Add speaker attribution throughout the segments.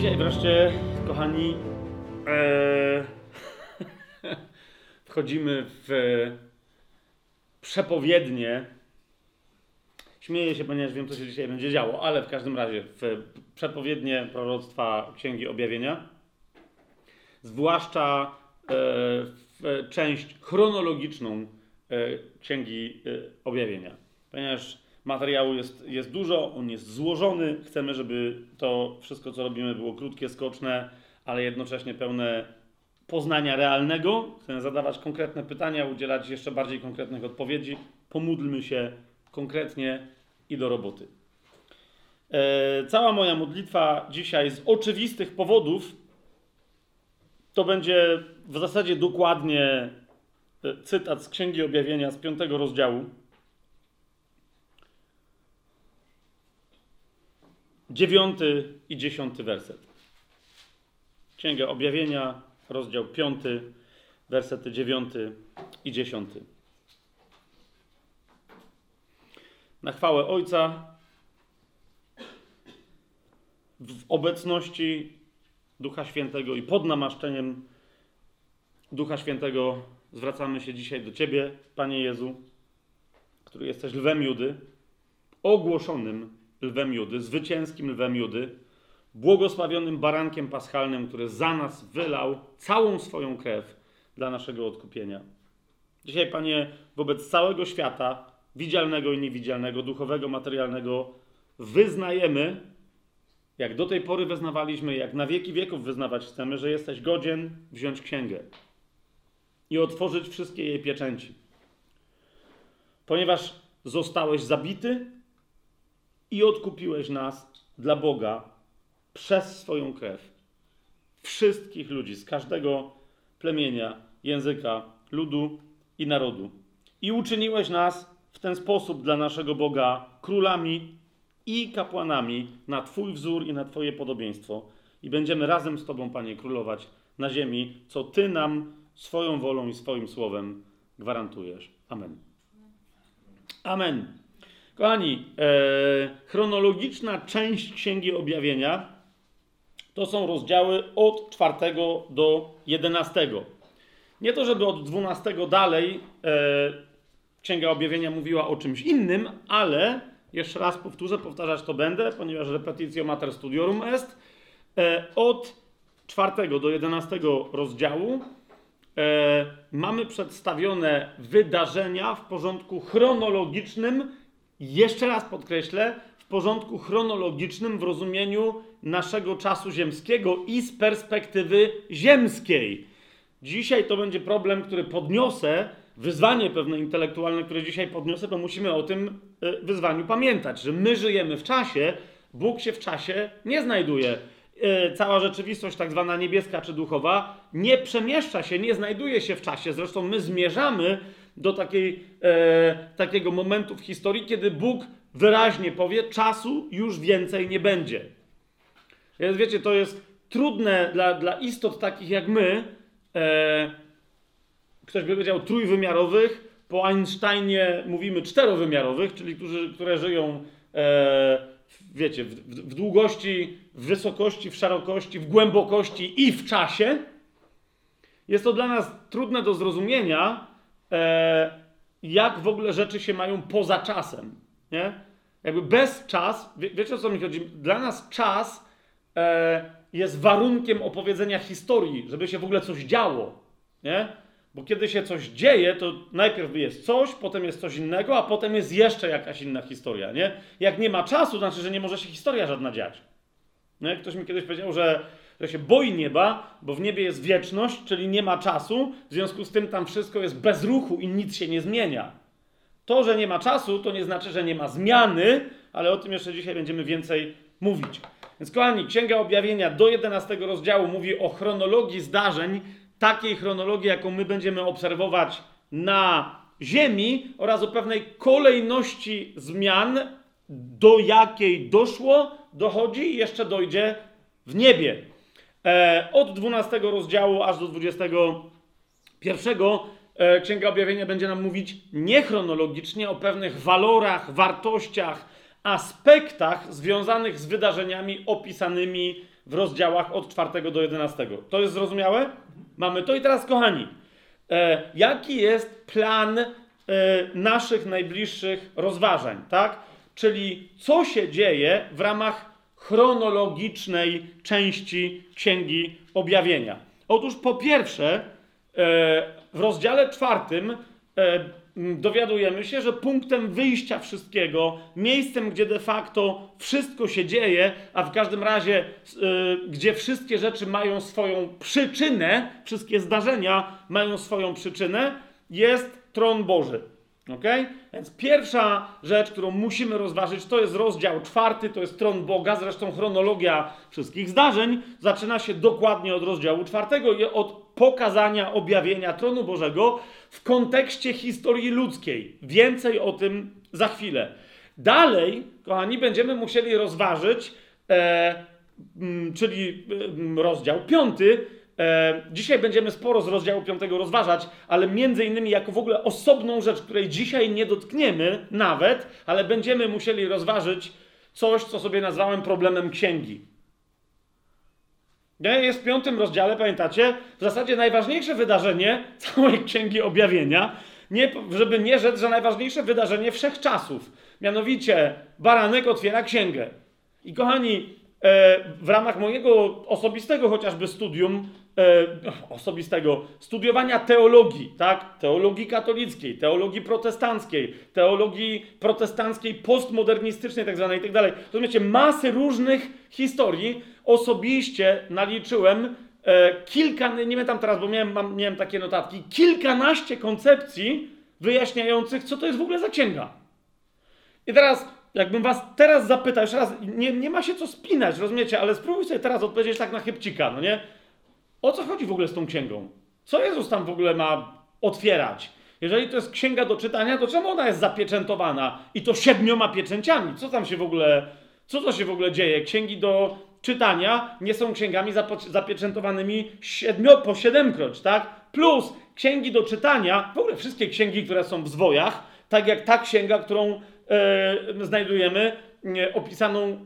Speaker 1: dzisiaj wreszcie, kochani, wchodzimy w przepowiednie. Śmieję się, ponieważ wiem, co się dzisiaj będzie działo, ale w każdym razie w przepowiednie proroctwa Księgi Objawienia, zwłaszcza w część chronologiczną Księgi Objawienia, ponieważ materiału jest dużo, on jest złożony, chcemy, żeby to wszystko, co robimy, było krótkie, skoczne, ale jednocześnie pełne poznania realnego. Chcemy zadawać konkretne pytania, udzielać jeszcze bardziej konkretnych odpowiedzi. Pomódlmy się konkretnie i do roboty. Cała moja modlitwa dzisiaj z oczywistych powodów to będzie w zasadzie dokładnie cytat z Księgi Objawienia z 5 rozdziału. 9 i 10 werset. Księga Objawienia, rozdział 5, wersety 9 i 10. Na chwałę Ojca, w obecności Ducha Świętego i pod namaszczeniem Ducha Świętego zwracamy się dzisiaj do Ciebie, Panie Jezu, który jesteś lwem Judy, ogłoszonym lwem Judy, zwycięskim lwem Judy, błogosławionym barankiem paschalnym, który za nas wylał całą swoją krew dla naszego odkupienia. Dzisiaj, Panie, wobec całego świata, widzialnego i niewidzialnego, duchowego, materialnego, wyznajemy, jak do tej pory wyznawaliśmy, jak na wieki wieków wyznawać chcemy, że jesteś godzien wziąć księgę i otworzyć wszystkie jej pieczęci. Ponieważ zostałeś zabity i odkupiłeś nas dla Boga przez swoją krew. Wszystkich ludzi, z każdego plemienia, języka, ludu i narodu. I uczyniłeś nas w ten sposób dla naszego Boga królami i kapłanami na Twój wzór i na Twoje podobieństwo. I będziemy razem z Tobą, Panie, królować na ziemi, co Ty nam swoją wolą i swoim słowem gwarantujesz. Amen. Amen. Kochani, chronologiczna część Księgi Objawienia to są rozdziały od 4 do 11. Nie to, żeby od 12 dalej Księga Objawienia mówiła o czymś innym, ale jeszcze raz powtarzać to będę, ponieważ repetitio mater studiorum est. Od 4 do 11 rozdziału mamy przedstawione wydarzenia w porządku chronologicznym. Jeszcze raz podkreślę, w porządku chronologicznym w rozumieniu naszego czasu ziemskiego i z perspektywy ziemskiej. Dzisiaj to będzie problem, który podniosę, wyzwanie pewne intelektualne, które dzisiaj podniosę, bo musimy o tym wyzwaniu pamiętać, że my żyjemy w czasie, Bóg się w czasie nie znajduje. Cała rzeczywistość, tak zwana niebieska czy duchowa, nie przemieszcza się, nie znajduje się w czasie. Zresztą my zmierzamy do takiego momentu w historii, kiedy Bóg wyraźnie powie, czasu już więcej nie będzie. Więc wiecie, to jest trudne dla istot takich jak my, ktoś by powiedział trójwymiarowych, po Einsteinie mówimy czterowymiarowych, czyli które żyją wiecie, w długości, w wysokości, w szerokości, w głębokości i w czasie. Jest to dla nas trudne do zrozumienia, jak w ogóle rzeczy się mają poza czasem. Nie? Jakby bez czas, wiecie o co mi chodzi? Dla nas czas jest warunkiem opowiedzenia historii, żeby się w ogóle coś działo. Nie? Bo kiedy się coś dzieje, to najpierw jest coś, potem jest coś innego, a potem jest jeszcze jakaś inna historia. Nie? Jak nie ma czasu, to znaczy, że nie może się historia żadna dziać. Nie? Ktoś mi kiedyś powiedział, że się boi nieba, bo w niebie jest wieczność, czyli nie ma czasu, w związku z tym tam wszystko jest bez ruchu i nic się nie zmienia. To, że nie ma czasu, to nie znaczy, że nie ma zmiany, ale o tym jeszcze dzisiaj będziemy więcej mówić. Więc kochani, Księga Objawienia do 11 rozdziału mówi o chronologii zdarzeń, takiej chronologii, jaką my będziemy obserwować na ziemi oraz o pewnej kolejności zmian, do jakiej dochodzi i jeszcze dojdzie w niebie. Od 12 rozdziału aż do 21 Księga Objawienia będzie nam mówić niechronologicznie o pewnych walorach, wartościach, aspektach związanych z wydarzeniami opisanymi w rozdziałach od 4 do 11. To jest zrozumiałe? Mamy to i teraz, kochani, jaki jest plan naszych najbliższych rozważań, tak? Czyli co się dzieje w ramach chronologicznej części Księgi Objawienia. Otóż po pierwsze, w rozdziale 4 dowiadujemy się, że punktem wyjścia wszystkiego, miejscem, gdzie de facto wszystko się dzieje, a w każdym razie, gdzie wszystkie rzeczy mają swoją przyczynę, wszystkie zdarzenia mają swoją przyczynę, jest tron Boży. Okay? Więc pierwsza rzecz, którą musimy rozważyć, to jest rozdział 4, to jest tron Boga. Zresztą chronologia wszystkich zdarzeń zaczyna się dokładnie od rozdziału 4 i od pokazania objawienia tronu Bożego w kontekście historii ludzkiej. Więcej o tym za chwilę. Dalej, kochani, będziemy musieli rozważyć, czyli rozdział 5. Dzisiaj będziemy sporo z rozdziału 5 rozważać, ale między innymi jako w ogóle osobną rzecz, której dzisiaj nie dotkniemy nawet, ale będziemy musieli rozważyć coś, co sobie nazwałem problemem księgi. Jest w 5 rozdziale, pamiętacie, w zasadzie najważniejsze wydarzenie całej Księgi Objawienia, żeby nie rzec, że najważniejsze wydarzenie wszechczasów. Mianowicie baranek otwiera księgę. I kochani, w ramach mojego osobistego chociażby studium, studiowania teologii, tak? Teologii katolickiej, teologii protestanckiej postmodernistycznej tak zwanej i tak dalej. Rozumiecie, masy różnych historii. Osobiście naliczyłem kilka, nie pamiętam teraz, bo miałem takie notatki, kilkanaście koncepcji wyjaśniających, co to jest w ogóle za księga. I teraz, jakbym was teraz zapytał, jeszcze raz, nie ma się co spinać, rozumiecie, ale spróbuj sobie teraz odpowiedzieć tak na chybcika, no nie? O co chodzi w ogóle z tą księgą? Co Jezus tam w ogóle ma otwierać? Jeżeli to jest księga do czytania, to czemu ona jest zapieczętowana? I to 7 pieczęciami. Co to się w ogóle dzieje? Księgi do czytania nie są księgami zapieczętowanymi po 7-kroć, tak? Plus księgi do czytania, w ogóle wszystkie księgi, które są w zwojach, tak jak ta księga, którą znajdujemy opisaną,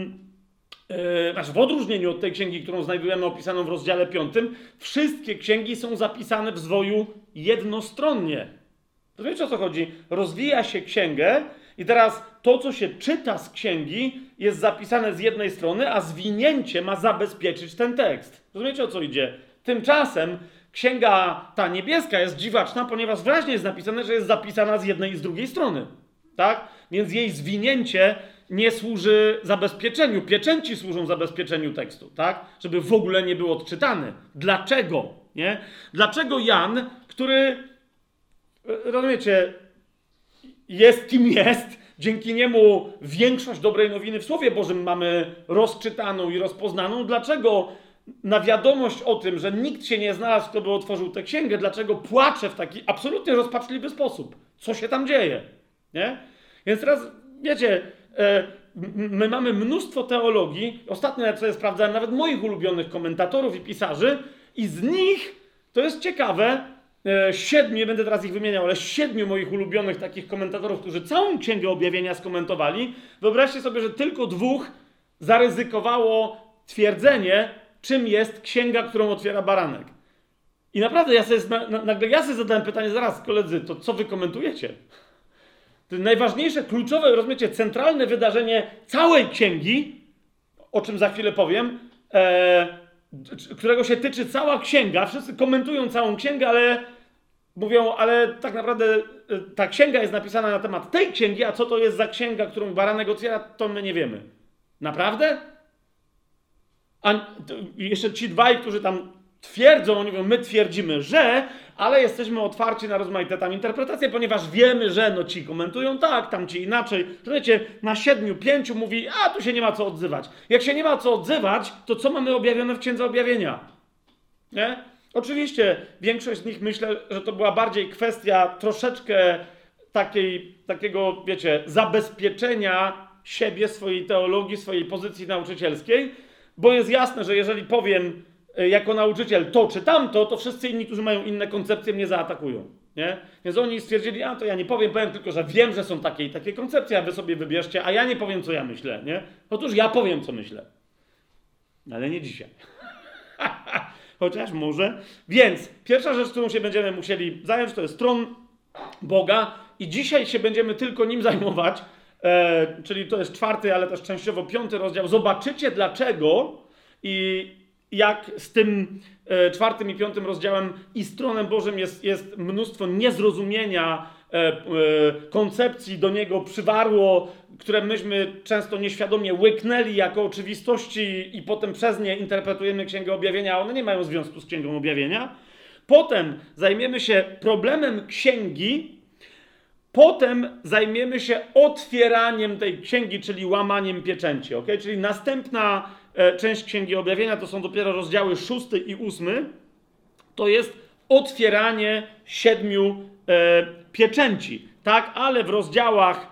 Speaker 1: w odróżnieniu od tej księgi, którą znajdujemy opisaną w rozdziale 5, wszystkie księgi są zapisane w zwoju jednostronnie. Rozumiecie, o co chodzi? Rozwija się księgę i teraz to, co się czyta z księgi, jest zapisane z jednej strony, a zwinięcie ma zabezpieczyć ten tekst. Rozumiecie, o co idzie? Tymczasem księga ta niebieska jest dziwaczna, ponieważ wyraźnie jest napisane, że jest zapisana z jednej i z drugiej strony. Tak? Więc jej zwinięcie nie służy zabezpieczeniu. Pieczęci służą zabezpieczeniu tekstu, tak? Żeby w ogóle nie był odczytany. Dlaczego? Nie? Dlaczego Jan, który, rozumiecie, jest kim jest, dzięki niemu większość dobrej nowiny w Słowie Bożym mamy rozczytaną i rozpoznaną, dlaczego na wiadomość o tym, że nikt się nie znalazł, kto by otworzył tę księgę, dlaczego płacze w taki absolutnie rozpaczliwy sposób? Co się tam dzieje? Nie? Więc teraz, wiecie, my mamy mnóstwo teologii, ostatnio ja sobie sprawdzałem nawet moich ulubionych komentatorów i pisarzy i z nich, to jest ciekawe, 7, nie będę teraz ich wymieniał, ale 7 moich ulubionych takich komentatorów, którzy całą Księgę Objawienia skomentowali, wyobraźcie sobie, że tylko 2 zaryzykowało twierdzenie, czym jest księga, którą otwiera baranek. I naprawdę nagle ja sobie zadałem pytanie, zaraz koledzy, to co wy komentujecie? To najważniejsze, kluczowe, rozumiecie, centralne wydarzenie całej księgi, o czym za chwilę powiem, którego się tyczy cała księga, wszyscy komentują całą księgę, ale mówią, ale tak naprawdę ta księga jest napisana na temat tej księgi, a co to jest za księga, którą baranek otwiera, to my nie wiemy. Naprawdę? A jeszcze ci 2, którzy tam twierdzą, oni mówią, my twierdzimy, że, ale jesteśmy otwarci na rozmaite tam interpretacje, ponieważ wiemy, że no ci komentują tak, tam ci inaczej. To wiecie, na 7, 5 mówi, a tu się nie ma co odzywać. Jak się nie ma co odzywać, to co mamy objawione w Księdze Objawienia? Nie? Oczywiście większość z nich myślę, że to była bardziej kwestia troszeczkę takiego, wiecie, zabezpieczenia siebie, swojej teologii, swojej pozycji nauczycielskiej, bo jest jasne, że jeżeli powiem jako nauczyciel to czy tamto, to wszyscy inni, którzy mają inne koncepcje, mnie zaatakują. Nie? Więc oni stwierdzili, a to ja nie powiem tylko, że wiem, że są takie i takie koncepcje, a wy sobie wybierzcie, a ja nie powiem, co ja myślę. Nie? Otóż ja powiem, co myślę. Ale nie dzisiaj. Chociaż może. Więc pierwsza rzecz, którą się będziemy musieli zająć, to jest tron Boga i dzisiaj się będziemy tylko nim zajmować, czyli to jest 4., ale też częściowo 5. rozdział. Zobaczycie dlaczego i jak z tym 4. i 5. rozdziałem i z tronem Bożym jest mnóstwo niezrozumienia, koncepcji do niego przywarło, które myśmy często nieświadomie łyknęli jako oczywistości i potem przez nie interpretujemy Księgę Objawienia, a one nie mają związku z Księgą Objawienia. Potem zajmiemy się problemem księgi, potem zajmiemy się otwieraniem tej księgi, czyli łamaniem pieczęci. Okay? Czyli następna część Księgi Objawienia to są dopiero rozdziały 6 i 8. To jest otwieranie 7 pieczęci. Tak, ale w rozdziałach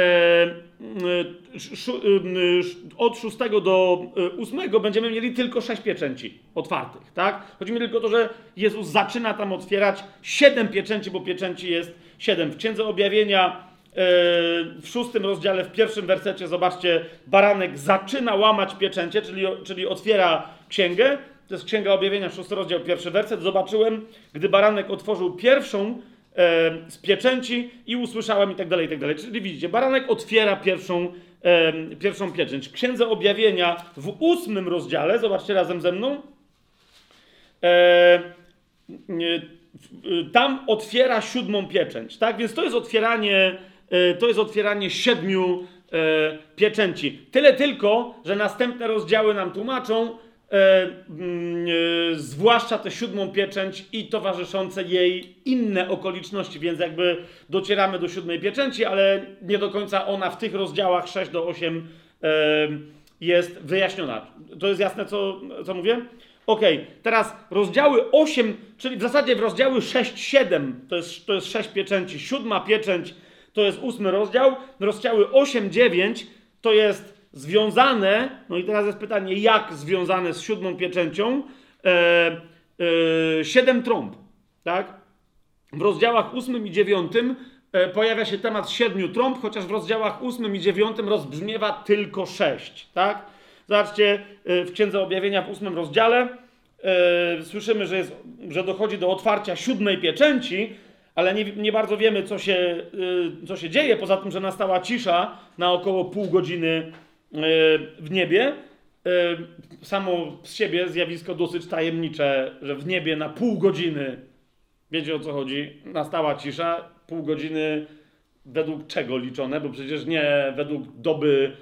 Speaker 1: od 6 do 8 będziemy mieli tylko 6 pieczęci otwartych. Tak? Chodzi mi tylko o to, że Jezus zaczyna tam otwierać 7 pieczęci, bo pieczęci jest 7. W Księdze Objawienia w 6 rozdziale, w 1. wersecie, zobaczcie, baranek zaczyna łamać pieczęcie, czyli otwiera księgę. To jest Księga Objawienia, 6 rozdział, 1. werset. Zobaczyłem, gdy baranek otworzył pierwszą z pieczęci i usłyszałem i tak dalej, i tak dalej. Czyli widzicie, baranek otwiera pierwszą pieczęć. W Księdze Objawienia w 8 rozdziale, zobaczcie razem ze mną, tam otwiera 7 pieczęć, tak? Więc to jest otwieranie 7 pieczęci. Tyle tylko, że następne rozdziały nam tłumaczą, zwłaszcza tę 7 pieczęć i towarzyszące jej inne okoliczności, więc jakby docieramy do 7 pieczęci, ale nie do końca ona w tych rozdziałach 6 do 8 jest wyjaśniona. To jest jasne, co mówię? Okej, teraz rozdziały 8, czyli w zasadzie w rozdziały 6-7 to jest 6 pieczęci, 7 pieczęć to jest 8 rozdział, rozdziały 8-9 to jest związane, no i teraz jest pytanie, jak związane z 7 pieczęcią, 7 trąb, tak? W rozdziałach 8 i 9 pojawia się temat 7 trąb, chociaż w rozdziałach 8 i 9 rozbrzmiewa tylko 6, tak? Zobaczcie, w Księdze Objawienia w 8 rozdziale słyszymy, że dochodzi do otwarcia 7 pieczęci, ale nie bardzo wiemy, co się dzieje, poza tym, że nastała cisza na około pół godziny w niebie. Samo z siebie zjawisko dosyć tajemnicze, że w niebie na pół godziny, wiecie o co chodzi, nastała cisza, pół godziny według czego liczone, bo przecież nie według doby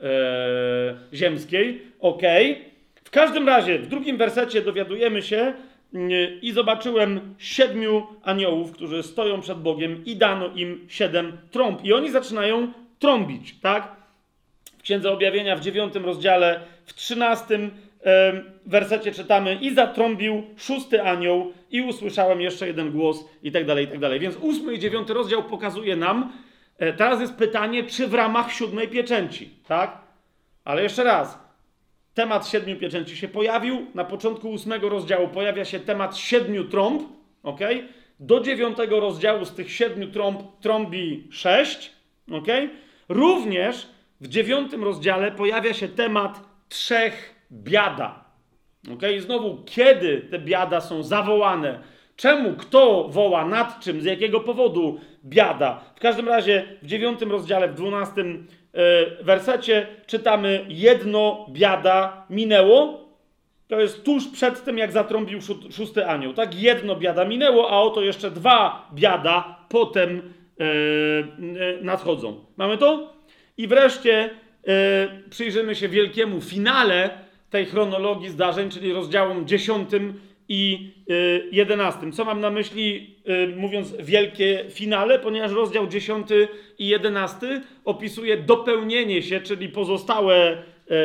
Speaker 1: ziemskiej. Okej. W każdym razie w 2 wersecie dowiadujemy się i zobaczyłem 7 aniołów, którzy stoją przed Bogiem i dano im 7 trąb. I oni zaczynają trąbić, tak? W Księdze Objawienia w 9 rozdziale, w 13 wersecie czytamy i zatrąbił 6 anioł i usłyszałem jeszcze jeden głos i tak dalej, i tak dalej. Więc 8 i 9 rozdział pokazuje nam, teraz jest pytanie, czy w ramach 7 pieczęci, tak? Ale jeszcze raz, temat 7 pieczęci się pojawił, na początku 8 rozdziału pojawia się temat 7 trąb, ok? Do 9 rozdziału z tych 7 trąb trąbi 6, ok? Również w 9 rozdziale pojawia się temat 3 biada. Okay? I znowu, kiedy te biada są zawołane? Czemu? Kto woła? Nad czym? Z jakiego powodu biada? W każdym razie w 9 rozdziale, w 12 wersecie czytamy: jedno biada minęło. To jest tuż przed tym, jak zatrąbił 6 anioł. Tak, jedno biada minęło, a oto jeszcze 2 biada potem nadchodzą. Mamy to? I wreszcie przyjrzymy się wielkiemu finale tej chronologii zdarzeń, czyli rozdziałom 10 i 11. Co mam na myśli, mówiąc wielkie finale? Ponieważ rozdział 10 i 11 opisuje dopełnienie się, czyli pozostałe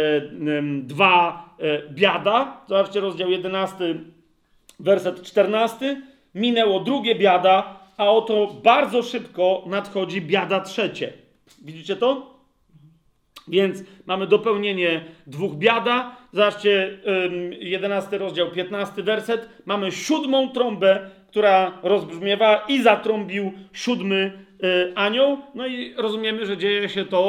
Speaker 1: 2 biada. Zobaczcie, rozdział 11, werset 14. Minęło drugie biada, a oto bardzo szybko nadchodzi biada trzecie. Widzicie to? Więc mamy dopełnienie 2 biada. Zobaczcie, 11 rozdział, 15 werset. Mamy 7 trąbę, która rozbrzmiewa i zatrąbił 7 anioł. No i rozumiemy, że dzieje się to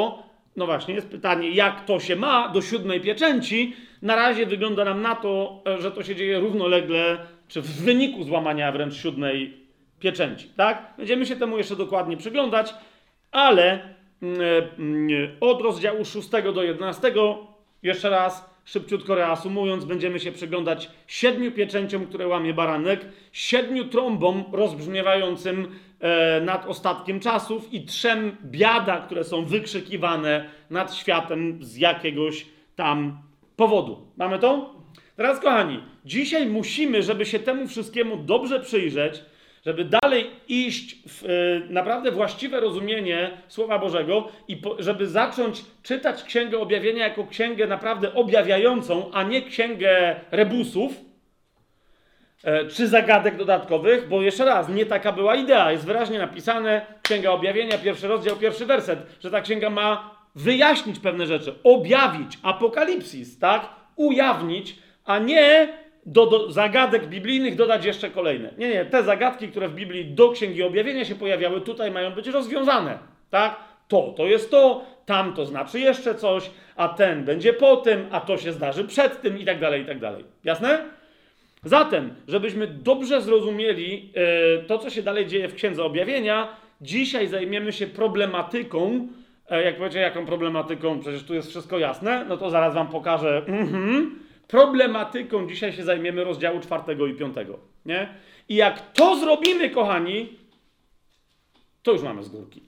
Speaker 1: No właśnie, jest pytanie, jak to się ma do 7 pieczęci. Na razie wygląda nam na to, że to się dzieje równolegle, czy w wyniku złamania wręcz 7 pieczęci, tak? Będziemy się temu jeszcze dokładnie przyglądać, ale od rozdziału 6 do 11, jeszcze raz szybciutko reasumując, będziemy się przyglądać 7 pieczęciom, które łamie baranek, 7 trąbom rozbrzmiewającym nad ostatkiem czasów i 3 biada, które są wykrzykiwane nad światem z jakiegoś tam powodu. Mamy to? Teraz, kochani, dzisiaj musimy, żeby się temu wszystkiemu dobrze przyjrzeć, żeby dalej iść w naprawdę właściwe rozumienie Słowa Bożego i żeby zacząć czytać Księgę Objawienia jako księgę naprawdę objawiającą, a nie księgę rebusów czy zagadek dodatkowych, bo jeszcze raz, nie taka była idea. Jest wyraźnie napisane, Księga Objawienia, 1 rozdział, 1 werset, że ta księga ma wyjaśnić pewne rzeczy, objawić, apokalipsis, tak? Ujawnić, a nie do zagadek biblijnych dodać jeszcze kolejne. Nie, te zagadki, które w Biblii do Księgi Objawienia się pojawiały, tutaj mają być rozwiązane, tak? To jest to, tam to znaczy jeszcze coś, a ten będzie po tym, a to się zdarzy przed tym i tak dalej, i tak dalej. Jasne? Zatem, żebyśmy dobrze zrozumieli to, co się dalej dzieje w Księdze Objawienia, dzisiaj zajmiemy się problematyką. Jak powiecie, jaką problematyką? Przecież tu jest wszystko jasne. No to zaraz wam pokażę. Problematyką dzisiaj się zajmiemy rozdziału 4 i 5. Nie? I jak to zrobimy, kochani, to już mamy z górki.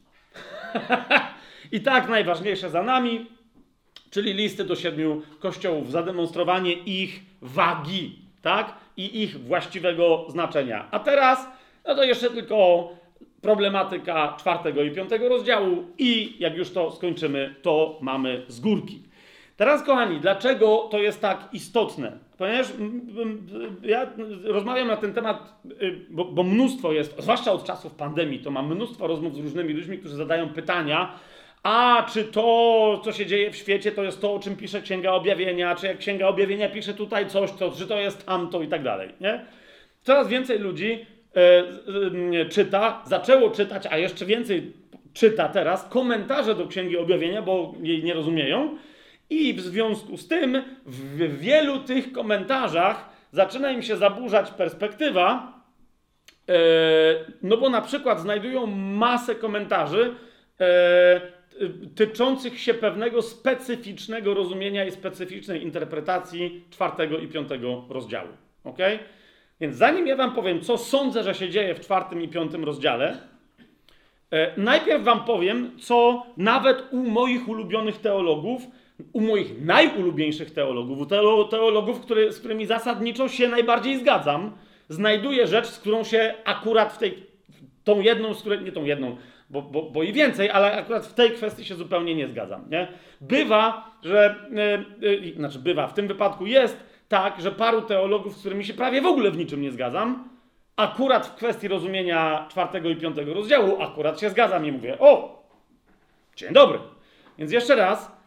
Speaker 1: I tak najważniejsze za nami, czyli listy do 7 kościołów, zademonstrowanie ich wagi, tak? I ich właściwego znaczenia. A teraz, no to jeszcze tylko problematyka 4 i 5 rozdziału i jak już to skończymy, to mamy z górki. Teraz, kochani, dlaczego to jest tak istotne? Ponieważ ja rozmawiam na ten temat, bo mnóstwo jest, zwłaszcza od czasów pandemii, to mam mnóstwo rozmów z różnymi ludźmi, którzy zadają pytania, a czy to, co się dzieje w świecie, to jest to, o czym pisze Księga Objawienia, czy jak Księga Objawienia pisze tutaj coś, to czy to jest tamto i tak dalej, nie? Coraz więcej ludzi zaczęło czytać, a jeszcze więcej czyta teraz komentarze do Księgi Objawienia, bo jej nie rozumieją. I w związku z tym w wielu tych komentarzach zaczyna im się zaburzać perspektywa, no bo na przykład znajdują masę komentarzy tyczących się pewnego specyficznego rozumienia i specyficznej interpretacji 4 i 5 rozdziału. Okay? Więc zanim ja wam powiem, co sądzę, że się dzieje w 4 i 5 rozdziale, najpierw wam powiem, co nawet u moich ulubionych teologów, u moich najulubieńszych teologów, teologów, z którymi zasadniczo się najbardziej zgadzam, znajduję rzecz, z którą się akurat tą jedną, nie tą jedną, bo i więcej, ale akurat w tej kwestii się zupełnie nie zgadzam. Nie? Bywa, że, w tym wypadku jest tak, że paru teologów, z którymi się prawie w ogóle w niczym nie zgadzam, akurat w kwestii rozumienia 4 i 5 rozdziału akurat się zgadzam i mówię, o, dzień dobry. Więc jeszcze raz,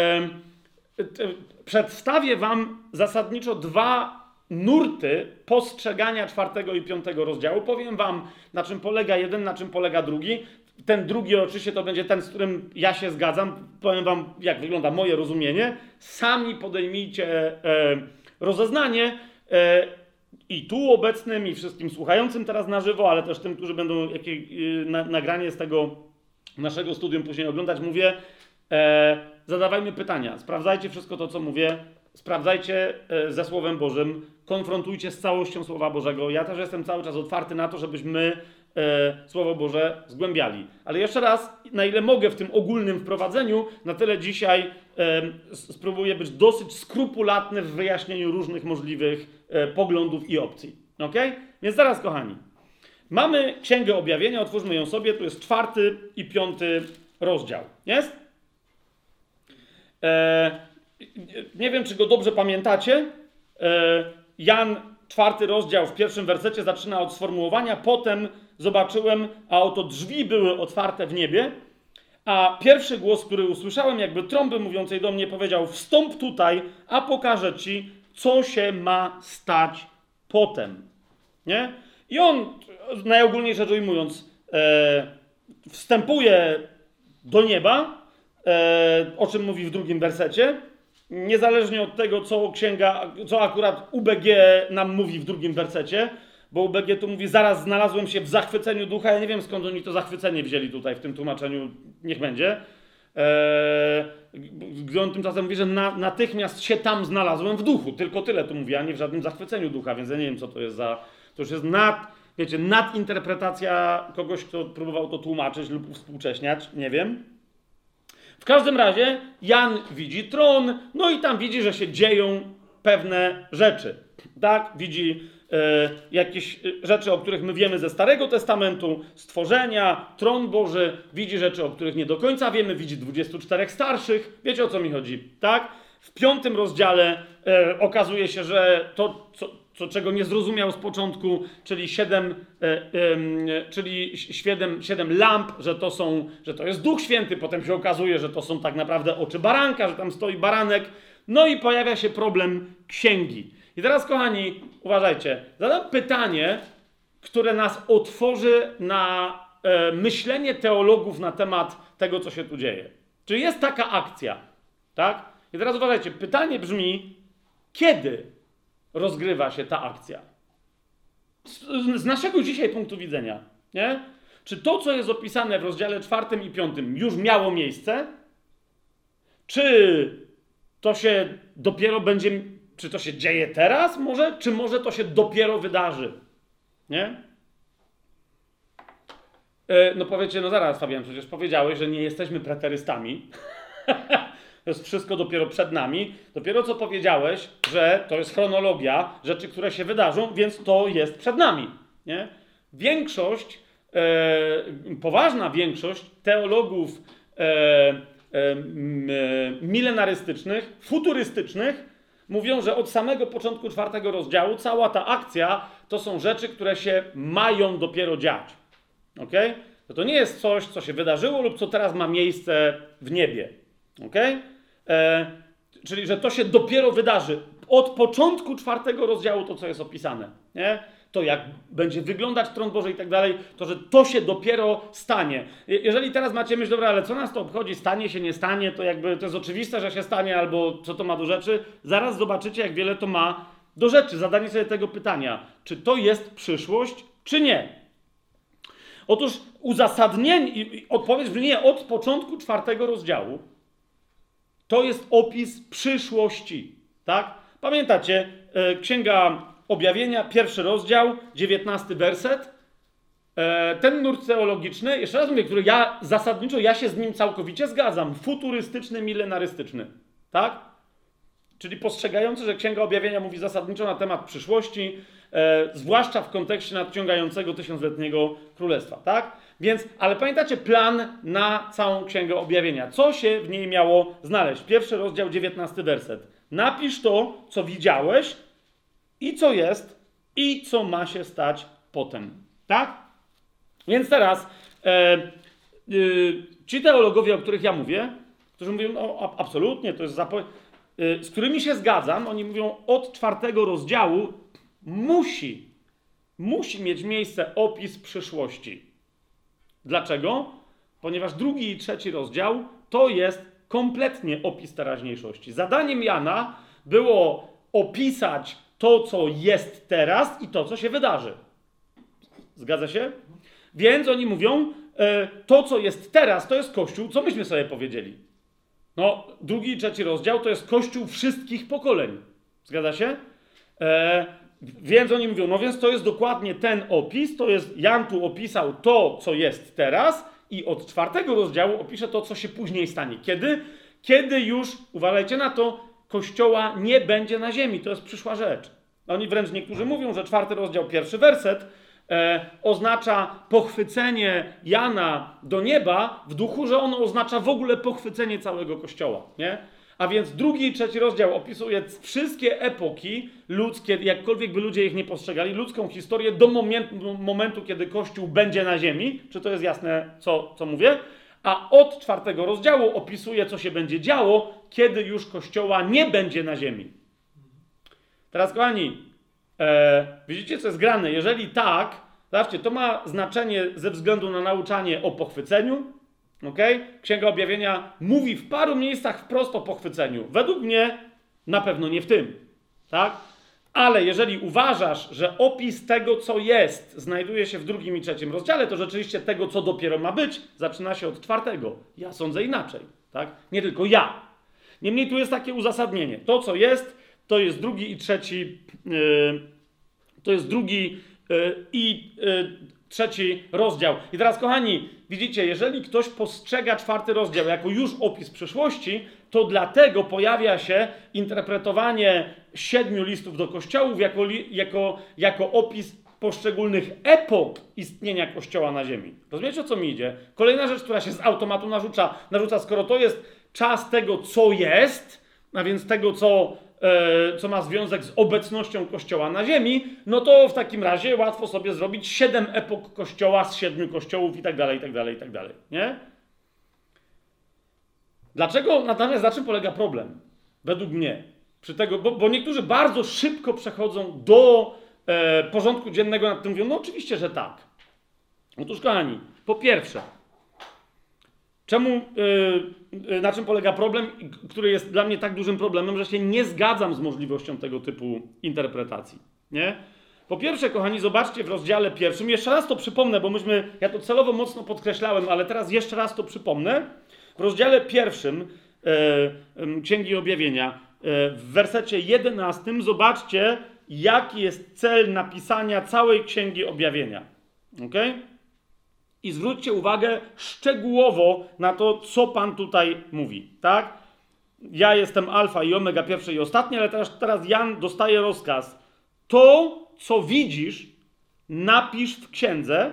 Speaker 1: przedstawię wam zasadniczo 2 nurty postrzegania 4 i 5 rozdziału. Powiem wam, na czym polega jeden, na czym polega drugi. Ten drugi oczywiście to będzie ten, z którym ja się zgadzam. Powiem wam, jak wygląda moje rozumienie. Sami podejmijcie rozeznanie i tu obecnym, i wszystkim słuchającym teraz na żywo, ale też tym, którzy będą nagranie z tego naszego studium później oglądać, mówię, zadawajmy pytania, sprawdzajcie wszystko to, co mówię, sprawdzajcie ze Słowem Bożym, konfrontujcie z całością Słowa Bożego. Ja też jestem cały czas otwarty na to, żebyśmy Słowo Boże zgłębiali. Ale jeszcze raz, na ile mogę w tym ogólnym wprowadzeniu, na tyle dzisiaj spróbuję być dosyć skrupulatny w wyjaśnieniu różnych możliwych poglądów i opcji. Okay? Więc teraz, kochani, mamy Księgę Objawienia, otwórzmy ją sobie, tu jest 4 i 5 rozdział. Jest? Nie wiem, czy go dobrze pamiętacie. Jan 4 rozdział w 1 wersecie zaczyna od sformułowania, potem zobaczyłem, a oto drzwi były otwarte w niebie, a pierwszy głos, który usłyszałem, jakby trąby mówiącej do mnie, powiedział, wstąp tutaj, a pokażę ci, co się ma stać potem. Nie? I on, najogólniej rzecz ujmując, wstępuje do nieba, o czym mówi w drugim wersecie, niezależnie od tego, co akurat UBG nam mówi w drugim wersecie, bo UBG tu mówi, zaraz znalazłem się w zachwyceniu ducha. Ja nie wiem, skąd oni to zachwycenie wzięli tutaj w tym tłumaczeniu, niech będzie. Gdy on tymczasem mówi, że natychmiast się tam znalazłem w duchu. Tylko tyle tu mówi, a nie w żadnym zachwyceniu ducha, więc ja nie wiem, co to jest za... To już jest nadinterpretacja kogoś, kto próbował to tłumaczyć lub współcześniać, nie wiem. W każdym razie Jan widzi tron, no i tam widzi, że się dzieją pewne rzeczy. Tak? Widzi jakieś rzeczy, o których my wiemy ze Starego Testamentu, stworzenia, tron Boży, widzi rzeczy, o których nie do końca wiemy, widzi 24 starszych, wiecie, o co mi chodzi, tak? W 5 rozdziale okazuje się, że to, czego nie zrozumiał z początku, czyli 7 lamp, że to jest Duch Święty, potem się okazuje, że to są tak naprawdę oczy baranka, że tam stoi baranek, no i pojawia się problem księgi. I teraz, kochani, uważajcie, zadam pytanie, które nas otworzy na myślenie teologów na temat tego, co się tu dzieje. Czy jest taka akcja? Tak? I teraz uważajcie, pytanie brzmi, kiedy rozgrywa się ta akcja? Z naszego dzisiaj punktu widzenia, nie? Czy to, co jest opisane w rozdziale 4 i 5 już miało miejsce? Czy to się dopiero będzie... Czy to się dzieje teraz może? Czy może to się dopiero wydarzy? Nie? No powiecie, no zaraz, Fabian, przecież powiedziałeś, że nie jesteśmy preterystami. To jest wszystko dopiero przed nami. Dopiero co powiedziałeś, że to jest chronologia rzeczy, które się wydarzą, więc to jest przed nami. Nie? Większość, poważna większość teologów milenarystycznych, futurystycznych mówią, że od samego początku 4 rozdziału cała ta akcja to są rzeczy, które się mają dopiero dziać. Okay? To nie jest coś, co się wydarzyło lub co teraz ma miejsce w niebie. Okay? Czyli, że to się dopiero wydarzy. Od początku 4 rozdziału to, co jest opisane. Nie? To, jak będzie wyglądać tron Boży i tak dalej, to, że to się dopiero stanie. Jeżeli teraz macie myśl, dobra, ale co nas to obchodzi, stanie się, nie stanie, to jakby to jest oczywiste, że się stanie, albo co to ma do rzeczy, zaraz zobaczycie, jak wiele to ma do rzeczy. Zadanie sobie tego pytania, czy to jest przyszłość, czy nie. Otóż uzasadnienie, odpowiedź brzmi nie, od początku 4 rozdziału to jest opis przyszłości. Tak? Pamiętacie, Księga Objawienia, 1 rozdział, 19 werset. Ten nurt teologiczny, jeszcze raz mówię, który ja się z nim całkowicie zgadzam. Futurystyczny, milenarystyczny. Tak? Czyli postrzegający, że Księga Objawienia mówi zasadniczo na temat przyszłości, zwłaszcza w kontekście nadciągającego tysiącletniego królestwa. Tak? Więc, ale pamiętacie plan na całą Księgę Objawienia. Co się w niej miało znaleźć? 1 rozdział, 19 werset. Napisz to, co widziałeś, i co jest, i co ma się stać potem. Tak? Więc teraz ci teologowie, o których ja mówię, którzy mówią, no absolutnie, to jest zapowiedź, z którymi się zgadzam, oni mówią, od 4 rozdziału musi mieć miejsce opis przyszłości. Dlaczego? Ponieważ 2 i 3 rozdział to jest kompletnie opis teraźniejszości. Zadaniem Jana było opisać to, co jest teraz i to, co się wydarzy. Zgadza się? Więc oni mówią, to, co jest teraz, to jest Kościół, co myśmy sobie powiedzieli. No, 2 i 3 rozdział to jest Kościół wszystkich pokoleń. Zgadza się? Więc oni mówią, no więc to jest dokładnie ten opis, to jest, Jan tu opisał to, co jest teraz i od 4 rozdziału opisze to, co się później stanie. Kiedy? Kiedy już, uważajcie na to, Kościoła nie będzie na ziemi. To jest przyszła rzecz. Oni wręcz niektórzy mówią, że 4 rozdział, 1 werset oznacza pochwycenie Jana do nieba w duchu, że ono oznacza w ogóle pochwycenie całego Kościoła. Nie? A więc 2 i 3 rozdział opisuje wszystkie epoki ludzkie, jakkolwiek by ludzie ich nie postrzegali, ludzką historię do momentu, kiedy Kościół będzie na ziemi. Czy to jest jasne, co mówię? A od 4 rozdziału opisuje, co się będzie działo, kiedy już Kościoła nie będzie na ziemi. Teraz, kochani, widzicie, co jest grane? Jeżeli tak, zobaczcie, to ma znaczenie ze względu na nauczanie o pochwyceniu, Okay? Księga Objawienia mówi w paru miejscach wprost o pochwyceniu. Według mnie na pewno nie w tym. Tak? Ale jeżeli uważasz, że opis tego, co jest, znajduje się w 2. i 3. rozdziale, to rzeczywiście tego, co dopiero ma być, zaczyna się od 4. Ja sądzę inaczej. Tak? Nie tylko ja. Niemniej tu jest takie uzasadnienie. To, co jest, to jest 2. i 3. To jest 2. i 3. rozdział. I teraz, kochani, widzicie, jeżeli ktoś postrzega 4. rozdział jako już opis przyszłości, to dlatego pojawia się interpretowanie 7 listów do kościołów jako opis poszczególnych epok istnienia Kościoła na ziemi. Rozumiecie, o co mi idzie? Kolejna rzecz, która się z automatu narzuca, skoro to jest czas tego, co jest, a więc tego, co ma związek z obecnością Kościoła na ziemi, no to w takim razie łatwo sobie zrobić 7 epok Kościoła z 7 kościołów i tak dalej, nie? Dlaczego? Natomiast na czym polega problem? Według mnie. Bo niektórzy bardzo szybko przechodzą do porządku dziennego, nad tym mówią, no oczywiście, że tak. Otóż, kochani, po pierwsze, na czym polega problem, który jest dla mnie tak dużym problemem, że się nie zgadzam z możliwością tego typu interpretacji, nie? Po pierwsze, kochani, zobaczcie w rozdziale 1, jeszcze raz to przypomnę, bo ja to celowo mocno podkreślałem, ale teraz jeszcze raz to przypomnę. W rozdziale 1 Księgi Objawienia, w wersecie 11 zobaczcie, jaki jest cel napisania całej Księgi Objawienia. Okay? I zwróćcie uwagę szczegółowo na to, co Pan tutaj mówi. Tak? Ja jestem alfa i omega, pierwsze i ostatnie, ale teraz Jan dostaje rozkaz. To, co widzisz, napisz w księdze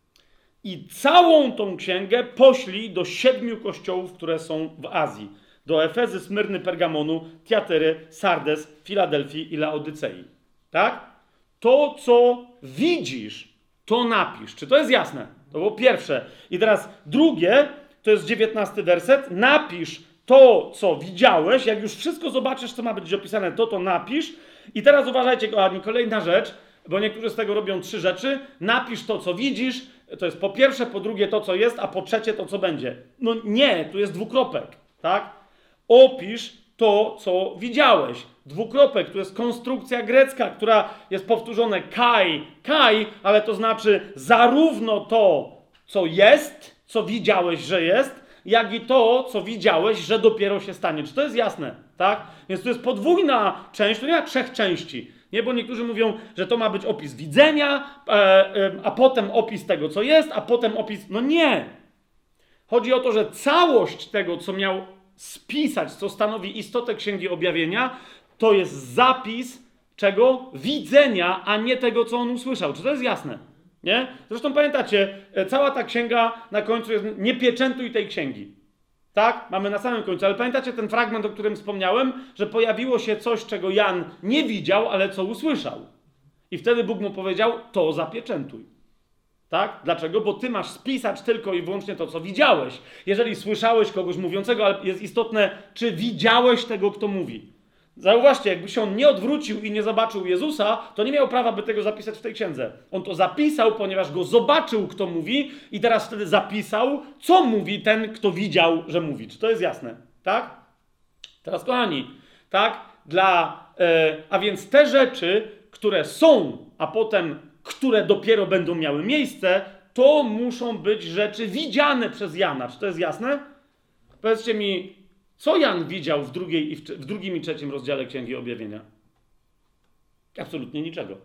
Speaker 1: i całą tą księgę poślij do 7 kościołów, które są w Azji. Do Efezy, Smyrny, Pergamonu, Tiatyry, Sardes, Filadelfii i Laodycei. Tak? To, co widzisz, to napisz. Czy to jest jasne? To było pierwsze. I teraz drugie, to jest 19 werset. Napisz to, co widziałeś. Jak już wszystko zobaczysz, co ma być opisane, to napisz. I teraz uważajcie, kochani, kolejna rzecz, bo niektórzy z tego robią 3 rzeczy. Napisz to, co widzisz. To jest po pierwsze, po drugie to, co jest, a po trzecie to, co będzie. No nie, tu jest dwukropek. Tak? Opisz to, co widziałeś. Dwukropek, to jest konstrukcja grecka, która jest powtórzone kai, ale to znaczy zarówno to, co jest, co widziałeś, że jest, jak i to, co widziałeś, że dopiero się stanie. Czy to jest jasne? Tak? Więc to jest podwójna część, to nie ma 3 części. Nie, bo niektórzy mówią, że to ma być opis widzenia, a potem opis tego, co jest, a potem opis... No nie! Chodzi o to, że całość tego, co miał spisać, co stanowi istotę Księgi Objawienia, to jest zapis czego? Widzenia, a nie tego, co on usłyszał. Czy to jest jasne? Nie? Zresztą pamiętacie, cała ta księga na końcu jest nie pieczętuj tej księgi. Tak? Mamy na samym końcu. Ale pamiętacie ten fragment, o którym wspomniałem? Że pojawiło się coś, czego Jan nie widział, ale co usłyszał. I wtedy Bóg mu powiedział, to zapieczętuj. Tak? Dlaczego? Bo ty masz spisać tylko i wyłącznie to, co widziałeś. Jeżeli słyszałeś kogoś mówiącego, ale jest istotne, czy widziałeś tego, kto mówi. Zauważcie, jakby się on nie odwrócił i nie zobaczył Jezusa, to nie miał prawa, by tego zapisać w tej księdze. On to zapisał, ponieważ go zobaczył, kto mówi i teraz wtedy zapisał, co mówi ten, kto widział, że mówi. Czy to jest jasne? Tak? Teraz, kochani, tak? A więc te rzeczy, które są, a potem, które dopiero będą miały miejsce, to muszą być rzeczy widziane przez Jana. Czy to jest jasne? Powiedzcie mi, co Jan widział w 2. i 3. rozdziale Księgi Objawienia? Absolutnie niczego.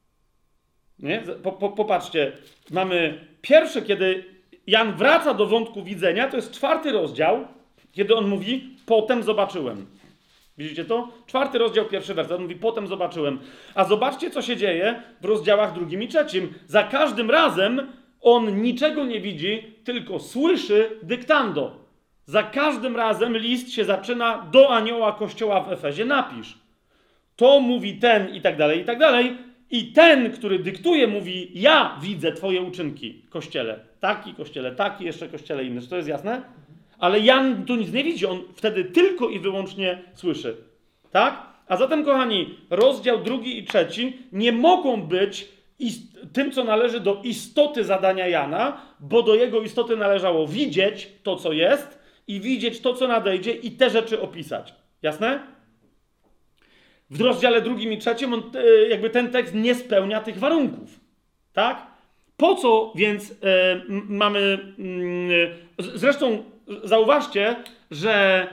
Speaker 1: Nie? Popatrzcie, mamy pierwsze, kiedy Jan wraca do wątku widzenia, to jest 4. rozdział, kiedy on mówi, potem zobaczyłem. Widzicie to? 4. rozdział, 1. werset, on mówi, potem zobaczyłem. A zobaczcie, co się dzieje w rozdziałach 2. i 3. Za każdym razem on niczego nie widzi, tylko słyszy dyktando. Za każdym razem list się zaczyna do anioła kościoła w Efezie. Napisz. To mówi ten i tak dalej, i tak dalej. I ten, który dyktuje, mówi, ja widzę twoje uczynki, kościele. Taki, jeszcze kościele inny. Czy to jest jasne? Ale Jan tu nic nie widzi. On wtedy tylko i wyłącznie słyszy. Tak? A zatem, kochani, rozdział 2. i 3 nie mogą być tym, co należy do istoty zadania Jana, bo do jego istoty należało widzieć to, co jest i widzieć to, co nadejdzie i te rzeczy opisać. Jasne? W rozdziale 2 i 3 jakby ten tekst nie spełnia tych warunków. Tak? Po co więc mamy... Zresztą zauważcie, że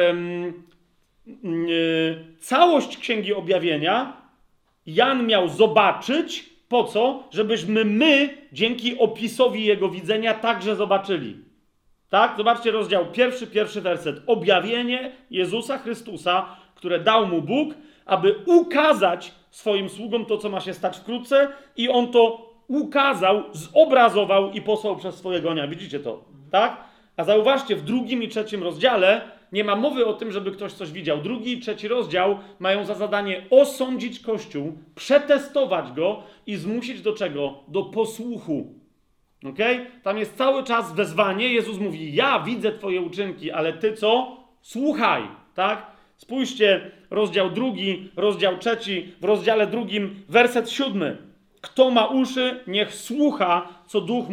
Speaker 1: całość Księgi Objawienia Jan miał zobaczyć. Po co? Żebyśmy my, dzięki opisowi jego widzenia, także zobaczyli. Tak? Zobaczcie rozdział 1 werset. Objawienie Jezusa Chrystusa, które dał mu Bóg, aby ukazać swoim sługom to, co ma się stać wkrótce, i on to ukazał, zobrazował i posłał przez swojego Ania. Widzicie to? Tak? A zauważcie, w 2 i 3 rozdziale nie ma mowy o tym, żeby ktoś coś widział. 2 i 3 rozdział mają za zadanie osądzić Kościół, przetestować go i zmusić do czego? Do posłuchu. Okay? Tam jest cały czas wezwanie. Jezus mówi, ja widzę twoje uczynki, ale ty co? Słuchaj. Tak? Spójrzcie, rozdział 2, rozdział 3, w rozdziale 2, werset 7. Kto ma uszy, niech słucha, co Duch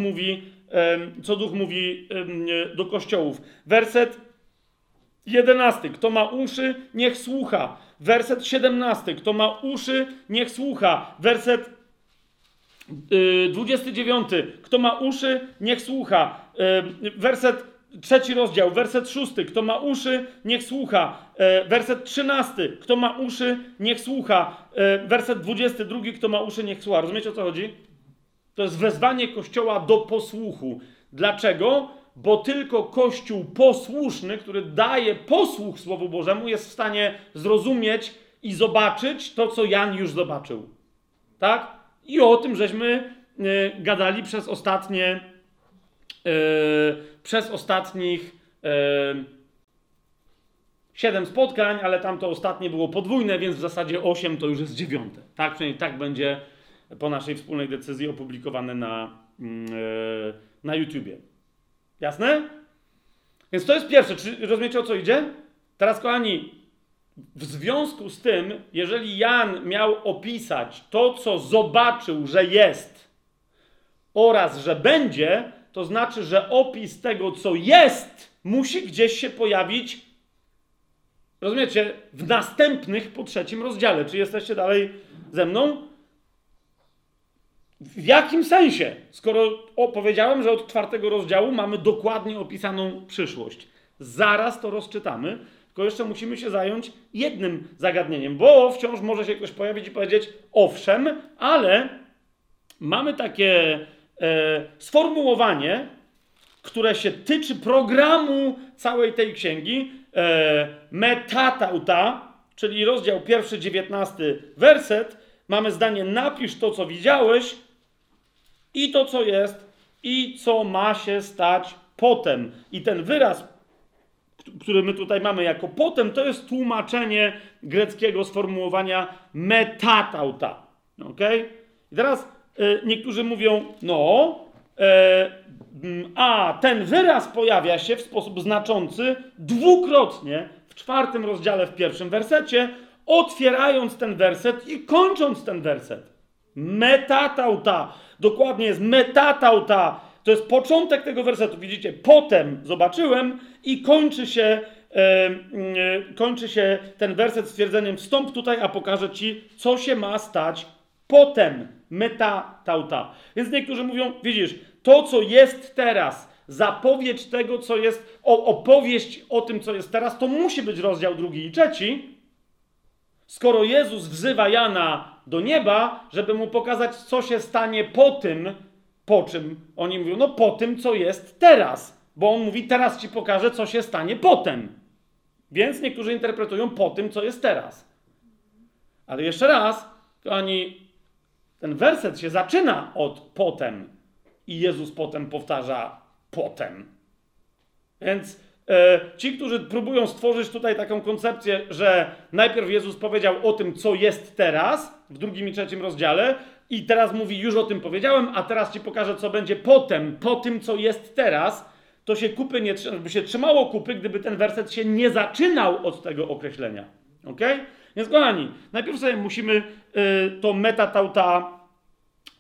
Speaker 1: mówi do kościołów. Werset 11. Kto ma uszy, niech słucha. Werset 17. Kto ma uszy, niech słucha. Werset 29. Kto ma uszy, niech słucha. Werset 3 rozdział, werset 6. Kto ma uszy, niech słucha. Werset 13. Kto ma uszy, niech słucha. Werset 22. Kto ma uszy, niech słucha. Rozumiecie, o co chodzi? To jest wezwanie Kościoła do posłuchu. Dlaczego? Bo tylko Kościół posłuszny, który daje posłuch Słowu Bożemu, jest w stanie zrozumieć i zobaczyć to, co Jan już zobaczył. Tak? I o tym żeśmy gadali przez ostatnich 7 spotkań, ale tam to ostatnie było podwójne, więc w zasadzie 8 to już jest 9. Tak? Przynajmniej tak będzie po naszej wspólnej decyzji opublikowane na YouTubie. Jasne? Więc to jest pierwsze. Czy rozumiecie, o co idzie? Teraz, kochani, w związku z tym, jeżeli Jan miał opisać to, co zobaczył, że jest oraz, że będzie, to znaczy, że opis tego, co jest, musi gdzieś się pojawić, rozumiecie, w następnych po 3 rozdziale. Czy jesteście dalej ze mną? W jakim sensie? Skoro powiedziałem, że od 4 rozdziału mamy dokładnie opisaną przyszłość. Zaraz to rozczytamy, tylko jeszcze musimy się zająć jednym zagadnieniem, bo wciąż może się ktoś pojawić i powiedzieć, owszem, ale mamy takie sformułowanie, które się tyczy programu całej tej księgi, metatauta, czyli rozdział 1, 19 werset, mamy zdanie, napisz to, co widziałeś, i to, co jest, i co ma się stać potem. I ten wyraz, który my tutaj mamy jako potem, to jest tłumaczenie greckiego sformułowania metatauta. Okay? I teraz niektórzy mówią, a ten wyraz pojawia się w sposób znaczący dwukrotnie w 4 rozdziale, w 1 wersecie, otwierając ten werset i kończąc ten werset. Metatauta. Dokładnie jest metatauta. To jest początek tego wersetu. Widzicie, potem zobaczyłem i kończy się ten werset stwierdzeniem wstąp tutaj, a pokażę ci, co się ma stać potem. Metatauta. Więc niektórzy mówią, widzisz, to, co jest teraz, zapowiedź tego, co jest, opowieść o tym, co jest teraz, to musi być rozdział 2 i 3, skoro Jezus wzywa Jana do nieba, żeby mu pokazać, co się stanie po tym, po czym oni mówią, po tym, co jest teraz. Bo on mówi, teraz ci pokażę, co się stanie potem. Więc niektórzy interpretują po tym, co jest teraz. Ale jeszcze raz, kochani, ten werset się zaczyna od potem i Jezus potem powtarza potem. Więc ci, którzy próbują stworzyć tutaj taką koncepcję, że najpierw Jezus powiedział o tym, co jest teraz, w 2 i 3 rozdziale, i teraz mówi, już o tym powiedziałem, a teraz ci pokażę, co będzie potem, po tym, co jest teraz, to się by się trzymało kupy, gdyby ten werset się nie zaczynał od tego określenia. Ok? Więc kochani, najpierw sobie musimy to metatauta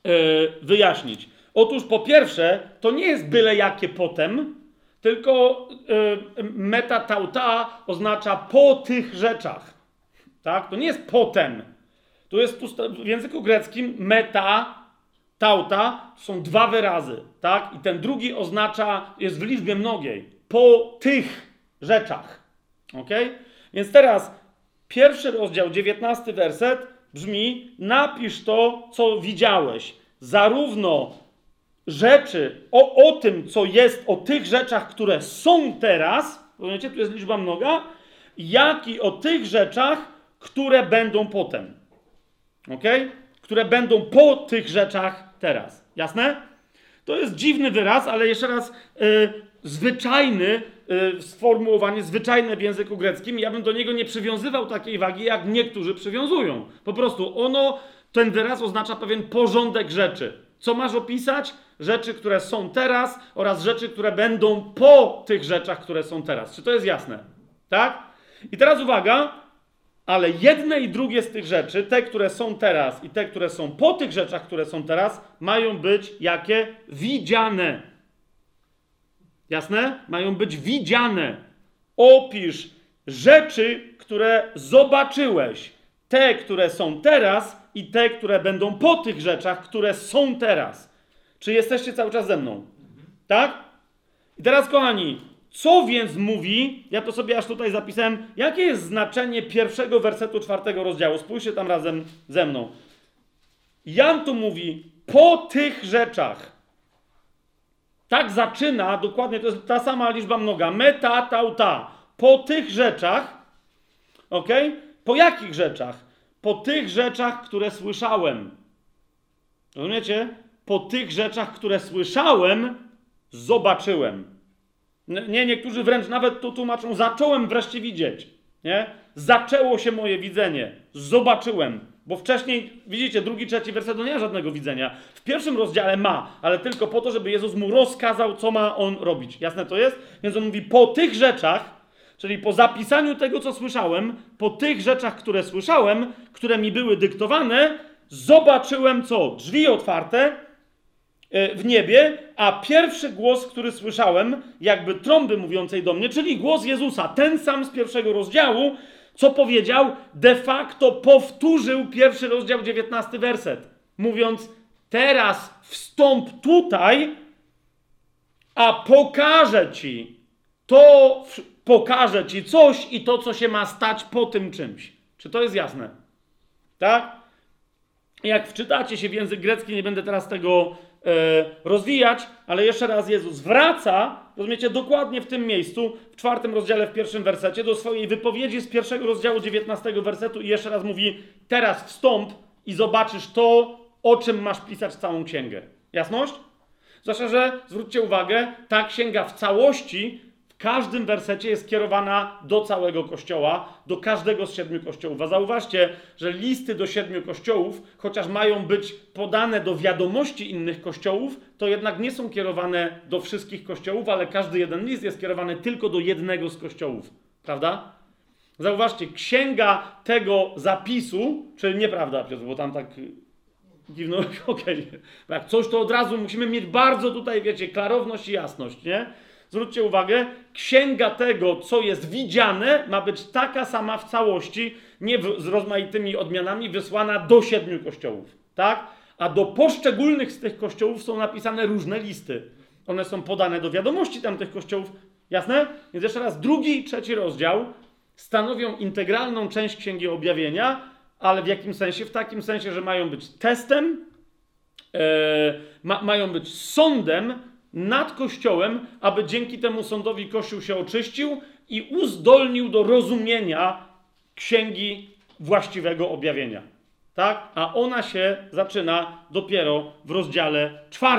Speaker 1: wyjaśnić. Otóż po pierwsze, to nie jest byle jakie potem, tylko metatauta oznacza po tych rzeczach. Tak? To nie jest potem. To jest w języku greckim meta, tauta, są dwa wyrazy. Tak? I ten drugi oznacza, jest w liczbie mnogiej. Po tych rzeczach. Okay? Więc teraz pierwszy rozdział, 19 werset brzmi: napisz to, co widziałeś. Zarówno rzeczy, o tym, co jest, o tych rzeczach, które są teraz, rozumiecie, tu jest liczba mnoga, jak i o tych rzeczach, które będą potem. Ok? Które będą po tych rzeczach teraz. Jasne? To jest dziwny wyraz, ale jeszcze raz zwyczajny sformułowanie, zwyczajne w języku greckim. Ja bym do niego nie przywiązywał takiej wagi, jak niektórzy przywiązują. Po prostu ten wyraz oznacza pewien porządek rzeczy. Co masz opisać? Rzeczy, które są teraz oraz rzeczy, które będą po tych rzeczach, które są teraz. Czy to jest jasne? Tak? I teraz uwaga, ale jedne i drugie z tych rzeczy, te, które są teraz i te, które są po tych rzeczach, które są teraz, mają być jakie? Widziane. Jasne? Mają być widziane. Opisz rzeczy, które zobaczyłeś. Te, które są teraz i te, które będą po tych rzeczach, które są teraz. Czy jesteście cały czas ze mną? Tak? I teraz, kochani, co więc mówi, ja to sobie aż tutaj zapisałem, jakie jest znaczenie pierwszego wersetu 4 rozdziału? Spójrzcie tam razem ze mną. Jan tu mówi, po tych rzeczach. Tak zaczyna, dokładnie, to jest ta sama liczba mnoga. Meta, tauta. Po tych rzeczach. Ok? Po jakich rzeczach? Po tych rzeczach, które słyszałem. Rozumiecie? Po tych rzeczach, które słyszałem, zobaczyłem. Nie, niektórzy wręcz nawet to tłumaczą, zacząłem wreszcie widzieć. Nie? Zaczęło się moje widzenie. Zobaczyłem. Bo wcześniej, widzicie, 2, 3 werset to nie ma żadnego widzenia. W pierwszym rozdziale ma, ale tylko po to, żeby Jezus mu rozkazał, co ma on robić. Jasne to jest? Więc on mówi, po tych rzeczach, czyli po zapisaniu tego, co słyszałem, po tych rzeczach, które słyszałem, które mi były dyktowane, zobaczyłem co? Drzwi otwarte w niebie, a pierwszy głos, który słyszałem, jakby trąby mówiącej do mnie, czyli głos Jezusa, ten sam z pierwszego rozdziału, co powiedział, de facto powtórzył pierwszy rozdział, 19 werset, mówiąc, teraz wstąp tutaj, a pokażę ci coś i to, co się ma stać po tym czymś. Czy to jest jasne? Tak? Jak wczytacie się w język grecki, nie będę teraz tego rozwijać, ale jeszcze raz Jezus wraca, rozumiecie, dokładnie w tym miejscu, w 4 rozdziale, w 1 wersecie, do swojej wypowiedzi z 1 rozdziału 19 wersetu i jeszcze raz mówi, teraz wstąp i zobaczysz to, o czym masz pisać całą księgę. Jasność? Zwłaszcza, że zwróćcie uwagę, ta księga w całości, w każdym wersecie jest kierowana do całego Kościoła, do każdego z 7 kościołów. A zauważcie, że listy do 7 kościołów, chociaż mają być podane do wiadomości innych kościołów, to jednak nie są kierowane do wszystkich kościołów, ale każdy jeden list jest kierowany tylko do jednego z kościołów. Prawda? Zauważcie, księga tego zapisu, czyli nieprawda, Piotr, bo tam tak dziwno, okej. Jak coś, to od razu musimy mieć bardzo tutaj, wiecie, klarowność i jasność, nie? Zwróćcie uwagę, księga tego, co jest widziane, ma być taka sama w całości, nie z rozmaitymi odmianami, wysłana do 7 kościołów, tak? A do poszczególnych z tych kościołów są napisane różne listy. One są podane do wiadomości tamtych kościołów, jasne? Więc jeszcze raz, 2. i 3 rozdział stanowią integralną część Księgi Objawienia, ale w jakim sensie? W takim sensie, że mają być testem, mają być sądem nad Kościołem, aby dzięki temu sądowi Kościół się oczyścił i uzdolnił do rozumienia Księgi właściwego objawienia. Tak? A ona się zaczyna dopiero w rozdziale 4.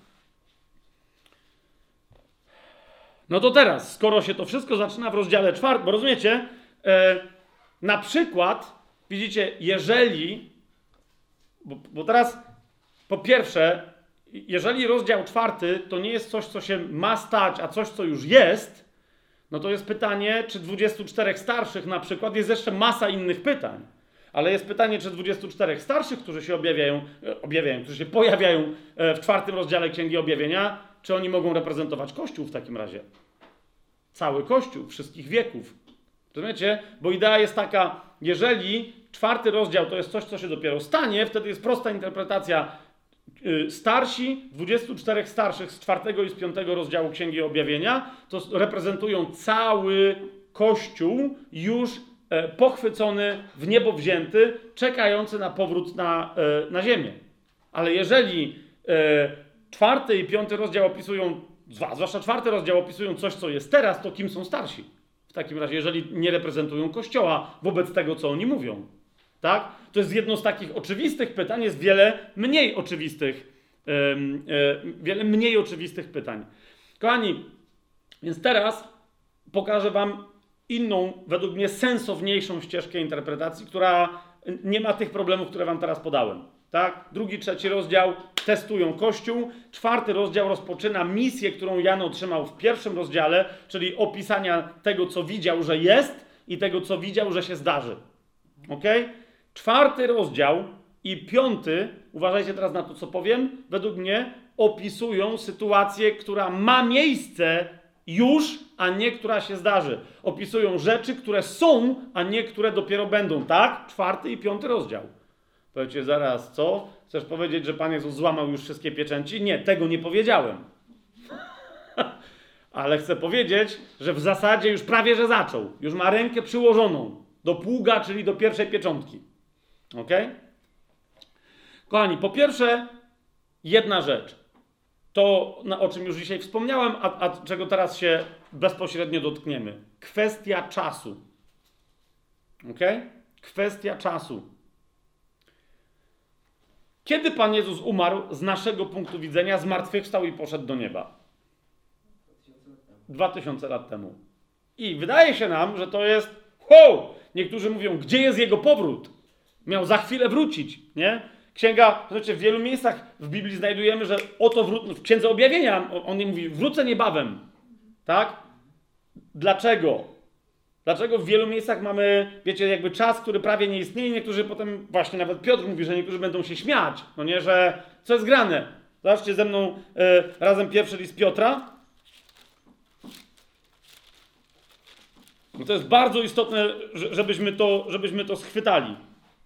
Speaker 1: No to teraz, skoro się to wszystko zaczyna w rozdziale 4, bo rozumiecie, na przykład, widzicie, jeżeli, bo teraz po pierwsze, jeżeli rozdział 4 to nie jest coś, co się ma stać, a coś, co już jest, no to jest pytanie, czy 24 starszych na przykład, jest jeszcze masa innych pytań. Ale jest pytanie, czy 24 starszych, którzy się którzy się pojawiają w 4 rozdziale Księgi Objawienia, czy oni mogą reprezentować Kościół w takim razie? Cały Kościół, wszystkich wieków. Rozumiecie? Bo idea jest taka, jeżeli 4 rozdział to jest coś, co się dopiero stanie, wtedy jest prosta interpretacja. Starsi, 24 starszych z 4 i z 5 rozdziału Księgi Objawienia, to reprezentują cały Kościół już pochwycony, w niebo wzięty, czekający na powrót na ziemię. Ale jeżeli 4 i 5 rozdział opisują, zwłaszcza 4 rozdział opisują coś, co jest teraz, to kim są starsi? W takim razie, jeżeli nie reprezentują Kościoła wobec tego, co oni mówią. Tak? To jest jedno z takich oczywistych pytań, jest wiele mniej oczywistych pytań. Kochani, więc teraz pokażę wam inną, według mnie sensowniejszą ścieżkę interpretacji, która nie ma tych problemów, które wam teraz podałem. Tak? 2, 3 rozdział testują Kościół. 4 rozdział rozpoczyna misję, którą Jan otrzymał w 1 rozdziale, czyli opisania tego, co widział, że jest i tego, co widział, że się zdarzy. Okej? 4 rozdział i 5, uważajcie teraz na to, co powiem, według mnie opisują sytuację, która ma miejsce już, a nie która się zdarzy. Opisują rzeczy, które są, a nie które dopiero będą. Tak? 4 i 5 rozdział. Powiecie zaraz, co? Chcesz powiedzieć, że Pan Jezus złamał już wszystkie pieczęci? Nie, tego nie powiedziałem. Ale chcę powiedzieć, że w zasadzie już prawie, że zaczął. Już ma rękę przyłożoną do pługa, czyli do pierwszej pieczątki. Ok? Kochani, po pierwsze, jedna rzecz. To, o czym już dzisiaj wspomniałem, a czego teraz się bezpośrednio dotkniemy. Kwestia czasu. Ok? Kwestia czasu. Kiedy Pan Jezus umarł, z naszego punktu widzenia, zmartwychwstał i poszedł do nieba? 2000 lat temu. I wydaje się nam, że to jest... Niektórzy mówią, gdzie jest jego powrót? Miał za chwilę wrócić, nie? Księga, znaczy w wielu miejscach w Biblii znajdujemy, że oto w Księdze Objawienia on mówi, wrócę niebawem. Tak? Dlaczego? Dlaczego w wielu miejscach mamy, wiecie, jakby czas, który prawie nie istnieje, niektórzy potem, właśnie nawet Piotr mówi, że niektórzy będą się śmiać, no nie, że co jest grane? Zobaczcie ze mną razem 1 list Piotra. No to jest bardzo istotne, żebyśmy to schwytali.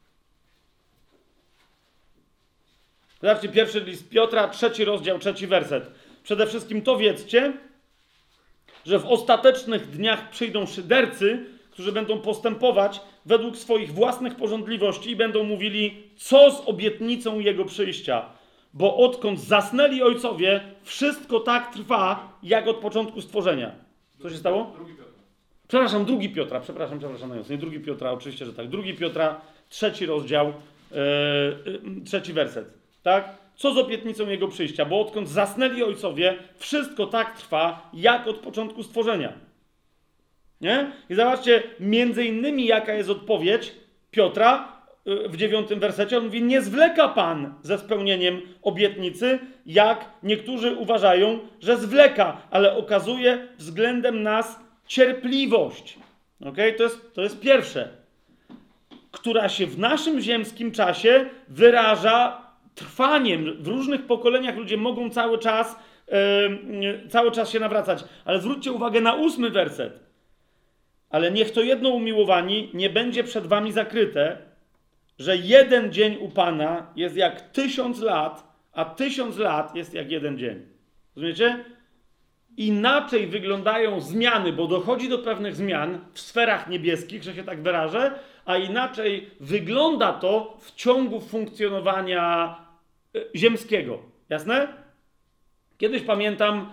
Speaker 1: Zobaczcie, 1 list Piotra, 3 rozdział, 3 werset. Przede wszystkim to wiedzcie, że w ostatecznych dniach przyjdą szydercy, którzy będą postępować według swoich własnych pożądliwości i będą mówili, co z obietnicą jego przyjścia. Bo odkąd zasnęli ojcowie, wszystko tak trwa, jak od początku stworzenia. Co się stało? 2 Piotra, przepraszam najmocniej. Nie 2 Piotra, oczywiście, że tak. 2 Piotra, 3 rozdział, 3 werset. Tak? Co z obietnicą jego przyjścia? Bo odkąd zasnęli ojcowie, wszystko tak trwa, jak od początku stworzenia. Nie? I zobaczcie, między innymi jaka jest odpowiedź Piotra w 9 wersecie. On mówi, nie zwleka Pan ze spełnieniem obietnicy, jak niektórzy uważają, że zwleka, ale okazuje względem nas cierpliwość. Okay? To jest pierwsze. Która się w naszym ziemskim czasie wyraża trwaniem. W różnych pokoleniach ludzie mogą cały czas się nawracać. Ale zwróćcie uwagę na 8 werset. Ale niech to jedno umiłowani nie będzie przed wami zakryte, że 1 dzień u Pana jest jak 1000 lat, a 1000 lat jest jak 1 dzień. Rozumiecie? Inaczej wyglądają zmiany, bo dochodzi do pewnych zmian w sferach niebieskich, że się tak wyrażę, a inaczej wygląda to w ciągu funkcjonowania ziemskiego. Jasne? Kiedyś pamiętam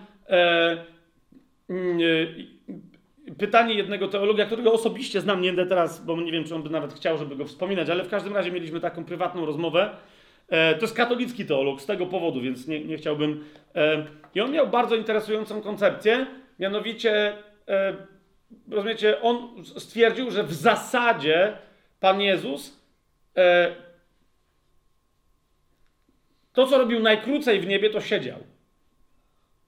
Speaker 1: pytanie jednego teologa, którego osobiście znam, nie będę teraz, bo nie wiem, czy on by nawet chciał, żeby go wspominać, ale w każdym razie mieliśmy taką prywatną rozmowę. To jest katolicki teolog z tego powodu, więc nie chciałbym... I on miał bardzo interesującą koncepcję, mianowicie, rozumiecie, on stwierdził, że w zasadzie Pan Jezus to, co robił najkrócej w niebie, to siedział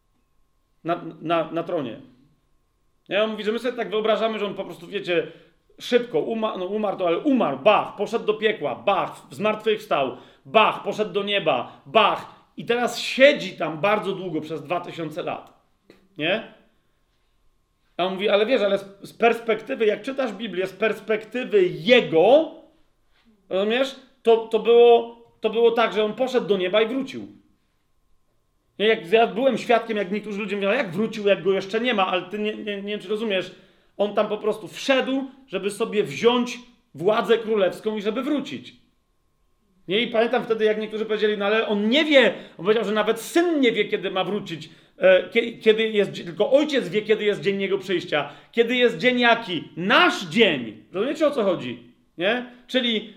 Speaker 1: na tronie. Ja on mówi, że my sobie tak wyobrażamy, że on po prostu, wiecie, szybko, umarł to, ale umarł, bach, poszedł do piekła, bach, zmartwychwstał, bach, poszedł do nieba, bach. I teraz siedzi tam bardzo długo, przez 2000 lat. Nie? A on mówi, ale wiesz, ale z perspektywy, jak czytasz Biblię, z perspektywy jego, rozumiesz, to było tak, że on poszedł do nieba i wrócił. Ja byłem świadkiem, jak niektórzy ludzie mówią, jak wrócił, jak go jeszcze nie ma, ale ty nie wiem, czy rozumiesz, on tam po prostu wszedł, żeby sobie wziąć władzę królewską i żeby wrócić. Nie? I pamiętam wtedy, jak niektórzy powiedzieli, no ale on nie wie, on powiedział, że nawet syn nie wie, kiedy ma wrócić, kiedy jest, tylko ojciec wie, kiedy jest dzień jego przyjścia. Kiedy jest dzień jaki? Nasz dzień. Rozumiecie, o co chodzi? Nie? Czyli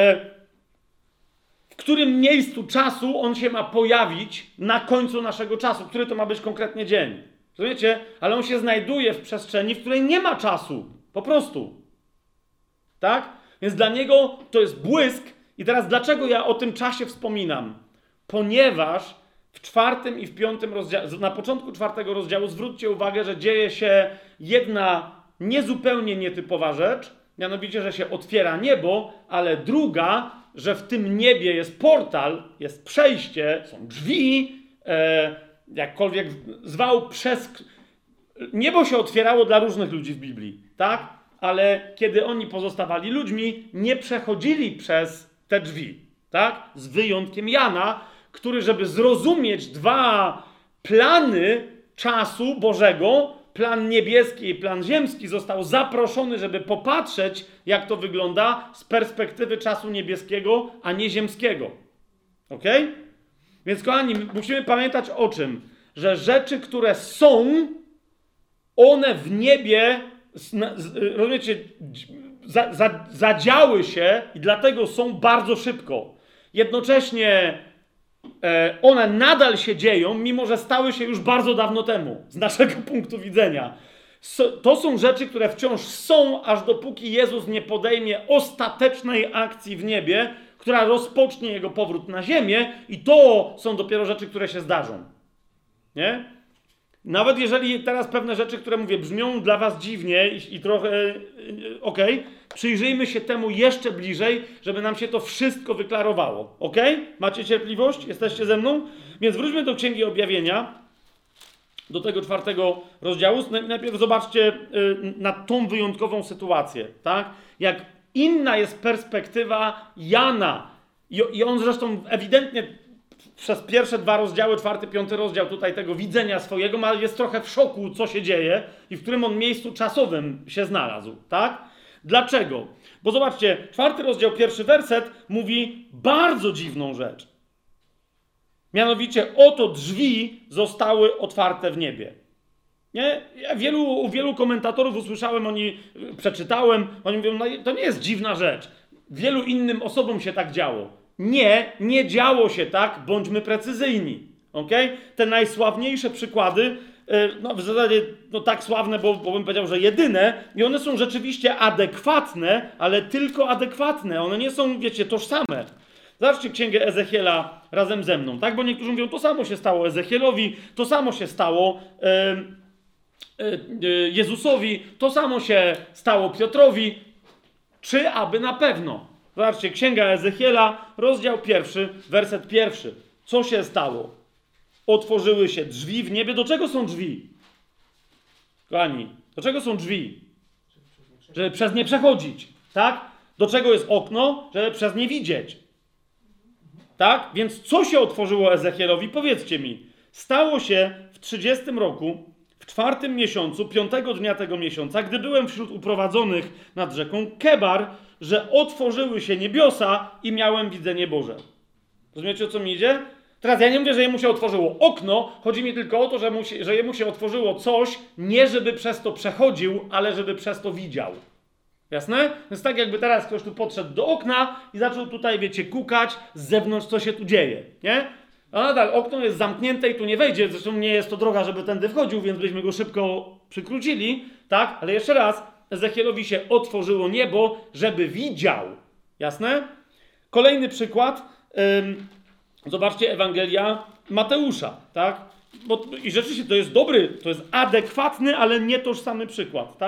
Speaker 1: w którym miejscu czasu on się ma pojawić na końcu naszego czasu. Który to ma być konkretnie dzień? Rozumiecie? Ale on się znajduje w przestrzeni, w której nie ma czasu. Po prostu. Tak? Więc dla niego to jest błysk. I teraz dlaczego ja o tym czasie wspominam? Ponieważ w 4. i w 5. rozdziale, na początku 4. rozdziału zwróćcie uwagę, że dzieje się jedna niezupełnie nietypowa rzecz, mianowicie, że się otwiera niebo, ale druga, że w tym niebie jest portal, jest przejście, są drzwi, jakkolwiek zwał, niebo się otwierało dla różnych ludzi w Biblii, tak? Ale kiedy oni pozostawali ludźmi, nie przechodzili przez te drzwi, tak? Z wyjątkiem Jana, który, żeby zrozumieć dwa plany czasu Bożego, plan niebieski i plan ziemski, został zaproszony, żeby popatrzeć, jak to wygląda z perspektywy czasu niebieskiego, a nie ziemskiego. Ok? Więc kochani, musimy pamiętać o czym? Że rzeczy, które są, one w niebie, rozumiecie, zadziały się i dlatego są bardzo szybko. Jednocześnie one nadal się dzieją, mimo że stały się już bardzo dawno temu, z naszego punktu widzenia. To są rzeczy, które wciąż są, aż dopóki Jezus nie podejmie ostatecznej akcji w niebie, która rozpocznie Jego powrót na ziemię, i to są dopiero rzeczy, które się zdarzą. Nie? Nawet jeżeli teraz pewne rzeczy, które mówię, brzmią dla was dziwnie i trochę okej, przyjrzyjmy się temu jeszcze bliżej, żeby nam się to wszystko wyklarowało. Okej? Macie cierpliwość? Jesteście ze mną? Więc wróćmy do Księgi Objawienia, do tego 4. rozdziału. Najpierw zobaczcie na tą wyjątkową sytuację, tak? Jak inna jest perspektywa Jana. I on zresztą ewidentnie przez pierwsze 2 rozdziały, 4., 5. rozdział tutaj tego widzenia swojego, jest trochę w szoku, co się dzieje i w którym on miejscu czasowym się znalazł, tak? Dlaczego? Bo zobaczcie, 4. rozdział, 1. werset mówi bardzo dziwną rzecz. Mianowicie, oto drzwi zostały otwarte w niebie. Nie? Ja u wielu komentatorów usłyszałem, przeczytałem, oni mówią, no to nie jest dziwna rzecz. Wielu innym osobom się tak działo. Nie działo się tak, bądźmy precyzyjni. Okay? Te najsławniejsze przykłady, w zasadzie tak sławne, bo bym powiedział, że jedyne, i one są rzeczywiście adekwatne, ale tylko adekwatne. One nie są, wiecie, tożsame. Zobaczcie Księgę Ezechiela razem ze mną, tak? Bo niektórzy mówią, to samo się stało Ezechielowi, to samo się stało Jezusowi, to samo się stało Piotrowi, czy aby na pewno. Zobaczcie, Księga Ezechiela, rozdział 1, werset 1. Co się stało? Otworzyły się drzwi w niebie. Do czego są drzwi? Kochani, do czego są drzwi? Żeby przez nie przechodzić, tak? Do czego jest okno? Żeby przez nie widzieć. Tak? Więc co się otworzyło Ezechielowi? Powiedzcie mi. Stało się w 30 roku, w 4. miesiącu, 5. dnia tego miesiąca, gdy byłem wśród uprowadzonych nad rzeką Kebar, że otworzyły się niebiosa i miałem widzenie Boże. Rozumiecie, o co mi idzie? Teraz ja nie mówię, że jemu się otworzyło okno, chodzi mi tylko o to, że jemu się otworzyło coś, nie żeby przez to przechodził, ale żeby przez to widział. Jasne? Więc tak jakby teraz ktoś tu podszedł do okna i zaczął tutaj, wiecie, kukać z zewnątrz, co się tu dzieje, nie? A nadal okno jest zamknięte i tu nie wejdzie, zresztą nie jest to droga, żeby tędy wchodził, więc byśmy go szybko przykrócili, tak? Ale jeszcze raz, Ezechielowi się otworzyło niebo, żeby widział. Jasne? Kolejny przykład. Zobaczcie Ewangelia Mateusza, tak? I rzeczywiście to jest dobry, to jest adekwatny, ale nie tożsamy przykład, tak?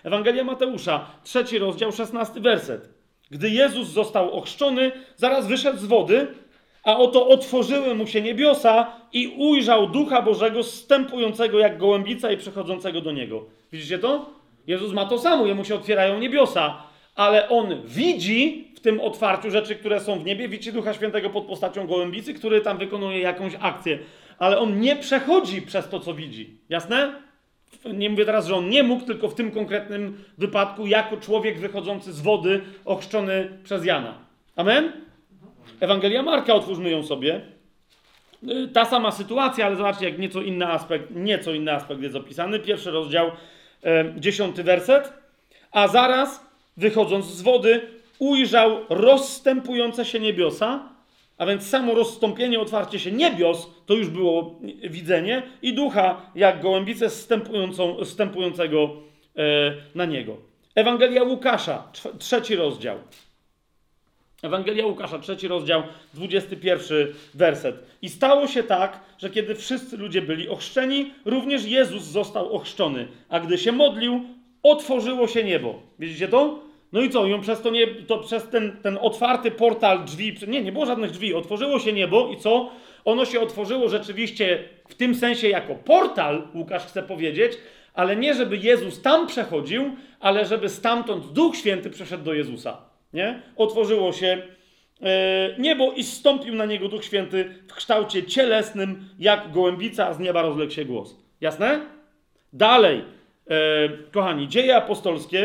Speaker 1: Ewangelia Mateusza, 3 rozdział, 16 werset. Gdy Jezus został ochrzczony, zaraz wyszedł z wody, a oto otworzyły mu się niebiosa i ujrzał Ducha Bożego zstępującego jak gołębica i przechodzącego do niego. Widzicie to? Jezus ma to samo, jemu się otwierają niebiosa, ale on widzi w tym otwarciu rzeczy, które są w niebie, widzi Ducha Świętego pod postacią gołębicy, który tam wykonuje jakąś akcję, ale on nie przechodzi przez to, co widzi. Jasne? Nie mówię teraz, że on nie mógł, tylko w tym konkretnym wypadku jako człowiek wychodzący z wody, ochrzczony przez Jana. Amen? Ewangelia Marka, otwórzmy ją sobie. Ta sama sytuacja, ale zobaczcie, jak nieco inny aspekt jest opisany. 1 rozdział, 10 werset. A zaraz, wychodząc z wody, ujrzał rozstępujące się niebiosa, a więc samo rozstąpienie, otwarcie się niebios, to już było widzenie, i Ducha, jak gołębicę zstępującego na niego. Ewangelia Łukasza, 3 rozdział. Ewangelia Łukasza, 3 rozdział, 21 werset. I stało się tak, że kiedy wszyscy ludzie byli ochrzczeni, również Jezus został ochrzczony. A gdy się modlił, otworzyło się niebo. Widzicie to? No i co? I on przez ten otwarty portal drzwi, nie było żadnych drzwi, otworzyło się niebo i co? Ono się otworzyło rzeczywiście w tym sensie jako portal, Łukasz chce powiedzieć, ale nie żeby Jezus tam przechodził, ale żeby stamtąd Duch Święty przeszedł do Jezusa. Nie? Otworzyło się niebo i zstąpił na niego Duch Święty w kształcie cielesnym, jak gołębica, a z nieba rozległ się głos. Jasne? Dalej, kochani, Dzieje apostolskie,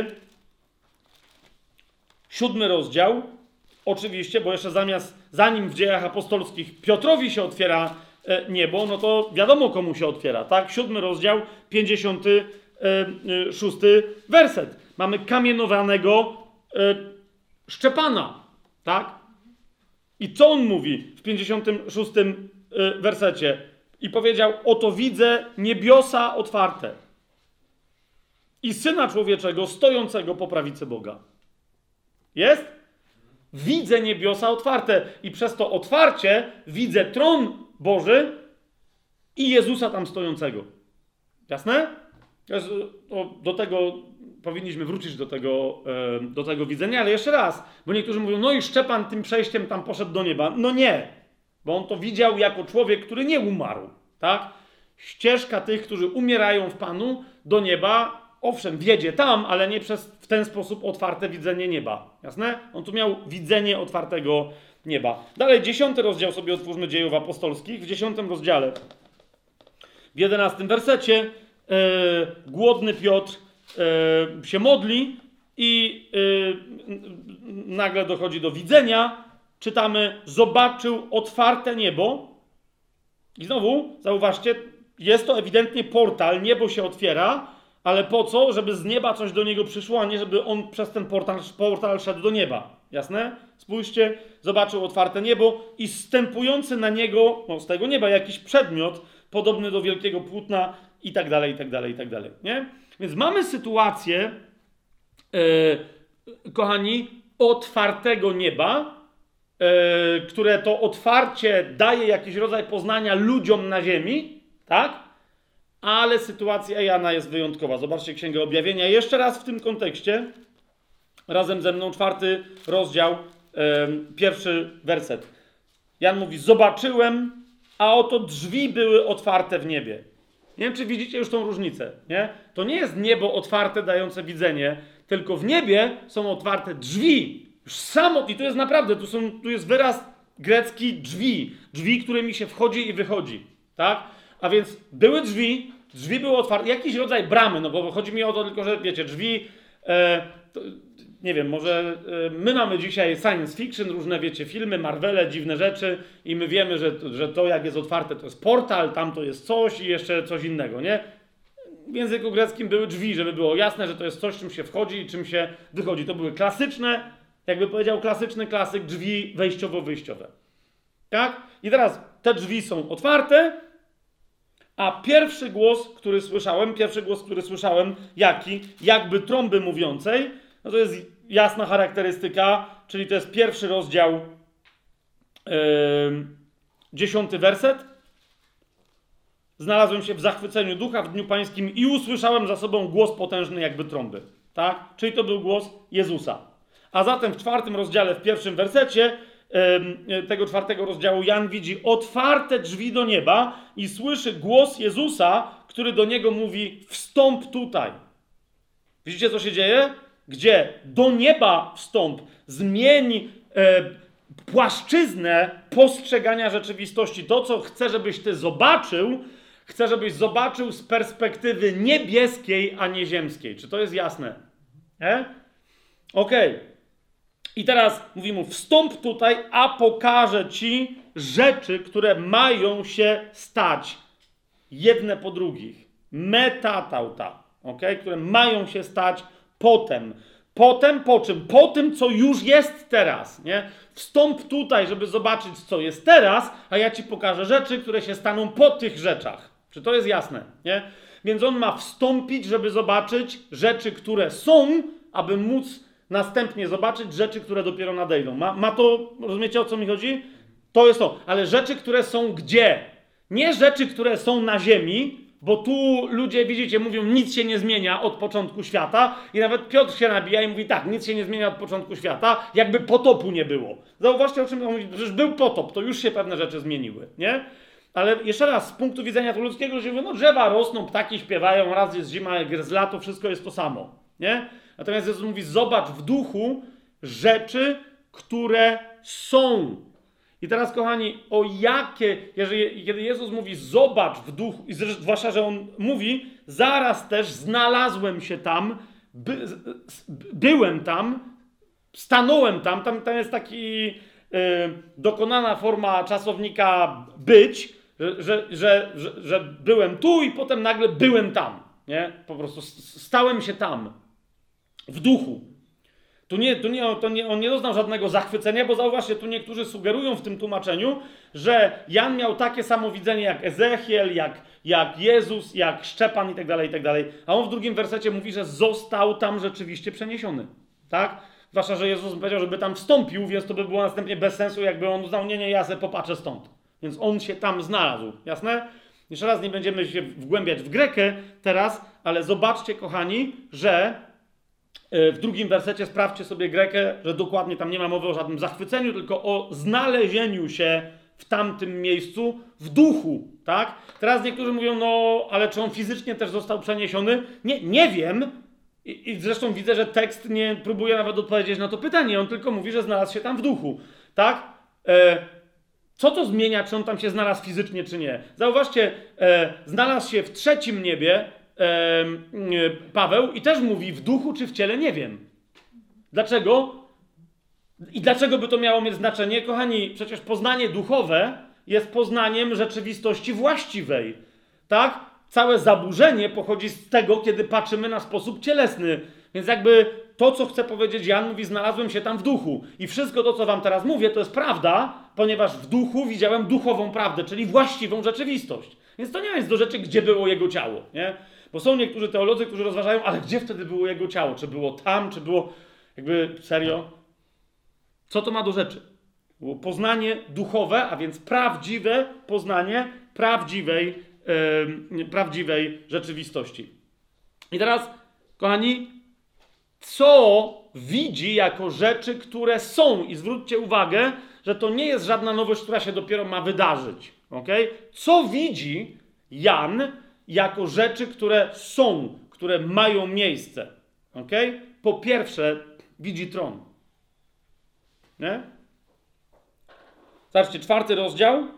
Speaker 1: 7 rozdział, oczywiście, bo jeszcze zanim w Dziejach apostolskich Piotrowi się otwiera niebo, no to wiadomo komu się otwiera, tak? 7 rozdział, 56 werset. Mamy kamienowanego Szczepana, tak? I co on mówi w 56 wersecie? I powiedział, oto widzę niebiosa otwarte i Syna Człowieczego stojącego po prawicy Boga. Jest? Widzę niebiosa otwarte i przez to otwarcie widzę tron Boży i Jezusa tam stojącego. Jasne? Do tego powinniśmy wrócić do tego widzenia, ale jeszcze raz, bo niektórzy mówią, no i Szczepan tym przejściem tam poszedł do nieba. No nie, bo on to widział jako człowiek, który nie umarł, tak? Ścieżka tych, którzy umierają w Panu do nieba, owszem, wiedzie tam, ale nie przez w ten sposób otwarte widzenie nieba. Jasne? On tu miał widzenie otwartego nieba. Dalej, 10 rozdział sobie otwórzmy Dziejów Apostolskich. W 10 rozdziale, w 11 wersecie, głodny Piotr się modli i nagle dochodzi do widzenia. Czytamy, zobaczył otwarte niebo. I znowu, zauważcie, jest to ewidentnie portal, niebo się otwiera, ale po co? Żeby z nieba coś do niego przyszło, a nie żeby on przez ten portal szedł do nieba. Jasne? Spójrzcie, zobaczył otwarte niebo i zstępujący na niego, no z tego nieba, jakiś przedmiot podobny do wielkiego płótna i tak dalej, i tak dalej, i tak dalej. Nie? Więc mamy sytuację, kochani, otwartego nieba, które to otwarcie daje jakiś rodzaj poznania ludziom na ziemi, tak? Ale sytuacja Jana jest wyjątkowa. Zobaczcie Księgę Objawienia. Jeszcze raz w tym kontekście, razem ze mną 4 rozdział, 1 werset. Jan mówi, zobaczyłem, a oto drzwi były otwarte w niebie. Nie wiem, czy widzicie już tą różnicę, nie? To nie jest niebo otwarte, dające widzenie, tylko w niebie są otwarte drzwi. Już samo, i to jest naprawdę, tu jest wyraz grecki drzwi. Drzwi, którymi się wchodzi i wychodzi, tak? A więc były drzwi były otwarte, jakiś rodzaj bramy, no bo chodzi mi o to tylko, że wiecie, drzwi, nie wiem, może my mamy dzisiaj science fiction, różne, wiecie, filmy, Marvele, dziwne rzeczy i my wiemy, że to jak jest otwarte, to jest portal, tam to jest coś i jeszcze coś innego, nie? W języku greckim były drzwi, żeby było jasne, że to jest coś, czym się wchodzi i czym się wychodzi. To były klasyczne, jakby powiedział klasyczny klasyk, drzwi wejściowo-wyjściowe. Tak? I teraz te drzwi są otwarte, a pierwszy głos, który słyszałem, jaki? Jakby trąby mówiącej, no to jest jasna charakterystyka, czyli to jest 1 rozdział, 10 werset. Znalazłem się w zachwyceniu ducha w dniu pańskim i usłyszałem za sobą głos potężny jakby trąby. tak? Czyli to był głos Jezusa. A zatem w 4 rozdziale, w 1 wersecie tego 4 rozdziału Jan widzi otwarte drzwi do nieba i słyszy głos Jezusa, który do niego mówi: wstąp tutaj. Widzicie, co się dzieje? Gdzie do nieba wstąp, zmień płaszczyznę postrzegania rzeczywistości. To, co chcę, żebyś ty zobaczył, chcę, żebyś zobaczył z perspektywy niebieskiej, a nie ziemskiej. Czy to jest jasne? Okej. I teraz mówi mu: wstąp tutaj, a pokażę ci rzeczy, które mają się stać jedne po drugich. Metatauta. Które mają się stać potem. Potem po czym? Po tym, co już jest teraz. Nie? Wstąp tutaj, żeby zobaczyć, co jest teraz, a ja ci pokażę rzeczy, które się staną po tych rzeczach. Czy to jest jasne? Nie? Więc on ma wstąpić, żeby zobaczyć rzeczy, które są, aby móc następnie zobaczyć rzeczy, które dopiero nadejdą. Ma to, rozumiecie, o co mi chodzi? To jest to. Ale rzeczy, które są gdzie? Nie rzeczy, które są na ziemi, bo tu ludzie, widzicie, mówią, nic się nie zmienia od początku świata i nawet Piotr się nabija i mówi tak, nic się nie zmienia od początku świata, jakby potopu nie było. Zauważcie, o czym on mówi, że był potop, to już się pewne rzeczy zmieniły, nie? Ale jeszcze raz, z punktu widzenia tu ludzkiego, że no drzewa rosną, ptaki śpiewają, raz jest zima, jak jest lato, wszystko jest to samo, nie? Natomiast Jezus mówi, zobacz w duchu rzeczy, które są. I teraz, kochani, o jakie, kiedy Jezus mówi zobacz w duchu, i zwłaszcza, że on mówi, zaraz też znalazłem się tam, byłem tam, stanąłem tam jest taki dokonana forma czasownika być, że byłem tu i potem nagle byłem tam, nie? Po prostu stałem się tam, w duchu. On nie doznał żadnego zachwycenia, bo zauważcie, tu niektórzy sugerują w tym tłumaczeniu, że Jan miał takie samo widzenie jak Ezechiel, jak Jezus, jak Szczepan i tak dalej. A on w 2 wersecie mówi, że został tam rzeczywiście przeniesiony. Tak? Zwłaszcza, że Jezus powiedział, żeby tam wstąpił, więc to by było następnie bez sensu, jakby on uznał, nie, ja se popatrzę stąd. Więc on się tam znalazł. Jasne? Jeszcze raz nie będziemy się wgłębiać w Grekę teraz, ale zobaczcie, kochani, że w 2 wersecie sprawdźcie sobie Grekę, że dokładnie tam nie ma mowy o żadnym zachwyceniu, tylko o znalezieniu się w tamtym miejscu w duchu, tak? Teraz niektórzy mówią, no, ale czy on fizycznie też został przeniesiony? Nie wiem. I zresztą widzę, że tekst nie próbuje nawet odpowiedzieć na to pytanie. On tylko mówi, że znalazł się tam w duchu, tak? Co to zmienia, czy on tam się znalazł fizycznie, czy nie? Zauważcie, znalazł się w 3. niebie, Paweł, i też mówi w duchu czy w ciele, nie wiem. Dlaczego? I dlaczego by to miało mieć znaczenie? Kochani, przecież poznanie duchowe jest poznaniem rzeczywistości właściwej. Tak? Całe zaburzenie pochodzi z tego, kiedy patrzymy na sposób cielesny. Więc jakby to, co chce powiedzieć Jan, mówi, znalazłem się tam w duchu. I wszystko to, co wam teraz mówię, to jest prawda, ponieważ w duchu widziałem duchową prawdę, czyli właściwą rzeczywistość. Więc to nie jest do rzeczy, gdzie było jego ciało, nie? Bo są niektórzy teolodzy, którzy rozważają, ale gdzie wtedy było jego ciało? Czy było tam, czy było... Jakby serio? Co to ma do rzeczy? Było poznanie duchowe, a więc prawdziwe poznanie prawdziwej rzeczywistości. I teraz, kochani, co widzi jako rzeczy, które są? I zwróćcie uwagę, że to nie jest żadna nowość, która się dopiero ma wydarzyć. Okay? Co widzi Jan jako rzeczy, które są, które mają miejsce? Okay? Po pierwsze, widzi tron. Nie? Zobaczcie, 4 rozdział,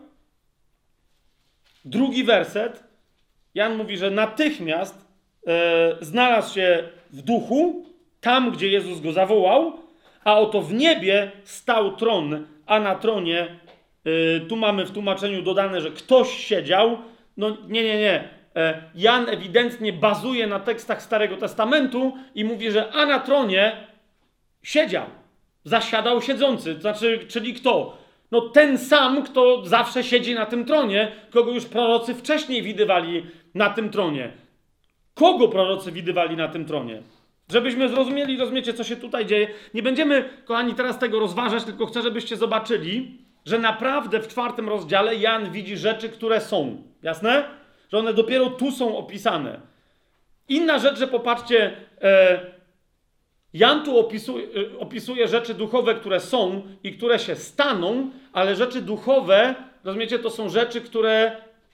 Speaker 1: 2 werset. Jan mówi, że natychmiast znalazł się w duchu, tam, gdzie Jezus go zawołał, a oto w niebie stał tron, a na tronie, tu mamy w tłumaczeniu dodane, że ktoś siedział. No nie. Jan ewidentnie bazuje na tekstach Starego Testamentu i mówi, że a na tronie siedział, zasiadał siedzący. To znaczy, czyli kto? No ten sam, kto zawsze siedzi na tym tronie, kogo już prorocy wcześniej widywali na tym tronie. Kogo prorocy widywali na tym tronie? Żebyśmy zrozumieli, rozumiecie, co się tutaj dzieje. Nie będziemy, kochani, teraz tego rozważać, tylko chcę, żebyście zobaczyli, że naprawdę w 4 rozdziale Jan widzi rzeczy, które są. Jasne? Że one dopiero tu są opisane. Inna rzecz, że popatrzcie, Jan tu opisuje rzeczy duchowe, które są i które się staną, ale rzeczy duchowe, rozumiecie, to są rzeczy, które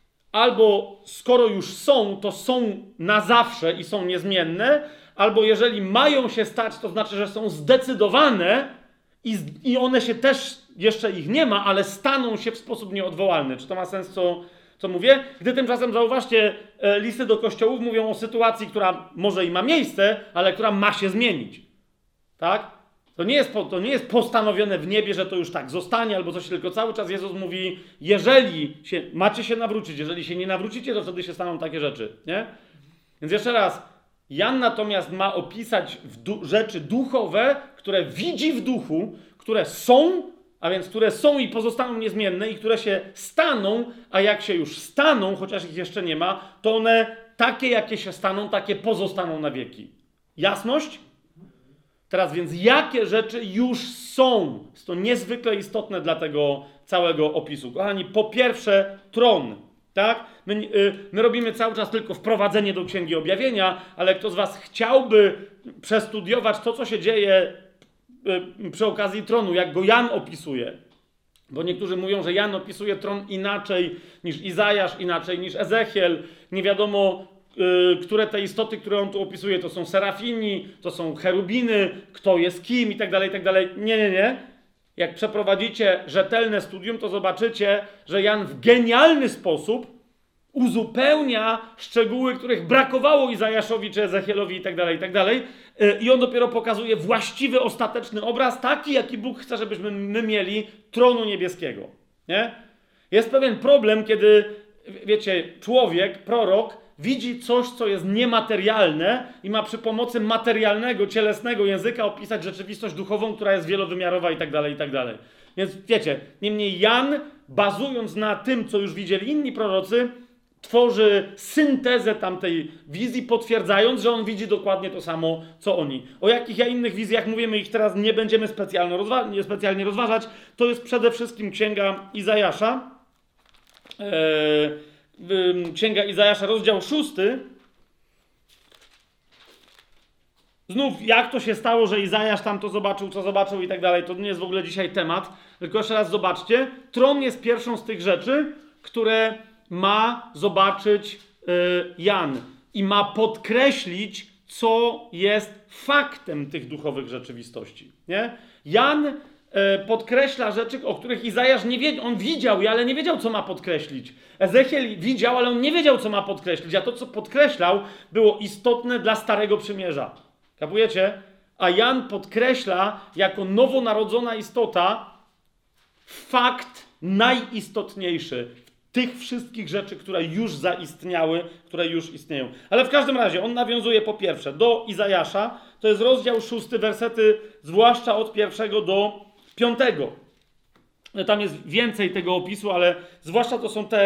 Speaker 1: albo skoro już są, to są na zawsze i są niezmienne, albo jeżeli mają się stać, to znaczy, że są zdecydowane i one się też, jeszcze ich nie ma, ale staną się w sposób nieodwołalny. Czy to ma sens, co mówię? Gdy tymczasem, zauważcie, listy do kościołów mówią o sytuacji, która może i ma miejsce, ale która ma się zmienić. Tak? To nie jest postanowione w niebie, że to już tak zostanie albo coś, tylko cały czas Jezus mówi, jeżeli macie się nawrócić, jeżeli się nie nawrócicie, to wtedy się staną takie rzeczy. Nie? Więc jeszcze raz, Jan natomiast ma opisać rzeczy duchowe, które widzi w duchu, które są, a więc które są i pozostaną niezmienne i które się staną, a jak się już staną, chociaż ich jeszcze nie ma, to one takie, jakie się staną, takie pozostaną na wieki. Jasność? Teraz więc, jakie rzeczy już są? Jest to niezwykle istotne dla tego całego opisu. Kochani, po pierwsze, tron. Tak? My robimy cały czas tylko wprowadzenie do Księgi Objawienia, ale kto z was chciałby przestudiować to, co się dzieje przy okazji tronu, jak go Jan opisuje? Bo niektórzy mówią, że Jan opisuje tron inaczej niż Izajasz, inaczej niż Ezechiel. Nie wiadomo, które te istoty, które on tu opisuje, to są serafini, to są cherubiny, kto jest kim i tak dalej, i tak dalej. Nie. Jak przeprowadzicie rzetelne studium, to zobaczycie, że Jan w genialny sposób uzupełnia szczegóły, których brakowało Izajaszowi czy Ezechielowi i tak dalej, i tak dalej. I on dopiero pokazuje właściwy, ostateczny obraz, taki, jaki Bóg chce, żebyśmy my mieli tronu niebieskiego. Nie? Jest pewien problem, kiedy, wiecie, człowiek, prorok, widzi coś, co jest niematerialne i ma przy pomocy materialnego, cielesnego języka opisać rzeczywistość duchową, która jest wielowymiarowa i tak dalej, i tak dalej. Więc wiecie, niemniej Jan, bazując na tym, co już widzieli inni prorocy, tworzy syntezę tamtej wizji, potwierdzając, że on widzi dokładnie to samo, co oni. O jakich ja innych wizjach mówimy, ich teraz nie będziemy specjalnie rozważać. To jest przede wszystkim Księga Izajasza. Księga Izajasza, rozdział 6. Znów, jak to się stało, że Izajasz tam to zobaczył, co zobaczył i tak dalej, to nie jest w ogóle dzisiaj temat. Tylko jeszcze raz zobaczcie, tron jest pierwszą z tych rzeczy, które ma zobaczyć Jan i ma podkreślić, co jest faktem tych duchowych rzeczywistości. Nie? Jan podkreśla rzeczy, o których Izajasz nie wiedział. On widział je, ale nie wiedział, co ma podkreślić. Ezechiel widział, ale on nie wiedział, co ma podkreślić. A to, co podkreślał, było istotne dla Starego Przymierza. Kapujecie? A Jan podkreśla, jako nowonarodzona istota, fakt najistotniejszy tych wszystkich rzeczy, które już zaistniały, które już istnieją. Ale w każdym razie on nawiązuje po pierwsze do Izajasza, to jest rozdział 6, wersety zwłaszcza od 1 do 5. Tam jest więcej tego opisu, ale zwłaszcza to są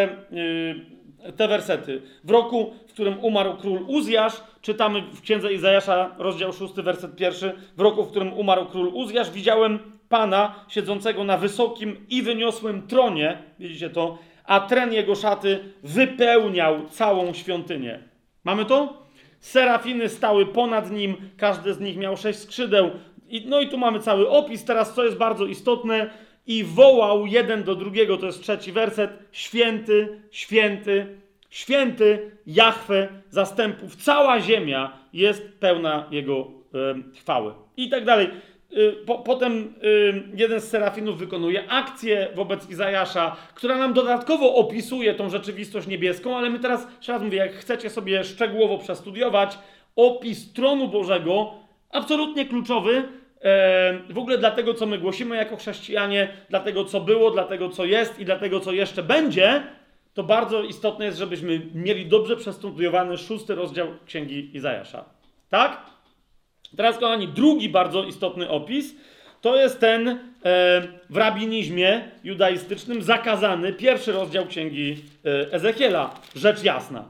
Speaker 1: te wersety. W roku, w którym umarł król Uzjasz, czytamy w Księdze Izajasza, rozdział 6, werset 1. W roku, w którym umarł król Uzjasz, widziałem Pana siedzącego na wysokim i wyniosłym tronie, widzicie to, a tren jego szaty wypełniał całą świątynię. Mamy to? Serafiny stały ponad nim, każdy z nich miał 6 skrzydeł. No i tu mamy cały opis. Teraz, co jest bardzo istotne, i wołał jeden do drugiego, to jest 3 werset, święty, święty, święty Jahwe zastępów. Cała ziemia jest pełna jego chwały. I tak dalej. Potem jeden z serafinów wykonuje akcję wobec Izajasza, która nam dodatkowo opisuje tą rzeczywistość niebieską, ale my teraz, jeszcze raz mówię, jak chcecie sobie szczegółowo przestudiować opis tronu Bożego, absolutnie kluczowy, w ogóle dla tego, co my głosimy jako chrześcijanie, dla tego, co było, dla tego, co jest i dla tego, co jeszcze będzie, to bardzo istotne jest, żebyśmy mieli dobrze przestudiowany 6 rozdział Księgi Izajasza. Tak? Teraz, kochani, drugi bardzo istotny opis, to jest ten w rabinizmie judaistycznym zakazany 1 rozdział Księgi Ezechiela. Rzecz jasna.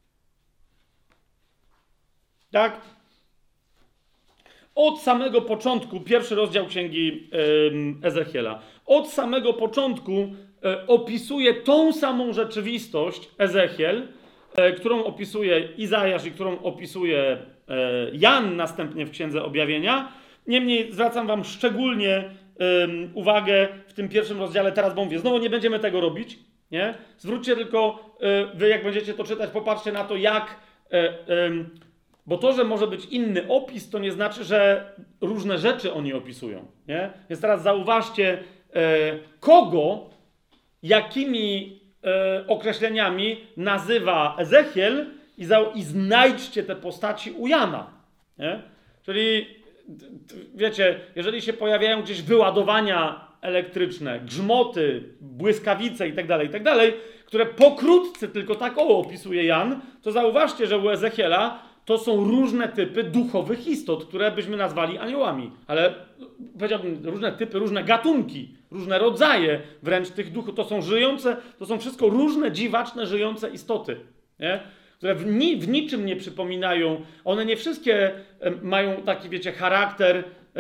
Speaker 1: Tak? Od samego początku, 1 rozdział Księgi Ezechiela, od samego początku opisuje tą samą rzeczywistość Ezechiel, którą opisuje Izajasz i którą opisuje Jan następnie w Księdze Objawienia. Niemniej zwracam wam szczególnie uwagę w tym pierwszym rozdziale, teraz bo mówię, znowu nie będziemy tego robić, nie? Zwróćcie tylko, wy jak będziecie to czytać, popatrzcie na to, jak, bo to, że może być inny opis, to nie znaczy, że różne rzeczy oni opisują, nie? Więc teraz zauważcie, kogo, jakimi określeniami nazywa Ezechiel i znajdźcie te postaci u Jana, nie? Czyli wiecie, jeżeli się pojawiają gdzieś wyładowania elektryczne, grzmoty, błyskawice itd., które pokrótce tylko tak opisuje Jan, to zauważcie, że u Ezechiela to są różne typy duchowych istot, które byśmy nazwali aniołami. Ale powiedziałbym różne typy, różne gatunki, różne rodzaje wręcz tych duchów. To są żyjące, to są wszystko różne, dziwaczne, żyjące istoty, nie? Które w niczym nie przypominają, one nie wszystkie mają taki, wiecie, charakter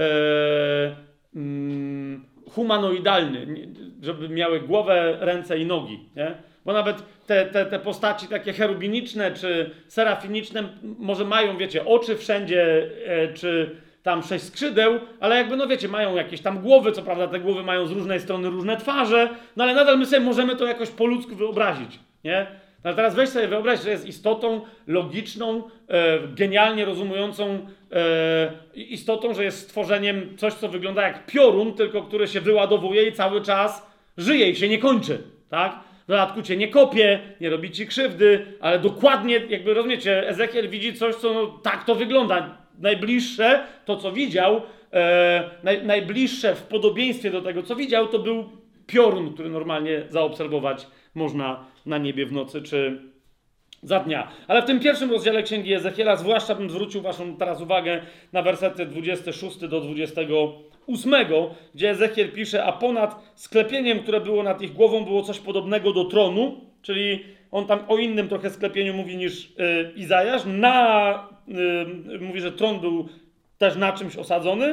Speaker 1: humanoidalny, żeby miały głowę, ręce i nogi, nie? Bo nawet te postaci takie cherubiniczne czy serafiniczne może mają, wiecie, oczy wszędzie, czy tam 6 skrzydeł, ale jakby, no wiecie, mają jakieś tam głowy, co prawda te głowy mają z różnej strony różne twarze, no ale nadal my sobie możemy to jakoś po ludzku wyobrazić, nie? No ale teraz weź sobie wyobraź, że jest istotą logiczną, genialnie rozumującą istotą, że jest stworzeniem coś, co wygląda jak piorun, tylko który się wyładowuje i cały czas żyje i się nie kończy, tak? W dodatku cię nie kopie, nie robi ci krzywdy, ale dokładnie, jakby rozumiecie, Ezechiel widzi coś, co no, tak to wygląda. Najbliższe, to co widział, najbliższe w podobieństwie do tego, co widział, to był piorun, który normalnie zaobserwować można na niebie w nocy czy za dnia. Ale w tym pierwszym rozdziale Księgi Ezechiela zwłaszcza bym zwrócił waszą teraz uwagę na wersety 26 do 28, gdzie Ezechiel pisze, a ponad sklepieniem, które było nad ich głową, było coś podobnego do tronu, czyli on tam o innym trochę sklepieniu mówi niż Izajasz. Mówi, że tron był też na czymś osadzony,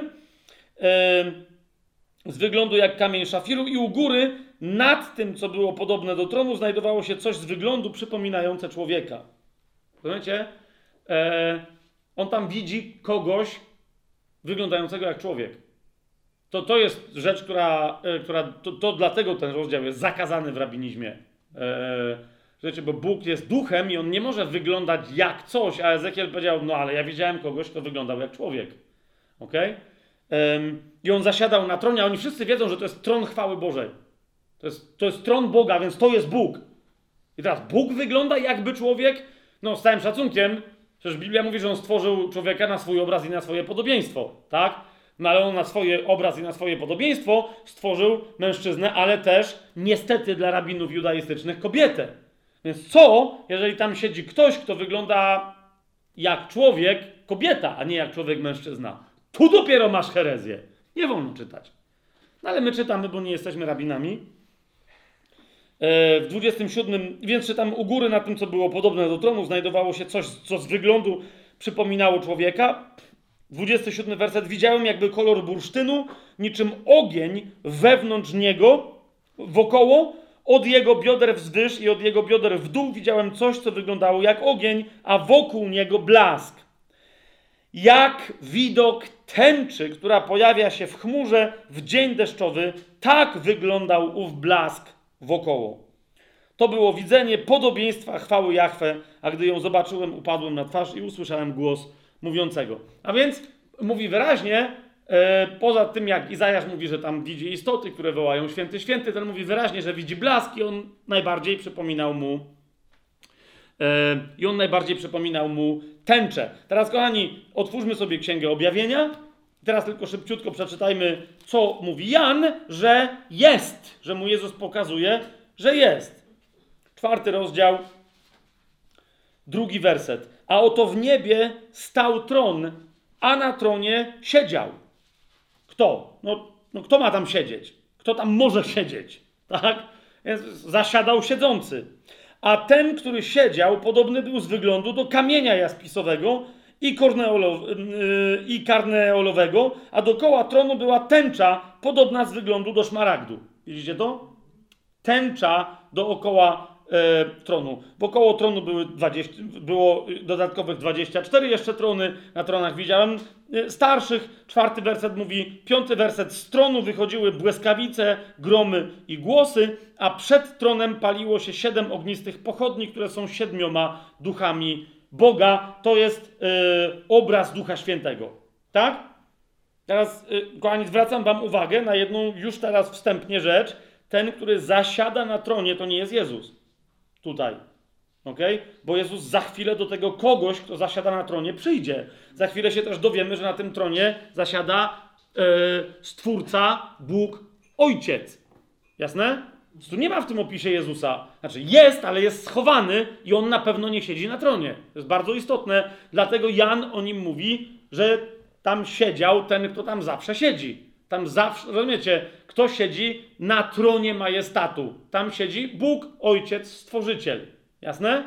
Speaker 1: z wyglądu jak kamień szafiru i u góry nad tym, co było podobne do tronu, znajdowało się coś z wyglądu przypominające człowieka. Rozumiecie? On tam widzi kogoś wyglądającego jak człowiek. To jest rzecz, która dlatego ten rozdział jest zakazany w rabinizmie. Wiecie, bo Bóg jest duchem i on nie może wyglądać jak coś, a Ezechiel powiedział, no ale ja widziałem kogoś, kto wyglądał jak człowiek. Okej? I on zasiadał na tronie, a oni wszyscy wiedzą, że to jest tron chwały Bożej. To jest tron Boga, więc to jest Bóg. I teraz Bóg wygląda jakby człowiek, no z całym szacunkiem, przecież Biblia mówi, że on stworzył człowieka na swój obraz i na swoje podobieństwo, tak? No ale on na swój obraz i na swoje podobieństwo stworzył mężczyznę, ale też niestety dla rabinów judaistycznych kobietę. Więc co, jeżeli tam siedzi ktoś, kto wygląda jak człowiek, kobieta, a nie jak człowiek mężczyzna? Tu dopiero masz herezję. Nie wolno czytać. No ale my czytamy, bo nie jesteśmy rabinami. W 27, więc czytam, u góry na tym, co było podobne do tronu, znajdowało się coś, co z wyglądu przypominało człowieka. 27 werset. Widziałem jakby kolor bursztynu, niczym ogień wewnątrz niego, wokoło, od jego bioder wzwyż i od jego bioder w dół widziałem coś, co wyglądało jak ogień, a wokół niego blask. Jak widok tęczy, która pojawia się w chmurze w dzień deszczowy, tak wyglądał ów blask wokoło. To było widzenie podobieństwa chwały Jahwe, a gdy ją zobaczyłem, upadłem na twarz i usłyszałem głos mówiącego. A więc mówi wyraźnie, poza tym jak Izajasz mówi, że tam widzi istoty, które wołają święty, święty, ten mówi wyraźnie, że widzi blask i on najbardziej przypominał mu tęczę. Teraz, kochani, otwórzmy sobie Księgę Objawienia. Teraz tylko szybciutko przeczytajmy, co mówi Jan, że jest, że mu Jezus pokazuje, że jest. 4 rozdział, 2 werset. A oto w niebie stał tron, a na tronie siedział. Kto? No kto ma tam siedzieć? Kto tam może siedzieć? Tak? Więc zasiadał siedzący. A ten, który siedział, podobny był z wyglądu do kamienia jaspisowego i karneolowego, a dookoła tronu była tęcza, podobna z wyglądu do szmaragdu. Widzicie to? Tęcza dookoła tronu. Wokoło tronu było dodatkowych 24 jeszcze trony. Na tronach widziałem starszych. 4. werset mówi, 5. werset, z tronu wychodziły błyskawice, gromy i głosy, a przed tronem paliło się 7 ognistych pochodni, które są 7 duchami Boga. To jest obraz Ducha Świętego. Tak? Teraz, kochani, zwracam wam uwagę na jedną już teraz wstępnie rzecz. Ten, który zasiada na tronie, to nie jest Jezus. Tutaj. Okay? Bo Jezus za chwilę do tego kogoś, kto zasiada na tronie, przyjdzie. Za chwilę się też dowiemy, że na tym tronie zasiada Stwórca, Bóg, Ojciec. Jasne? Tu nie ma w tym opisie Jezusa. Znaczy jest, ale jest schowany i on na pewno nie siedzi na tronie. To jest bardzo istotne. Dlatego Jan o nim mówi, że tam siedział ten, kto tam zawsze siedzi. Tam zawsze, rozumiecie, kto siedzi na tronie majestatu. Tam siedzi Bóg, Ojciec, Stworzyciel. Jasne?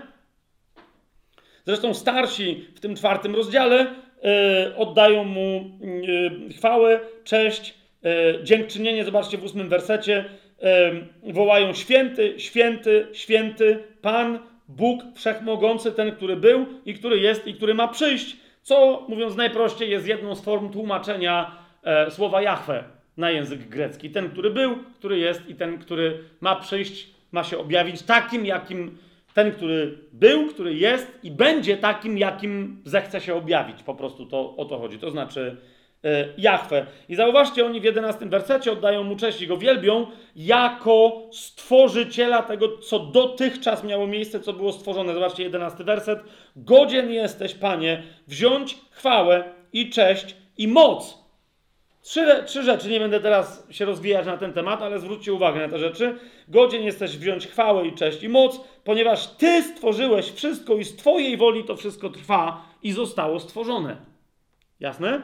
Speaker 1: Zresztą starsi w tym 4. rozdziale oddają mu chwałę, cześć, dziękczynienie. Zobaczcie w 8. wersecie. Wołają święty, święty, święty Pan, Bóg Wszechmogący, ten, który był i który jest i który ma przyjść. Co, mówiąc najprościej, jest jedną z form tłumaczenia słowa Jahwe na język grecki. Ten, który był, który jest i ten, który ma przyjść, ma się objawić takim, jakim ten, który był, który jest i będzie takim, jakim zechce się objawić. Po prostu to o to chodzi. To znaczy Jahwe. I zauważcie, oni w 11 wersecie oddają mu cześć i go wielbią jako stworzyciela tego, co dotychczas miało miejsce, co było stworzone. Zobaczcie 11 werset. Godzien jesteś, Panie, wziąć chwałę i cześć i moc. Trzy rzeczy. Nie będę teraz się rozwijać na ten temat, ale zwróćcie uwagę na te rzeczy. Godzien jesteś wziąć chwałę i cześć i moc, ponieważ Ty stworzyłeś wszystko i z Twojej woli to wszystko trwa i zostało stworzone. Jasne?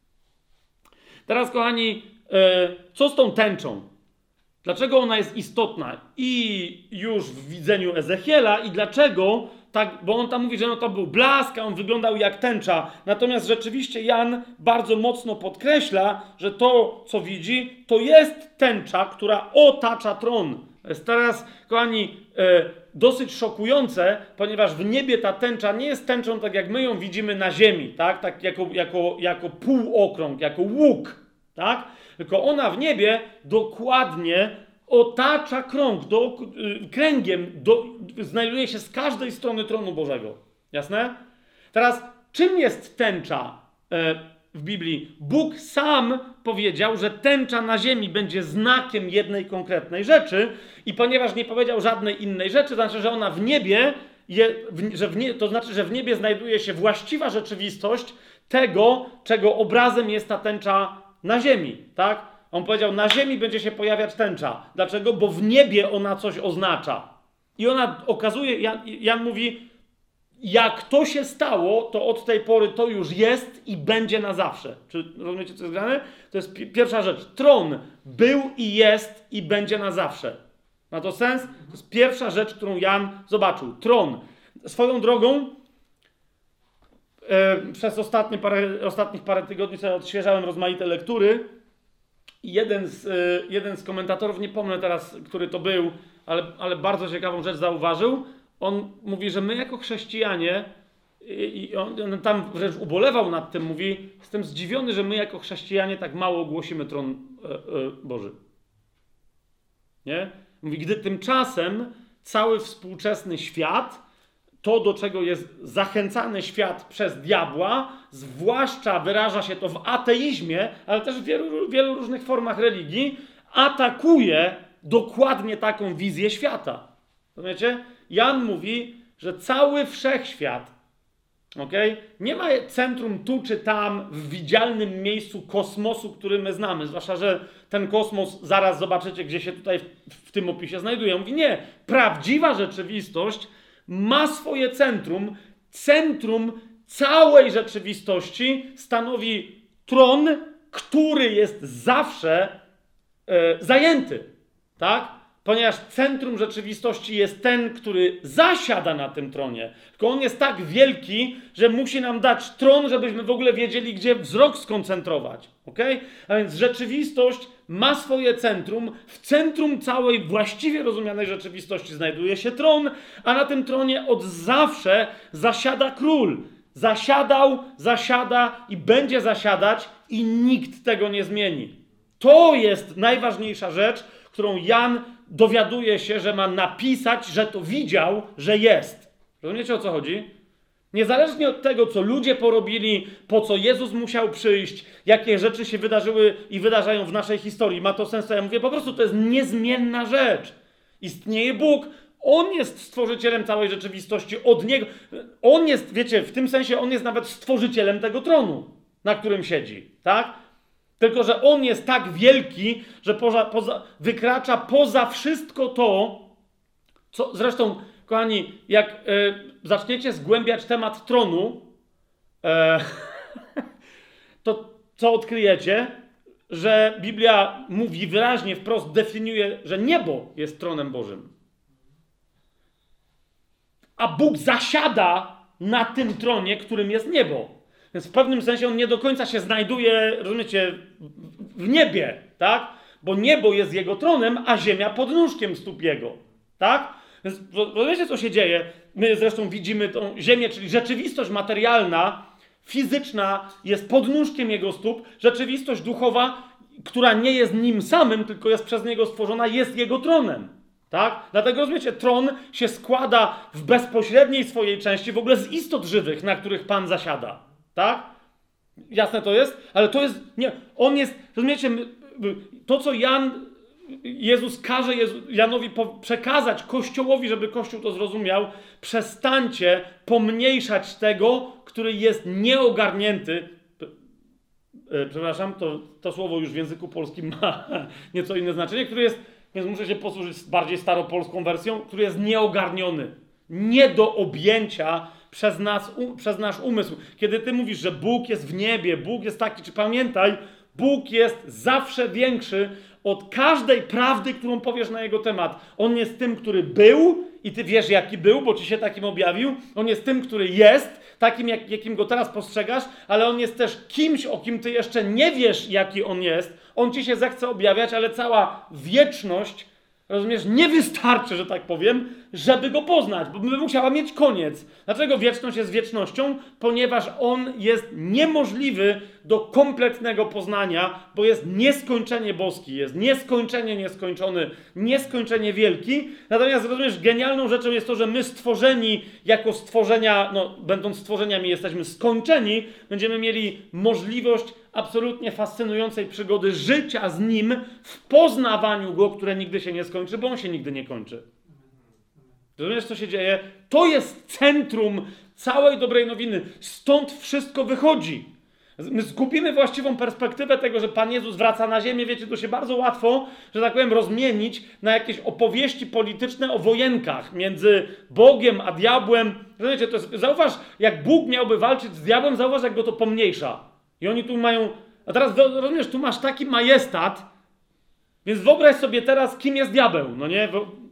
Speaker 1: Teraz, kochani, co z tą tęczą? Dlaczego ona jest istotna i już w widzeniu Ezechiela i dlaczego tak, bo on tam mówi, że no to był blask, a on wyglądał jak tęcza. Natomiast rzeczywiście Jan bardzo mocno podkreśla, że to, co widzi, to jest tęcza, która otacza tron. Jest teraz, kochani, dosyć szokujące, ponieważ w niebie ta tęcza nie jest tęczą tak, jak my ją widzimy na ziemi, tak jako półokrąg, jako łuk, tak? Tylko ona w niebie dokładnie otacza kręgiem, znajduje się z każdej strony tronu Bożego. Jasne? Teraz, czym jest tęcza w Biblii? Bóg sam powiedział, że tęcza na ziemi będzie znakiem jednej konkretnej rzeczy i ponieważ nie powiedział żadnej innej rzeczy, to znaczy, że ona w niebie, to znaczy, że w niebie znajduje się właściwa rzeczywistość tego, czego obrazem jest ta tęcza na ziemi, tak? On powiedział, na ziemi będzie się pojawiać tęcza. Dlaczego? Bo w niebie ona coś oznacza. I ona okazuje, Jan mówi, jak to się stało, to od tej pory to już jest i będzie na zawsze. Czy rozumiecie, co jest grane? To jest pierwsza rzecz. Tron był i jest i będzie na zawsze. Ma to sens? To jest pierwsza rzecz, którą Jan zobaczył. Tron. Swoją drogą, przez ostatnich parę tygodni sobie odświeżałem rozmaite lektury i jeden z komentatorów, nie pomnę teraz, który to był, ale bardzo ciekawą rzecz zauważył. On mówi, że my jako chrześcijanie, i on tam wręcz ubolewał nad tym, mówi, jestem zdziwiony, że my jako chrześcijanie tak mało głosimy tron Boży. Nie? Mówi, gdy tymczasem cały współczesny świat, to do czego jest zachęcany świat przez diabła, zwłaszcza wyraża się to w ateizmie, ale też w wielu różnych formach religii, atakuje dokładnie taką wizję świata. Rozumiecie? Jan mówi, że cały wszechświat, okay, nie ma centrum tu czy tam w widzialnym miejscu kosmosu, który my znamy. Zwłaszcza, że ten kosmos, zaraz zobaczycie, gdzie się tutaj w tym opisie znajduje. Mówi, nie, prawdziwa rzeczywistość ma swoje centrum. Centrum całej rzeczywistości stanowi tron, który jest zawsze zajęty. Tak? Ponieważ centrum rzeczywistości jest ten, który zasiada na tym tronie. Tylko on jest tak wielki, że musi nam dać tron, żebyśmy w ogóle wiedzieli, gdzie wzrok skoncentrować. Okay? A więc rzeczywistość ma swoje centrum. W centrum całej właściwie rozumianej rzeczywistości znajduje się tron, a na tym tronie od zawsze zasiada król. Zasiadał, zasiada i będzie zasiadać i nikt tego nie zmieni. To jest najważniejsza rzecz, którą Jan dowiaduje się, że ma napisać, że to widział, że jest. Rozumiecie, o co chodzi? Niezależnie od tego, co ludzie porobili, po co Jezus musiał przyjść, jakie rzeczy się wydarzyły i wydarzają w naszej historii, ma to sens, to ja mówię, po prostu to jest niezmienna rzecz. Istnieje Bóg, On jest stworzycielem całej rzeczywistości, od Niego, On jest, wiecie, w tym sensie On jest nawet stworzycielem tego tronu, na którym siedzi, tak? Tylko że On jest tak wielki, że wykracza poza wszystko to, co zresztą, kochani, jak zaczniecie zgłębiać temat tronu, to co odkryjecie? Że Biblia mówi wyraźnie, wprost definiuje, że niebo jest tronem Bożym. A Bóg zasiada na tym tronie, którym jest niebo. Więc w pewnym sensie on nie do końca się znajduje, rozumiecie, w niebie, tak? Bo niebo jest jego tronem, a ziemia pod nóżkiem stóp jego, tak? Więc rozumiecie, co się dzieje? My zresztą widzimy tą ziemię, czyli rzeczywistość materialna, fizyczna jest pod nóżkiem jego stóp, rzeczywistość duchowa, która nie jest nim samym, tylko jest przez niego stworzona, jest jego tronem. Tak? Dlatego, rozumiecie, tron się składa w bezpośredniej swojej części w ogóle z istot żywych, na których Pan zasiada. Tak? Jasne to jest? Ale to jest, nie, on jest, rozumiecie, to co Jezus każe Janowi przekazać Kościołowi, żeby Kościół to zrozumiał, przestańcie pomniejszać tego, który jest nieogarnięty. Przepraszam, to słowo już w języku polskim ma nieco inne znaczenie, który jest, więc muszę się posłużyć bardziej staropolską wersją, który jest nieogarniony, nie do objęcia przez nasz umysł. Kiedy ty mówisz, że Bóg jest w niebie, Bóg jest taki, czy pamiętaj, Bóg jest zawsze większy od każdej prawdy, którą powiesz na Jego temat. On jest tym, który był i ty wiesz, jaki był, bo ci się takim objawił. On jest tym, który jest, takim, jakim go teraz postrzegasz, ale on jest też kimś, o kim ty jeszcze nie wiesz, jaki on jest. On ci się zechce objawiać, ale cała wieczność, rozumiesz, nie wystarczy, że tak powiem, żeby go poznać, bo by musiała mieć koniec. Dlaczego wieczność jest wiecznością? Ponieważ on jest niemożliwy do kompletnego poznania, bo jest nieskończenie boski, jest nieskończenie nieskończony, nieskończenie wielki. Natomiast, rozumiesz, genialną rzeczą jest to, że my stworzeni jako stworzenia, będąc stworzeniami jesteśmy skończeni, będziemy mieli możliwość absolutnie fascynującej przygody życia z Nim w poznawaniu Go, które nigdy się nie skończy, bo On się nigdy nie kończy. Rozumiesz, co się dzieje? To jest centrum całej dobrej nowiny. Stąd wszystko wychodzi. My zgubimy właściwą perspektywę tego, że Pan Jezus wraca na ziemię. Wiecie, to się bardzo łatwo, że tak powiem, rozmienić na jakieś opowieści polityczne o wojenkach między Bogiem a diabłem. Rozumiecie, to jest, zauważ, jak Bóg miałby walczyć z diabłem, zauważ, jak go to pomniejsza. I oni tu mają... A teraz, rozumiesz, tu masz taki majestat, więc wyobraź sobie teraz, kim jest diabeł, no nie?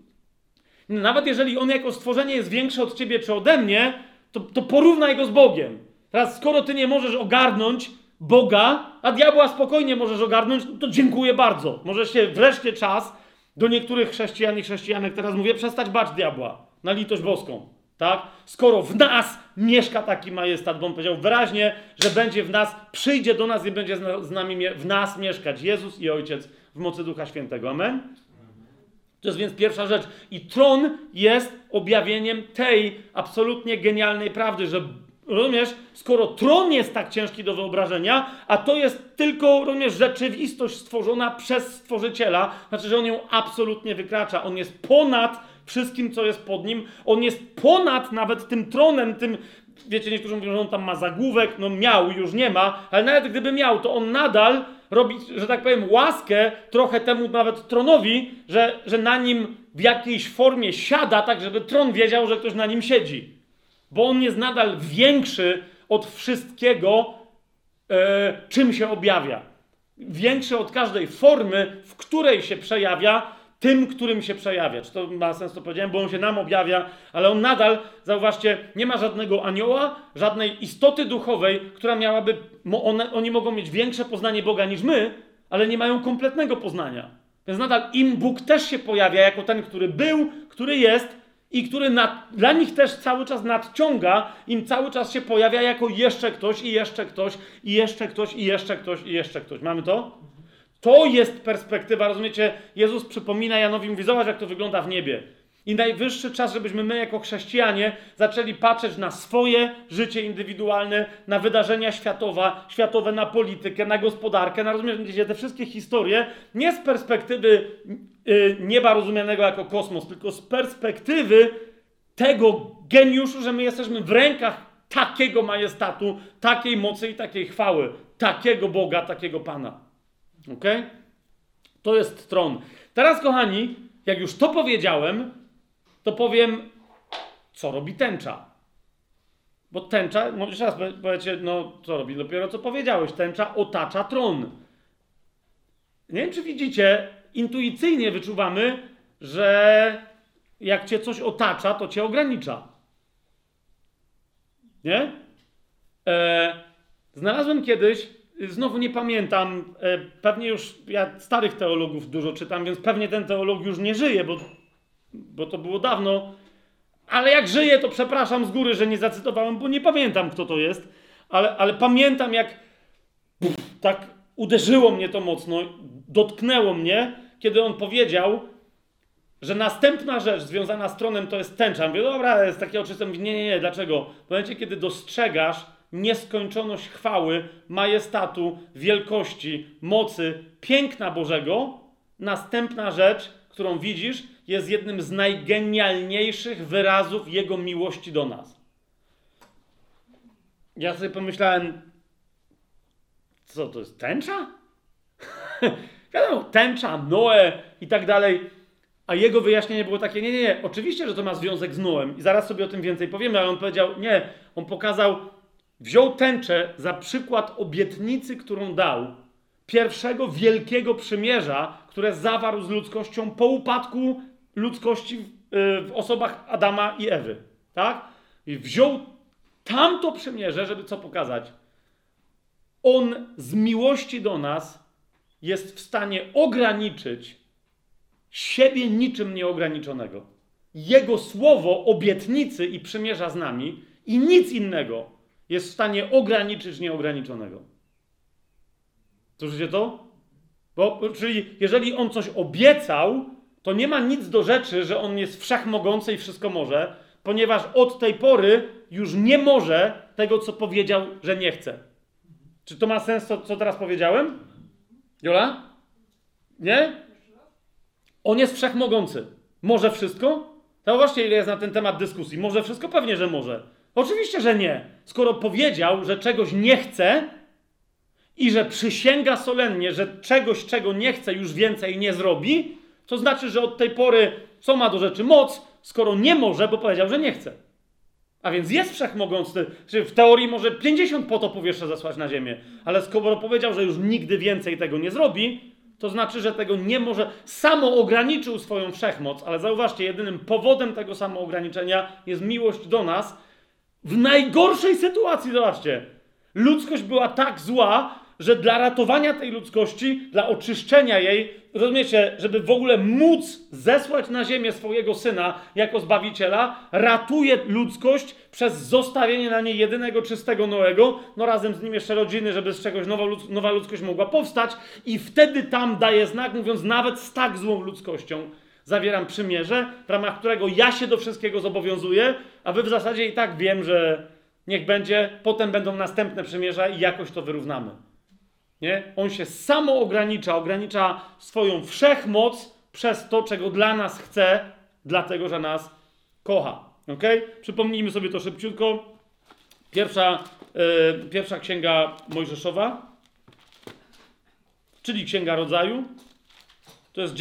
Speaker 1: Nawet jeżeli on jako stworzenie jest większy od ciebie czy ode mnie, to porównaj go z Bogiem. Teraz, skoro ty nie możesz ogarnąć Boga, a diabła spokojnie możesz ogarnąć, to dziękuję bardzo. Może się wreszcie czas do niektórych chrześcijan i chrześcijanek, teraz mówię, przestać bać diabła na litość boską. Tak? Skoro w nas mieszka taki majestat, bo on powiedział wyraźnie, że będzie w nas, przyjdzie do nas i będzie z nami w nas mieszkać Jezus i Ojciec w mocy Ducha Świętego. Amen? To jest więc pierwsza rzecz. I tron jest objawieniem tej absolutnie genialnej prawdy, że rozumiesz, skoro tron jest tak ciężki do wyobrażenia, a to jest tylko, rozumiesz, rzeczywistość stworzona przez Stworzyciela, znaczy, że on ją absolutnie wykracza. On jest ponad wszystkim, co jest pod nim. On jest ponad nawet tym tronem, tym, wiecie, niektórzy mówią, że on tam ma zagłówek, no miał, już nie ma, ale nawet gdyby miał, to on nadal robi, że tak powiem, łaskę trochę temu nawet tronowi, że na nim w jakiejś formie siada, tak żeby tron wiedział, że ktoś na nim siedzi. Bo on jest nadal większy od wszystkiego, czym się objawia. Większy od każdej formy, w której się przejawia, tym, którym się przejawia. Czy to ma sens, to powiedziałem? Bo on się nam objawia, ale on nadal, zauważcie, nie ma żadnego anioła, żadnej istoty duchowej, która miałaby, oni mogą mieć większe poznanie Boga niż my, ale nie mają kompletnego poznania. Więc nadal im Bóg też się pojawia jako ten, który był, który jest i który dla nich też cały czas nadciąga, im cały czas się pojawia jako jeszcze ktoś i jeszcze ktoś i jeszcze ktoś i jeszcze ktoś i jeszcze ktoś. Mamy to? To jest perspektywa, rozumiecie? Jezus przypomina Janowi, mówi, zobacz, jak to wygląda w niebie. I najwyższy czas, żebyśmy my jako chrześcijanie zaczęli patrzeć na swoje życie indywidualne, na wydarzenia światowe, na politykę, na gospodarkę, na rozumiecie, te wszystkie historie, nie z perspektywy nieba rozumianego jako kosmos, tylko z perspektywy tego geniuszu, że my jesteśmy w rękach takiego majestatu, takiej mocy i takiej chwały, takiego Boga, takiego Pana. Okej? To jest tron. Teraz, kochani, jak już to powiedziałem, to powiem, co robi tęcza. Bo tęcza, jeszcze raz powiecie, no co robi? Dopiero co powiedziałeś, tęcza otacza tron. Nie wiem, czy widzicie, intuicyjnie wyczuwamy, że jak cię coś otacza, to cię ogranicza. Nie? Znalazłem kiedyś, znowu nie pamiętam, pewnie już ja starych teologów dużo czytam, więc pewnie ten teolog już nie żyje, bo to było dawno, ale jak żyje, to przepraszam z góry, że nie zacytowałem, bo nie pamiętam, kto to jest, ale pamiętam, jak tak uderzyło mnie to mocno, dotknęło mnie, kiedy on powiedział, że następna rzecz związana z tronem to jest tęcza. Mówię, dobra, jest takie oczywiste. Mówię, nie, dlaczego? W momencie, kiedy dostrzegasz nieskończoność chwały, majestatu, wielkości, mocy, piękna Bożego, następna rzecz, którą widzisz, jest jednym z najgenialniejszych wyrazów Jego miłości do nas. Ja sobie pomyślałem, co to jest, tęcza? Wiadomo, tęcza, Noe i tak dalej. A jego wyjaśnienie było takie, nie, oczywiście, że to ma związek z Noem i zaraz sobie o tym więcej powiemy, ale on powiedział, nie, on pokazał, wziął tęczę za przykład obietnicy, którą dał, pierwszego wielkiego przymierza, które zawarł z ludzkością po upadku ludzkości w osobach Adama i Ewy, tak? I wziął tamto przymierze, żeby co pokazać? On z miłości do nas jest w stanie ograniczyć siebie niczym nieograniczonego. Jego słowo obietnicy i przymierza z nami i nic innego jest w stanie ograniczyć nieograniczonego. Słyszycie to? Czyli jeżeli on coś obiecał, to nie ma nic do rzeczy, że on jest wszechmogący i wszystko może, ponieważ od tej pory już nie może tego, co powiedział, że nie chce. Czy to ma sens, co teraz powiedziałem? Jola? Nie? On jest wszechmogący. Może wszystko? To właśnie ile jest na ten temat dyskusji. Może wszystko? Pewnie, że może. Oczywiście, że nie. Skoro powiedział, że czegoś nie chce i że przysięga solennie, że czegoś, czego nie chce, już więcej nie zrobi, to znaczy, że od tej pory co ma do rzeczy moc, skoro nie może, bo powiedział, że nie chce. A więc jest wszechmogący. Czyli w teorii może 50 potopów jeszcze zesłać na ziemię. Ale skoro powiedział, że już nigdy więcej tego nie zrobi, to znaczy, że tego nie może. Samo ograniczył swoją wszechmoc, ale zauważcie, jedynym powodem tego samoograniczenia jest miłość do nas. W najgorszej sytuacji, zobaczcie, ludzkość była tak zła, że dla ratowania tej ludzkości, dla oczyszczenia jej, rozumiecie, żeby w ogóle móc zesłać na ziemię swojego Syna jako Zbawiciela, ratuje ludzkość przez zostawienie na niej jedynego czystego Noego, no razem z nim jeszcze rodziny, żeby z czegoś nowa ludzkość mogła powstać i wtedy tam daje znak, mówiąc, nawet z tak złą ludzkością zawieram przymierze, w ramach którego ja się do wszystkiego zobowiązuję, a wy w zasadzie i tak wiem, że niech będzie, potem będą następne przymierza i jakoś to wyrównamy. Nie? On się samo ogranicza swoją wszechmoc przez to, czego dla nas chce, dlatego, że nas kocha. Okay? Przypomnijmy sobie to szybciutko. Pierwsza księga Mojżeszowa, czyli Księga Rodzaju. To jest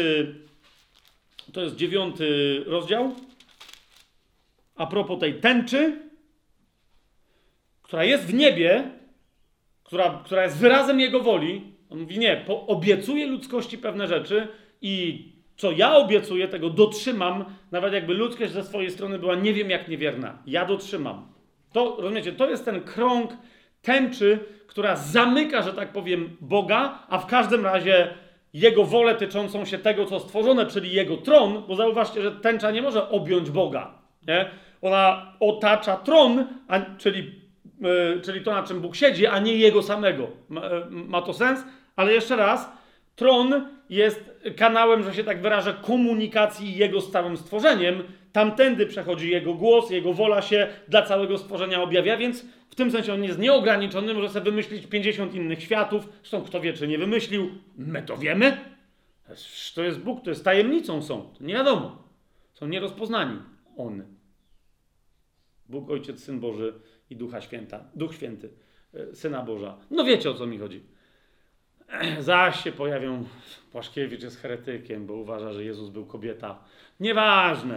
Speaker 1: 9 rozdział. A propos tej tęczy, która jest w niebie, która jest wyrazem Jego woli. On mówi, nie, obiecuję ludzkości pewne rzeczy i co ja obiecuję, tego dotrzymam, nawet jakby ludzkość ze swojej strony była nie wiem jak niewierna. Ja dotrzymam. To, rozumiecie, to jest ten krąg tęczy, która zamyka, że tak powiem, Boga, a w każdym razie Jego wolę tyczącą się tego, co stworzone, czyli Jego tron, bo zauważcie, że tęcza nie może objąć Boga. Nie? Ona otacza tron, czyli to, na czym Bóg siedzi, a nie Jego samego. Ma to sens? Ale jeszcze raz, tron jest kanałem, że się tak wyrażę, komunikacji Jego z całym stworzeniem. Tamtędy przechodzi Jego głos, Jego wola się dla całego stworzenia objawia, więc w tym sensie on jest nieograniczony, może sobie wymyślić 50 innych światów. Zresztą kto wie, czy nie wymyślił, my to wiemy. To jest Bóg, to jest tajemnicą są, to nie wiadomo. Są nierozpoznani. On. Bóg, Ojciec, Syn Boży i Duch Święty, Syna Boża. No wiecie, o co mi chodzi. Zaś się pojawią, Płaszkiewicz jest heretykiem, bo uważa, że Jezus był kobieta. Nieważne.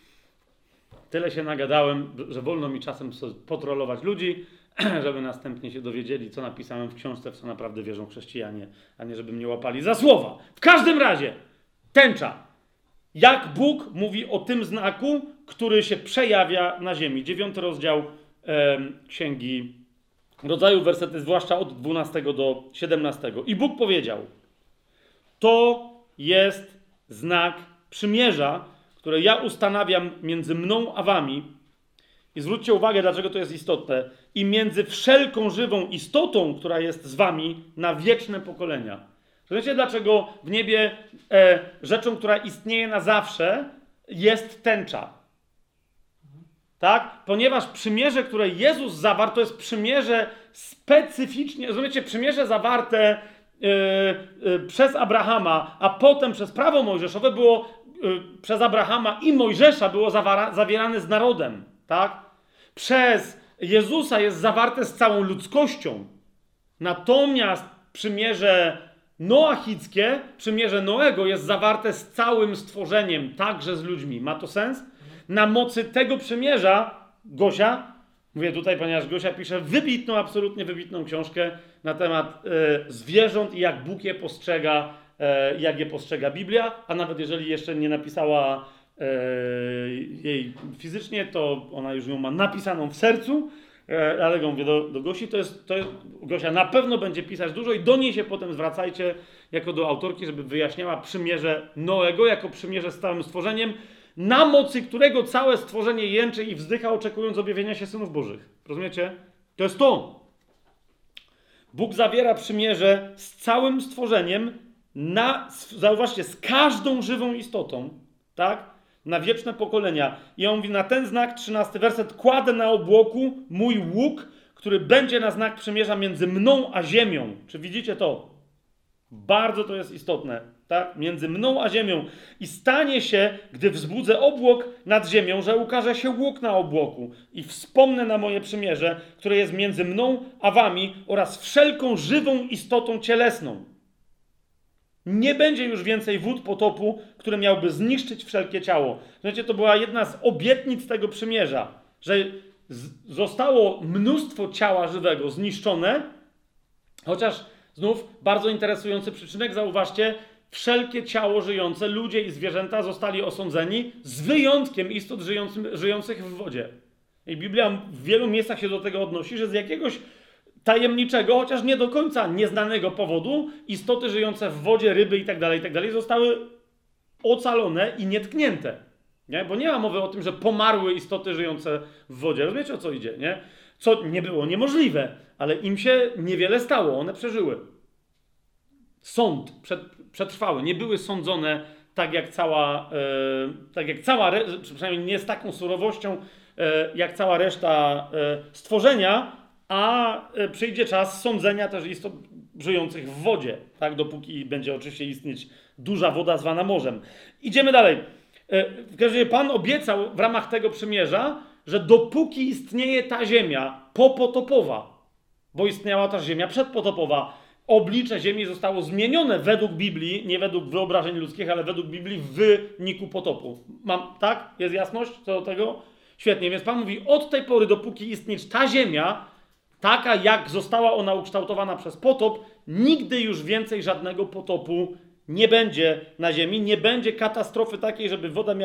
Speaker 1: Tyle się nagadałem, że wolno mi czasem potrolować ludzi, żeby następnie się dowiedzieli, co napisałem w książce, w co naprawdę wierzą chrześcijanie, a nie żeby mnie łapali za słowa. W każdym razie, tęcza. Jak Bóg mówi o tym znaku, który się przejawia na ziemi. 9 rozdział Księgi Rodzaju, wersety zwłaszcza od 12 do 17. I Bóg powiedział, to jest znak przymierza, które ja ustanawiam między mną a wami. I zwróćcie uwagę, dlaczego to jest istotne. I między wszelką żywą istotą, która jest z wami na wieczne pokolenia. Wiecie, dlaczego w niebie rzeczą, która istnieje na zawsze, jest tęcza? Tak? Ponieważ przymierze, które Jezus zawarł, to jest przymierze specyficznie, rozumiecie, przymierze zawarte przez Abrahama, a potem przez prawo mojżeszowe było przez Abrahama i Mojżesza było zawierane z narodem. Tak? Przez Jezusa jest zawarte z całą ludzkością. Natomiast przymierze noachickie, przymierze Noego jest zawarte z całym stworzeniem, także z ludźmi. Ma to sens? Na mocy tego przymierza Gosia, mówię tutaj, ponieważ Gosia pisze wybitną, absolutnie wybitną książkę na temat zwierząt i jak Bóg je postrzega, jak je postrzega Biblia, a nawet jeżeli jeszcze nie napisała jej fizycznie, to ona już ją ma napisaną w sercu, ale mówię do Gosi, Gosia na pewno będzie pisać dużo i do niej się potem zwracajcie jako do autorki, żeby wyjaśniała przymierze Noego jako przymierze z całym stworzeniem, na mocy którego całe stworzenie jęczy i wzdycha, oczekując objawienia się synów Bożych. Rozumiecie? To jest to. Bóg zawiera przymierze z całym stworzeniem, zauważcie, z każdą żywą istotą, tak? Na wieczne pokolenia. I on mówi, na ten znak, 13 werset, kładę na obłoku mój łuk, który będzie na znak przymierza między mną a ziemią. Czy widzicie to? Bardzo to jest istotne. Tak? Między mną a ziemią. I stanie się, gdy wzbudzę obłok nad ziemią, że ukaże się łuk na obłoku i wspomnę na moje przymierze, które jest między mną a wami oraz wszelką żywą istotą cielesną. Nie będzie już więcej wód potopu, które miałby zniszczyć wszelkie ciało. Wiecie, to była jedna z obietnic tego przymierza, że zostało mnóstwo ciała żywego zniszczone, chociaż znów bardzo interesujący przyczynek, zauważcie, wszelkie ciało żyjące, ludzie i zwierzęta zostali osądzeni z wyjątkiem istot żyjących w wodzie. I Biblia w wielu miejscach się do tego odnosi, że z jakiegoś tajemniczego, chociaż nie do końca nieznanego powodu, istoty żyjące w wodzie, ryby itd. zostały ocalone i nietknięte. Nie? Bo nie ma mowy o tym, że pomarły istoty żyjące w wodzie. Rozumiecie, o co idzie? Nie? Co nie było niemożliwe, ale im się niewiele stało, one przeżyły. Sąd przetrwały, nie były sądzone tak jak cała przynajmniej nie z taką surowością, jak cała reszta stworzenia, a przyjdzie czas sądzenia też istot żyjących w wodzie, tak, dopóki będzie oczywiście istnieć duża woda zwana morzem. Idziemy dalej. W każdym razie Pan obiecał w ramach tego przymierza, że dopóki istnieje ta ziemia popotopowa, bo istniała też ziemia przedpotopowa, oblicze ziemi zostało zmienione według Biblii, nie według wyobrażeń ludzkich, ale według Biblii w wyniku potopu. Tak? Jest jasność co do tego? Świetnie, więc Pan mówi, od tej pory, dopóki istnieć ta ziemia, taka jak została ona ukształtowana przez potop, nigdy już więcej żadnego potopu nie będzie na ziemi, nie będzie katastrofy takiej,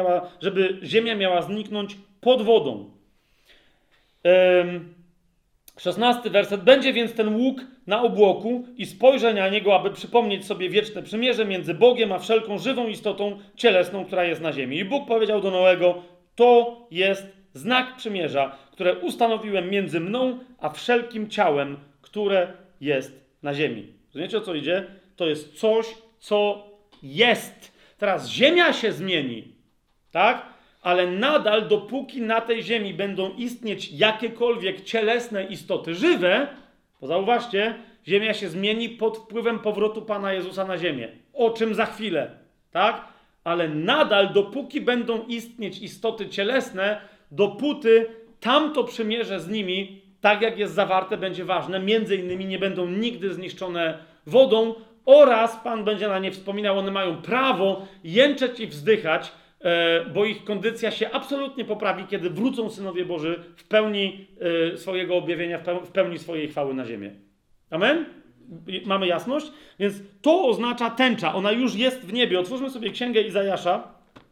Speaker 1: żeby ziemia miała zniknąć pod wodą. 16 werset. Będzie więc ten łuk na obłoku i spojrzę na niego, aby przypomnieć sobie wieczne przymierze między Bogiem a wszelką żywą istotą cielesną, która jest na ziemi. I Bóg powiedział do Noego: to jest znak przymierza, które ustanowiłem między mną a wszelkim ciałem, które jest na ziemi. Rozumiecie, o co idzie? To jest coś, co jest. Teraz ziemia się zmieni, tak? Ale nadal, dopóki na tej ziemi będą istnieć jakiekolwiek cielesne istoty żywe, bo zauważcie, ziemia się zmieni pod wpływem powrotu Pana Jezusa na ziemię. O czym za chwilę, tak? Ale nadal, dopóki będą istnieć istoty cielesne, dopóty tamto przymierze z nimi, tak jak jest zawarte, będzie ważne. Między innymi nie będą nigdy zniszczone wodą oraz Pan będzie na nie wspominał, one mają prawo jęczeć i wzdychać, bo ich kondycja się absolutnie poprawi, kiedy wrócą synowie Boży w pełni swojego objawienia, w pełni swojej chwały na ziemię. Amen? Mamy jasność? Więc to oznacza tęcza. Ona już jest w niebie. Otwórzmy sobie Księgę Izajasza.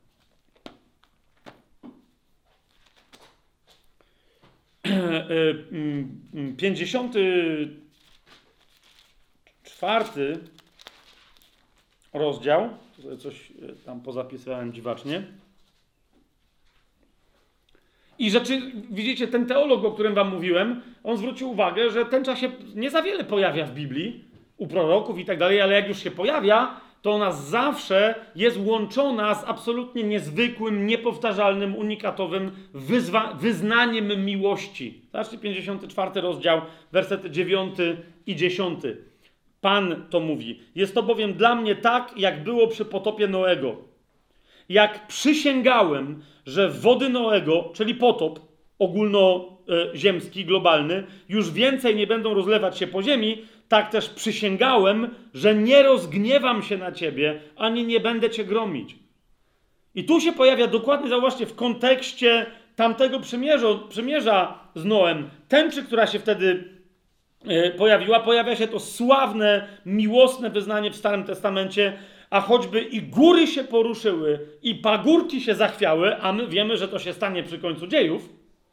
Speaker 1: 54 rozdział. Coś tam pozapisałem dziwacznie. I widzicie, ten teolog, o którym wam mówiłem, on zwrócił uwagę, że tęcza się nie za wiele pojawia w Biblii, u proroków i tak dalej, ale jak już się pojawia, to ona zawsze jest łączona z absolutnie niezwykłym, niepowtarzalnym, unikatowym wyznaniem miłości. Zobaczcie, 54 rozdział, wersety 9 i 10. Pan to mówi. Jest to bowiem dla mnie tak, jak było przy potopie Noego. Jak przysięgałem, że wody Noego, czyli potop ogólnoziemski, globalny, już więcej nie będą rozlewać się po ziemi, tak też przysięgałem, że nie rozgniewam się na ciebie, ani nie będę cię gromić. I tu się pojawia dokładnie, zauważcie, w kontekście tamtego przymierza z Noem, tęczy, która się wtedy pojawia się to sławne, miłosne wyznanie w Starym Testamencie, a choćby i góry się poruszyły, i pagórki się zachwiały, a my wiemy, że to się stanie przy końcu dziejów,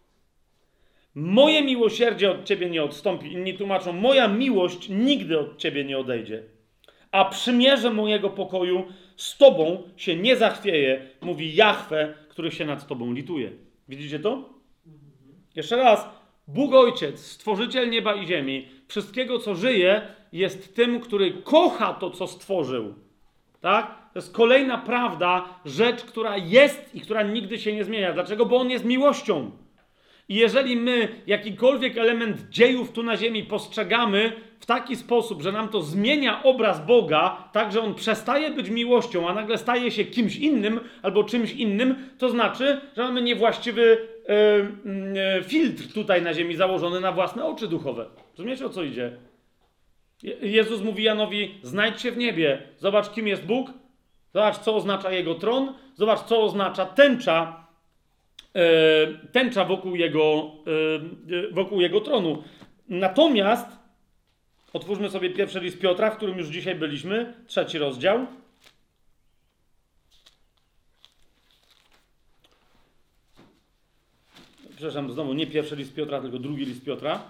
Speaker 1: moje miłosierdzie od ciebie nie odstąpi. Inni tłumaczą, moja miłość nigdy od ciebie nie odejdzie. A przymierze mojego pokoju z tobą się nie zachwieje, mówi Jahwe, który się nad tobą lituje. Widzicie to? Jeszcze raz. Bóg Ojciec, Stworzyciel nieba i ziemi, wszystkiego, co żyje, jest tym, który kocha to, co stworzył. Tak? To jest kolejna prawda, rzecz, która jest i która nigdy się nie zmienia. Dlaczego? Bo On jest miłością. I jeżeli my jakikolwiek element dziejów tu na ziemi postrzegamy w taki sposób, że nam to zmienia obraz Boga, tak, że On przestaje być miłością, a nagle staje się kimś innym albo czymś innym, to znaczy, że mamy niewłaściwy filtr tutaj na ziemi założony na własne oczy duchowe. Rozumiecie, o co idzie? Jezus mówi Janowi, znajdź się w niebie, zobacz, kim jest Bóg, zobacz, co oznacza Jego tron, zobacz, co oznacza tęcza wokół Jego tronu. Natomiast otwórzmy sobie pierwszy list Piotra, w którym już dzisiaj byliśmy, 3 rozdział. Przepraszam, znowu nie pierwszy list Piotra, tylko drugi list Piotra.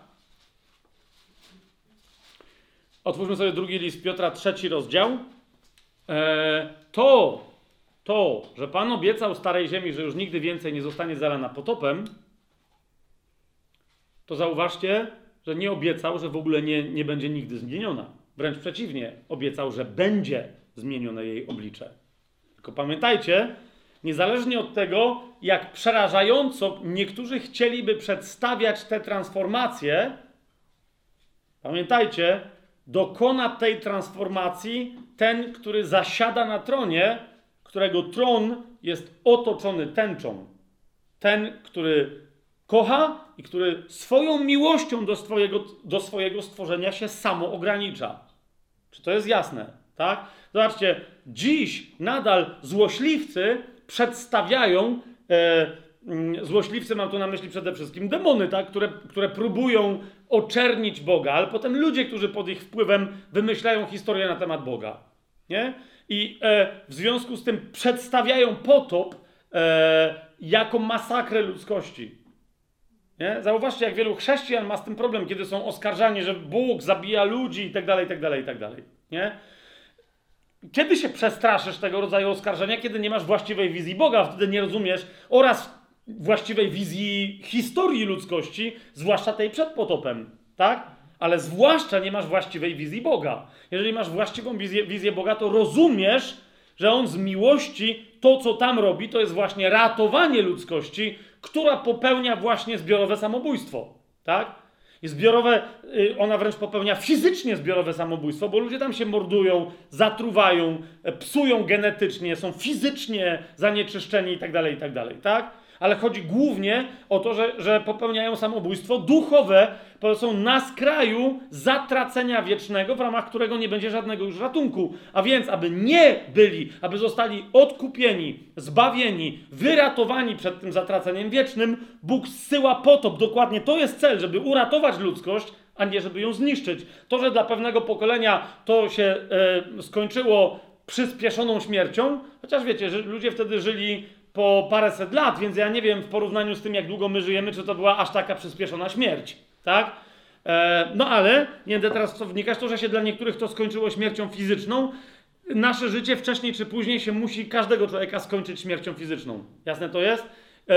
Speaker 1: Otwórzmy sobie drugi list Piotra, 3 rozdział. To, że Pan obiecał starej ziemi, że już nigdy więcej nie zostanie zalana potopem, to zauważcie, że nie obiecał, że w ogóle nie będzie nigdy zmieniona. Wręcz przeciwnie, obiecał, że będzie zmienione jej oblicze. Tylko pamiętajcie, niezależnie od tego, jak przerażająco niektórzy chcieliby przedstawiać te transformacje, pamiętajcie, dokona tej transformacji ten, który zasiada na tronie, którego tron jest otoczony tęczą. Ten, który kocha i który swoją miłością do swojego stworzenia się samo ogranicza. Czy to jest jasne? Tak? Zobaczcie, dziś nadal złośliwcy przedstawiają, złośliwcy mam tu na myśli przede wszystkim demony, tak? które próbują oczernić Boga, ale potem ludzie, którzy pod ich wpływem wymyślają historię na temat Boga. Nie? I w związku z tym przedstawiają potop jako masakrę ludzkości. Nie? Zauważcie, jak wielu chrześcijan ma z tym problem, kiedy są oskarżani, że Bóg zabija ludzi i tak dalej, i tak dalej, i tak dalej. Nie? Kiedy się przestraszysz tego rodzaju oskarżenia? Kiedy nie masz właściwej wizji Boga, wtedy nie rozumiesz oraz właściwej wizji historii ludzkości, zwłaszcza tej przed potopem, tak? Ale zwłaszcza nie masz właściwej wizji Boga. Jeżeli masz właściwą wizję Boga, to rozumiesz, że On z miłości to, co tam robi, to jest właśnie ratowanie ludzkości, która popełnia właśnie zbiorowe samobójstwo, tak? I zbiorowe, ona wręcz popełnia fizycznie zbiorowe samobójstwo, bo ludzie tam się mordują, zatruwają, psują genetycznie, są fizycznie zanieczyszczeni i tak dalej, tak? Ale chodzi głównie o to, że popełniają samobójstwo duchowe, bo są na skraju zatracenia wiecznego, w ramach którego nie będzie żadnego już ratunku. A więc, aby nie byli, aby zostali odkupieni, zbawieni, wyratowani przed tym zatraceniem wiecznym, Bóg zsyła potop. Dokładnie to jest cel, żeby uratować ludzkość, a nie żeby ją zniszczyć. To, że dla pewnego pokolenia to się skończyło przyspieszoną śmiercią, chociaż wiecie, że ludzie wtedy żyli po paręset lat, więc ja nie wiem w porównaniu z tym, jak długo my żyjemy, czy to była aż taka przyspieszona śmierć, tak? No ale, nie będę teraz w co wnikać, to, że się dla niektórych to skończyło śmiercią fizyczną, nasze życie wcześniej czy później się musi każdego człowieka skończyć śmiercią fizyczną. Jasne to jest?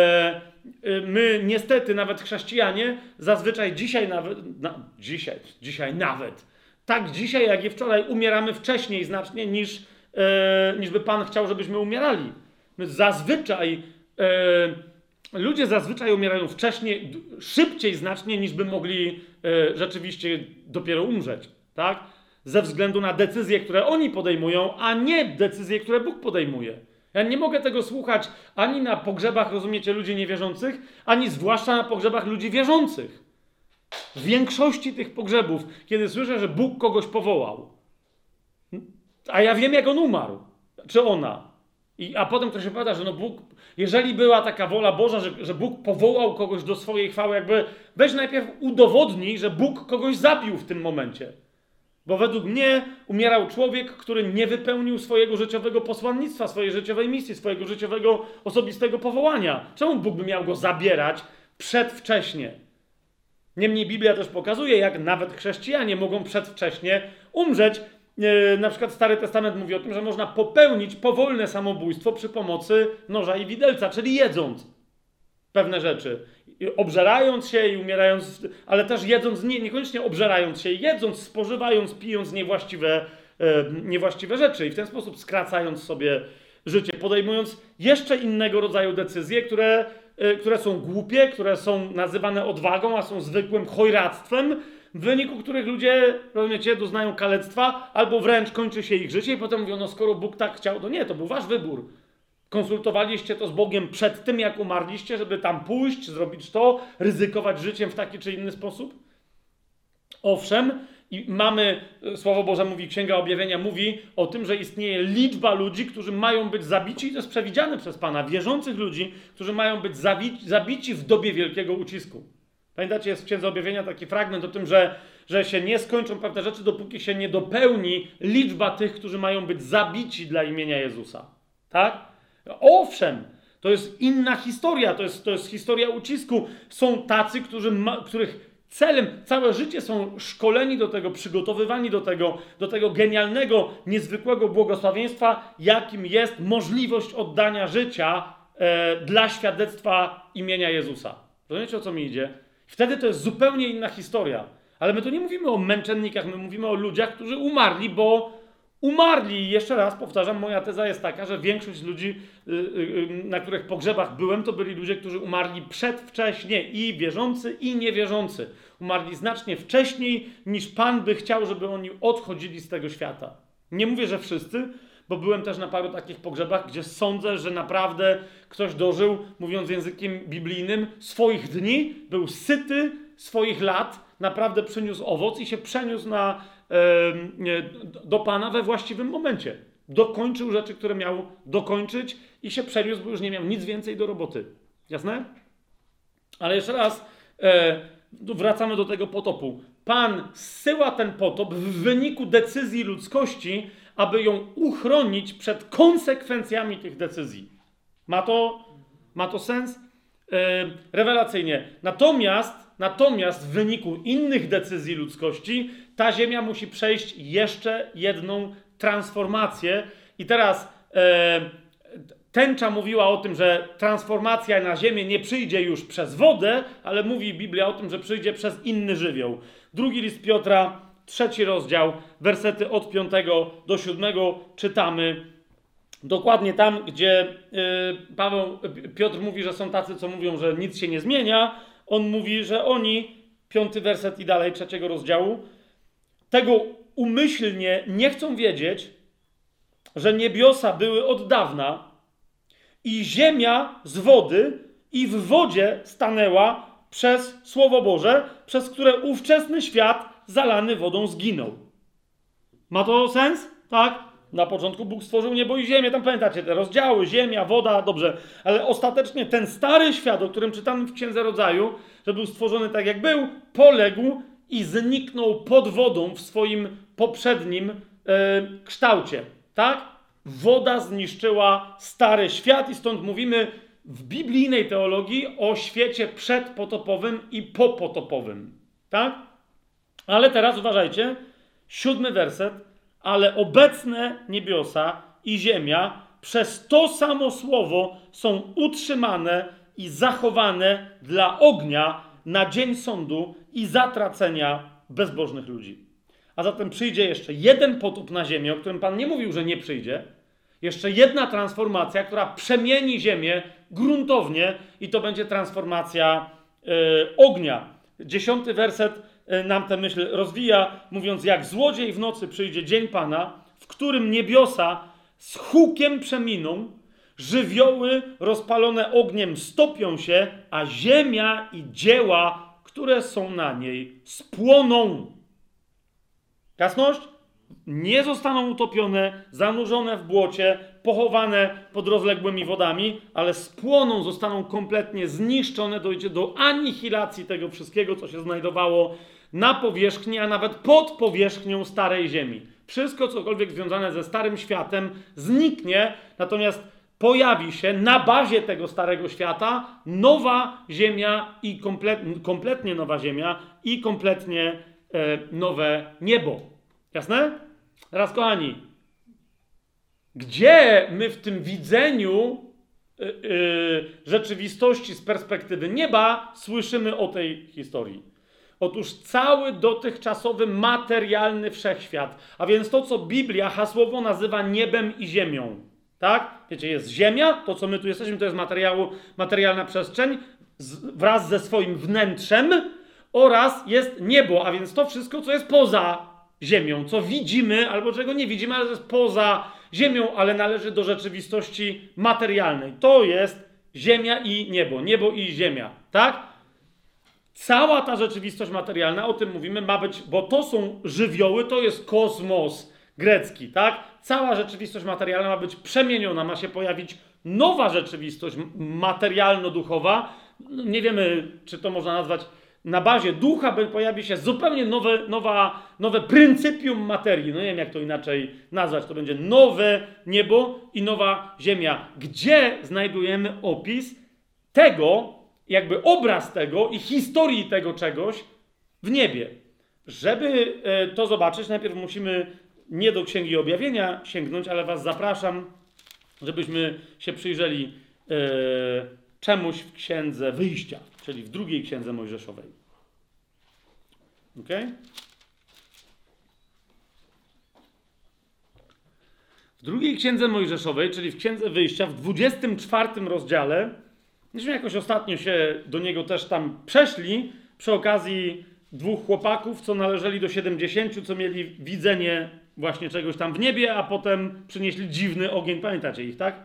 Speaker 1: My niestety, nawet chrześcijanie, zazwyczaj dzisiaj nawet, dzisiaj nawet, tak dzisiaj jak i wczoraj umieramy wcześniej znacznie niż by Pan chciał, żebyśmy umierali. My zazwyczaj, ludzie zazwyczaj umierają wcześniej, szybciej znacznie, niż by mogli rzeczywiście dopiero umrzeć, tak? Ze względu na decyzje, które oni podejmują, a nie decyzje, które Bóg podejmuje. Ja nie mogę tego słuchać ani na pogrzebach, rozumiecie, ludzi niewierzących, ani zwłaszcza na pogrzebach ludzi wierzących. W większości tych pogrzebów, kiedy słyszę, że Bóg kogoś powołał, a ja wiem, jak on umarł, czy ona, a potem ktoś się powiada, że no Bóg, jeżeli była taka wola Boża, że Bóg powołał kogoś do swojej chwały, jakby weź najpierw udowodnij, że Bóg kogoś zabił w tym momencie. Bo według mnie umierał człowiek, który nie wypełnił swojego życiowego posłannictwa, swojej życiowej misji, swojego życiowego, osobistego powołania. Czemu Bóg by miał go zabierać przedwcześnie? Niemniej Biblia też pokazuje, jak nawet chrześcijanie mogą przedwcześnie umrzeć. Na przykład Stary Testament mówi o tym, że można popełnić powolne samobójstwo przy pomocy noża i widelca, czyli jedząc pewne rzeczy. Obżerając się i umierając, ale też jedząc, niekoniecznie obżerając się, jedząc, spożywając, pijąc niewłaściwe rzeczy i w ten sposób skracając sobie życie, podejmując jeszcze innego rodzaju decyzje, które są głupie, które są nazywane odwagą, a są zwykłym chojractwem, w wyniku których ludzie, rozumiecie, doznają kalectwa, albo wręcz kończy się ich życie i potem mówią, no skoro Bóg tak chciał, to nie, to był wasz wybór. Konsultowaliście to z Bogiem przed tym, jak umarliście, żeby tam pójść, zrobić to, ryzykować życiem w taki czy inny sposób? Owszem, i mamy, Słowo Boże mówi, Księga Objawienia mówi o tym, że istnieje liczba ludzi, którzy mają być zabici, i to jest przewidziane przez Pana, wierzących ludzi, którzy mają być zabici w dobie wielkiego ucisku. Pamiętacie, jest w Księdze Objawienia taki fragment o tym, że się nie skończą pewne rzeczy, dopóki się nie dopełni liczba tych, którzy mają być zabici dla imienia Jezusa. Tak? Owszem, to jest inna historia, to jest historia ucisku. Są tacy, których celem, całe życie są szkoleni do tego, przygotowywani do tego genialnego, niezwykłego błogosławieństwa, jakim jest możliwość oddania życia dla świadectwa imienia Jezusa. Rozumiecie, o co mi idzie? Wtedy to jest zupełnie inna historia. Ale my tu nie mówimy o męczennikach, my mówimy o ludziach, którzy umarli, bo umarli. I jeszcze raz powtarzam, moja teza jest taka, że większość ludzi, na których pogrzebach byłem, to byli ludzie, którzy umarli przedwcześnie, i wierzący, i niewierzący. Umarli znacznie wcześniej, niż Pan by chciał, żeby oni odchodzili z tego świata. Nie mówię, że wszyscy, bo byłem też na paru takich pogrzebach, gdzie sądzę, że naprawdę ktoś dożył, mówiąc językiem biblijnym, swoich dni, był syty swoich lat, naprawdę przyniósł owoc i się przeniósł do Pana we właściwym momencie. Dokończył rzeczy, które miał dokończyć i się przeniósł, bo już nie miał nic więcej do roboty. Jasne? Ale jeszcze raz wracamy do tego potopu. Pan zsyła ten potop w wyniku decyzji ludzkości, aby ją uchronić przed konsekwencjami tych decyzji. Ma to sens? rewelacyjnie. Natomiast w wyniku innych decyzji ludzkości ta ziemia musi przejść jeszcze jedną transformację. I teraz tęcza mówiła o tym, że transformacja na ziemię nie przyjdzie już przez wodę, ale mówi Biblia o tym, że przyjdzie przez inny żywioł. Drugi list Piotra, 3 rozdział, wersety od 5 do 7 czytamy. Dokładnie tam, gdzie Piotr mówi, że są tacy, co mówią, że nic się nie zmienia. On mówi, że oni, 5 werset i dalej 3 rozdziału, tego umyślnie nie chcą wiedzieć, że niebiosa były od dawna i ziemia z wody i w wodzie stanęła przez Słowo Boże, przez które ówczesny świat zalany wodą zginął. Ma to sens? Tak? Na początku Bóg stworzył niebo i ziemię, tam pamiętacie te rozdziały, ziemia, woda, dobrze, ale ostatecznie ten stary świat, o którym czytamy w Księdze Rodzaju, że był stworzony tak jak był, poległ i zniknął pod wodą w swoim poprzednim kształcie, tak? Woda zniszczyła stary świat i stąd mówimy w biblijnej teologii o świecie przedpotopowym i popotopowym, tak? Ale teraz uważajcie, 7 werset. Ale obecne niebiosa i ziemia przez to samo słowo są utrzymane i zachowane dla ognia na dzień sądu i zatracenia bezbożnych ludzi. A zatem przyjdzie jeszcze jeden potop na ziemię, o którym Pan nie mówił, że nie przyjdzie. Jeszcze jedna transformacja, która przemieni ziemię gruntownie i to będzie transformacja ognia. 10 werset nam tę myśl rozwija, mówiąc, jak złodziej w nocy przyjdzie dzień Pana, w którym niebiosa z hukiem przeminą, żywioły rozpalone ogniem stopią się, a ziemia i dzieła, które są na niej, spłoną. Jasność? Nie zostaną utopione, zanurzone w błocie, pochowane pod rozległymi wodami, ale spłoną, zostaną kompletnie zniszczone, dojdzie do anihilacji tego wszystkiego, co się znajdowało na powierzchni, a nawet pod powierzchnią starej ziemi. Wszystko, cokolwiek związane ze starym światem, zniknie, natomiast pojawi się na bazie tego starego świata nowa ziemia i kompletnie nowa ziemia i kompletnie nowe niebo. Jasne? Teraz, kochani, gdzie my w tym widzeniu rzeczywistości z perspektywy nieba słyszymy o tej historii? Otóż cały dotychczasowy materialny wszechświat, a więc to, co Biblia hasłowo nazywa niebem i ziemią. Tak? Wiecie, jest ziemia, to co my tu jesteśmy, to jest materialna przestrzeń wraz ze swoim wnętrzem oraz jest niebo, a więc to wszystko, co jest poza ziemią, co widzimy albo czego nie widzimy, ale to jest poza ziemią, ale należy do rzeczywistości materialnej. To jest ziemia i niebo i ziemia, tak? Cała ta rzeczywistość materialna, o tym mówimy, ma być, bo to są żywioły, to jest kosmos grecki, tak? Cała rzeczywistość materialna ma być przemieniona, ma się pojawić nowa rzeczywistość materialno-duchowa. Nie wiemy, czy to można nazwać na bazie ducha, pojawi się zupełnie nowe pryncypium materii. No nie wiem, jak to inaczej nazwać. To będzie nowe niebo i nowa ziemia. Gdzie znajdujemy opis tego, jakby obraz tego i historii tego czegoś w niebie. Żeby to zobaczyć, najpierw musimy nie do Księgi Objawienia sięgnąć, ale was zapraszam, żebyśmy się przyjrzeli czemuś w Księdze Wyjścia, czyli w drugiej Księdze Mojżeszowej. Okay? W drugiej Księdze Mojżeszowej, czyli w Księdze Wyjścia, w 24 rozdziale, myśmy jakoś ostatnio się do niego też tam przeszli, przy okazji 2 chłopaków, co należeli do 70, co mieli widzenie właśnie czegoś tam w niebie, a potem przynieśli dziwny ogień. Pamiętacie ich, tak?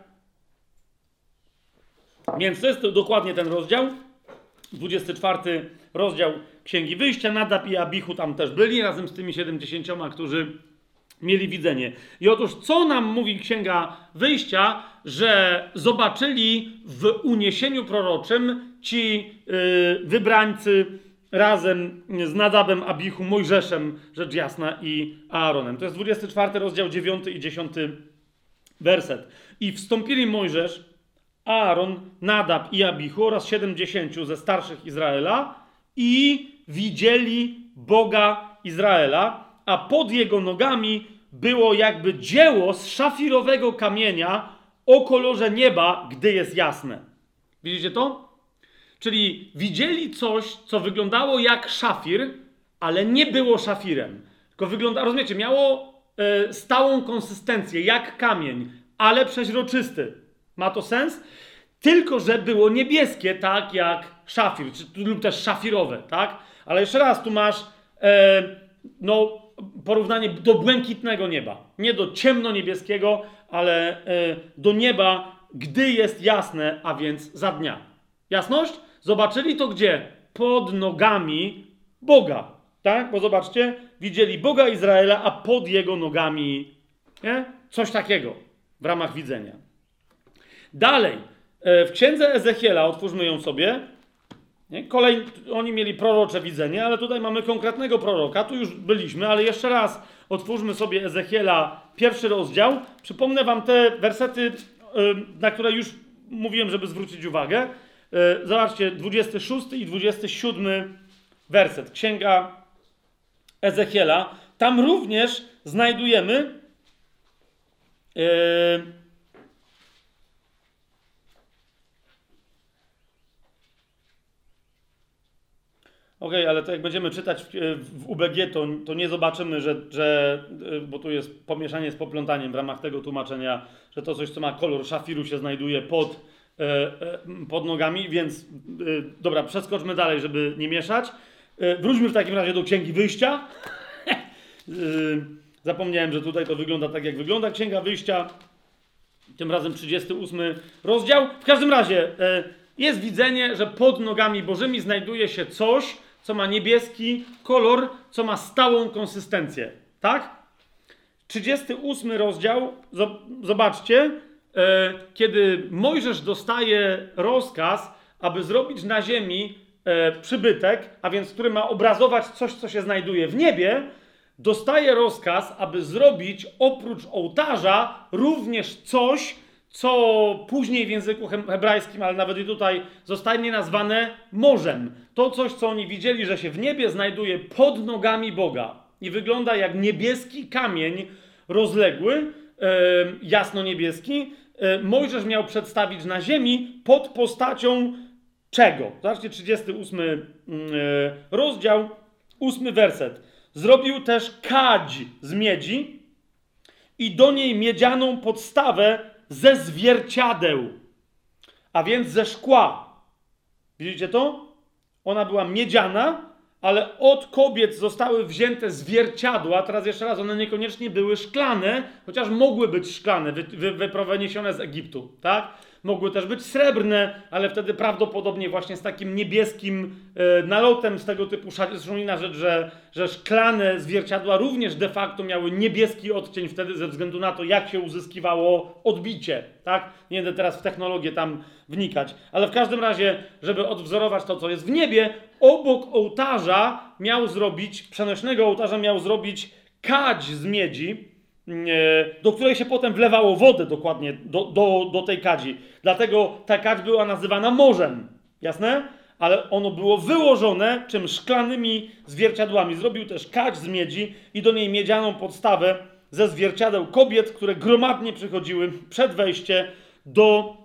Speaker 1: Więc to jest dokładnie ten rozdział. 24 rozdział Księgi Wyjścia. Nadab i Abichu tam też byli, razem z tymi 70, którzy mieli widzenie. I otóż, co nam mówi Księga Wyjścia, że zobaczyli w uniesieniu proroczym ci wybrańcy razem z Nadabem, Abichu, Mojżeszem, rzecz jasna, i Aaronem. To jest 24 rozdział, 9 i 10 werset. I wstąpili Mojżesz, Aaron, Nadab i Abichu oraz 70 ze starszych Izraela i widzieli Boga Izraela, a pod jego nogami było jakby dzieło z szafirowego kamienia o kolorze nieba, gdy jest jasne. Widzicie to? Czyli widzieli coś, co wyglądało jak szafir, ale nie było szafirem. Tylko rozumiecie, miało stałą konsystencję, jak kamień, ale przeźroczysty. Ma to sens? Tylko że było niebieskie, tak jak szafir, lub też szafirowe, tak? Ale jeszcze raz, tu masz porównanie do błękitnego nieba. Nie do ciemno-niebieskiego, ale do nieba, gdy jest jasne, a więc za dnia. Jasność? Zobaczyli to gdzie? Pod nogami Boga. Tak? Bo zobaczcie, widzieli Boga Izraela, a pod jego nogami coś takiego w ramach widzenia. Dalej, w księdze Ezechiela, otwórzmy ją sobie. Oni mieli prorocze widzenie, ale tutaj mamy konkretnego proroka. Tu już byliśmy, ale jeszcze raz otwórzmy sobie Ezechiela, 1 rozdział. Przypomnę wam te wersety, na które już mówiłem, żeby zwrócić uwagę. Zobaczcie, 26 i 27 werset. Księga Ezechiela. Tam również znajdujemy ale to jak będziemy czytać w UBG, to nie zobaczymy, że bo tu jest pomieszanie z poplątaniem w ramach tego tłumaczenia, że to coś, co ma kolor szafiru, się znajduje pod nogami, więc dobra, przeskoczmy dalej, żeby nie mieszać. Wróćmy w takim razie do Księgi Wyjścia. Zapomniałem, że tutaj to wygląda tak, jak wygląda Księga Wyjścia. Tym razem 38 rozdział. W każdym razie jest widzenie, że pod nogami Bożymi znajduje się coś, co ma niebieski kolor, co ma stałą konsystencję. Tak? 38 rozdział, zobaczcie, kiedy Mojżesz dostaje rozkaz, aby zrobić na ziemi przybytek, a więc który ma obrazować coś, co się znajduje w niebie, dostaje rozkaz, aby zrobić oprócz ołtarza również coś, co później w języku hebrajskim, ale nawet i tutaj zostanie nazwane morzem. To coś, co oni widzieli, że się w niebie znajduje pod nogami Boga i wygląda jak niebieski kamień rozległy, jasno-niebieski, Mojżesz miał przedstawić na ziemi pod postacią czego? Zobaczcie, 38 rozdział, 8 werset. Zrobił też kadź z miedzi i do niej miedzianą podstawę ze zwierciadeł, a więc ze szkła. Widzicie to? Ona była miedziana, ale od kobiet zostały wzięte zwierciadła. Teraz jeszcze raz, one niekoniecznie były szklane, chociaż mogły być szklane, wyprowadzone z Egiptu, tak? Mogły też być srebrne, ale wtedy prawdopodobnie właśnie z takim niebieskim nalotem, z tego typu. Zresztą inna rzecz, że szklane zwierciadła również de facto miały niebieski odcień wtedy ze względu na to, jak się uzyskiwało odbicie, tak? Nie będę teraz w technologię tam wnikać, ale w każdym razie, żeby odwzorować to, co jest w niebie, obok ołtarza przenośnego ołtarza miał zrobić kadź z miedzi, do której się potem wlewało wodę dokładnie do tej kadzi. Dlatego ta kadź była nazywana morzem. Jasne? Ale ono było wyłożone czym? Szklanymi zwierciadłami. Zrobił też kadź z miedzi i do niej miedzianą podstawę ze zwierciadeł kobiet, które gromadnie przychodziły przed wejściem do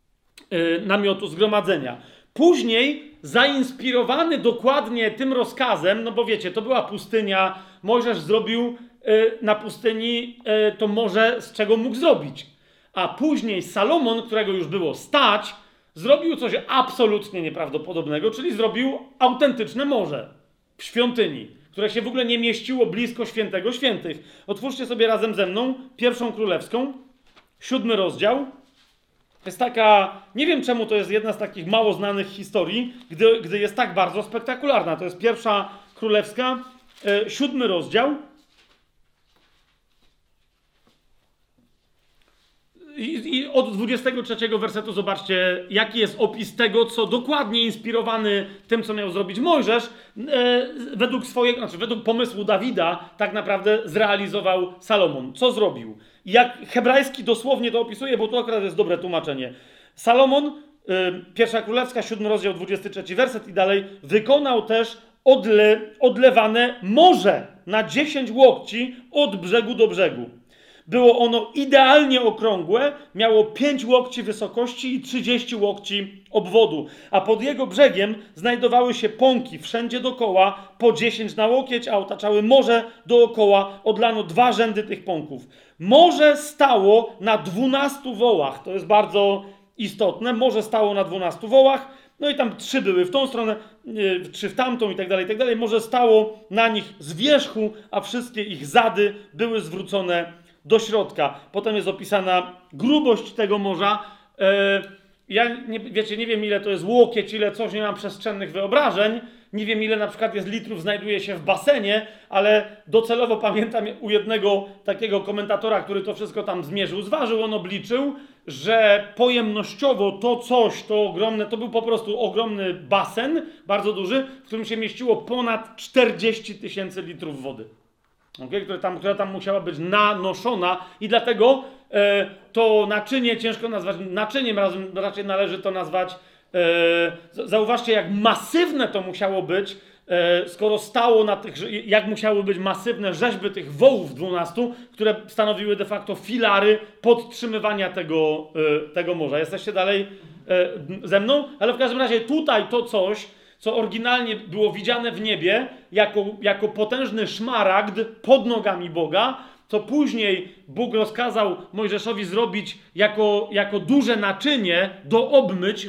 Speaker 1: namiotu zgromadzenia. Później, zainspirowany dokładnie tym rozkazem, no bo wiecie, to była pustynia, Mojżesz zrobił na pustyni to morze, z czego mógł zrobić. A później Salomon, którego już było stać, zrobił coś absolutnie nieprawdopodobnego, czyli zrobił autentyczne morze w świątyni, które się w ogóle nie mieściło blisko Świętego Świętych. Otwórzcie sobie razem ze mną 1 Królewską, 7 rozdział. Jest taka, nie wiem czemu to jest jedna z takich mało znanych historii, gdy jest tak bardzo spektakularna. To jest 1 Królewska, 7 rozdział. I od 23 wersetu zobaczcie, jaki jest opis tego, co dokładnie inspirowany tym, co miał zrobić Mojżesz, według pomysłu Dawida tak naprawdę zrealizował Salomon. Co zrobił? Jak hebrajski dosłownie to opisuje, bo to akurat jest dobre tłumaczenie. Salomon, 1 Królewska, 7 rozdział, 23 werset i dalej, wykonał też odlewane morze na 10 łokci od brzegu do brzegu. Było ono idealnie okrągłe, miało 5 łokci wysokości i 30 łokci obwodu, a pod jego brzegiem znajdowały się pąki wszędzie dookoła, po 10 na łokieć, a otaczały morze dookoła, odlano 2 rzędy tych pąków. Morze stało na 12 wołach, to jest bardzo istotne, morze stało na 12 wołach, no i tam 3 były w tą stronę, 3 w tamtą i tak dalej, i tak dalej. Morze stało na nich z wierzchu, a wszystkie ich zady były zwrócone do środka. Potem jest opisana grubość tego morza. Ja nie wiem, ile to jest łokieć, ile coś, nie mam przestrzennych wyobrażeń. Nie wiem, ile na przykład jest litrów znajduje się w basenie, ale docelowo pamiętam u jednego takiego komentatora, który to wszystko tam zmierzył, zważył, on obliczył, że pojemnościowo to coś, to ogromne, to był po prostu ogromny basen, bardzo duży, w którym się mieściło ponad 40 000 litrów wody. Okay? Która tam musiała być nanoszona i dlatego to naczynie ciężko nazwać naczyniem, raczej należy to nazwać, zauważcie, jak masywne to musiało być, skoro stało na tych, jak musiały być masywne rzeźby tych wołów 12, które stanowiły de facto filary podtrzymywania tego morza. Jesteście dalej ze mną? Ale w każdym razie tutaj to coś, co oryginalnie było widziane w niebie jako potężny szmaragd pod nogami Boga, co później Bóg rozkazał Mojżeszowi zrobić jako duże naczynie do obmyć,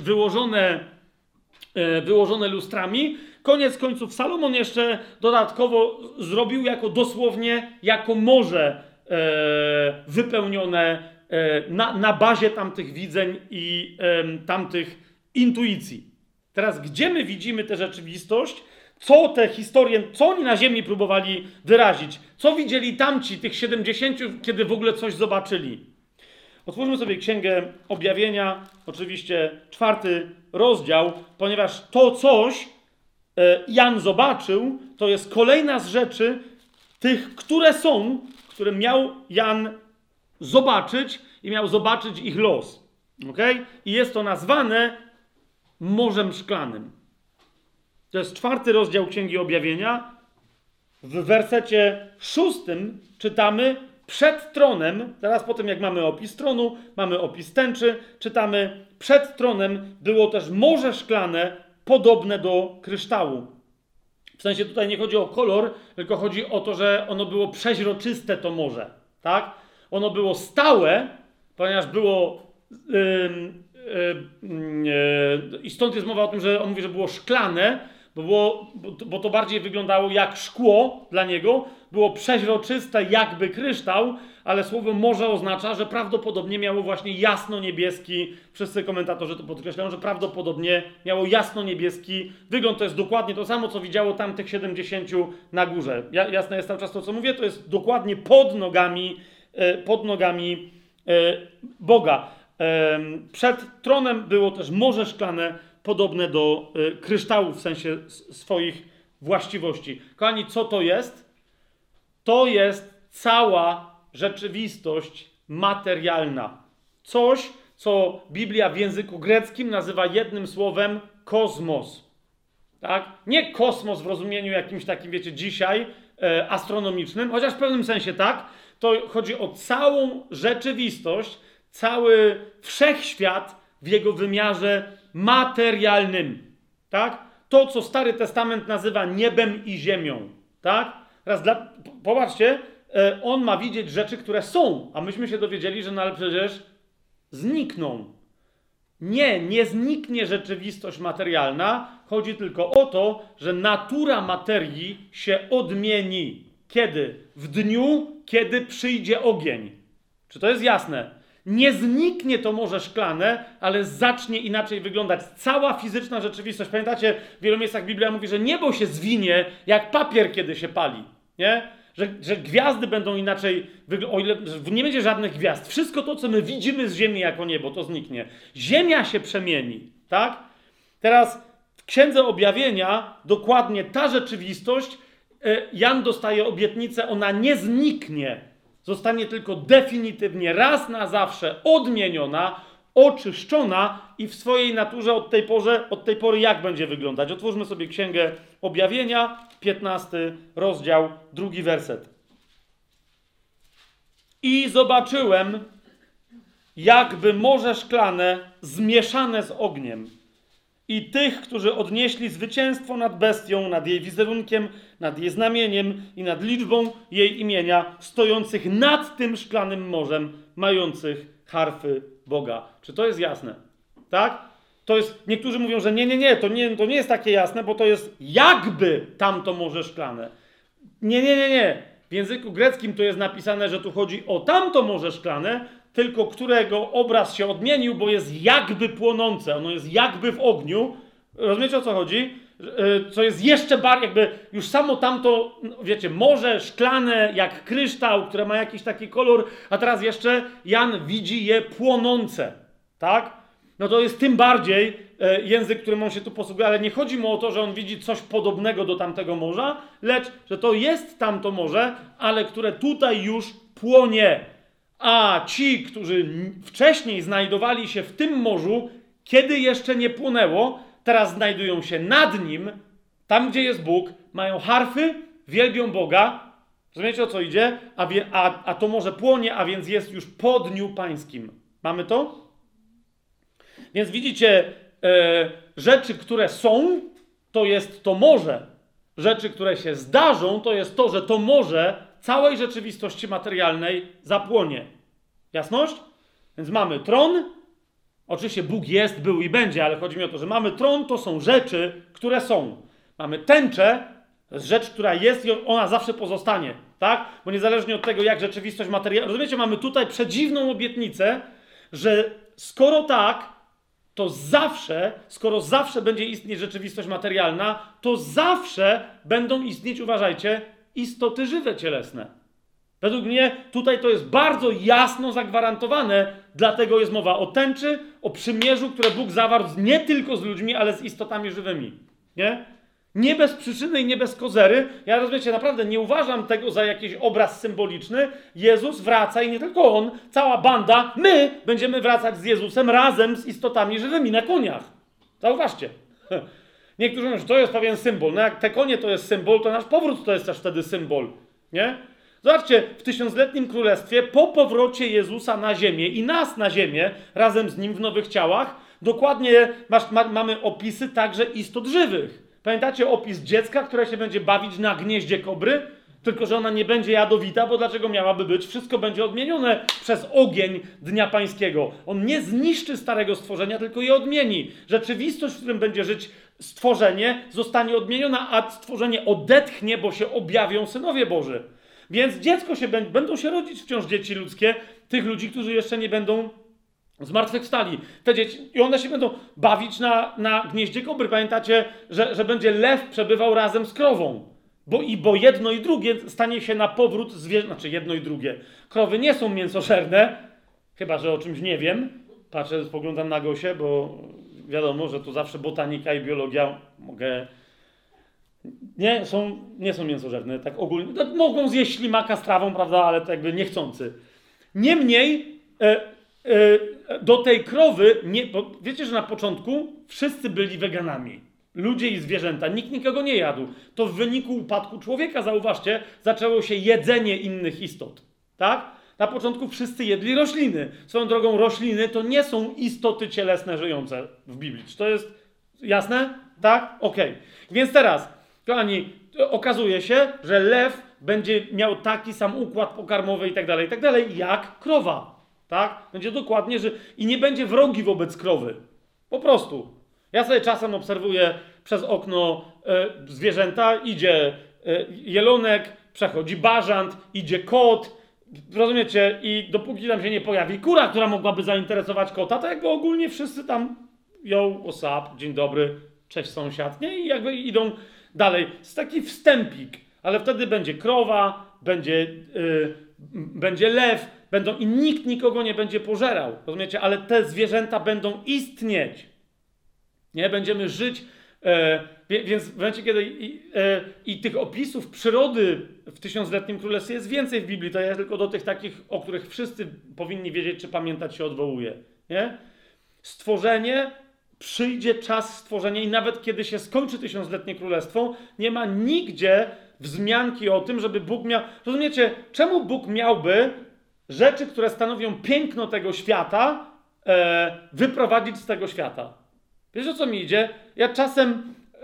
Speaker 1: wyłożone lustrami. Koniec końców Salomon jeszcze dodatkowo zrobił dosłownie jako morze wypełnione na bazie tamtych widzeń i tamtych intuicji. Teraz, gdzie my widzimy tę rzeczywistość? Co te historie, co oni na ziemi próbowali wyrazić? Co widzieli tamci, tych 70, kiedy w ogóle coś zobaczyli? Otwórzmy sobie Księgę Objawienia, oczywiście 4 rozdział, ponieważ to coś Jan zobaczył, to jest kolejna z rzeczy, tych, które miał Jan zobaczyć i miał zobaczyć ich los. Okay? I jest to nazwane Morzem Szklanym. To jest 4 rozdział Księgi Objawienia. W wersecie 6 czytamy: przed tronem, zaraz po tym jak mamy opis tronu, mamy opis tęczy, czytamy: przed tronem było też morze szklane, podobne do kryształu. W sensie tutaj nie chodzi o kolor, tylko chodzi o to, że ono było przeźroczyste, to morze. Tak? Ono było stałe, ponieważ było... I stąd jest mowa o tym, że on mówi, że było szklane, bo to bardziej wyglądało jak szkło dla niego, było przeźroczyste jakby kryształ, ale słowo morze oznacza, że prawdopodobnie miało właśnie jasno-niebieski, wszyscy komentatorzy to podkreślają, że prawdopodobnie miało jasno-niebieski wygląd. To jest dokładnie to samo, co widziało tamtych 70 na górze. Jasne jest cały czas to, co mówię, to jest dokładnie pod nogami Boga. Przed tronem było też morze szklane, podobne do kryształu w sensie swoich właściwości. Kochani, co to jest? To jest cała rzeczywistość materialna. Coś, co Biblia w języku greckim nazywa jednym słowem kosmos. Tak? Nie kosmos w rozumieniu jakimś takim, wiecie, dzisiaj astronomicznym, chociaż w pewnym sensie tak. To chodzi o całą rzeczywistość, cały wszechświat w jego wymiarze materialnym. Tak? To, co Stary Testament nazywa niebem i ziemią. Tak? Popatrzcie, on ma widzieć rzeczy, które są, a myśmy się dowiedzieli, że ale przecież znikną. Nie zniknie rzeczywistość materialna. Chodzi tylko o to, że natura materii się odmieni. Kiedy? W dniu, kiedy przyjdzie ogień. Czy to jest jasne? Nie zniknie to morze szklane, ale zacznie inaczej wyglądać. Cała fizyczna rzeczywistość. Pamiętacie, w wielu miejscach Biblia mówi, że niebo się zwinie jak papier, kiedy się pali. Nie? Że gwiazdy będą inaczej wyglądać, o ile nie będzie żadnych gwiazd. Wszystko to, co my widzimy z ziemi jako niebo, to zniknie. Ziemia się przemieni. Tak? Teraz w Księdze Objawienia dokładnie ta rzeczywistość, Jan dostaje obietnicę, ona nie zniknie. Zostanie tylko definitywnie, raz na zawsze odmieniona, oczyszczona i w swojej naturze od tej pory jak będzie wyglądać? Otwórzmy sobie Księgę Objawienia, 15 rozdział, 2 werset. I zobaczyłem, jakby morze szklane zmieszane z ogniem. I tych, którzy odnieśli zwycięstwo nad bestią, nad jej wizerunkiem, nad jej znamieniem i nad liczbą jej imienia, stojących nad tym szklanym morzem, mających harfy Boga. Czy to jest jasne? Tak? To jest, niektórzy mówią, że nie, to nie jest takie jasne, bo to jest jakby tamto morze szklane. Nie. W języku greckim to jest napisane, że tu chodzi o tamto morze szklane, tylko którego obraz się odmienił, bo jest jakby płonące, ono jest jakby w ogniu. Rozumiecie, o co chodzi? Co jest jeszcze bardziej, jakby już samo tamto, wiecie, morze szklane jak kryształ, które ma jakiś taki kolor, a teraz jeszcze Jan widzi je płonące, tak? No to jest tym bardziej język, którym on się tu posługuje, ale nie chodzi mu o to, że on widzi coś podobnego do tamtego morza, lecz, że to jest tamto morze, ale które tutaj już płonie. A ci, którzy wcześniej znajdowali się w tym morzu, kiedy jeszcze nie płonęło, teraz znajdują się nad nim, tam gdzie jest Bóg, mają harfy, wielbią Boga. Rozumiecie, o co idzie? A to morze płonie, a więc jest już po dniu pańskim. Mamy to? Więc widzicie, rzeczy, które są, to jest to morze. Rzeczy, które się zdarzą, to jest to, że to morze całej rzeczywistości materialnej zapłonie. Jasność? Więc mamy tron. Oczywiście Bóg jest, był i będzie, ale chodzi mi o to, że mamy tron, to są rzeczy, które są. Mamy tęczę, to jest rzecz, która jest i ona zawsze pozostanie. Tak? Bo niezależnie od tego, jak rzeczywistość materialna... Rozumiecie, mamy tutaj przedziwną obietnicę, że skoro tak, to zawsze, skoro zawsze będzie istnieć rzeczywistość materialna, to zawsze będą istnieć, uważajcie, istoty żywe cielesne. Według mnie tutaj to jest bardzo jasno zagwarantowane, dlatego jest mowa o tęczy, o przymierzu, które Bóg zawarł nie tylko z ludźmi, ale z istotami żywymi. Nie? Nie bez przyczyny i nie bez kozery. Ja, rozumiecie, naprawdę nie uważam tego za jakiś obraz symboliczny. Jezus wraca i nie tylko on, cała banda, my będziemy wracać z Jezusem razem z istotami żywymi na koniach. Zauważcie. Niektórzy mówią, że to jest pewien symbol. No jak te konie to jest symbol, to nasz powrót to jest też wtedy symbol. Nie? Zobaczcie, w 1000-letnim królestwie, po powrocie Jezusa na ziemię i nas na ziemię, razem z Nim w nowych ciałach, dokładnie mamy opisy także istot żywych. Pamiętacie opis dziecka, które się będzie bawić na gnieździe kobry? Tylko że ona nie będzie jadowita, bo dlaczego miałaby być? Wszystko będzie odmienione przez ogień Dnia Pańskiego. On nie zniszczy starego stworzenia, tylko je odmieni. Rzeczywistość, w którym będzie żyć stworzenie, zostanie odmieniona, a stworzenie odetchnie, bo się objawią synowie Boży. Więc będą się rodzić wciąż dzieci ludzkie, tych ludzi, którzy jeszcze nie będą zmartwychwstali. Te dzieci, i one się będą bawić na gnieździe kobry. Pamiętacie, że będzie lew przebywał razem z krową. Bo jedno i drugie stanie się na powrót znaczy jedno i drugie. Krowy nie są mięsożerne, chyba że o czymś nie wiem. Patrzę, spoglądam na Gosię, bo wiadomo, że tu zawsze botanika i biologia nie są mięsożerne, tak ogólnie. No, mogą zjeść ślimaka z trawą, prawda, ale to jakby niechcący. Niemniej do tej krowy, bo wiecie, że na początku wszyscy byli weganami. Ludzie i zwierzęta. Nikt nikogo nie jadł. To w wyniku upadku człowieka, zauważcie, zaczęło się jedzenie innych istot. Tak? Na początku wszyscy jedli rośliny. Swoją drogą rośliny to nie są istoty cielesne żyjące w Biblii. Czy to jest jasne? Tak? Okej. Więc teraz, kochani, okazuje się, że lew będzie miał taki sam układ pokarmowy i tak dalej, jak krowa. Tak? Będzie dokładnie, i nie będzie wrogi wobec krowy. Po prostu. Ja sobie czasem obserwuję przez okno zwierzęta, idzie jelonek, przechodzi bażant, idzie kot, rozumiecie? I dopóki tam się nie pojawi kura, która mogłaby zainteresować kota, to jakby ogólnie wszyscy tam what's up, dzień dobry, cześć sąsiad, nie? I jakby idą dalej. Jest taki wstępik, ale wtedy będzie krowa, będzie lew, i nikt nikogo nie będzie pożerał, rozumiecie? Ale te zwierzęta będą istnieć. Nie? Będziemy żyć, więc w momencie, kiedy i tych opisów przyrody w 1000-letnim królestwie jest więcej w Biblii, to ja tylko do tych takich, o których wszyscy powinni wiedzieć, czy pamiętać, się odwołuję. Nie? Stworzenie, przyjdzie czas stworzenia i nawet kiedy się skończy tysiącletnie królestwo, nie ma nigdzie wzmianki o tym, żeby Bóg miał... Rozumiecie, czemu Bóg miałby rzeczy, które stanowią piękno tego świata, wyprowadzić z tego świata? Wiesz, o co mi idzie? Ja czasem...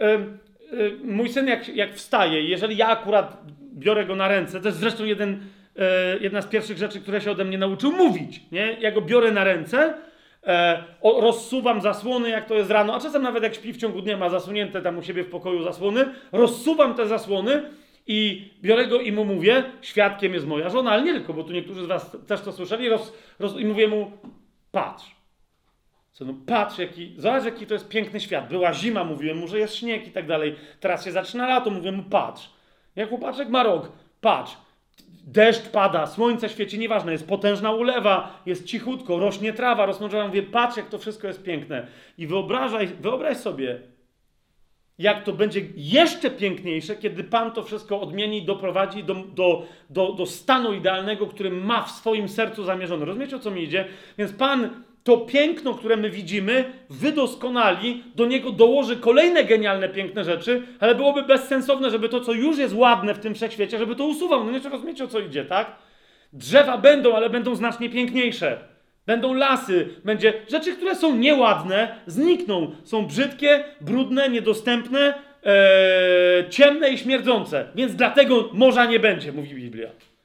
Speaker 1: mój syn jak wstaje, jeżeli ja akurat biorę go na ręce, to jest zresztą jedna z pierwszych rzeczy, które się ode mnie nauczył mówić, nie? Ja go biorę na ręce, rozsuwam zasłony, jak to jest rano, a czasem nawet jak śpi w ciągu dnia, ma zasunięte tam u siebie w pokoju zasłony, rozsuwam te zasłony i biorę go i mu mówię, świadkiem jest moja żona, ale nie tylko, bo tu niektórzy z was też to słyszeli, i mówię mu, patrz. No patrz, zobacz, jaki to jest piękny świat. Była zima, mówiłem mu, że jest śnieg i tak dalej. Teraz się zaczyna lato, mówię mu, patrz. Jak chłopaczek ma rok, patrz. Deszcz pada, słońce świeci, nieważne, jest potężna ulewa, jest cichutko, rośnie trawa, rosną drzewa. Mówię, patrz, jak to wszystko jest piękne. I wyobraź sobie, jak to będzie jeszcze piękniejsze, kiedy Pan to wszystko odmieni i doprowadzi do stanu idealnego, który ma w swoim sercu zamierzony. Rozumiecie, o co mi idzie? Więc Pan to piękno, które my widzimy, wydoskonali, do niego dołoży kolejne genialne, piękne rzeczy, ale byłoby bezsensowne, żeby to, co już jest ładne w tym wszechświecie, żeby to usuwał. No nie rozumiecie, o co idzie, tak? Drzewa będą, ale będą znacznie piękniejsze. Będą lasy, będzie rzeczy, które są nieładne, znikną. Są brzydkie, brudne, niedostępne, ciemne i śmierdzące. Więc dlatego morza nie będzie, mówi Biblia.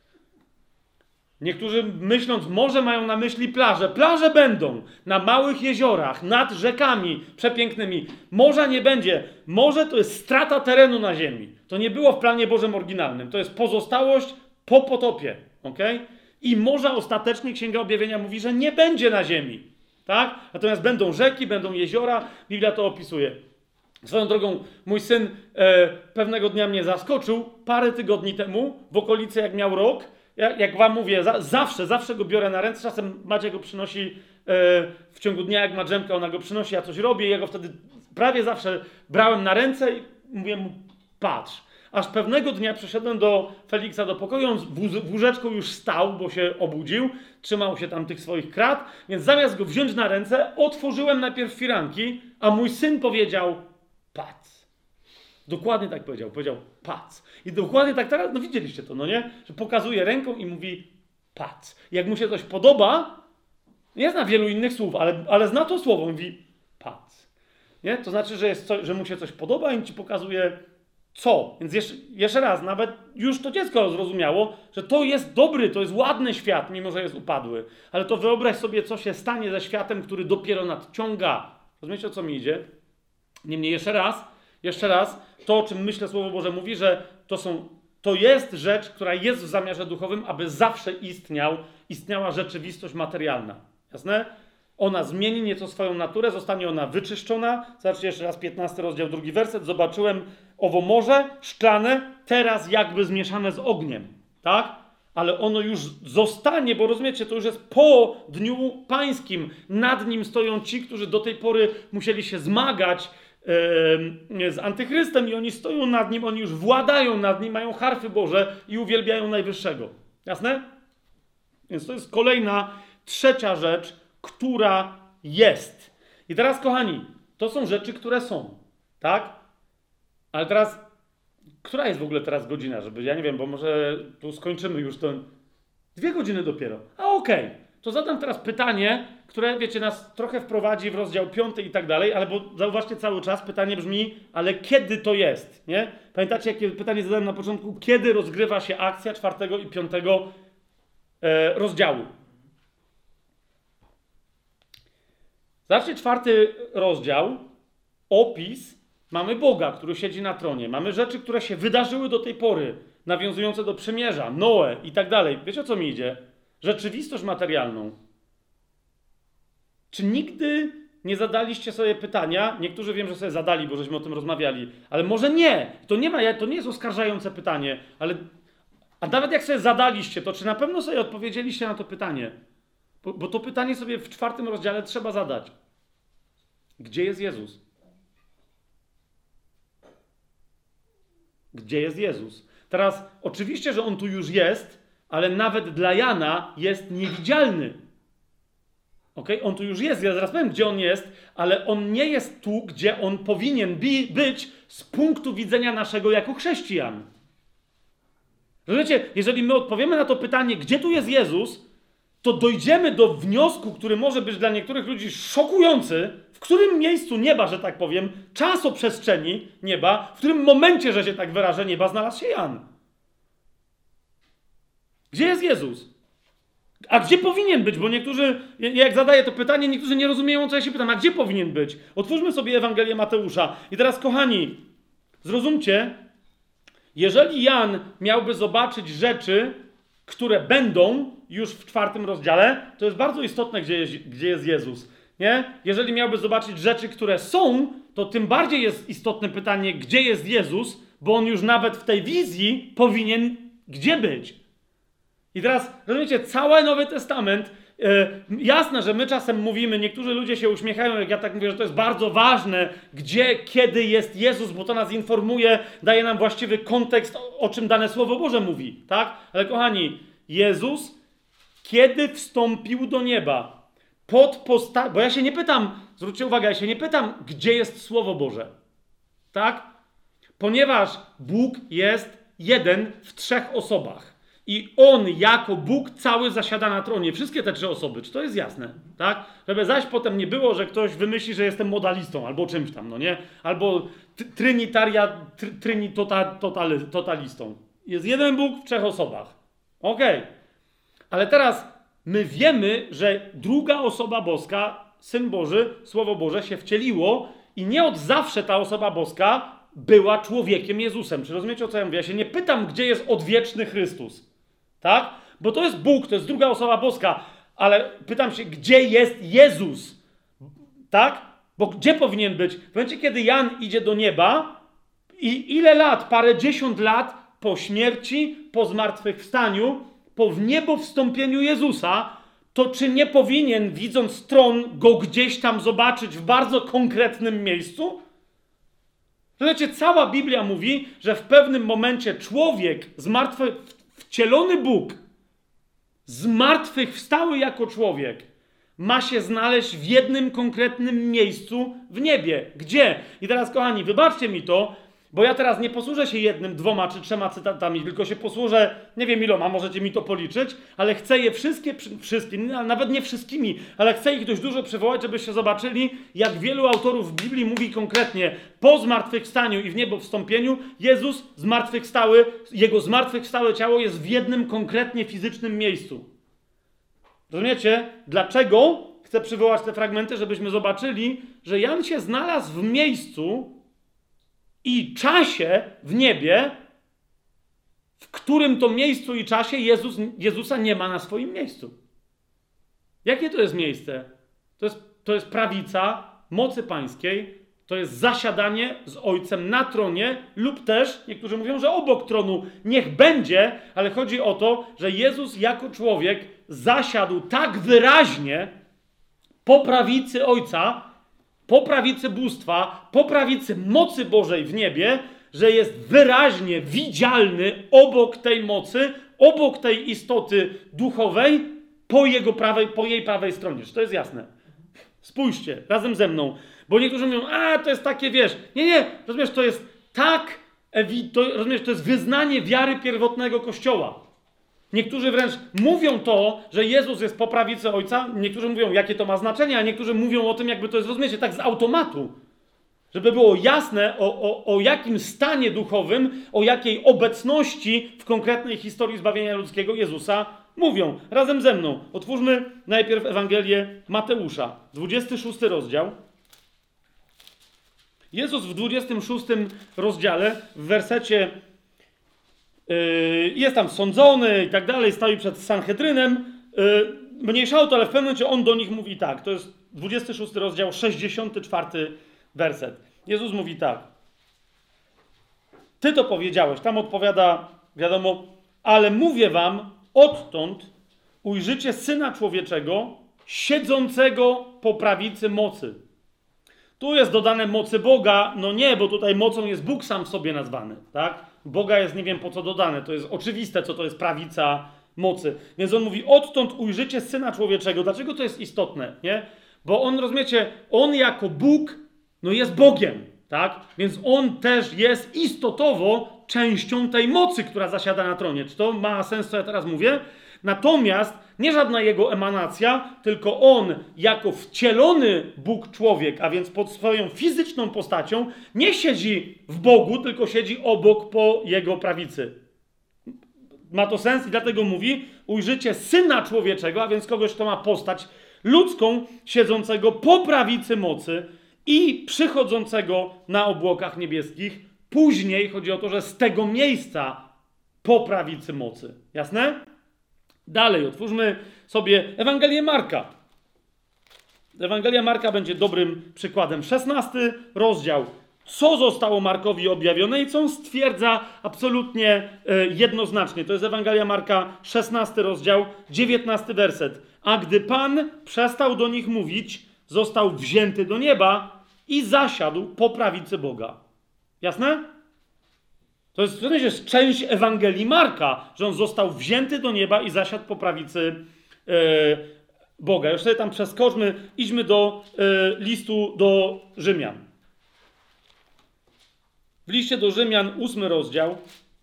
Speaker 1: Niektórzy myśląc morze mają na myśli plaże. Plaże będą na małych jeziorach, nad rzekami przepięknymi. Morza nie będzie. Morze to jest strata terenu na ziemi. To nie było w planie Bożym oryginalnym. To jest pozostałość po potopie. Okay? I morza ostatecznie Księga Objawienia mówi, że nie będzie na ziemi. Tak? Natomiast będą rzeki, będą jeziora. Biblia to opisuje. Swoją drogą, mój syn pewnego dnia mnie zaskoczył. Parę tygodni temu, w okolicy jak miał rok, jak wam mówię, zawsze go biorę na ręce. Czasem Macie go przynosi w ciągu dnia, jak ma drzemkę, ona go przynosi, ja coś robię. Ja go wtedy prawie zawsze brałem na ręce i mówię mu, patrz. Aż pewnego dnia przyszedłem do Feliksa do pokoju, on w łóżeczku już stał, bo się obudził, trzymał się tam tych swoich krat, więc zamiast go wziąć na ręce, otworzyłem najpierw firanki, a mój syn powiedział, patrz. Dokładnie tak powiedział. Powiedział, patrz. I dokładnie tak teraz, no widzieliście to, no nie? Że pokazuje ręką i mówi, patrz. Jak mu się coś podoba, nie zna wielu innych słów, ale zna to słowo, mówi, patrz. Nie? To znaczy, że mu się coś podoba i ci pokazuje co. Więc jeszcze raz, nawet już to dziecko zrozumiało, że to jest dobry, to jest ładny świat, mimo że jest upadły. Ale to wyobraź sobie, co się stanie ze światem, który dopiero nadciąga. Rozumiecie, o co mi idzie? Niemniej jeszcze raz, to, o czym myślę, Słowo Boże mówi, że to jest rzecz, która jest w zamiarze duchowym, aby zawsze istniała rzeczywistość materialna. Jasne? Ona zmieni nieco swoją naturę, zostanie ona wyczyszczona. Zobaczcie jeszcze raz 15 rozdział, 2 werset. Zobaczyłem owo morze szklane, teraz jakby zmieszane z ogniem. Tak? Ale ono już zostanie, bo rozumiecie, to już jest po dniu pańskim. Nad nim stoją ci, którzy do tej pory musieli się zmagać z Antychrystem i oni stoją nad nim, oni już władają nad nim, mają harfy Boże i uwielbiają Najwyższego. Jasne? Więc to jest kolejna, trzecia rzecz, która jest. I teraz, kochani, to są rzeczy, które są. Tak? Ale teraz, która jest w ogóle teraz godzina, żeby, ja nie wiem, bo może tu skończymy już to. 2 godziny dopiero. A okej. To zadam teraz pytanie, które, wiecie, nas trochę wprowadzi w rozdział 5 i tak dalej, ale bo zauważcie cały czas, pytanie brzmi, ale kiedy to jest, nie? Pamiętacie, jakie pytanie zadałem na początku? Kiedy rozgrywa się akcja 4 i 5 rozdziału? Zobaczcie, 4 rozdział, opis, mamy Boga, który siedzi na tronie, mamy rzeczy, które się wydarzyły do tej pory, nawiązujące do przymierza, Noe i tak dalej. Wiecie, o co mi idzie? Rzeczywistość materialną. Czy nigdy nie zadaliście sobie pytania, niektórzy wiem, że sobie zadali, bo żeśmy o tym rozmawiali, ale może nie. To nie jest oskarżające pytanie, a nawet jak sobie zadaliście, to czy na pewno sobie odpowiedzieliście na to pytanie? Bo to pytanie sobie w 4 rozdziale trzeba zadać. Gdzie jest Jezus? Gdzie jest Jezus? Teraz, oczywiście, że On tu już jest, ale nawet dla Jana jest niewidzialny. Okay? On tu już jest, ja zaraz powiem, gdzie on jest, ale on nie jest tu, gdzie on powinien być z punktu widzenia naszego jako chrześcijan. Rozumiecie, jeżeli my odpowiemy na to pytanie, gdzie tu jest Jezus, to dojdziemy do wniosku, który może być dla niektórych ludzi szokujący, w którym miejscu nieba, że tak powiem, czasoprzestrzeni nieba, w którym momencie, że się tak wyrażę, nieba znalazł się Jan. Gdzie jest Jezus? A gdzie powinien być? Bo niektórzy, jak zadaję to pytanie, niektórzy nie rozumieją, co ja się pytam. A gdzie powinien być? Otwórzmy sobie Ewangelię Mateusza. I teraz, kochani, zrozumcie, jeżeli Jan miałby zobaczyć rzeczy, które będą już w 4 rozdziale, to jest bardzo istotne, gdzie jest Jezus. Nie? Jeżeli miałby zobaczyć rzeczy, które są, to tym bardziej jest istotne pytanie, gdzie jest Jezus, bo on już nawet w tej wizji powinien gdzie być. I teraz, rozumiecie, cały Nowy Testament, jasne, że my czasem mówimy, niektórzy ludzie się uśmiechają, jak ja tak mówię, że to jest bardzo ważne, gdzie, kiedy jest Jezus, bo to nas informuje, daje nam właściwy kontekst, o czym dane Słowo Boże mówi, tak? Ale kochani, Jezus, kiedy wstąpił do nieba, bo ja się nie pytam, zwróćcie uwagę, ja się nie pytam, gdzie jest Słowo Boże, tak? Ponieważ Bóg jest jeden w 3 osobach. I On jako Bóg cały zasiada na tronie. Wszystkie te 3 osoby. Czy to jest jasne? Tak? Żeby zaś potem nie było, że ktoś wymyśli, że jestem modalistą albo czymś tam, no nie? Albo totalistą. Jest jeden Bóg w 3 osobach. Okej. Ale teraz my wiemy, że druga osoba boska, Syn Boży, Słowo Boże się wcieliło i nie od zawsze ta osoba boska była człowiekiem Jezusem. Czy rozumiecie, o co ja mówię? Ja się nie pytam, gdzie jest odwieczny Chrystus. Tak? Bo to jest Bóg, to jest druga osoba boska. Ale pytam się, gdzie jest Jezus? Tak? Bo gdzie powinien być? W momencie, kiedy Jan idzie do nieba i ile lat? Parędziesiąt lat po śmierci, po zmartwychwstaniu, po w niebo wstąpieniu Jezusa, to czy nie powinien, widząc tron, go gdzieś tam zobaczyć w bardzo konkretnym miejscu? Wiecie, cała Biblia mówi, że w pewnym momencie człowiek, wcielony Bóg, zmartwychwstały jako człowiek, ma się znaleźć w jednym konkretnym miejscu w niebie. Gdzie? I teraz, kochani, wybaczcie mi to, bo ja teraz nie posłużę się 1, 2 czy 3 cytatami, tylko się posłużę, nie wiem iloma, możecie mi to policzyć, ale chcę je wszystkie, nawet nie wszystkimi, ale chcę ich dość dużo przywołać, żebyście zobaczyli, jak wielu autorów w Biblii mówi konkretnie, po zmartwychwstaniu i w niebo wstąpieniu, Jezus zmartwychwstały, jego zmartwychwstałe ciało jest w jednym konkretnie fizycznym miejscu. Rozumiecie? Dlaczego chcę przywołać te fragmenty, żebyśmy zobaczyli, że Jan się znalazł w miejscu i czasie w niebie, w którym to miejscu i czasie Jezusa nie ma na swoim miejscu. Jakie to jest miejsce? To jest prawica mocy pańskiej, to jest zasiadanie z Ojcem na tronie lub też, niektórzy mówią, że obok tronu. Niech będzie, ale chodzi o to, że Jezus jako człowiek zasiadł tak wyraźnie po prawicy Ojca, po prawicy bóstwa, po prawicy mocy Bożej w niebie, że jest wyraźnie widzialny obok tej mocy, obok tej istoty duchowej, po jej prawej stronie. Czy to jest jasne? Spójrzcie, razem ze mną. Bo niektórzy mówią, to jest takie, wiesz, nie, rozumiesz, to jest tak, rozumiesz, to jest wyznanie wiary pierwotnego Kościoła. Niektórzy wręcz mówią to, że Jezus jest po prawicy Ojca, niektórzy mówią, jakie to ma znaczenie, a niektórzy mówią o tym, jakby to jest, rozumiecie, tak z automatu. Żeby było jasne, o jakim stanie duchowym, o jakiej obecności w konkretnej historii zbawienia ludzkiego Jezusa mówią. Razem ze mną. Otwórzmy najpierw Ewangelię Mateusza, 26 rozdział. Jezus w 26 rozdziale, w wersecie jest tam sądzony i tak dalej, stoi przed Sanhedrynem. Mniejsza to, ale w pewnym momencie on do nich mówi tak. To jest 26 rozdział, 64 werset. Jezus mówi tak. Ty to powiedziałeś. Tam odpowiada, wiadomo, ale mówię wam, odtąd ujrzycie Syna Człowieczego siedzącego po prawicy mocy. Tu jest dodane mocy Boga. No nie, bo tutaj mocą jest Bóg sam w sobie nazwany, tak? Boga jest nie wiem po co dodane. To jest oczywiste, co to jest prawica mocy. Więc on mówi, odtąd ujrzycie Syna Człowieczego. Dlaczego to jest istotne, nie? Bo on, rozumiecie, on jako Bóg, no jest Bogiem, tak? Więc on też jest istotowo częścią tej mocy, która zasiada na tronie. Czy to ma sens, co ja teraz mówię? Natomiast nie żadna jego emanacja, tylko on jako wcielony Bóg człowiek, a więc pod swoją fizyczną postacią, nie siedzi w Bogu, tylko siedzi obok po jego prawicy. Ma to sens i dlatego mówi, ujrzycie Syna Człowieczego, a więc kogoś, kto ma postać ludzką, siedzącego po prawicy mocy i przychodzącego na obłokach niebieskich. Później chodzi o to, że z tego miejsca po prawicy mocy. Jasne? Dalej, otwórzmy sobie Ewangelię Marka. Ewangelia Marka będzie dobrym przykładem. 16 rozdział. Co zostało Markowi objawione i co on stwierdza absolutnie jednoznacznie. To jest Ewangelia Marka, 16 rozdział, 19 werset. A gdy Pan przestał do nich mówić, został wzięty do nieba i zasiadł po prawicy Boga. Jasne? To jest część Ewangelii Marka, że on został wzięty do nieba i zasiadł po prawicy Boga. Już sobie tam przeskoczmy, idźmy do listu do Rzymian. W liście do Rzymian, 8 rozdział,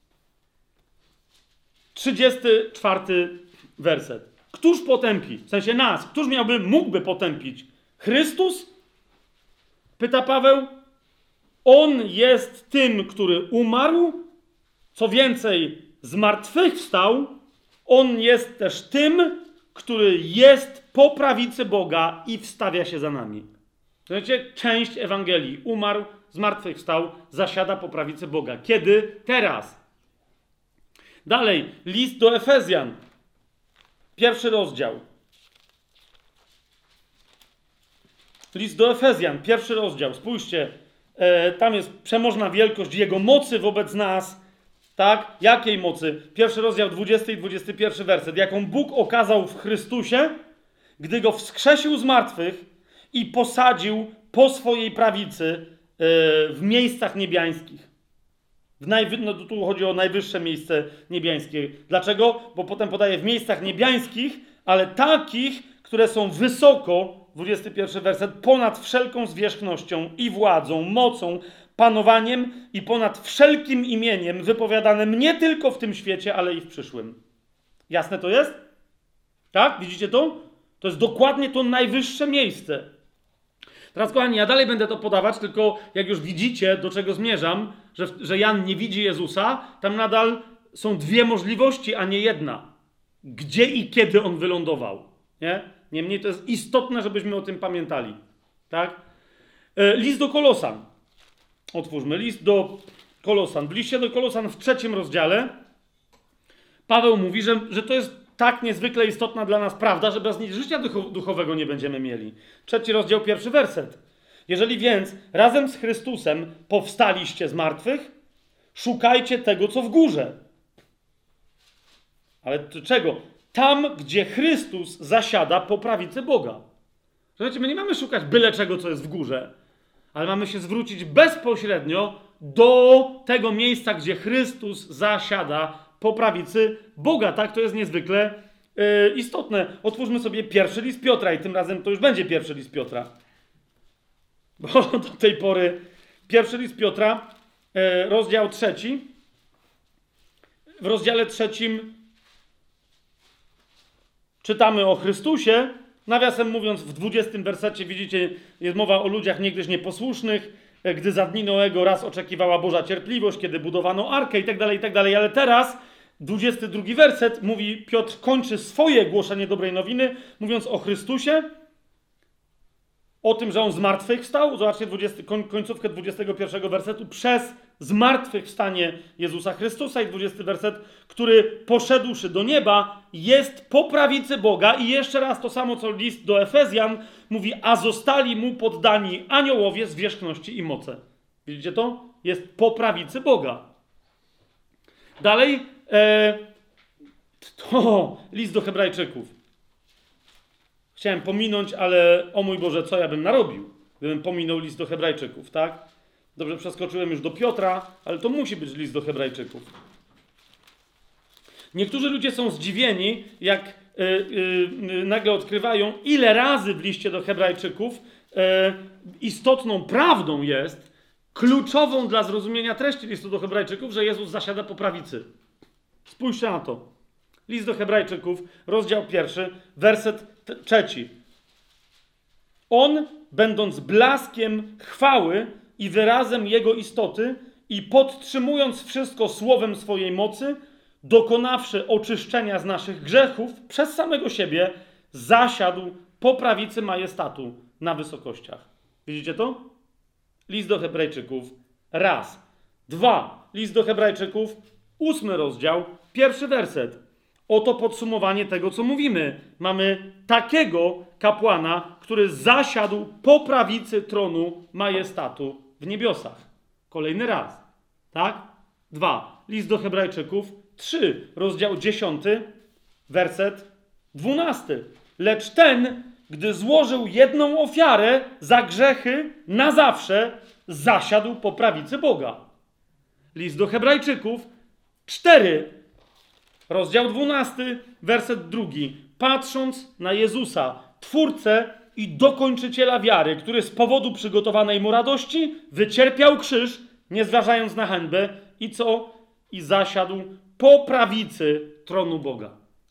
Speaker 1: 34 werset. Któż potępi? W sensie nas. Któż mógłby potępić? Chrystus? Pyta Paweł. On jest tym, który umarł. Co więcej, zmartwychwstał. On jest też tym, który jest po prawicy Boga i wstawia się za nami. Wiecie, część Ewangelii. Umarł, zmartwychwstał, zasiada po prawicy Boga. Kiedy? Teraz. Dalej, list do Efezjan. 1 rozdział. List do Efezjan, 1 rozdział. Spójrzcie, tam jest przemożna wielkość Jego mocy wobec nas. Tak? Jakiej mocy? 1 rozdział, 20 i 21 werset. Jaką Bóg okazał w Chrystusie, gdy Go wskrzesił z martwych i posadził po swojej prawicy w miejscach niebiańskich. No tu chodzi o najwyższe miejsce niebiańskie. Dlaczego? Bo potem podaje w miejscach niebiańskich, ale takich, które są wysoko, 21 werset, ponad wszelką zwierzchnością i władzą, mocą, panowaniem i ponad wszelkim imieniem wypowiadanym nie tylko w tym świecie, ale i w przyszłym. Jasne to jest? Tak? Widzicie to? To jest dokładnie to najwyższe miejsce. Teraz, kochani, ja dalej będę to podawać, tylko jak już widzicie, do czego zmierzam, że Jan nie widzi Jezusa, tam nadal są dwie możliwości, a nie jedna. Gdzie i kiedy on wylądował. Nie? Niemniej to jest istotne, żebyśmy o tym pamiętali. Tak? List do Kolosan. Otwórzmy. List do Kolosan. W liście do Kolosan w 3 rozdziale Paweł mówi, że to jest tak niezwykle istotna dla nas prawda, że bez niej życia duchowego nie będziemy mieli. 3 rozdział, 1 werset. Jeżeli więc razem z Chrystusem powstaliście z martwych, szukajcie tego, co w górze. Ale czego? Tam, gdzie Chrystus zasiada po prawicy Boga. Słuchajcie, my nie mamy szukać byle czego, co jest w górze, ale mamy się zwrócić bezpośrednio do tego miejsca, gdzie Chrystus zasiada po prawicy Boga. Tak, to jest niezwykle istotne. Otwórzmy sobie 1 list Piotra i tym razem to już będzie 1 list Piotra. Bo do tej pory 1 list Piotra, rozdział 3. W rozdziale 3 czytamy o Chrystusie. Nawiasem mówiąc, w 20 wersecie widzicie, jest mowa o ludziach niegdyś nieposłusznych, gdy za dni Noego raz oczekiwała Boża cierpliwość, kiedy budowano arkę i tak dalej, ale teraz 22 werset mówi, Piotr kończy swoje głoszenie dobrej nowiny, mówiąc o Chrystusie, o tym, że on zmartwychwstał. Zobaczcie końcówkę 21 wersetu. Przez zmartwychwstanie Jezusa Chrystusa i 20 werset, który poszedłszy do nieba, jest po prawicy Boga i jeszcze raz to samo, co list do Efezjan mówi, a zostali mu poddani aniołowie zwierzchności i moce. Widzicie to? Jest po prawicy Boga. Dalej to list do Hebrajczyków. Chciałem pominąć, ale o mój Boże, co ja bym narobił, gdybym pominął list do Hebrajczyków, tak? Dobrze, przeskoczyłem już do Piotra, ale to musi być list do Hebrajczyków. Niektórzy ludzie są zdziwieni, jak nagle odkrywają, ile razy w liście do Hebrajczyków istotną prawdą jest, kluczową dla zrozumienia treści listu do Hebrajczyków, że Jezus zasiada po prawicy. Spójrzcie na to. List do Hebrajczyków, rozdział 1, werset 3. On, będąc blaskiem chwały i wyrazem Jego istoty i podtrzymując wszystko słowem swojej mocy, dokonawszy oczyszczenia z naszych grzechów przez samego siebie, zasiadł po prawicy majestatu na wysokościach. Widzicie to? List do Hebrajczyków, raz. 2. List do Hebrajczyków, 8 rozdział, 1 werset. Oto podsumowanie tego, co mówimy. Mamy takiego kapłana, który zasiadł po prawicy tronu majestatu w niebiosach. Kolejny raz. Tak? 2. List do Hebrajczyków, 3. Rozdział 10, werset 12. Lecz ten, gdy złożył jedną ofiarę za grzechy na zawsze, zasiadł po prawicy Boga. List do Hebrajczyków, 4. Rozdział 12, werset 2. Patrząc na Jezusa, Twórcę i dokończyciela wiary, który z powodu przygotowanej mu radości wycierpiał krzyż, nie zważając na hańbę i co? I zasiadł po prawicy tronu Boga.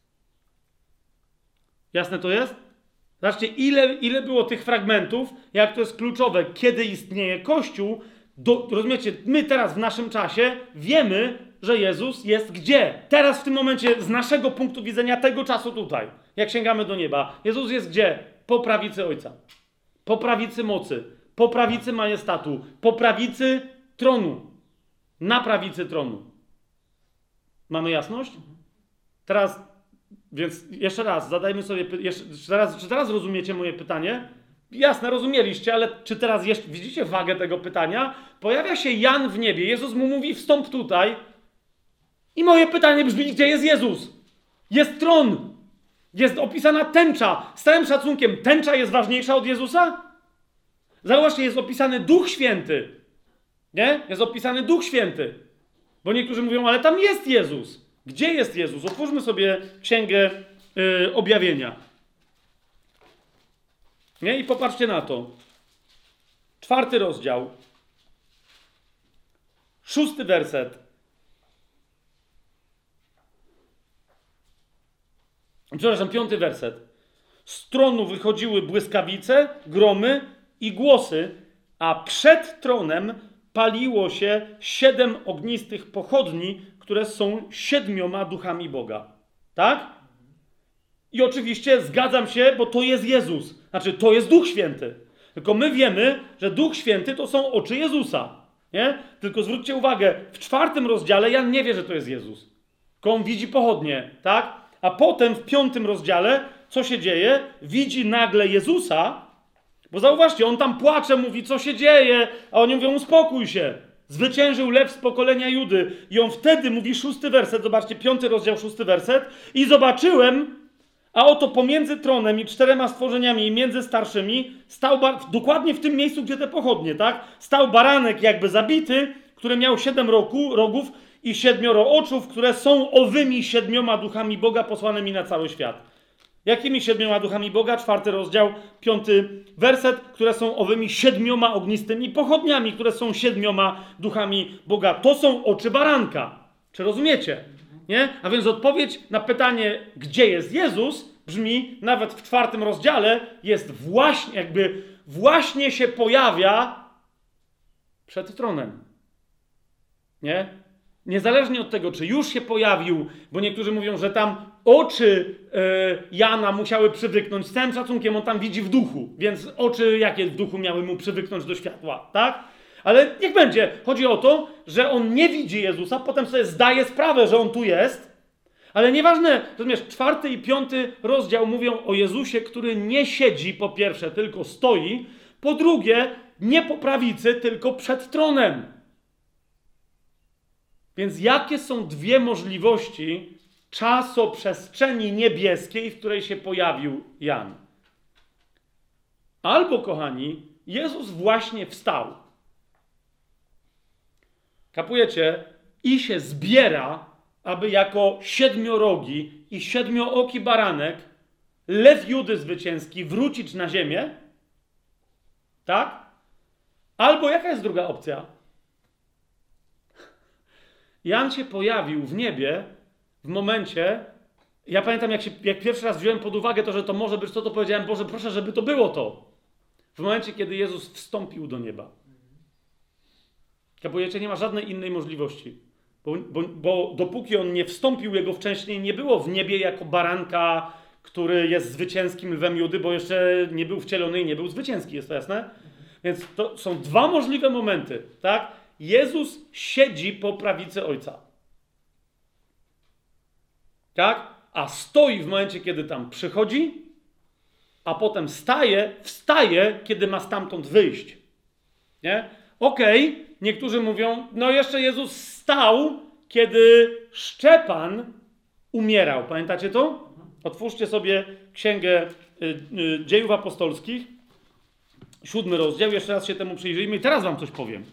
Speaker 1: Jasne to jest? Zobaczcie, ile było tych fragmentów, jak to jest kluczowe, kiedy istnieje Kościół. Rozumiecie, my teraz w naszym czasie wiemy, że Jezus jest gdzie? Teraz w tym momencie z naszego punktu widzenia tego czasu tutaj, jak sięgamy do nieba. Jezus jest gdzie? Po prawicy Ojca. Po prawicy mocy. Po prawicy majestatu. Po prawicy tronu. Na prawicy tronu. Mamy jasność? Teraz, więc jeszcze raz zadajmy sobie, czy teraz rozumiecie moje pytanie? Jasne, rozumieliście, ale czy teraz jeszcze widzicie wagę tego pytania? Pojawia się Jan w niebie, Jezus mu mówi wstąp tutaj i moje pytanie brzmi, gdzie jest Jezus? Jest tron, jest opisana tęcza. Z całym szacunkiem, tęcza jest ważniejsza od Jezusa? Zauważcie, jest opisany Duch Święty. Nie? Jest opisany Duch Święty. Bo niektórzy mówią, ale tam jest Jezus. Gdzie jest Jezus? Otwórzmy sobie Księgę Objawienia. Nie? I popatrzcie na to. 4 rozdział. 6 werset. Przepraszam, 5 werset. Z tronu wychodziły błyskawice, gromy i głosy, a przed tronem paliło się 7 ognistych pochodni, które są 7 duchami Boga. Tak? I oczywiście zgadzam się, bo to jest Jezus. Znaczy, to jest Duch Święty. Tylko my wiemy, że Duch Święty to są oczy Jezusa. Nie? Tylko zwróćcie uwagę, w 4 rozdziale Jan nie wie, że to jest Jezus. Tylko on widzi pochodnie, tak? A potem w 5 rozdziale, co się dzieje? Widzi nagle Jezusa, bo zauważcie, on tam płacze, mówi, co się dzieje, a oni mówią, uspokój się. Zwyciężył lew z pokolenia Judy. I on wtedy mówi 6 werset, zobaczcie, 5 rozdział, 6 werset. I zobaczyłem, a oto pomiędzy tronem i 4 stworzeniami i między starszymi stał, dokładnie w tym miejscu, gdzie te pochodnie, tak? Stał baranek jakby zabity, który miał 7 rogów i 7 oczów, które są owymi 7 duchami Boga posłanymi na cały świat. Jakimi 7 duchami Boga? 4 rozdział, 5 werset, które są owymi 7 ognistymi pochodniami, które są 7 duchami Boga. To są oczy baranka. Czy rozumiecie? Nie? A więc odpowiedź na pytanie, gdzie jest Jezus, brzmi nawet w 4 rozdziale, jest właśnie się pojawia przed tronem. Nie? Niezależnie od tego, czy już się pojawił, bo niektórzy mówią, że tam oczy Jana musiały przywyknąć, z całym szacunkiem on tam widzi w duchu, więc oczy jakie w duchu miały mu przywyknąć do światła, tak? Ale niech będzie. Chodzi o to, że on nie widzi Jezusa, potem sobie zdaje sprawę, że on tu jest, ale nieważne, rozumiesz, 4 i 5 rozdział mówią o Jezusie, który nie siedzi po pierwsze, tylko stoi, po drugie, nie po prawicy, tylko przed tronem. Więc jakie są 2 możliwości czasoprzestrzeni niebieskiej, w której się pojawił Jan? Albo, kochani, Jezus właśnie wstał. Kapujecie? I się zbiera aby jako siedmiorogi i siedmiooki baranek lew Judy zwycięski wrócić na ziemię, tak? Albo jaka jest druga opcja? Jan się pojawił w niebie w momencie, ja pamiętam jak pierwszy raz wziąłem pod uwagę to, że to może być to powiedziałem, Boże, proszę, żeby to było to. W momencie, kiedy Jezus wstąpił do nieba. Kapujecie, nie ma żadnej innej możliwości. Bo dopóki on nie wstąpił, jego wcześniej nie było w niebie jako baranka, który jest zwycięskim lwem Judy, bo jeszcze nie był wcielony i nie był zwycięski, jest to jasne? Więc to są dwa możliwe momenty, tak? Jezus siedzi po prawicy Ojca. Tak? A stoi w momencie, kiedy tam przychodzi, a potem wstaje, kiedy ma stamtąd wyjść. Nie? Okej, niektórzy mówią, no jeszcze Jezus stał, kiedy Szczepan umierał. Pamiętacie to? Otwórzcie sobie Księgę Dziejów Apostolskich, 7 rozdział, jeszcze raz się temu przyjrzyjmy i teraz wam coś powiem.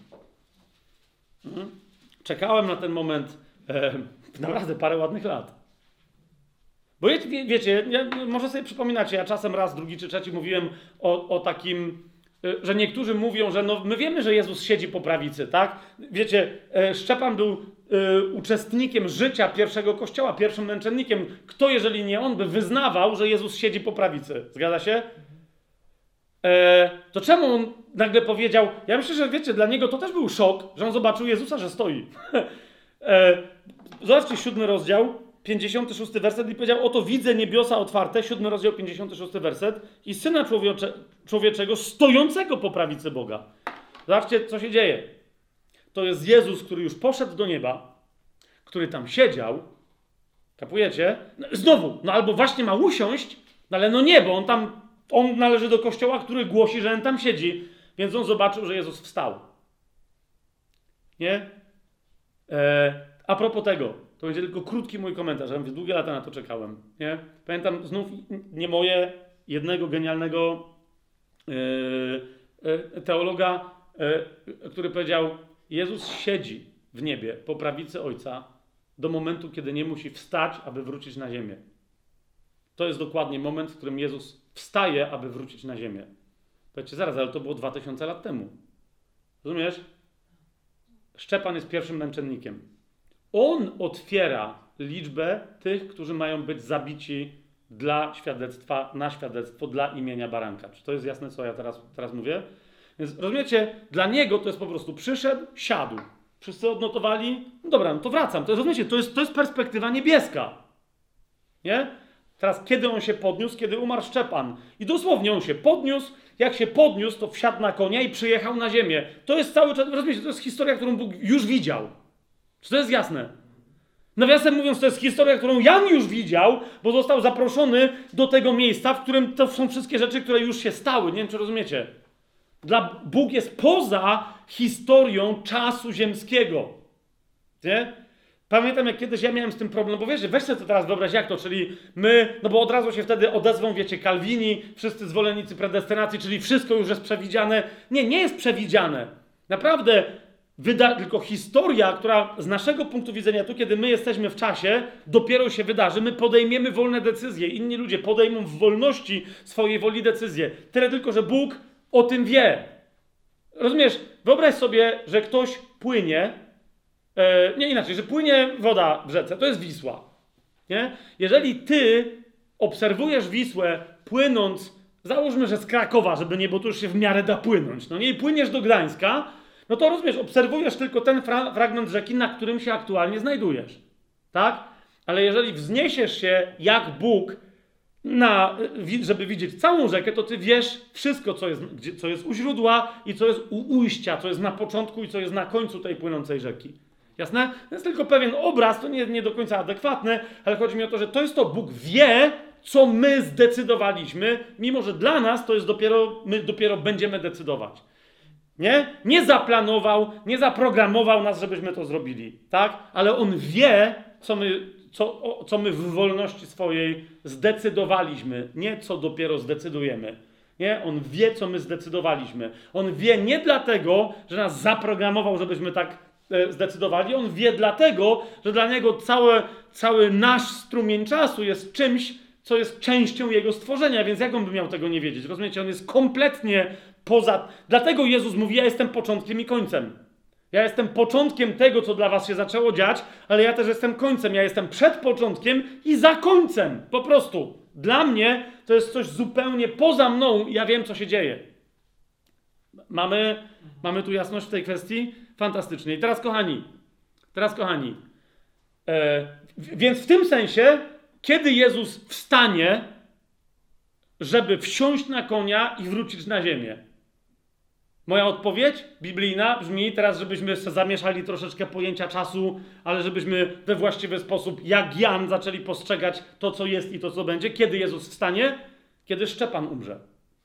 Speaker 1: Czekałem na ten moment naprawdę parę ładnych lat. Bo wiecie, może sobie przypominacie, ja czasem raz, drugi czy trzeci mówiłem o takim, że niektórzy mówią, że no, my wiemy, że Jezus siedzi po prawicy, tak? Wiecie, Szczepan był uczestnikiem życia pierwszego kościoła, pierwszym męczennikiem. Kto, jeżeli nie on, by wyznawał, że Jezus siedzi po prawicy? Zgadza się? To czemu on nagle powiedział, ja myślę, że wiecie, dla niego to też był szok, że on zobaczył Jezusa, że stoi. Zobaczcie 7 rozdział, 56 werset i powiedział, oto widzę niebiosa otwarte, 7 rozdział, 56 werset i Syna Człowieczego stojącego po prawicy Boga. Zobaczcie, co się dzieje. To jest Jezus, który już poszedł do nieba, który tam siedział, kapujecie? No, znowu, no albo właśnie ma usiąść, no ale no nie, bo on należy do kościoła, który głosi, że on tam siedzi, więc on zobaczył, że Jezus wstał. Nie? A propos tego, to będzie tylko krótki mój komentarz, ja długie lata na to czekałem. Nie? Pamiętam znów nie moje, jednego genialnego teologa, który powiedział, Jezus siedzi w niebie po prawicy Ojca do momentu, kiedy nie musi wstać, aby wrócić na ziemię. To jest dokładnie moment, w którym Jezus wstaje, aby wrócić na ziemię. Powiedzcie, zaraz, ale to było 2000 lat temu. Rozumiesz? Szczepan jest pierwszym męczennikiem. On otwiera liczbę tych, którzy mają być zabici dla świadectwa, na świadectwo, dla imienia baranka. Czy to jest jasne, co ja teraz mówię? Więc rozumiecie, dla niego to jest po prostu przyszedł, siadł. Wszyscy odnotowali, no dobra, no to wracam. To, rozumiecie, to jest perspektywa niebieska. Nie? Teraz, kiedy on się podniósł? Kiedy umarł Szczepan. I dosłownie on się podniósł. Jak się podniósł, to wsiadł na konia i przyjechał na ziemię. To jest cały czas, rozumiecie, to jest historia, którą Bóg już widział. Czy to jest jasne? Nawiasem mówiąc, to jest historia, którą Jan już widział, bo został zaproszony do tego miejsca, w którym to są wszystkie rzeczy, które już się stały. Nie wiem, czy rozumiecie. Bóg jest poza historią czasu ziemskiego. Nie? Pamiętam, jak kiedyś ja miałem z tym problem, bo wiecie, weź sobie to teraz wyobraź jak to, czyli my, no bo od razu się wtedy odezwą, wiecie, Kalwini, wszyscy zwolennicy predestynacji, czyli wszystko już jest przewidziane. Nie jest przewidziane. Naprawdę, tylko historia, która z naszego punktu widzenia, tu kiedy my jesteśmy w czasie, dopiero się wydarzy, my podejmiemy wolne decyzje, inni ludzie podejmą w wolności swojej woli decyzje. Tyle tylko, że Bóg o tym wie. Rozumiesz? Wyobraź sobie, że ktoś płynie, nie inaczej, że płynie woda w rzece, to jest Wisła. Nie? Jeżeli ty obserwujesz Wisłę płynąc, załóżmy, że z Krakowa, żeby nie, bo tu już się w miarę da płynąć, no nie, i płyniesz do Gdańska, no to rozumiesz, obserwujesz tylko ten fragment rzeki, na którym się aktualnie znajdujesz. Tak? Ale jeżeli wzniesiesz się jak Bóg, żeby widzieć całą rzekę, to ty wiesz wszystko, co jest u źródła i co jest u ujścia, co jest na początku i co jest na końcu tej płynącej rzeki. Jasne? To jest tylko pewien obraz, to nie do końca adekwatne, ale chodzi mi o to, że to jest to, Bóg wie, co my zdecydowaliśmy, mimo że dla nas to jest my dopiero będziemy decydować. Nie? Nie zaplanował, nie zaprogramował nas, żebyśmy to zrobili, tak? Ale On wie, co my w wolności swojej zdecydowaliśmy, nie co dopiero zdecydujemy. Nie? On wie, co my zdecydowaliśmy. On wie nie dlatego, że nas zaprogramował, żebyśmy tak zdecydowali. On wie dlatego, że dla niego cały nasz strumień czasu jest czymś, co jest częścią jego stworzenia, więc jak on by miał tego nie wiedzieć? Rozumiecie? On jest kompletnie poza... Dlatego Jezus mówi, ja jestem początkiem i końcem. Ja jestem początkiem tego, co dla was się zaczęło dziać, ale ja też jestem końcem. Ja jestem przed początkiem i za końcem. Po prostu. Dla mnie to jest coś zupełnie poza mną i ja wiem, co się dzieje. Mamy tu jasność w tej kwestii? Fantastycznie. I teraz, kochani, więc w tym sensie, kiedy Jezus wstanie, żeby wsiąść na konia i wrócić na ziemię? Moja odpowiedź biblijna brzmi, teraz żebyśmy zamieszali troszeczkę pojęcia czasu, ale żebyśmy we właściwy sposób, jak Jan, zaczęli postrzegać to, co jest i to, co będzie. Kiedy Jezus wstanie? Kiedy Szczepan umrze.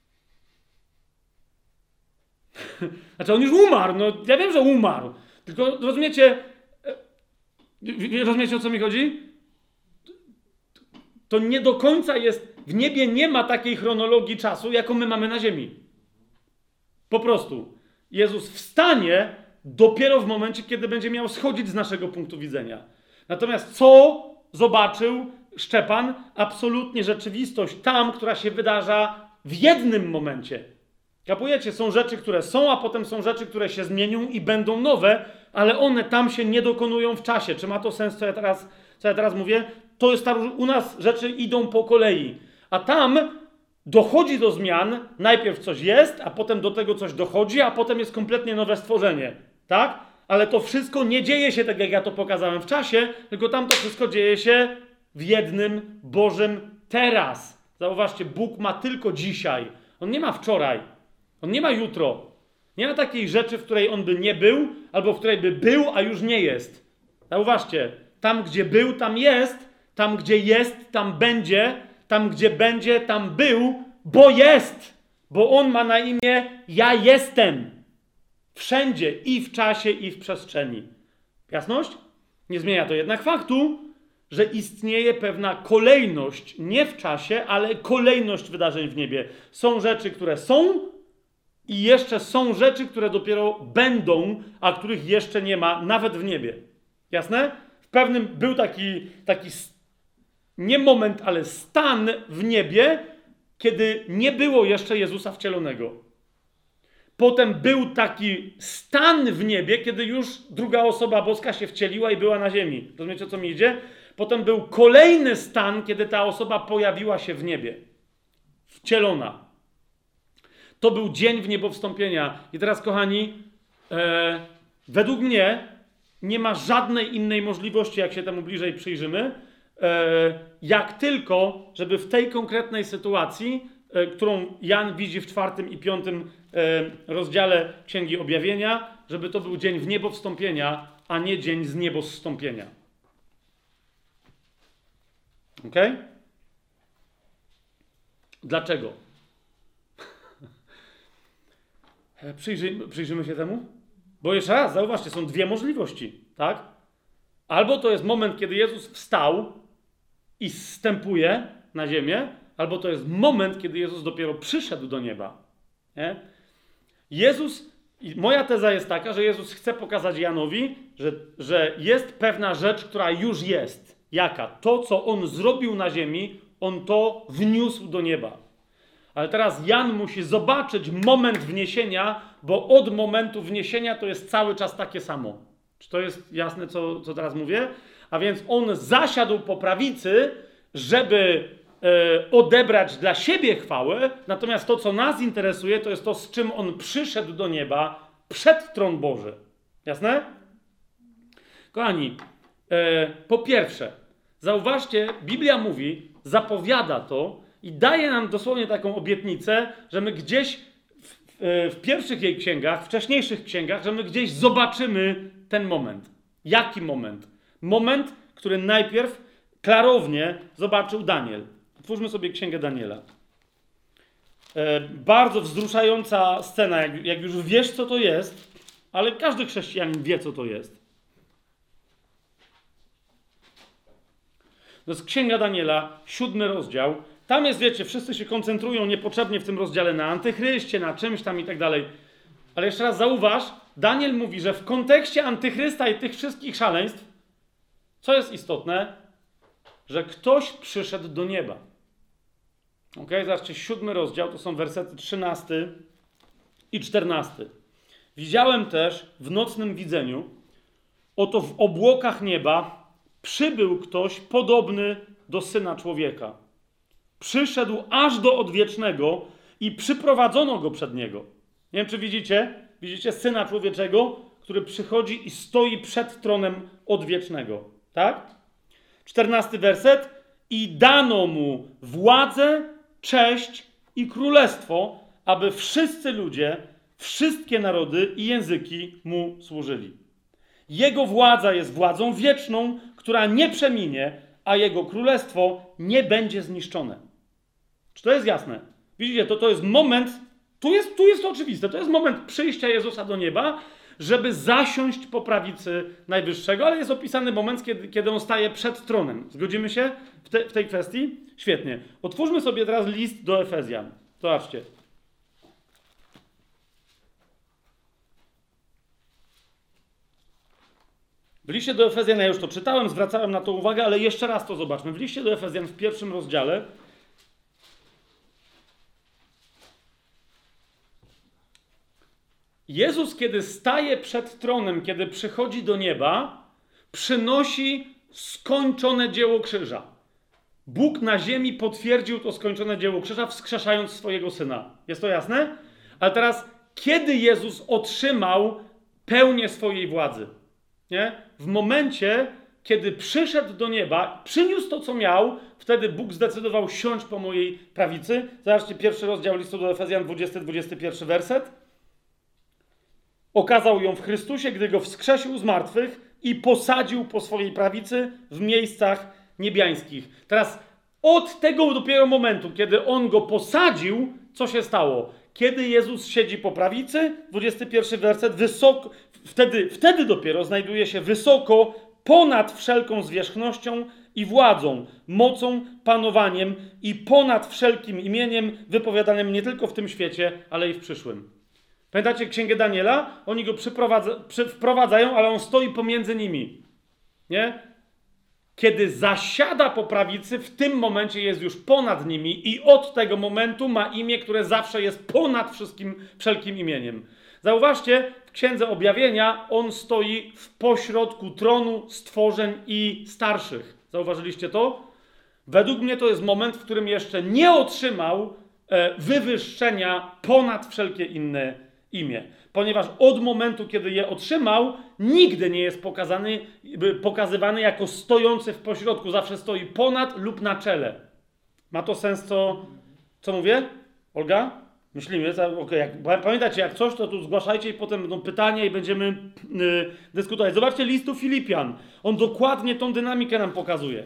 Speaker 1: Znaczy on już umarł, no ja wiem, że umarł. Tylko rozumiecie, o co mi chodzi? To nie do końca jest, w niebie nie ma takiej chronologii czasu, jaką my mamy na ziemi. Po prostu. Jezus wstanie dopiero w momencie, kiedy będzie miał schodzić z naszego punktu widzenia. Natomiast co zobaczył Szczepan? Absolutnie rzeczywistość tam, która się wydarza w jednym momencie. Kapujecie? Są rzeczy, które są, a potem są rzeczy, które się zmienią i będą nowe, ale one tam się nie dokonują w czasie. Czy ma to sens, co ja teraz mówię? To jest u nas rzeczy idą po kolei. A tam dochodzi do zmian, najpierw coś jest, a potem do tego coś dochodzi, a potem jest kompletnie nowe stworzenie. Tak? Ale to wszystko nie dzieje się tak, jak ja to pokazałem w czasie, tylko tam to wszystko dzieje się w jednym Bożym teraz. Zauważcie, Bóg ma tylko dzisiaj. On nie ma wczoraj. On nie ma jutro. Nie ma takiej rzeczy, w której on by nie był, albo w której by był, a już nie jest. Zauważcie, tam gdzie był, tam jest, tam gdzie jest, tam będzie, tam gdzie będzie, tam był, bo jest. Bo on ma na imię ja jestem. Wszędzie, i w czasie, i w przestrzeni. Jasność? Nie zmienia to jednak faktu, że istnieje pewna kolejność, nie w czasie, ale kolejność wydarzeń w niebie. Są rzeczy, które są, i jeszcze są rzeczy, które dopiero będą, a których jeszcze nie ma, nawet w niebie. Jasne? W pewnym był taki nie moment, ale stan w niebie, kiedy nie było jeszcze Jezusa wcielonego. Potem był taki stan w niebie, kiedy już druga osoba boska się wcieliła i była na ziemi. Rozumiecie, o co mi idzie? Potem był kolejny stan, kiedy ta osoba pojawiła się w niebie. Wcielona. To był dzień wniebowstąpienia. I teraz, kochani, według mnie nie ma żadnej innej możliwości, jak się temu bliżej przyjrzymy, jak tylko, żeby w tej konkretnej sytuacji, którą Jan widzi w 4. i 5. rozdziale Księgi Objawienia, żeby to był dzień wniebowstąpienia, a nie dzień z niebowstąpienia. Okej? Dlaczego? Przyjrzymy się temu? Bo jeszcze raz, zauważcie, są dwie możliwości, tak? Albo to jest moment, kiedy Jezus wstał i zstępuje na ziemię, albo to jest moment, kiedy Jezus dopiero przyszedł do nieba. Nie? Moja teza jest taka, że Jezus chce pokazać Janowi, że jest pewna rzecz, która już jest. Jaka? To, co On zrobił na ziemi, On to wniósł do nieba. Ale teraz Jan musi zobaczyć moment wniesienia, bo od momentu wniesienia to jest cały czas takie samo. Czy to jest jasne, co teraz mówię? A więc on zasiadł po prawicy, żeby odebrać dla siebie chwałę, natomiast to, co nas interesuje, to jest to, z czym on przyszedł do nieba przed tron Boży. Jasne? Kochani, po pierwsze, zauważcie, Biblia mówi, zapowiada to, i daje nam dosłownie taką obietnicę, że my gdzieś w pierwszych jej księgach, wcześniejszych księgach, że my gdzieś zobaczymy ten moment. Jaki moment? Moment, który najpierw klarownie zobaczył Daniel. Otwórzmy sobie Księgę Daniela. Bardzo wzruszająca scena, jak już wiesz, co to jest, ale każdy chrześcijanin wie, co to jest. To jest Księga Daniela, 7 rozdział. Tam jest, wiecie, wszyscy się koncentrują niepotrzebnie w tym rozdziale na antychryście, na czymś tam i tak dalej. Ale jeszcze raz zauważ, Daniel mówi, że w kontekście antychrysta i tych wszystkich szaleństw, co jest istotne, że ktoś przyszedł do nieba. Zobaczcie, 7 rozdział, to są wersety 13 i 14. Widziałem też w nocnym widzeniu, oto w obłokach nieba przybył ktoś podobny do Syna Człowieka. Przyszedł aż do Odwiecznego i przyprowadzono go przed Niego. Nie wiem, czy widzicie? Widzicie Syna Człowieczego, który przychodzi i stoi przed tronem Odwiecznego. Tak? 14 werset. I dano mu władzę, cześć i królestwo, aby wszyscy ludzie, wszystkie narody i języki mu służyli. Jego władza jest władzą wieczną, która nie przeminie, a jego królestwo nie będzie zniszczone. Czy to jest jasne? Widzicie, to jest moment, tu jest to oczywiste, to jest moment przyjścia Jezusa do nieba, żeby zasiąść po prawicy Najwyższego, ale jest opisany moment, kiedy on staje przed tronem. Zgodzimy się w tej kwestii? Świetnie. Otwórzmy sobie teraz list do Efezjan. Zobaczcie. W liście do Efezjan, ja już to czytałem, zwracałem na to uwagę, ale jeszcze raz to zobaczmy. W liście do Efezjan w 1 rozdziale Jezus, kiedy staje przed tronem, kiedy przychodzi do nieba, przynosi skończone dzieło krzyża. Bóg na ziemi potwierdził to skończone dzieło krzyża, wskrzeszając swojego Syna. Jest to jasne? Ale teraz, kiedy Jezus otrzymał pełnię swojej władzy? Nie? W momencie, kiedy przyszedł do nieba, przyniósł to, co miał, wtedy Bóg zdecydował siąść po mojej prawicy. Zobaczcie, 1 rozdział listu do Efezjan, 20-21 werset. Okazał ją w Chrystusie, gdy go wskrzesił z martwych i posadził po swojej prawicy w miejscach niebiańskich. Teraz od tego dopiero momentu, kiedy on go posadził, co się stało? Kiedy Jezus siedzi po prawicy, 21 werset, wtedy dopiero znajduje się wysoko ponad wszelką zwierzchnością i władzą, mocą, panowaniem i ponad wszelkim imieniem wypowiadanym nie tylko w tym świecie, ale i w przyszłym. Pamiętacie Księgę Daniela? Oni go wprowadzają, ale on stoi pomiędzy nimi. Nie? Kiedy zasiada po prawicy, w tym momencie jest już ponad nimi i od tego momentu ma imię, które zawsze jest ponad wszelkim imieniem. Zauważcie, w Księdze Objawienia on stoi w pośrodku tronu stworzeń i starszych. Zauważyliście to? Według mnie to jest moment, w którym jeszcze nie otrzymał wywyższenia ponad wszelkie inne imię. Ponieważ od momentu, kiedy je otrzymał, nigdy nie jest pokazywany jako stojący w pośrodku. Zawsze stoi ponad lub na czele. Ma to sens, co mówię? Olga? Myślimy? Okay. Pamiętacie, jak coś, to tu zgłaszajcie i potem będą pytania i będziemy dyskutować. Zobaczcie list do Filipian. On dokładnie tą dynamikę nam pokazuje.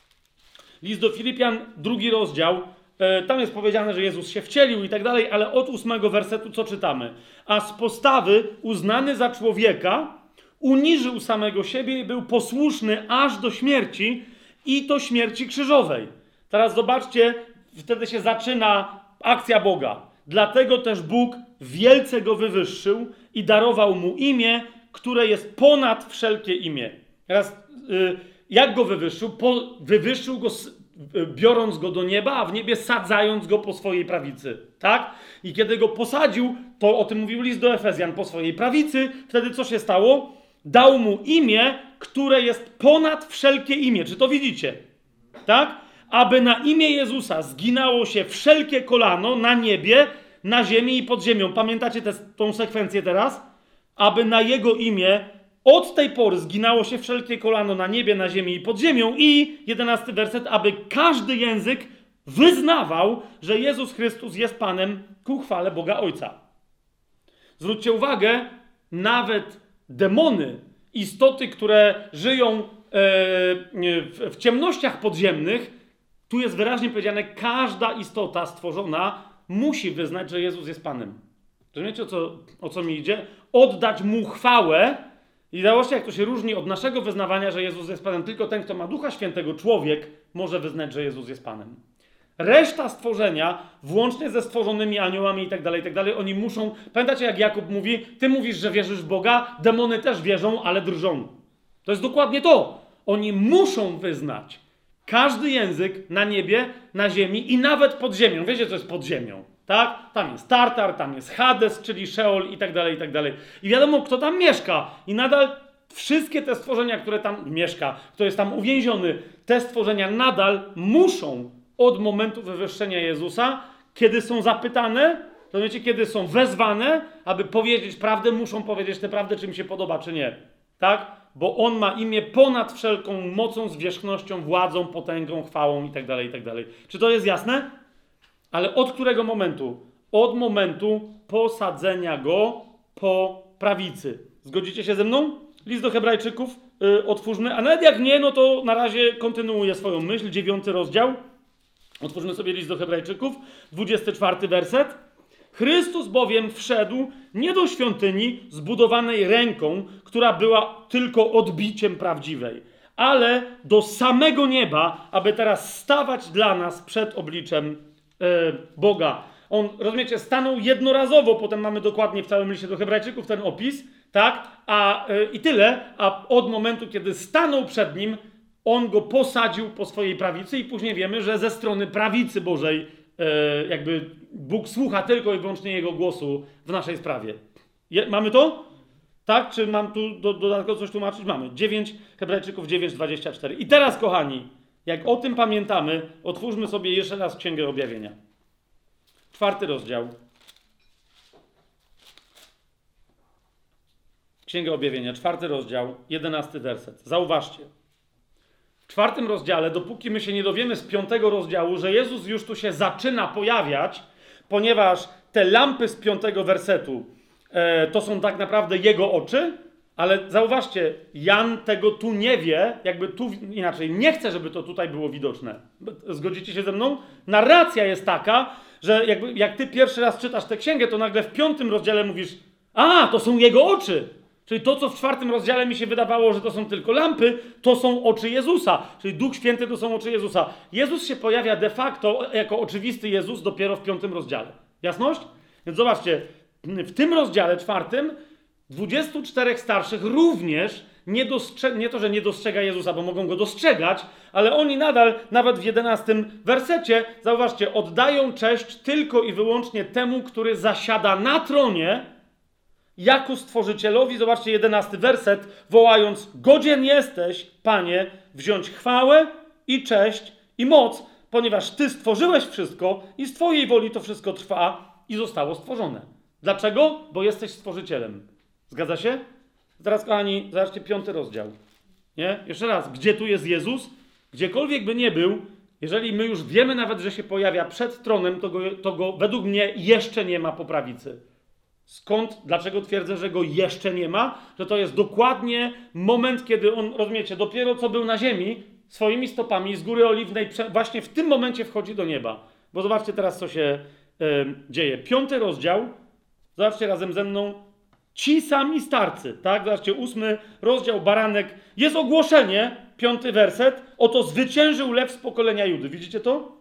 Speaker 1: List do Filipian, 2 rozdział. Tam jest powiedziane, że Jezus się wcielił i tak dalej, ale od 8 wersetu co czytamy? A z postawy uznany za człowieka uniżył samego siebie i był posłuszny aż do śmierci i to śmierci krzyżowej. Teraz zobaczcie, wtedy się zaczyna akcja Boga. Dlatego też Bóg wielce go wywyższył i darował mu imię, które jest ponad wszelkie imię. Teraz jak go wywyższył? Wywyższył go biorąc go do nieba, a w niebie sadzając go po swojej prawicy. Tak? I kiedy go posadził, to o tym mówił list do Efezjan, po swojej prawicy, wtedy co się stało? Dał mu imię, które jest ponad wszelkie imię. Czy to widzicie? Tak? Aby na imię Jezusa zginało się wszelkie kolano na niebie, na ziemi i pod ziemią. Pamiętacie tą sekwencję teraz? Aby na Jego imię od tej pory zginało się wszelkie kolano na niebie, na ziemi i pod ziemią. I 11 werset, aby każdy język wyznawał, że Jezus Chrystus jest Panem ku chwale Boga Ojca. Zwróćcie uwagę, nawet demony, istoty, które żyją w ciemnościach podziemnych, tu jest wyraźnie powiedziane, każda istota stworzona musi wyznać, że Jezus jest Panem. Rozumiecie, o co mi idzie? Oddać Mu chwałę. I zobaczcie, jak to się różni od naszego wyznawania, że Jezus jest Panem. Tylko ten, kto ma Ducha Świętego, człowiek, może wyznać, że Jezus jest Panem. Reszta stworzenia, włącznie ze stworzonymi aniołami i tak dalej, oni muszą... Pamiętacie, jak Jakub mówi, ty mówisz, że wierzysz w Boga, demony też wierzą, ale drżą. To jest dokładnie to. Oni muszą wyznać każdy język na niebie, na ziemi i nawet pod ziemią. Wiecie, co jest pod ziemią, tak? Tam jest Tartar, tam jest Hades, czyli Szeol i tak dalej. I wiadomo, kto tam mieszka. I nadal wszystkie te stworzenia, które tam mieszka, kto jest tam uwięziony, te stworzenia nadal muszą od momentu wywyższenia Jezusa, kiedy są zapytane, to wiecie, kiedy są wezwane, aby powiedzieć prawdę, muszą powiedzieć tę prawdę, czy im się podoba, czy nie. Tak? Bo On ma imię ponad wszelką mocą, zwierzchnością, władzą, potęgą, chwałą i tak dalej. Czy to jest jasne? Ale od którego momentu? Od momentu posadzenia Go po prawicy. Zgodzicie się ze mną? List do Hebrajczyków otwórzmy, a nawet jak nie, no to na razie kontynuuję swoją myśl. 9 rozdział. Otwórzmy sobie list do Hebrajczyków, 24 werset. Chrystus bowiem wszedł nie do świątyni zbudowanej ręką, która była tylko odbiciem prawdziwej, ale do samego nieba, aby teraz stawać dla nas przed obliczem Boga. On, rozumiecie, stanął jednorazowo, potem mamy dokładnie w całym liście do Hebrajczyków ten opis, tak? I tyle, a od momentu, kiedy stanął przed nim, on go posadził po swojej prawicy i później wiemy, że ze strony prawicy Bożej jakby Bóg słucha tylko i wyłącznie Jego głosu w naszej sprawie. Mamy to? Tak? Czy mam tu dodatkowo coś tłumaczyć? Mamy. Hebrajczyków 9:24. I teraz, kochani, jak o tym pamiętamy, otwórzmy sobie jeszcze raz Księgę Objawienia. 4 rozdział. Księga Objawienia, 4 rozdział, 11 werset. Zauważcie. W 4 rozdziale, dopóki my się nie dowiemy z 5 rozdziału, że Jezus już tu się zaczyna pojawiać, ponieważ te lampy z 5 wersetu to są tak naprawdę Jego oczy, ale zauważcie, Jan tego tu nie wie, jakby tu inaczej, nie chce, żeby to tutaj było widoczne. Zgodzicie się ze mną? Narracja jest taka, że jak ty pierwszy raz czytasz tę księgę, to nagle w 5 rozdziale mówisz, a, to są Jego oczy. Czyli to, co w 4 rozdziale mi się wydawało, że to są tylko lampy, to są oczy Jezusa. Czyli Duch Święty to są oczy Jezusa. Jezus się pojawia de facto jako oczywisty Jezus dopiero w 5 rozdziale. Jasność? Więc zobaczcie, w tym rozdziale 4 24 starszych również nie to, że nie dostrzega Jezusa, bo mogą go dostrzegać, ale oni nadal, nawet w 11 wersecie, zauważcie, oddają cześć tylko i wyłącznie temu, który zasiada na tronie, jako Stworzycielowi, zobaczcie 11 werset, wołając, godzien jesteś, Panie, wziąć chwałę i cześć i moc, ponieważ Ty stworzyłeś wszystko i z Twojej woli to wszystko trwa i zostało stworzone. Dlaczego? Bo jesteś Stworzycielem. Zgadza się? Teraz, kochani, zobaczcie 5 rozdział. Nie? Jeszcze raz, gdzie tu jest Jezus? Gdziekolwiek by nie był, jeżeli my już wiemy nawet, że się pojawia przed tronem, to go według mnie jeszcze nie ma po prawicy. Skąd? Dlaczego twierdzę, że go jeszcze nie ma? Że to jest dokładnie moment, kiedy on, rozumiecie, dopiero co był na ziemi, swoimi stopami z Góry Oliwnej, właśnie w tym momencie wchodzi do nieba. Bo zobaczcie teraz, co się dzieje. 5 rozdział, zobaczcie razem ze mną, ci sami starcy, tak? Zobaczcie, 8 rozdział, baranek, jest ogłoszenie, 5 werset, oto zwyciężył lew z pokolenia Judy. Widzicie to?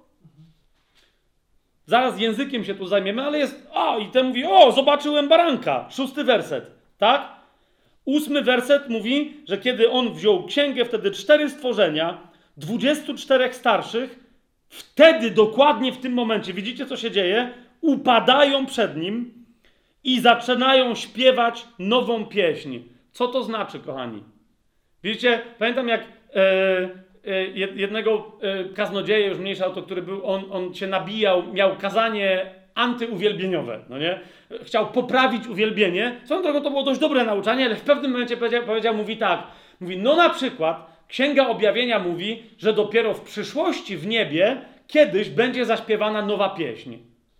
Speaker 1: Zaraz językiem się tu zajmiemy, ale jest, i ten mówi, zobaczyłem baranka. 6 werset, tak? 8 werset mówi, że kiedy on wziął księgę, wtedy 4 stworzenia, 24 starszych, wtedy dokładnie w tym momencie, widzicie co się dzieje? Upadają przed nim i zaczynają śpiewać nową pieśń. Co to znaczy, kochani? Widzicie, pamiętam jak jednego kaznodzieja, już mniejsza o to, który był, on się nabijał, miał kazanie antyuwielbieniowe, no nie? Chciał poprawić uwielbienie. Swoją drogą to było dość dobre nauczanie, ale w pewnym momencie mówi tak, mówi, no na przykład Księga Objawienia mówi, że dopiero w przyszłości w niebie kiedyś będzie zaśpiewana nowa pieśń.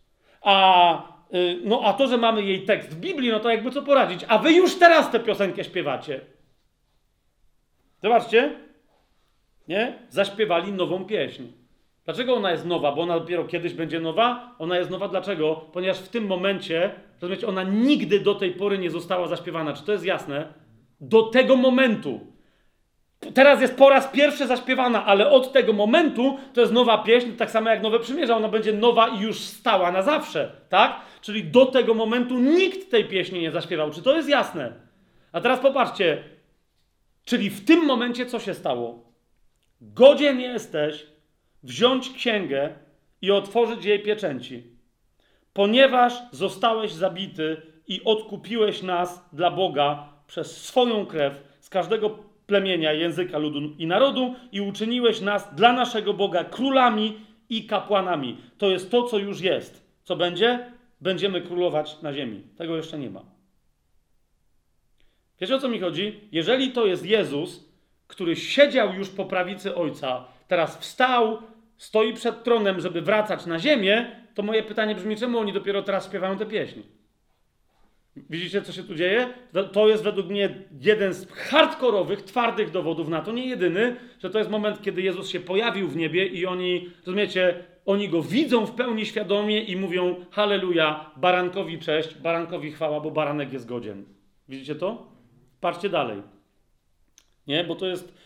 Speaker 1: A to, że mamy jej tekst w Biblii, no to jakby co poradzić. A wy już teraz tę piosenkę śpiewacie. Zobaczcie. Nie? Zaśpiewali nową pieśń. Dlaczego ona jest nowa? Bo ona dopiero kiedyś będzie nowa? Ona jest nowa dlaczego? Ponieważ w tym momencie, rozumiecie, ona nigdy do tej pory nie została zaśpiewana. Czy to jest jasne? Do tego momentu. Teraz jest po raz pierwszy zaśpiewana, ale od tego momentu to jest nowa pieśń, tak samo jak Nowe Przymierze, ona będzie nowa i już stała na zawsze, tak? Czyli do tego momentu nikt tej pieśni nie zaśpiewał. Czy to jest jasne? A teraz popatrzcie, czyli w tym momencie co się stało? Godzien jesteś wziąć księgę i otworzyć jej pieczęci, ponieważ zostałeś zabity i odkupiłeś nas dla Boga przez swoją krew z każdego plemienia, języka, ludu i narodu i uczyniłeś nas dla naszego Boga królami i kapłanami. To jest to, co już jest. Co będzie? Będziemy królować na ziemi. Tego jeszcze nie ma. Wiecie, o co mi chodzi? Jeżeli to jest Jezus, który siedział już po prawicy Ojca, teraz wstał, stoi przed tronem, żeby wracać na ziemię, to moje pytanie brzmi, czemu oni dopiero teraz śpiewają tę pieśń? Widzicie, co się tu dzieje? To jest według mnie jeden z hardkorowych, twardych dowodów na to, nie jedyny, że to jest moment, kiedy Jezus się pojawił w niebie i oni, rozumiecie, oni Go widzą w pełni świadomie i mówią halleluja, barankowi cześć, barankowi chwała, bo baranek jest godzien. Widzicie to? Patrzcie dalej. Nie? Bo to jest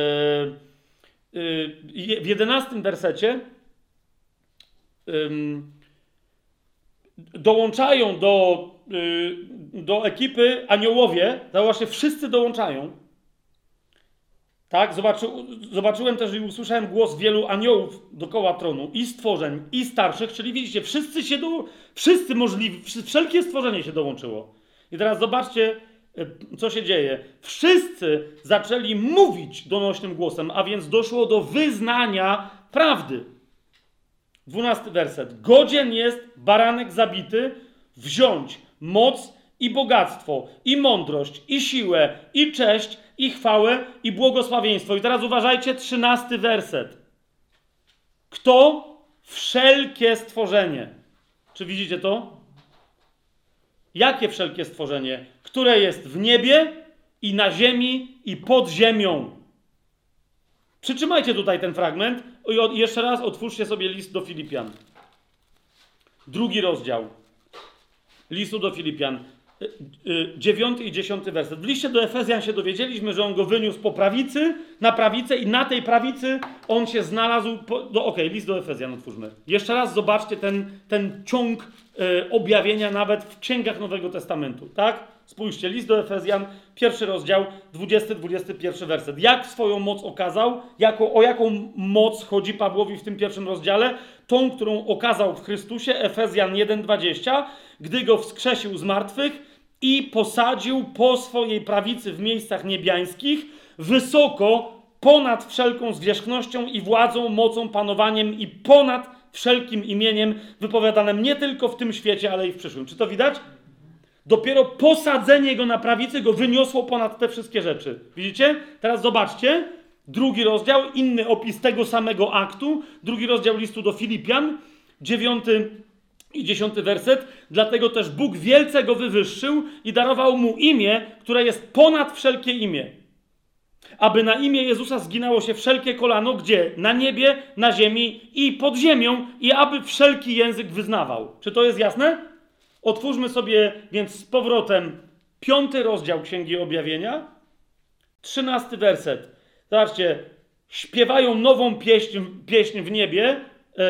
Speaker 1: w 11 wersecie dołączają do ekipy aniołowie, zauważcie, wszyscy dołączają. Tak? Zobaczyłem też i usłyszałem głos wielu aniołów dookoła tronu, i stworzeń, i starszych, czyli widzicie, wszelkie stworzenie się dołączyło. I teraz zobaczcie, co się dzieje. Wszyscy zaczęli mówić donośnym głosem, a więc doszło do wyznania prawdy. 12 werset. Godzien jest baranek zabity wziąć moc i bogactwo, i mądrość, i siłę, i cześć, i chwałę, i błogosławieństwo. I teraz uważajcie, 13 werset. Kto? Wszelkie stworzenie. Czy widzicie to? Jakie wszelkie stworzenie? Które jest w niebie i na ziemi i pod ziemią. Przytrzymajcie tutaj ten fragment i jeszcze raz otwórzcie sobie list do Filipian. 2 rozdział listu do Filipian. 9 i 10 werset. W liście do Efezjan się dowiedzieliśmy, że on go wyniósł po prawicy, na prawicę i na tej prawicy on się znalazł... list do Efezjan otwórzmy. Jeszcze raz zobaczcie ten ciąg objawienia nawet w księgach Nowego Testamentu. Tak? Spójrzcie, list do Efezjan, 1 rozdział, 20-21 werset. Jak swoją moc okazał, o jaką moc chodzi Pawłowi w tym 1 rozdziale? Tą, którą okazał w Chrystusie, Efezjan 1:20, gdy go wskrzesił z martwych i posadził po swojej prawicy w miejscach niebiańskich, wysoko, ponad wszelką zwierzchnością i władzą, mocą, panowaniem i ponad wszelkim imieniem wypowiadanym nie tylko w tym świecie, ale i w przyszłym. Czy to widać? Dopiero posadzenie go na prawicy go wyniosło ponad te wszystkie rzeczy. Widzicie? Teraz zobaczcie. 2 rozdział, inny opis tego samego aktu. 2 rozdział listu do Filipian, 9 i 10 werset. Dlatego też Bóg wielce go wywyższył i darował mu imię, które jest ponad wszelkie imię. Aby na imię Jezusa zginało się wszelkie kolano, gdzie? Na niebie, na ziemi i pod ziemią, i aby wszelki język wyznawał. Czy to jest jasne? Otwórzmy sobie więc z powrotem 5 rozdział Księgi Objawienia, 13 werset. Zobaczcie, śpiewają nową pieśń w niebie,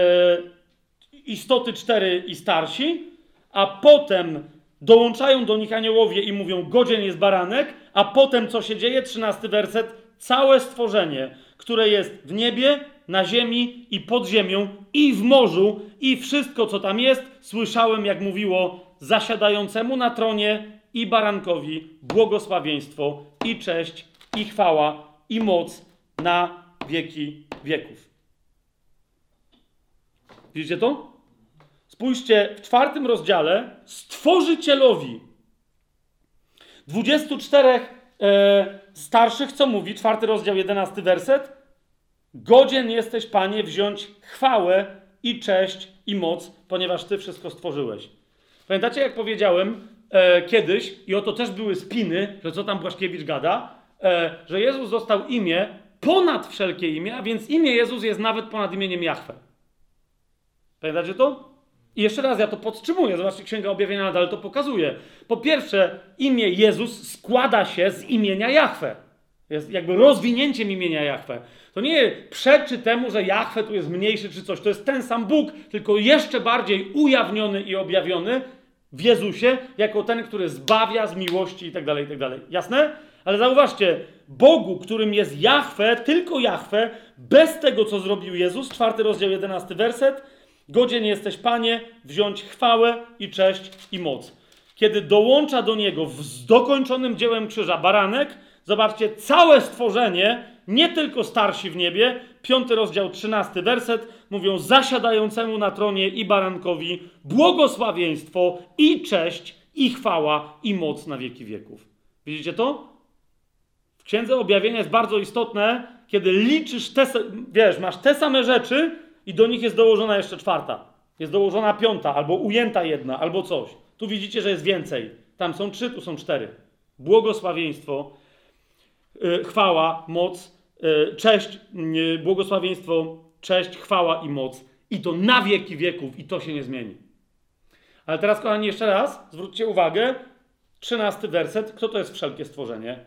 Speaker 1: istoty 4 i starsi, a potem dołączają do nich aniołowie i mówią, godzien jest baranek, a potem co się dzieje? 13 werset. Całe stworzenie, które jest w niebie, na ziemi i pod ziemią i w morzu i wszystko, co tam jest, słyszałem, jak mówiło zasiadającemu na tronie i barankowi błogosławieństwo i cześć i chwała i moc na wieki wieków. Widzicie to? Spójrzcie, w 4 rozdziale Stworzycielowi 24 starszych, co mówi? 4 rozdział, 11 werset. Godzien jesteś, Panie, wziąć chwałę i cześć i moc, ponieważ Ty wszystko stworzyłeś. Pamiętacie, jak powiedziałem kiedyś, i oto też były spiny, że co tam Błaszkiewicz gada, że Jezus dostał imię ponad wszelkie imię, a więc imię Jezus jest nawet ponad imieniem Jahwe. Pamiętacie to? I jeszcze raz ja to podtrzymuję, zobaczcie, Księga Objawienia nadal to pokazuje. Po pierwsze, imię Jezus składa się z imienia Jahwe. Jest jakby rozwinięciem imienia Jahwe. To nie przeczy temu, że Jahwe tu jest mniejszy czy coś. To jest ten sam Bóg, tylko jeszcze bardziej ujawniony i objawiony w Jezusie, jako ten, który zbawia z miłości i tak dalej, i tak dalej. Jasne? Ale zauważcie, Bogu, którym jest Jahwe, tylko Jahwe, bez tego, co zrobił Jezus, 4 rozdział, 11 werset, godzien jesteś, Panie, wziąć chwałę i cześć i moc. Kiedy dołącza do Niego z dokończonym dziełem krzyża baranek, zobaczcie, całe stworzenie, nie tylko starsi w niebie, 5 rozdział, 13 werset, mówią zasiadającemu na tronie i barankowi błogosławieństwo i cześć i chwała i moc na wieki wieków. Widzicie to? W Księdze Objawienia jest bardzo istotne, kiedy liczysz masz te same rzeczy i do nich jest dołożona jeszcze czwarta. Jest dołożona piąta, albo ujęta jedna, albo coś. Tu widzicie, że jest więcej. Tam są 3, tu są 4. Błogosławieństwo, chwała, moc, cześć, błogosławieństwo, cześć, chwała i moc. I to na wieki wieków i to się nie zmieni. Ale teraz, kochani, jeszcze raz zwróćcie uwagę, 13 werset. Kto to jest wszelkie stworzenie?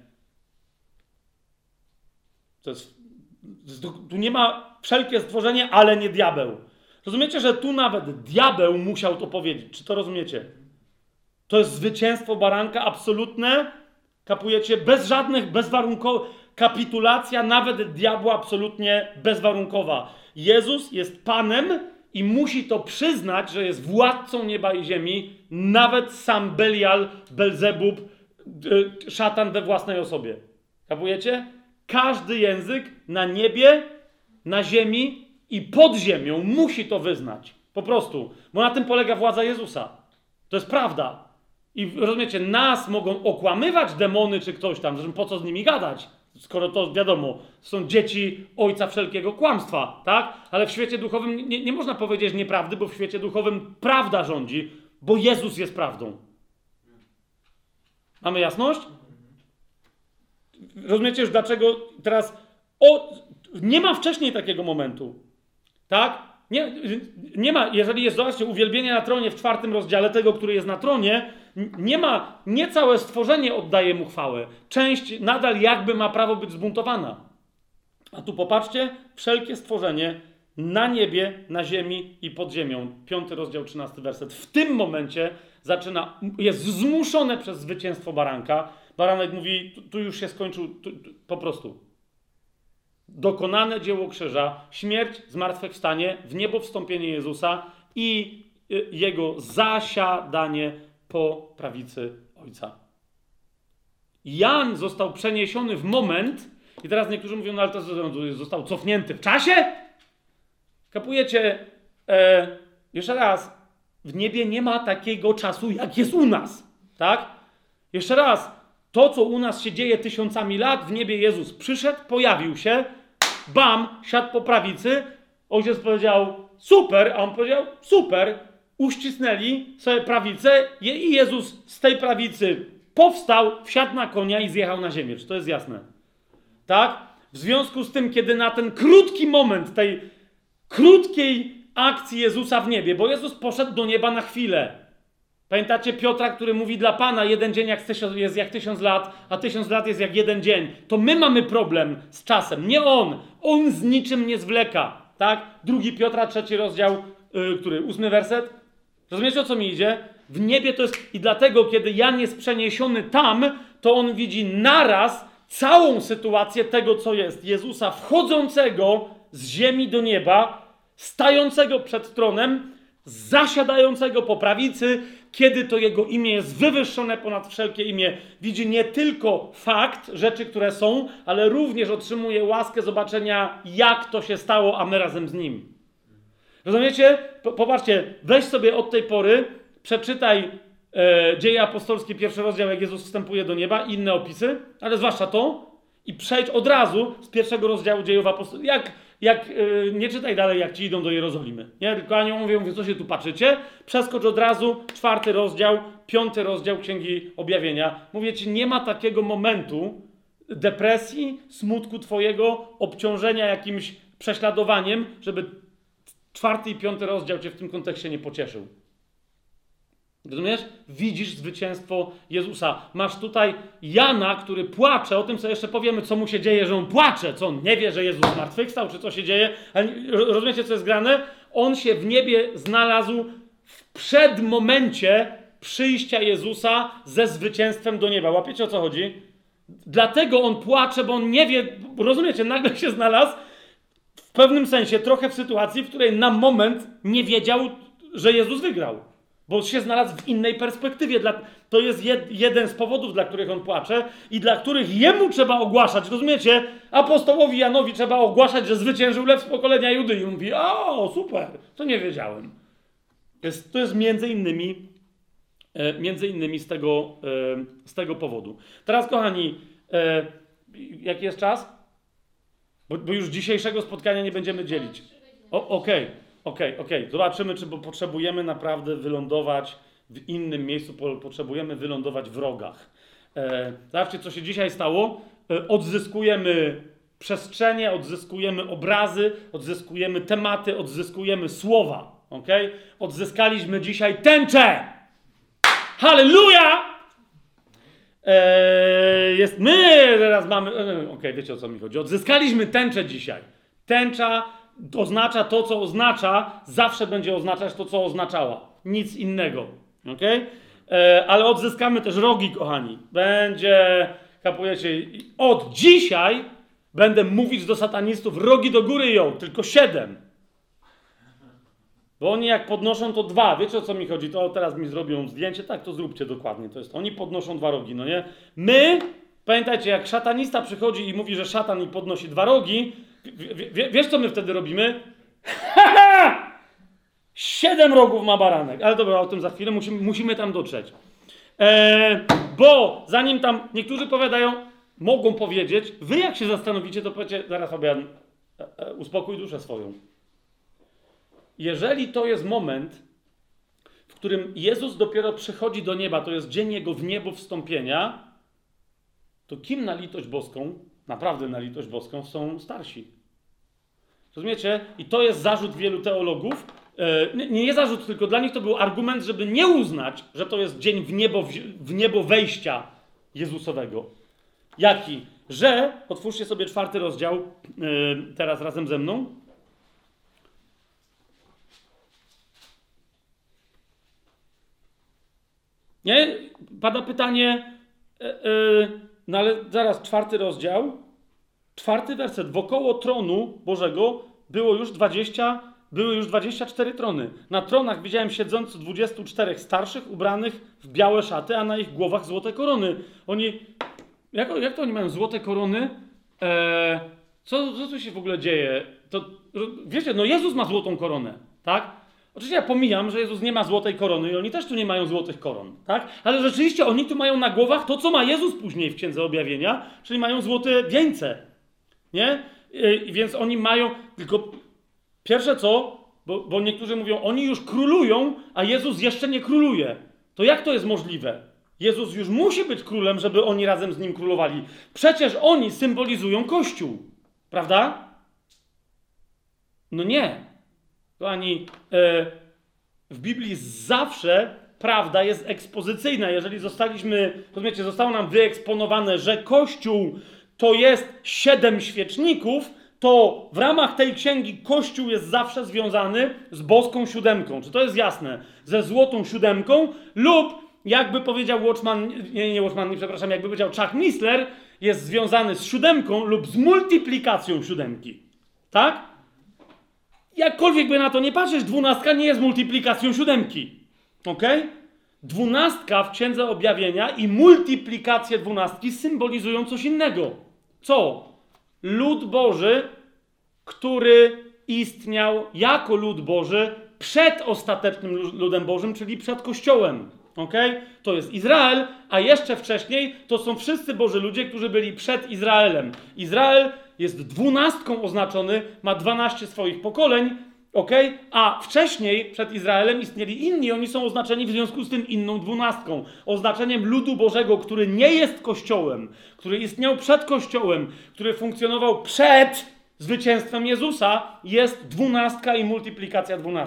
Speaker 1: Tu nie ma wszelkie stworzenie, ale nie diabeł. Rozumiecie, że tu nawet diabeł musiał to powiedzieć. Czy to rozumiecie? To jest zwycięstwo baranka absolutne. Kapujecie? Bez żadnych, bezwarunkowych. Kapitulacja nawet diabła absolutnie bezwarunkowa. Jezus jest Panem i musi to przyznać, że jest władcą nieba i ziemi. Nawet sam Belial, Belzebub, szatan we własnej osobie. Kapujecie? Każdy język na niebie, na ziemi i pod ziemią musi to wyznać. Po prostu. Bo na tym polega władza Jezusa. To jest prawda. I rozumiecie, nas mogą okłamywać demony czy ktoś tam, zresztą po co z nimi gadać? Skoro to wiadomo, są dzieci ojca wszelkiego kłamstwa, tak? Ale w świecie duchowym nie można powiedzieć nieprawdy, bo w świecie duchowym prawda rządzi, bo Jezus jest prawdą. Mamy jasność? Rozumiecie już dlaczego teraz... nie ma wcześniej takiego momentu. Tak? Nie ma, jeżeli jest, zobaczcie, uwielbienie na tronie w 4 rozdziale, tego, który jest na tronie, nie całe stworzenie oddaje mu chwałę. Część nadal jakby ma prawo być zbuntowana. A tu popatrzcie, wszelkie stworzenie na niebie, na ziemi i pod ziemią. 5 rozdział, 13 werset. W tym momencie jest zmuszone przez zwycięstwo baranka. Baranek mówi, tu już się skończył, po prostu. Dokonane dzieło krzyża, śmierć, zmartwychwstanie, w niebo wstąpienie Jezusa i Jego zasiadanie po prawicy Ojca. Jan został przeniesiony w moment, i teraz niektórzy mówią, no ale to został cofnięty w czasie? Kapujecie? Jeszcze raz, w niebie nie ma takiego czasu, jak jest u nas. Tak? Jeszcze raz, to co u nas się dzieje tysiącami lat, w niebie Jezus przyszedł, pojawił się, bam, siadł po prawicy, ojciec powiedział super, a on powiedział super, uścisnęli sobie prawicę i Jezus z tej prawicy powstał, wsiadł na konia i zjechał na ziemię. Czy to jest jasne? Tak? W związku z tym, kiedy na ten krótki moment tej krótkiej akcji Jezusa w niebie, bo Jezus poszedł do nieba na chwilę. Pamiętacie Piotra, który mówi dla Pana, jeden dzień jest jak 1000 lat, a 1000 lat jest jak jeden dzień. To my mamy problem z czasem, nie on. On z niczym nie zwleka. Tak? 2 Piotra, 3 rozdział, 8 werset. Rozumiecie, o co mi idzie? W niebie to jest... I dlatego, kiedy Jan jest przeniesiony tam, to on widzi naraz całą sytuację tego, co jest. Jezusa wchodzącego z ziemi do nieba, stającego przed tronem, zasiadającego po prawicy, kiedy to jego imię jest wywyższone ponad wszelkie imię. Widzi nie tylko fakt, rzeczy, które są, ale również otrzymuje łaskę zobaczenia, jak to się stało, a my razem z nim. Rozumiecie? Popatrzcie, weź sobie od tej pory, przeczytaj Dzieje Apostolskie, 1 rozdział, jak Jezus wstępuje do nieba, i inne opisy, ale zwłaszcza to, i przejdź od razu z 1 rozdziału Dziejów Apostolskich. Nie czytaj dalej, jak ci idą do Jerozolimy. Nie? Tylko anioł mówią, co się tu patrzycie? Przeskocz od razu, 4 rozdział, 5 rozdział Księgi Objawienia. Mówię ci, nie ma takiego momentu depresji, smutku twojego, obciążenia jakimś prześladowaniem, żeby 4 i 5 rozdział cię w tym kontekście nie pocieszył. Rozumiesz? Widzisz zwycięstwo Jezusa. Masz tutaj Jana, który płacze, o tym co jeszcze powiemy, co mu się dzieje, że on płacze, co on nie wie, że Jezus zmartwychwstał, czy co się dzieje, ale rozumiecie, co jest grane? On się w niebie znalazł w przedmomencie przyjścia Jezusa ze zwycięstwem do nieba. Łapiecie, o co chodzi? Dlatego on płacze, bo on nie wie, rozumiecie, nagle się znalazł w pewnym sensie trochę w sytuacji, w której na moment nie wiedział, że Jezus wygrał. Bo się znalazł w innej perspektywie. To jest jeden z powodów, dla których on płacze i dla których jemu trzeba ogłaszać. Rozumiecie? Apostołowi Janowi trzeba ogłaszać, że zwyciężył lew z pokolenia Judy. I on mówi, o, super, to nie wiedziałem. To jest między innymi z tego powodu. Teraz, kochani, jaki jest czas? Bo już dzisiejszego spotkania nie będziemy dzielić. Okej. Zobaczymy, czy potrzebujemy naprawdę wylądować w innym miejscu, potrzebujemy wylądować w rogach. Zobaczcie, co się dzisiaj stało. Odzyskujemy przestrzenie, odzyskujemy obrazy, odzyskujemy tematy, odzyskujemy słowa. Odzyskaliśmy dzisiaj tęczę! Halleluja! My teraz mamy... wiecie, o co mi chodzi. Odzyskaliśmy tęczę dzisiaj. Tęcza oznacza to, co oznacza, zawsze będzie oznaczać to, co oznaczała. Nic innego. Ale odzyskamy też rogi, kochani. Kapujecie, od dzisiaj będę mówić do satanistów, rogi do góry ją, tylko 7. Bo oni jak podnoszą, to 2. Wiecie, o co mi chodzi? To teraz mi zrobią zdjęcie. Tak, to zróbcie dokładnie. To jest. Oni podnoszą 2 rogi, no nie? My, pamiętajcie, jak szatanista przychodzi i mówi, że szatan i podnosi 2 rogi, wiesz, co my wtedy robimy? 7 rogów ma baranek. Ale dobra, o tym za chwilę. Musimy tam dotrzeć. Bo zanim tam niektórzy powiadają, mogą powiedzieć, wy jak się zastanowicie, to powiecie, zaraz Fabian, uspokój duszę swoją. Jeżeli to jest moment, w którym Jezus dopiero przychodzi do nieba, to jest dzień Jego w niebo wstąpienia, to kim na litość boską, naprawdę na litość boską, są starsi? Rozumiecie? I to jest zarzut wielu teologów. Nie zarzut, tylko dla nich to był argument, żeby nie uznać, że to jest dzień w niebo wejścia Jezusowego. Jaki? Że, otwórzcie sobie 4 rozdział teraz razem ze mną. Nie? Pada pytanie, no ale zaraz 4 rozdział, 4 werset. Wokoło tronu Bożego były już 24 trony. Na tronach widziałem siedzących 24 starszych, ubranych w białe szaty, a na ich głowach złote korony. Jak to oni mają złote korony? Co tu się w ogóle dzieje? To, wiecie, no Jezus ma złotą koronę, tak? Oczywiście ja pomijam, że Jezus nie ma złotej korony i oni też tu nie mają złotych koron, tak? Ale rzeczywiście oni tu mają na głowach to, co ma Jezus później w Księdze Objawienia, czyli mają złote wieńce, nie? Więc oni mają, tylko pierwsze co, bo niektórzy mówią, oni już królują, a Jezus jeszcze nie króluje. To jak to jest możliwe? Jezus już musi być królem, żeby oni razem z Nim królowali. Przecież oni symbolizują Kościół, prawda? No nie. Kochani, w Biblii zawsze prawda jest ekspozycyjna. Jeżeli zostało nam wyeksponowane, że Kościół to jest 7 świeczników, to w ramach tej księgi Kościół jest zawsze związany z boską 7. Czy to jest jasne? Ze złotą 7 lub, jakby powiedział jakby powiedział Chuck Missler, jest związany z 7 lub z multiplikacją 7. Tak? Jakkolwiek by na to nie patrzeć, 12 nie jest multiplikacją 7. Okej? 12 w Księdze Objawienia i multiplikacje 12 symbolizują coś innego. Co? Lud Boży, który istniał jako lud Boży przed ostatecznym ludem Bożym, czyli przed Kościołem. Okay? To jest Izrael, a jeszcze wcześniej to są wszyscy Boży ludzie, którzy byli przed Izraelem. Izrael jest 12 oznaczony, ma 12 swoich pokoleń, okay? A wcześniej przed Izraelem istnieli inni, oni są oznaczeni w związku z tym inną 12. Oznaczeniem ludu Bożego, który nie jest Kościołem, który istniał przed Kościołem, który funkcjonował przed zwycięstwem Jezusa, jest 12 i multiplikacja 12.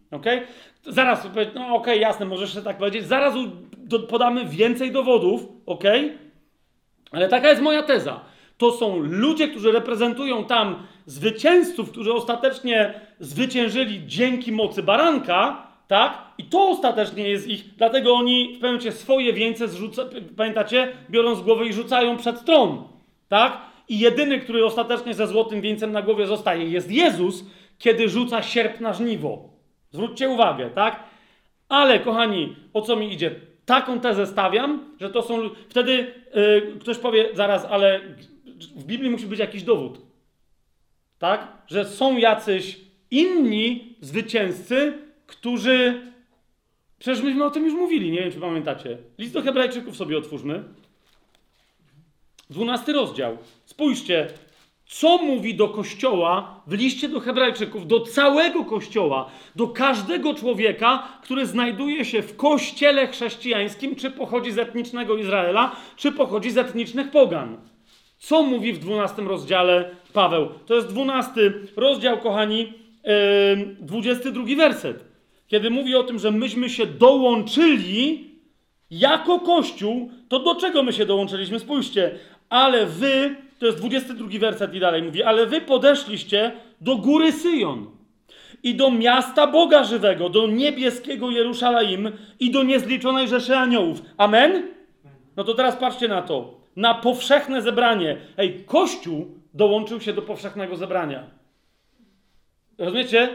Speaker 1: okej? Zaraz, no okej, jasne, możesz sobie tak powiedzieć. Zaraz podamy więcej dowodów, okej? Ale taka jest moja teza. To są ludzie, którzy reprezentują tam zwycięzców, którzy ostatecznie zwyciężyli dzięki mocy baranka, tak? I to ostatecznie jest ich, dlatego oni w pewnym momencie swoje wieńce pamiętacie, biorą z głowy i rzucają przed tron, tak? I jedyny, który ostatecznie ze złotym wieńcem na głowie zostaje, jest Jezus, kiedy rzuca sierp na żniwo. Zwróćcie uwagę, tak? Ale, kochani, o co mi idzie? Taką tezę stawiam, że to są... Wtedy ktoś powie, zaraz, ale w Biblii musi być jakiś dowód. Tak? Że są jacyś inni zwycięzcy, którzy... Przecież myśmy o tym już mówili, nie wiem, czy pamiętacie. List do Hebrajczyków sobie otwórzmy. 12 rozdział. Spójrzcie, co mówi do Kościoła w liście do Hebrajczyków, do całego Kościoła, do każdego człowieka, który znajduje się w Kościele chrześcijańskim, czy pochodzi z etnicznego Izraela, czy pochodzi z etnicznych pogan. Co mówi w 12 rozdziale Paweł? To jest 12 rozdział, kochani, 22 werset. Kiedy mówi o tym, że myśmy się dołączyli jako Kościół, to do czego my się dołączyliśmy? Spójrzcie, ale wy, to jest 22 werset i dalej mówi, ale wy podeszliście do góry Syjon i do miasta Boga żywego, do niebieskiego Jerusalem i do niezliczonej rzeszy aniołów. Amen? No to teraz patrzcie na to. Na powszechne zebranie. Ej, Kościół dołączył się do powszechnego zebrania. Rozumiecie?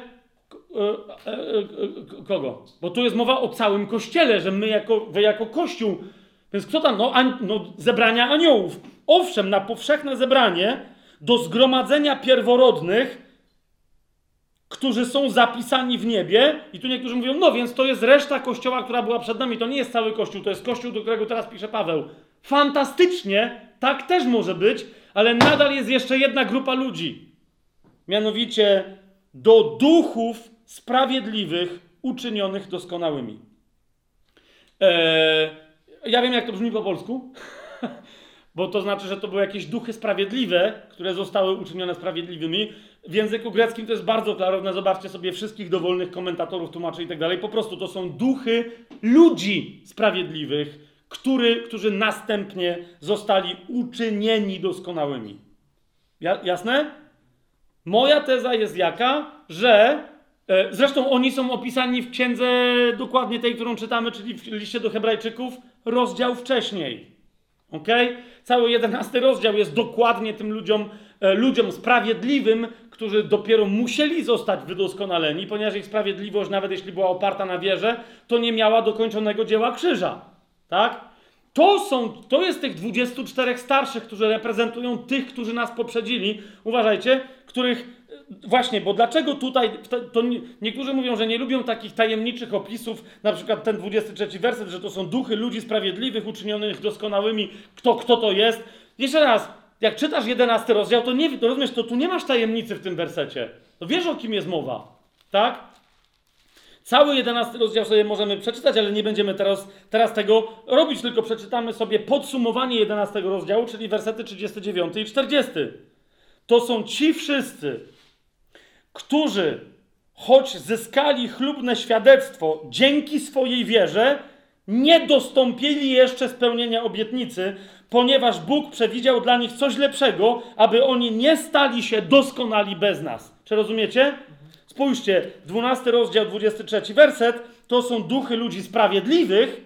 Speaker 1: Kogo? Bo tu jest mowa o całym Kościele, że wy jako Kościół. Więc kto tam? No, zebrania aniołów. Owszem, na powszechne zebranie do zgromadzenia pierworodnych, którzy są zapisani w niebie. I tu niektórzy mówią, no więc to jest reszta Kościoła, która była przed nami. To nie jest cały Kościół, to jest Kościół, do którego teraz pisze Paweł. Fantastycznie, tak też może być, ale nadal jest jeszcze jedna grupa ludzi. Mianowicie do duchów sprawiedliwych uczynionych doskonałymi. Ja wiem, jak to brzmi po polsku, bo to znaczy, że to były jakieś duchy sprawiedliwe, które zostały uczynione sprawiedliwymi. W języku greckim to jest bardzo klarowne. Zobaczcie sobie wszystkich dowolnych komentatorów, tłumaczy i tak dalej. Po prostu to są duchy ludzi sprawiedliwych, którzy następnie zostali uczynieni doskonałymi. Jasne? Moja teza jest jaka, że zresztą oni są opisani w księdze dokładnie tej, którą czytamy, czyli w liście do Hebrajczyków, rozdział wcześniej. Okay? Cały 11 rozdział jest dokładnie tym ludziom sprawiedliwym, którzy dopiero musieli zostać wydoskonaleni, ponieważ ich sprawiedliwość, nawet jeśli była oparta na wierze, to nie miała dokończonego dzieła krzyża. Tak? To jest tych 24 starszych, którzy reprezentują tych, którzy nas poprzedzili. Uważajcie, których... Właśnie, bo dlaczego tutaj... Niektórzy mówią, że nie lubią takich tajemniczych opisów, na przykład ten 23 werset, że to są duchy ludzi sprawiedliwych, uczynionych doskonałymi. Kto to jest? Jeszcze raz, jak czytasz 11 rozdział, to rozumiesz, to tu nie masz tajemnicy w tym wersecie. To wiesz, o kim jest mowa. Tak? Cały 11 rozdział sobie możemy przeczytać, ale nie będziemy teraz tego robić, tylko przeczytamy sobie podsumowanie 11 rozdziału, czyli wersety 39 i 40. To są ci wszyscy, którzy, choć zyskali chlubne świadectwo dzięki swojej wierze, nie dostąpili jeszcze spełnienia obietnicy, ponieważ Bóg przewidział dla nich coś lepszego, aby oni nie stali się doskonali bez nas. Czy rozumiecie? Spójrzcie, 12 rozdział, 23 werset, to są duchy ludzi sprawiedliwych,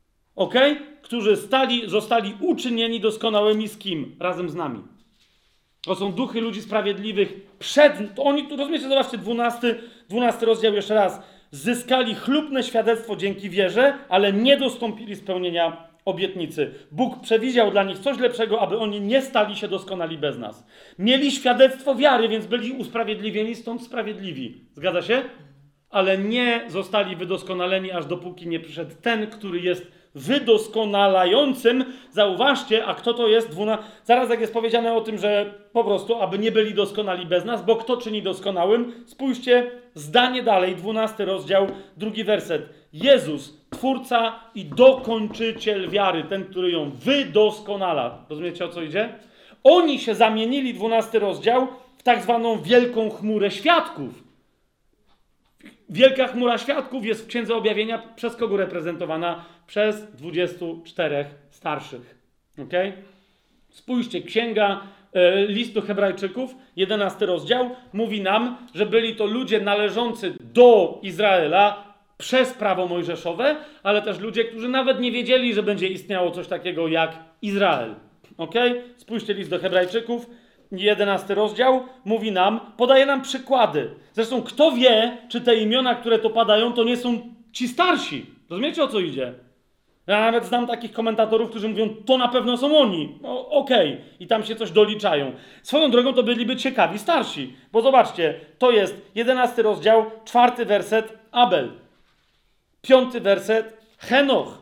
Speaker 1: którzy zostali uczynieni doskonałymi z kim? Razem z nami. To są duchy ludzi sprawiedliwych oni, rozumiecie, zobaczcie, 12 rozdział jeszcze raz. Zyskali chlubne świadectwo dzięki wierze, ale nie dostąpili spełnienia obietnicy. Bóg przewidział dla nich coś lepszego, aby oni nie stali się doskonali bez nas. Mieli świadectwo wiary, więc byli usprawiedliwieni, stąd sprawiedliwi. Zgadza się? Ale nie zostali wydoskonaleni, aż dopóki nie przyszedł ten, który jest wydoskonalającym. Zauważcie, a kto to jest? Zaraz jak jest powiedziane o tym, że po prostu, aby nie byli doskonali bez nas, bo kto czyni doskonałym? Spójrzcie, zdanie dalej, 12 rozdział, 2 werset. Jezus, Twórca i dokończyciel wiary, ten, który ją wydoskonala. Rozumiecie, o co idzie? Oni się zamienili, 12 rozdział, w tak zwaną wielką chmurę świadków. Wielka chmura świadków jest w Księdze Objawienia przez kogo reprezentowana? Przez 24 starszych. Okay? Spójrzcie, list do Hebrajczyków, 11 rozdział, mówi nam, że byli to ludzie należący do Izraela przez prawo mojżeszowe, ale też ludzie, którzy nawet nie wiedzieli, że będzie istniało coś takiego jak Izrael. Okay? Spójrzcie, list do Hebrajczyków, 11 rozdział, mówi nam, podaje nam przykłady. Zresztą kto wie, czy te imiona, które to padają, to nie są ci starsi. Rozumiecie, o co idzie? Ja nawet znam takich komentatorów, którzy mówią, to na pewno są oni. No, okej. I tam się coś doliczają. Swoją drogą to byliby ciekawi starsi. Bo zobaczcie, to jest 11 rozdział, 4 werset Abel. 5 werset Henoch.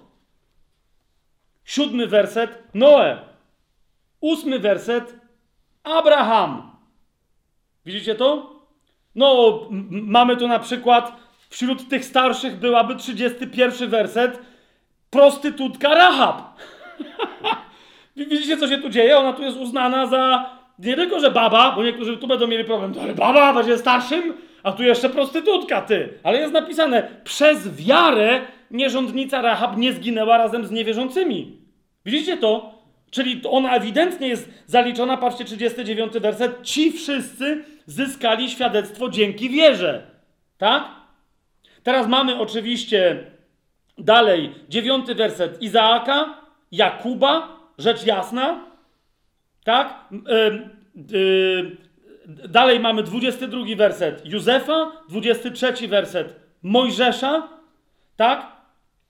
Speaker 1: 7 werset Noe. 8 werset Abraham. Widzicie to? No, mamy tu na przykład, wśród tych starszych byłaby 31 werset, prostytutka Rahab. Widzicie, co się tu dzieje? Ona tu jest uznana za nie tylko, że baba, bo niektórzy tu będą mieli problem, ale baba będzie starszym, a tu jeszcze prostytutka, ty. Ale jest napisane, przez wiarę nierządnica Rahab nie zginęła razem z niewierzącymi. Widzicie to? Czyli ona ewidentnie jest zaliczona, patrzcie, 39 werset, ci wszyscy zyskali świadectwo dzięki wierze. Tak? Teraz mamy oczywiście dalej 9 werset Izaaka, Jakuba, rzecz jasna. Tak? Dalej mamy 22 werset Józefa, 23 werset Mojżesza. Tak?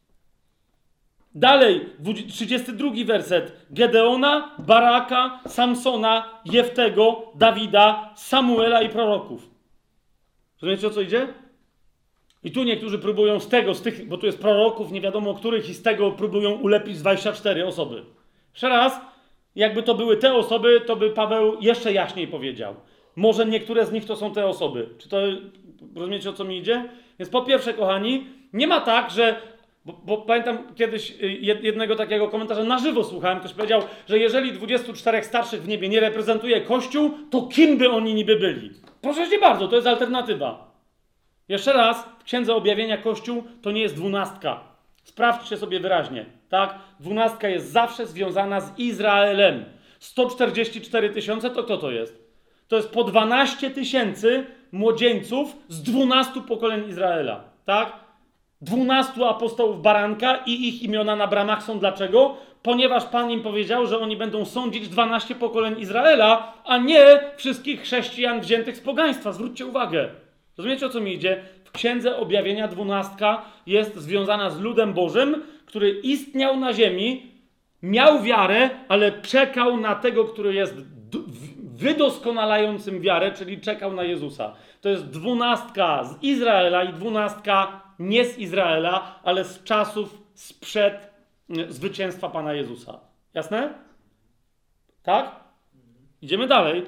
Speaker 1: Dalej, 32 werset Gedeona, Baraka, Samsona, Jeftego, Dawida, Samuela i proroków. Rozumiecie, o co idzie? I tu niektórzy próbują z tych, bo tu jest proroków, nie wiadomo których, i z tego próbują ulepić 24 osoby. Jeszcze raz, jakby to były te osoby, to by Paweł jeszcze jaśniej powiedział. Może niektóre z nich to są te osoby. Czy to, rozumiecie, o co mi idzie? Więc po pierwsze, kochani, nie ma tak, że Bo pamiętam kiedyś jednego takiego komentarza na żywo słuchałem, ktoś powiedział, że jeżeli 24 starszych w niebie nie reprezentuje Kościół, to kim by oni niby byli? Proszę cię bardzo, to jest alternatywa. Jeszcze raz, w Księdze Objawienia Kościół to nie jest 12. Sprawdźcie sobie wyraźnie, tak? 12 jest zawsze związana z Izraelem. 144 000 to kto to jest? To jest po 12 000 młodzieńców z 12 pokoleń Izraela, tak? 12 apostołów baranka i ich imiona na bramach są dlaczego? Ponieważ Pan im powiedział, że oni będą sądzić 12 pokoleń Izraela, a nie wszystkich chrześcijan wziętych z pogaństwa. Zwróćcie uwagę. Rozumiecie, o co mi idzie? W Księdze Objawienia 12 jest związana z ludem Bożym, który istniał na ziemi, miał wiarę, ale czekał na tego, który jest wydoskonalającym wiarę, czyli czekał na Jezusa. To jest 12 z Izraela i 12 nie z Izraela, ale z czasów sprzed zwycięstwa Pana Jezusa. Jasne? Tak? Idziemy dalej.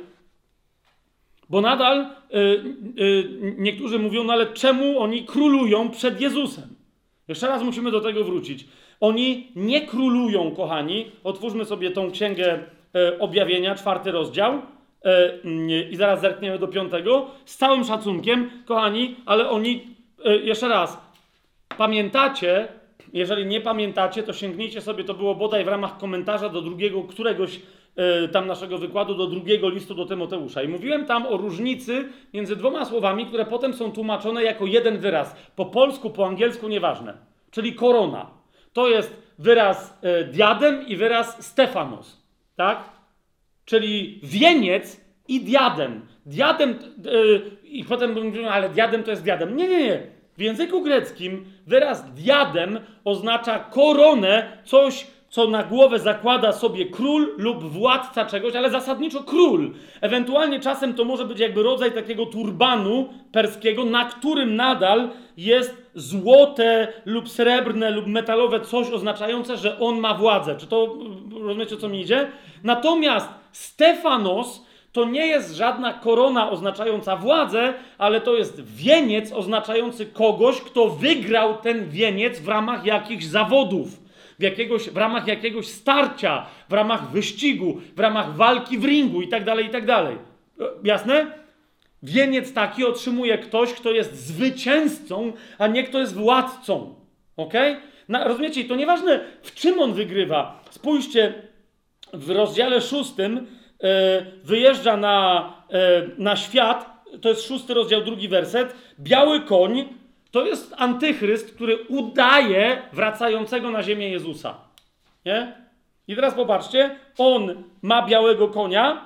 Speaker 1: Bo nadal niektórzy mówią, no ale czemu oni królują przed Jezusem? Jeszcze raz musimy do tego wrócić. Oni nie królują, kochani. Otwórzmy sobie tą Księgę Objawienia, 4 rozdział. I zaraz zerkniemy do 5. Z całym szacunkiem, kochani, ale oni, jeszcze raz, pamiętacie, jeżeli nie pamiętacie, to sięgnijcie sobie, to było bodaj w ramach komentarza do któregoś tam naszego wykładu, do 2 listu do Tymoteusza. I mówiłem tam o różnicy między 2 słowami, które potem są tłumaczone jako jeden wyraz. Po polsku, po angielsku, nieważne. Czyli korona. To jest wyraz diadem i wyraz Stefanos. Tak? Czyli wieniec i diadem. Diadem, i potem mówimy, ale diadem to jest diadem. Nie. W języku greckim wyraz diadem oznacza koronę, coś, co na głowę zakłada sobie król lub władca czegoś, ale zasadniczo król. Ewentualnie czasem to może być jakby rodzaj takiego turbanu perskiego, na którym nadal jest złote lub srebrne lub metalowe coś oznaczające, że on ma władzę. Czy to, rozumiecie, o co mi idzie? Natomiast Stefanos to nie jest żadna korona oznaczająca władzę, ale to jest wieniec oznaczający kogoś, kto wygrał ten wieniec w ramach jakichś zawodów, w ramach jakiegoś starcia, w ramach wyścigu, w ramach walki w ringu i tak dalej, i tak dalej. Jasne? Wieniec taki otrzymuje ktoś, kto jest zwycięzcą, a nie kto jest władcą. Okej? Rozumiecie? I to nieważne, w czym on wygrywa. Spójrzcie, w rozdziale 6 wyjeżdża na świat, to jest 6 rozdział, 2 werset. Biały koń to jest antychryst, który udaje wracającego na ziemię Jezusa. Nie? I teraz popatrzcie, on ma białego konia,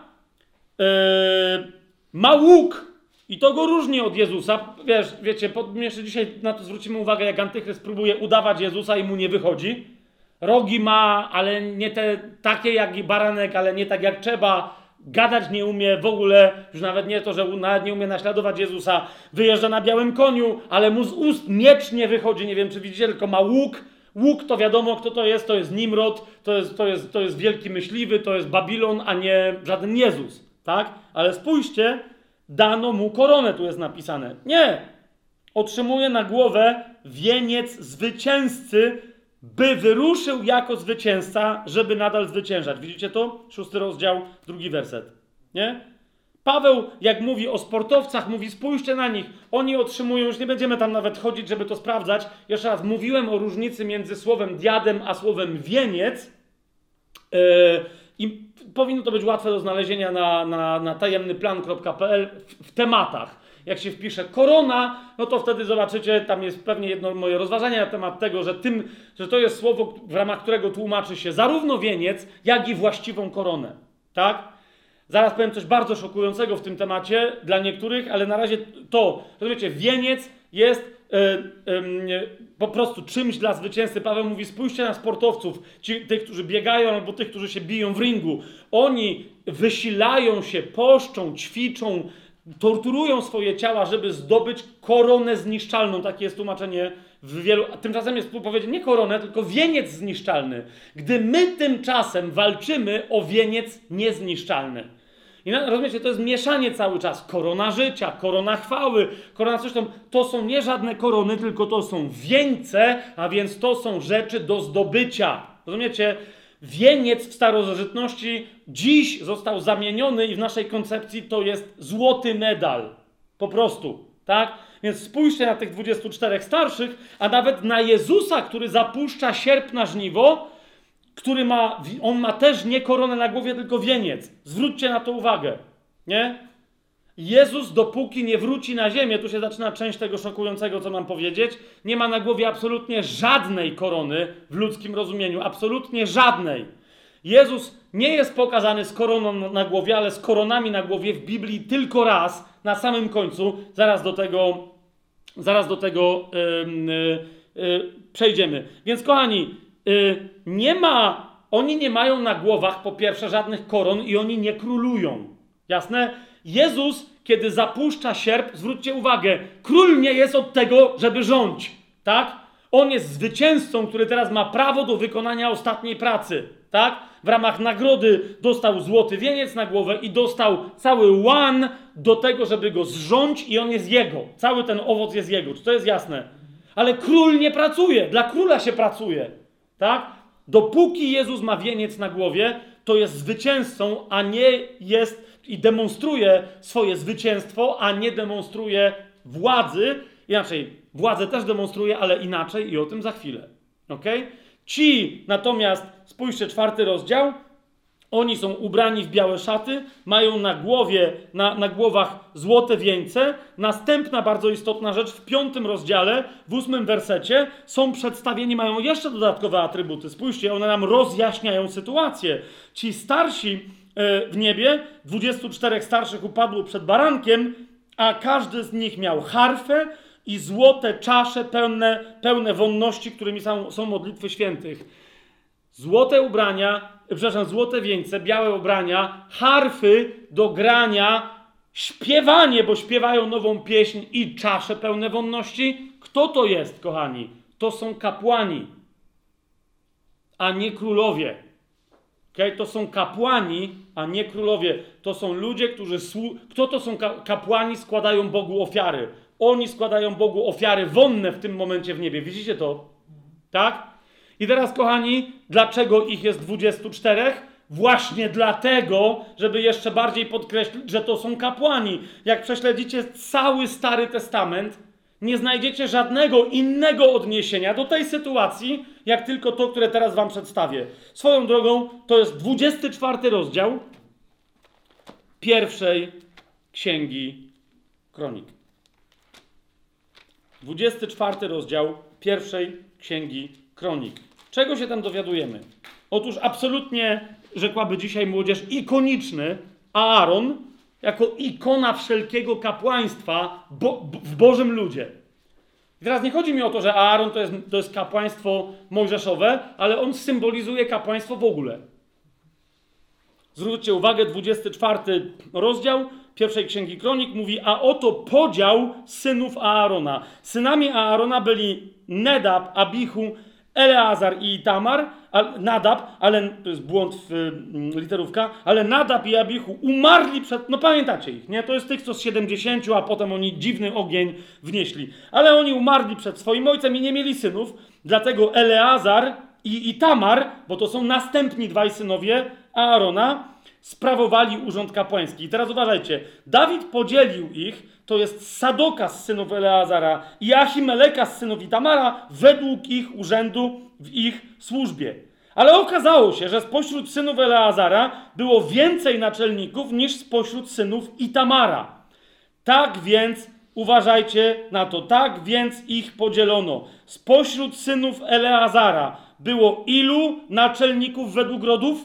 Speaker 1: ma łuk i to go różni od Jezusa. Wiecie, jeszcze dzisiaj na to zwrócimy uwagę, jak antychryst próbuje udawać Jezusa i mu nie wychodzi. Rogi ma, ale nie te takie jak baranek, ale nie tak jak trzeba. Gadać nie umie w ogóle, już nawet nie to, że nawet nie umie naśladować Jezusa. Wyjeżdża na białym koniu, ale mu z ust miecz nie wychodzi. Nie wiem, czy widzicie, tylko ma łuk. Łuk to wiadomo, kto to jest Nimrod, to jest wielki myśliwy, to jest Babilon, a nie żaden Jezus. Tak? Ale spójrzcie, dano mu koronę, tu jest napisane. Nie! Otrzymuje na głowę wieniec zwycięzcy, by wyruszył jako zwycięzca, żeby nadal zwyciężać. Widzicie to? 6 rozdział, 2 werset. Nie? Paweł, jak mówi o sportowcach, mówi, spójrzcie na nich. Oni otrzymują, już nie będziemy tam nawet chodzić, żeby to sprawdzać. Jeszcze raz, mówiłem o różnicy między słowem diadem, a słowem wieniec. I powinno to być łatwe do znalezienia na tajemnyplan.pl w tematach. Jak się wpisze korona, no to wtedy zobaczycie, tam jest pewnie jedno moje rozważanie na temat tego, że to jest słowo, w ramach którego tłumaczy się zarówno wieniec, jak i właściwą koronę. Tak? Zaraz powiem coś bardzo szokującego w tym temacie dla niektórych, ale na razie to, rozumiecie, wieniec jest po prostu czymś dla zwycięzcy. Paweł mówi, spójrzcie na sportowców, tych, którzy biegają, albo tych, którzy się biją w ringu. Oni wysilają się, poszczą, ćwiczą, torturują swoje ciała, żeby zdobyć koronę zniszczalną. Takie jest tłumaczenie w wielu... Tymczasem jest powiedzieć nie koronę, tylko wieniec zniszczalny. Gdy my tymczasem walczymy o wieniec niezniszczalny. I rozumiecie, to jest mieszanie cały czas. Korona życia, korona chwały, korona coś tam. To są nie żadne korony, tylko to są wieńce, a więc to są rzeczy do zdobycia. Rozumiecie? Wieniec w starożytności dziś został zamieniony i w naszej koncepcji to jest złoty medal. Po prostu, tak? Więc spójrzcie na tych 24 starszych, a nawet na Jezusa, który zapuszcza sierp na żniwo, on ma też nie koronę na głowie, tylko wieniec. Zwróćcie na to uwagę, nie? Jezus, dopóki nie wróci na ziemię, tu się zaczyna część tego szokującego, co mam powiedzieć, nie ma na głowie absolutnie żadnej korony w ludzkim rozumieniu, absolutnie żadnej. Jezus nie jest pokazany z koroną na głowie, ale z koronami na głowie w Biblii tylko raz, na samym końcu, zaraz do tego przejdziemy. Więc kochani, oni nie mają na głowach po pierwsze żadnych koron i oni nie królują. Jasne? Jezus, kiedy zapuszcza sierp, zwróćcie uwagę, król nie jest od tego, żeby rządzić. Tak? On jest zwycięzcą, który teraz ma prawo do wykonania ostatniej pracy. Tak? W ramach nagrody dostał złoty wieniec na głowę i dostał cały łan do tego, żeby go zrządzić i on jest jego. Cały ten owoc jest jego. Czy to jest jasne? Ale król nie pracuje. Dla króla się pracuje. Tak? Dopóki Jezus ma wieniec na głowie, to jest zwycięzcą, a nie jest i demonstruje swoje zwycięstwo, a nie demonstruje władzy. Inaczej, władzę też demonstruje, ale inaczej i o tym za chwilę. Okay? Ci natomiast, spójrzcie, 4 rozdział, oni są ubrani w białe szaty, mają na głowie, na głowach złote wieńce. Następna bardzo istotna rzecz, w 5 rozdziale, w 8 wersecie są przedstawieni, mają jeszcze dodatkowe atrybuty. Spójrzcie, one nam rozjaśniają sytuację. Ci starsi w niebie, 24 starszych upadło przed barankiem, a każdy z nich miał harfę i złote czasze pełne wonności, którymi są modlitwy świętych. Złote ubrania, złote wieńce, białe ubrania, harfy do grania, śpiewanie, bo śpiewają nową pieśń i czasze pełne wonności. Kto to jest, kochani? To są kapłani, a nie królowie. Okay? To są kapłani, a nie królowie. To są ludzie, którzy... Kto to są kapłani? Składają Bogu ofiary. Oni składają Bogu ofiary wonne w tym momencie w niebie. Widzicie to? Tak? I teraz, kochani, dlaczego ich jest 24? właśnie dlatego, żeby jeszcze bardziej podkreślić, że to są kapłani. Jak prześledzicie cały Stary Testament, nie znajdziecie żadnego innego odniesienia do tej sytuacji, jak tylko to, które teraz wam przedstawię. Swoją drogą, to jest 24 rozdział pierwszej Księgi Kronik. 24 rozdział pierwszej Księgi Kronik. Czego się tam dowiadujemy? Otóż absolutnie, rzekłaby dzisiaj młodzież, ikoniczny Aaron, jako ikona wszelkiego kapłaństwa w Bożym ludzie. I teraz nie chodzi mi o to, że Aaron to jest kapłaństwo mojżeszowe, ale on symbolizuje kapłaństwo w ogóle. Zwróćcie uwagę, 24 rozdział pierwszej Księgi Kronik mówi, a oto podział synów Aarona. Synami Aarona byli Nedab, Abichu, Eleazar i Itamar, Nadab, ale to jest błąd literówka, ale Nadab i Abichu umarli przed, no pamiętacie ich, nie? To jest tych, co z 70, a potem oni dziwny ogień wnieśli. Ale oni umarli przed swoim ojcem i nie mieli synów, dlatego Eleazar i Itamar, bo to są następni dwaj synowie Aarona, sprawowali urząd kapłański. I teraz uważajcie, Dawid podzielił ich, to jest Sadoka z synów Eleazara i Achimeleka z synów Itamara według ich urzędu w ich służbie. Ale okazało się, że spośród synów Eleazara było więcej naczelników niż spośród synów Itamara. Tak więc, uważajcie na to, tak więc ich podzielono. Spośród synów Eleazara było ilu naczelników według rodów?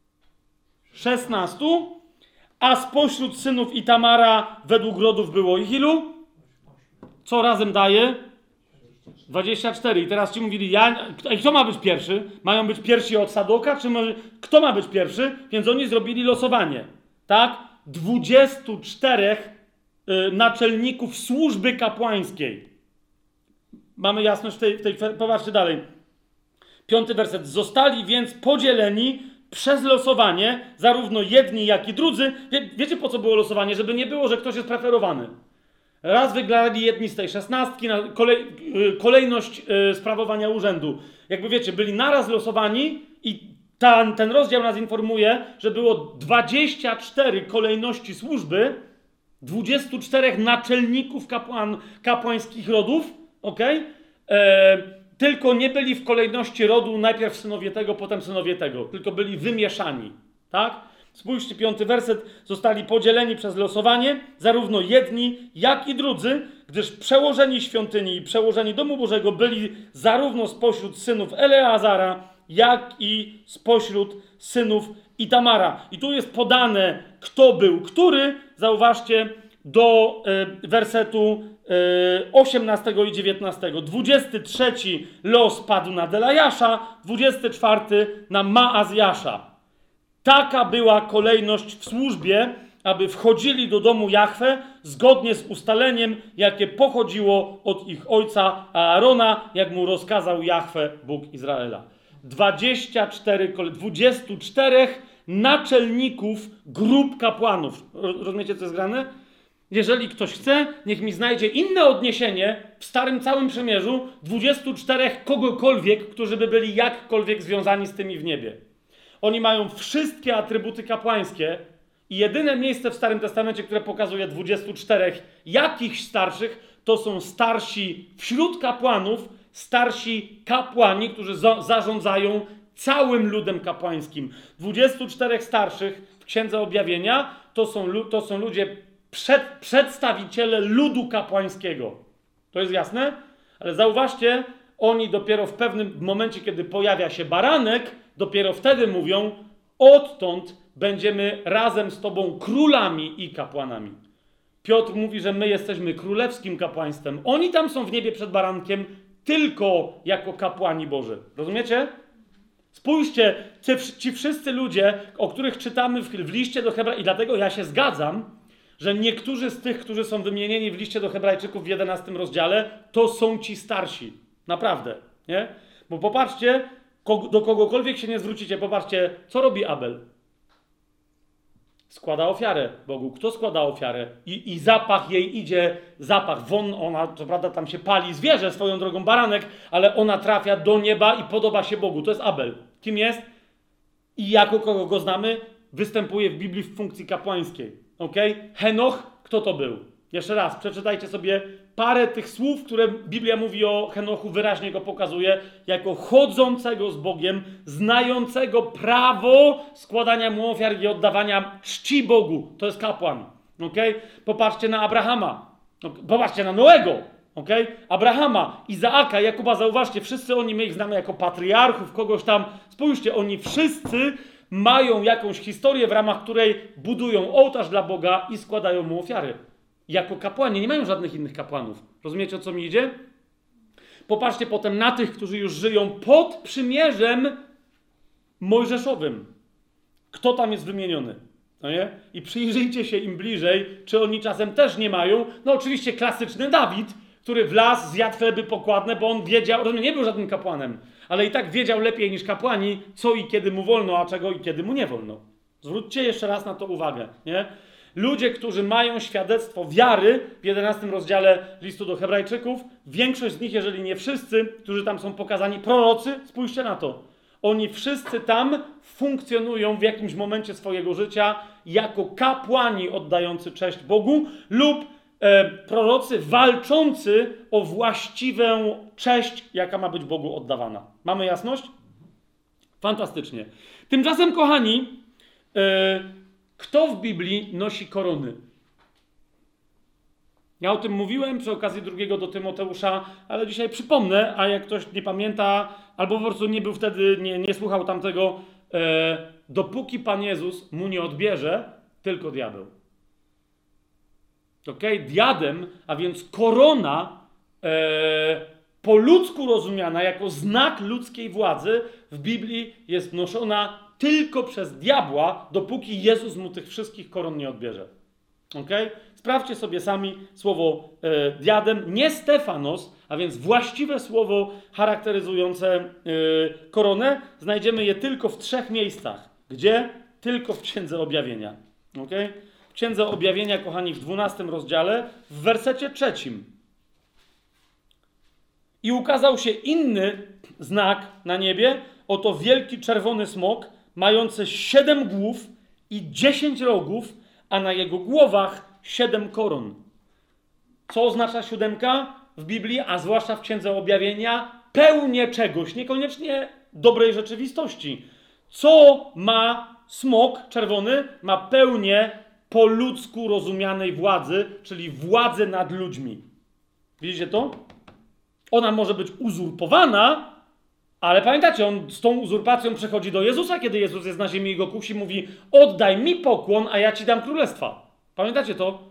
Speaker 1: 16. A spośród synów Itamara według rodów było ich ilu? Co razem daje? 24. I teraz ci mówili, kto ma być pierwszy? Mają być pierwsi od Sadoka? Czy może, kto ma być pierwszy? Więc oni zrobili losowanie. Tak? 24 naczelników służby kapłańskiej. Mamy jasność w tej popatrzcie dalej. 5 werset. Zostali więc podzieleni przez losowanie, zarówno jedni, jak i drudzy. Wiecie, po co było losowanie? Żeby nie było, że ktoś jest preferowany. Raz wygrali jedni z tej 16, kolejność sprawowania urzędu. Jakby wiecie, byli naraz losowani i ten rozdział nas informuje, że było 24 kolejności służby, 24 naczelników kapłańskich rodów, okej? Tylko nie byli w kolejności rodu najpierw synowie tego, potem synowie tego, tylko byli wymieszani, tak? Spójrzcie, 5 werset. Zostali podzieleni przez losowanie, zarówno jedni, jak i drudzy, gdyż przełożeni świątyni i przełożeni domu Bożego byli zarówno spośród synów Eleazara, jak i spośród synów Itamara. I tu jest podane, kto był który. Zauważcie, do wersetu 18 i 19. 23 los padł na Delajasza, 24 na Maazjasza. Taka była kolejność w służbie, aby wchodzili do domu Jahwe zgodnie z ustaleniem, jakie pochodziło od ich ojca Aarona, jak mu rozkazał Jahwe, Bóg Izraela. 24 naczelników grup kapłanów. Rozumiecie, co jest grane? Jeżeli ktoś chce, niech mi znajdzie inne odniesienie w Starym Całym Przymierzu 24 kogokolwiek, którzy by byli jakkolwiek związani z tymi w niebie. Oni mają wszystkie atrybuty kapłańskie i jedyne miejsce w Starym Testamencie, które pokazuje 24 jakichś starszych, to są starsi wśród kapłanów, starsi kapłani, którzy zarządzają całym ludem kapłańskim. 24 starszych w Księdze Objawienia to są ludzie, przedstawiciele ludu kapłańskiego. To jest jasne? Ale zauważcie, oni dopiero w pewnym momencie, kiedy pojawia się baranek, dopiero wtedy mówią, odtąd będziemy razem z Tobą królami i kapłanami. Piotr mówi, że my jesteśmy królewskim kapłaństwem. Oni tam są w niebie przed barankiem tylko jako kapłani Boży. Rozumiecie? Spójrzcie, ci wszyscy ludzie, o których czytamy w liście do Hebrajczyków, i dlatego ja się zgadzam, że niektórzy z tych, którzy są wymienieni w liście do Hebrajczyków w 11 rozdziale, to są ci starsi. Naprawdę, nie? Bo popatrzcie, do kogokolwiek się nie zwrócicie, popatrzcie, co robi Abel. Składa ofiarę Bogu. Kto składa ofiarę? I zapach jej idzie, zapach, won, ona, co prawda tam się pali zwierzę, swoją drogą baranek, ale ona trafia do nieba i podoba się Bogu. To jest Abel. Kim jest? i jako kogo go znamy, występuje w Biblii w funkcji kapłańskiej. Okay? Henoch, kto to był? Jeszcze raz, przeczytajcie sobie parę tych słów, które Biblia mówi o Henochu, wyraźnie go pokazuje, jako chodzącego z Bogiem, znającego prawo składania mu ofiar i oddawania czci Bogu. To jest kapłan. Okay? Popatrzcie na Abrahama. Popatrzcie na Noego. Okay? Abrahama, Izaaka, Jakuba, zauważcie, wszyscy oni my ich znamy jako patriarchów, kogoś tam. Spójrzcie, oni wszyscy mają jakąś historię, w ramach której budują ołtarz dla Boga i składają mu ofiary. Jako kapłani, nie mają żadnych innych kapłanów. Rozumiecie, o co mi idzie? Popatrzcie potem na tych, którzy już żyją pod przymierzem mojżeszowym. Kto tam jest wymieniony? No nie? I przyjrzyjcie się im bliżej, czy oni czasem też nie mają. No oczywiście klasyczny Dawid, który wlazł, zjadł chleby pokładne, bo on wiedział, rozumiem, nie był żadnym kapłanem, ale i tak wiedział lepiej niż kapłani, co i kiedy mu wolno, a czego i kiedy mu nie wolno. Zwróćcie jeszcze raz na to uwagę, nie? Ludzie, którzy mają świadectwo wiary w 11 rozdziale listu do Hebrajczyków, większość z nich, jeżeli nie wszyscy, którzy tam są pokazani, prorocy, spójrzcie na to. Oni wszyscy tam funkcjonują w jakimś momencie swojego życia jako kapłani oddający cześć Bogu lub prorocy walczący o właściwą cześć, jaka ma być Bogu oddawana. Mamy jasność? Fantastycznie. Tymczasem, kochani, kto w Biblii nosi korony? Ja o tym mówiłem przy okazji drugiego do Tymoteusza, ale dzisiaj przypomnę, a jak ktoś nie pamięta, albo po prostu nie był wtedy, nie słuchał tamtego, dopóki Pan Jezus mu nie odbierze, tylko diabeł. Okay? Diadem, a więc korona po ludzku rozumiana jako znak ludzkiej władzy w Biblii jest noszona tylko przez diabła, dopóki Jezus mu tych wszystkich koron nie odbierze. Okay? Sprawdźcie sobie sami słowo diadem, nie Stefanos, a więc właściwe słowo charakteryzujące koronę. Znajdziemy je tylko w 3 miejscach. Gdzie? Tylko w Księdze Objawienia. Okay? W Księdze Objawienia, kochani, w 12 rozdziale, w wersecie 3. I ukazał się inny znak na niebie, oto wielki czerwony smok, mający 7 głów i 10 rogów, a na jego głowach 7 koron. Co oznacza 7 w Biblii, a zwłaszcza w Księdze Objawienia? Pełnię czegoś, niekoniecznie dobrej rzeczywistości. Co ma smok czerwony? Ma pełnię po ludzku rozumianej władzy, czyli władzę nad ludźmi. Widzicie to? Ona może być uzurpowana, ale pamiętacie, on z tą uzurpacją przychodzi do Jezusa, kiedy Jezus jest na ziemi i go kusi, mówi: oddaj mi pokłon, a ja ci dam królestwa. Pamiętacie to?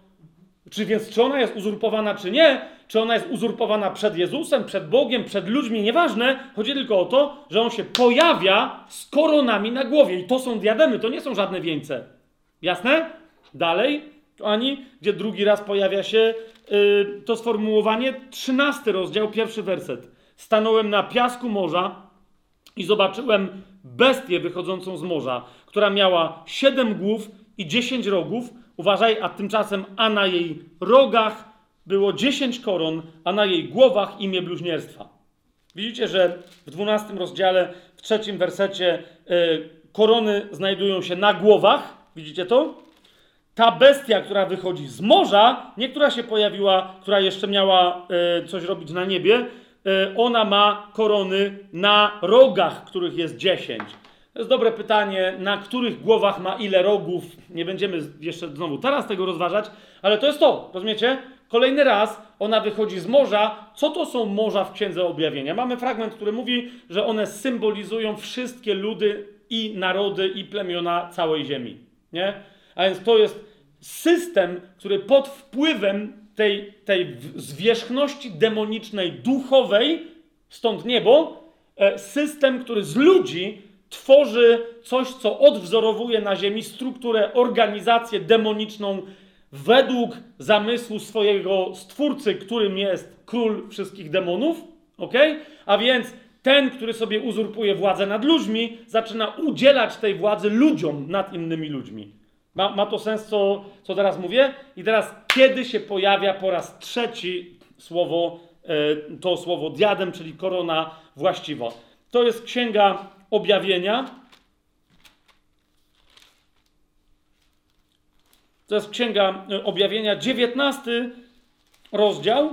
Speaker 1: Czy ona jest uzurpowana, czy nie? Czy ona jest uzurpowana przed Jezusem, przed Bogiem, przed ludźmi? Nieważne. Chodzi tylko o to, że on się pojawia z koronami na głowie. I to są diademy, to nie są żadne wieńce. Jasne? Dalej, kochani, gdzie drugi raz pojawia się to sformułowanie, 13 rozdział, 1 werset. Stanąłem na piasku morza i zobaczyłem bestię wychodzącą z morza, która miała 7 głów i 10 rogów. Uważaj, a na jej rogach było 10 koron, a na jej głowach imię bluźnierstwa. Widzicie, że w 12 rozdziale, w 3 wersecie korony znajdują się na głowach. Widzicie to? Ta bestia, która wychodzi z morza, nie która się pojawiła, która jeszcze miała coś robić na niebie, ona ma korony na rogach, których jest 10. To jest dobre pytanie, na których głowach ma ile rogów. Nie będziemy jeszcze znowu teraz tego rozważać, ale to jest to, rozumiecie? Kolejny raz ona wychodzi z morza. Co to są morza w Księdze Objawienia? Mamy fragment, który mówi, że one symbolizują wszystkie ludy i narody i plemiona całej ziemi. Nie? A więc to jest system, który pod wpływem tej zwierzchności demonicznej, duchowej, stąd niebo, system, który z ludzi tworzy coś, co odwzorowuje na ziemi strukturę, organizację demoniczną według zamysłu swojego Stwórcy, którym jest król wszystkich demonów. Okay? A więc ten, który sobie uzurpuje władzę nad ludźmi, zaczyna udzielać tej władzy ludziom nad innymi ludźmi. Ma to sens, co teraz mówię? I teraz, kiedy się pojawia po raz trzeci to słowo diadem, czyli korona właściwa? To jest Księga Objawienia, To jest Księga Objawienia, 19 rozdział,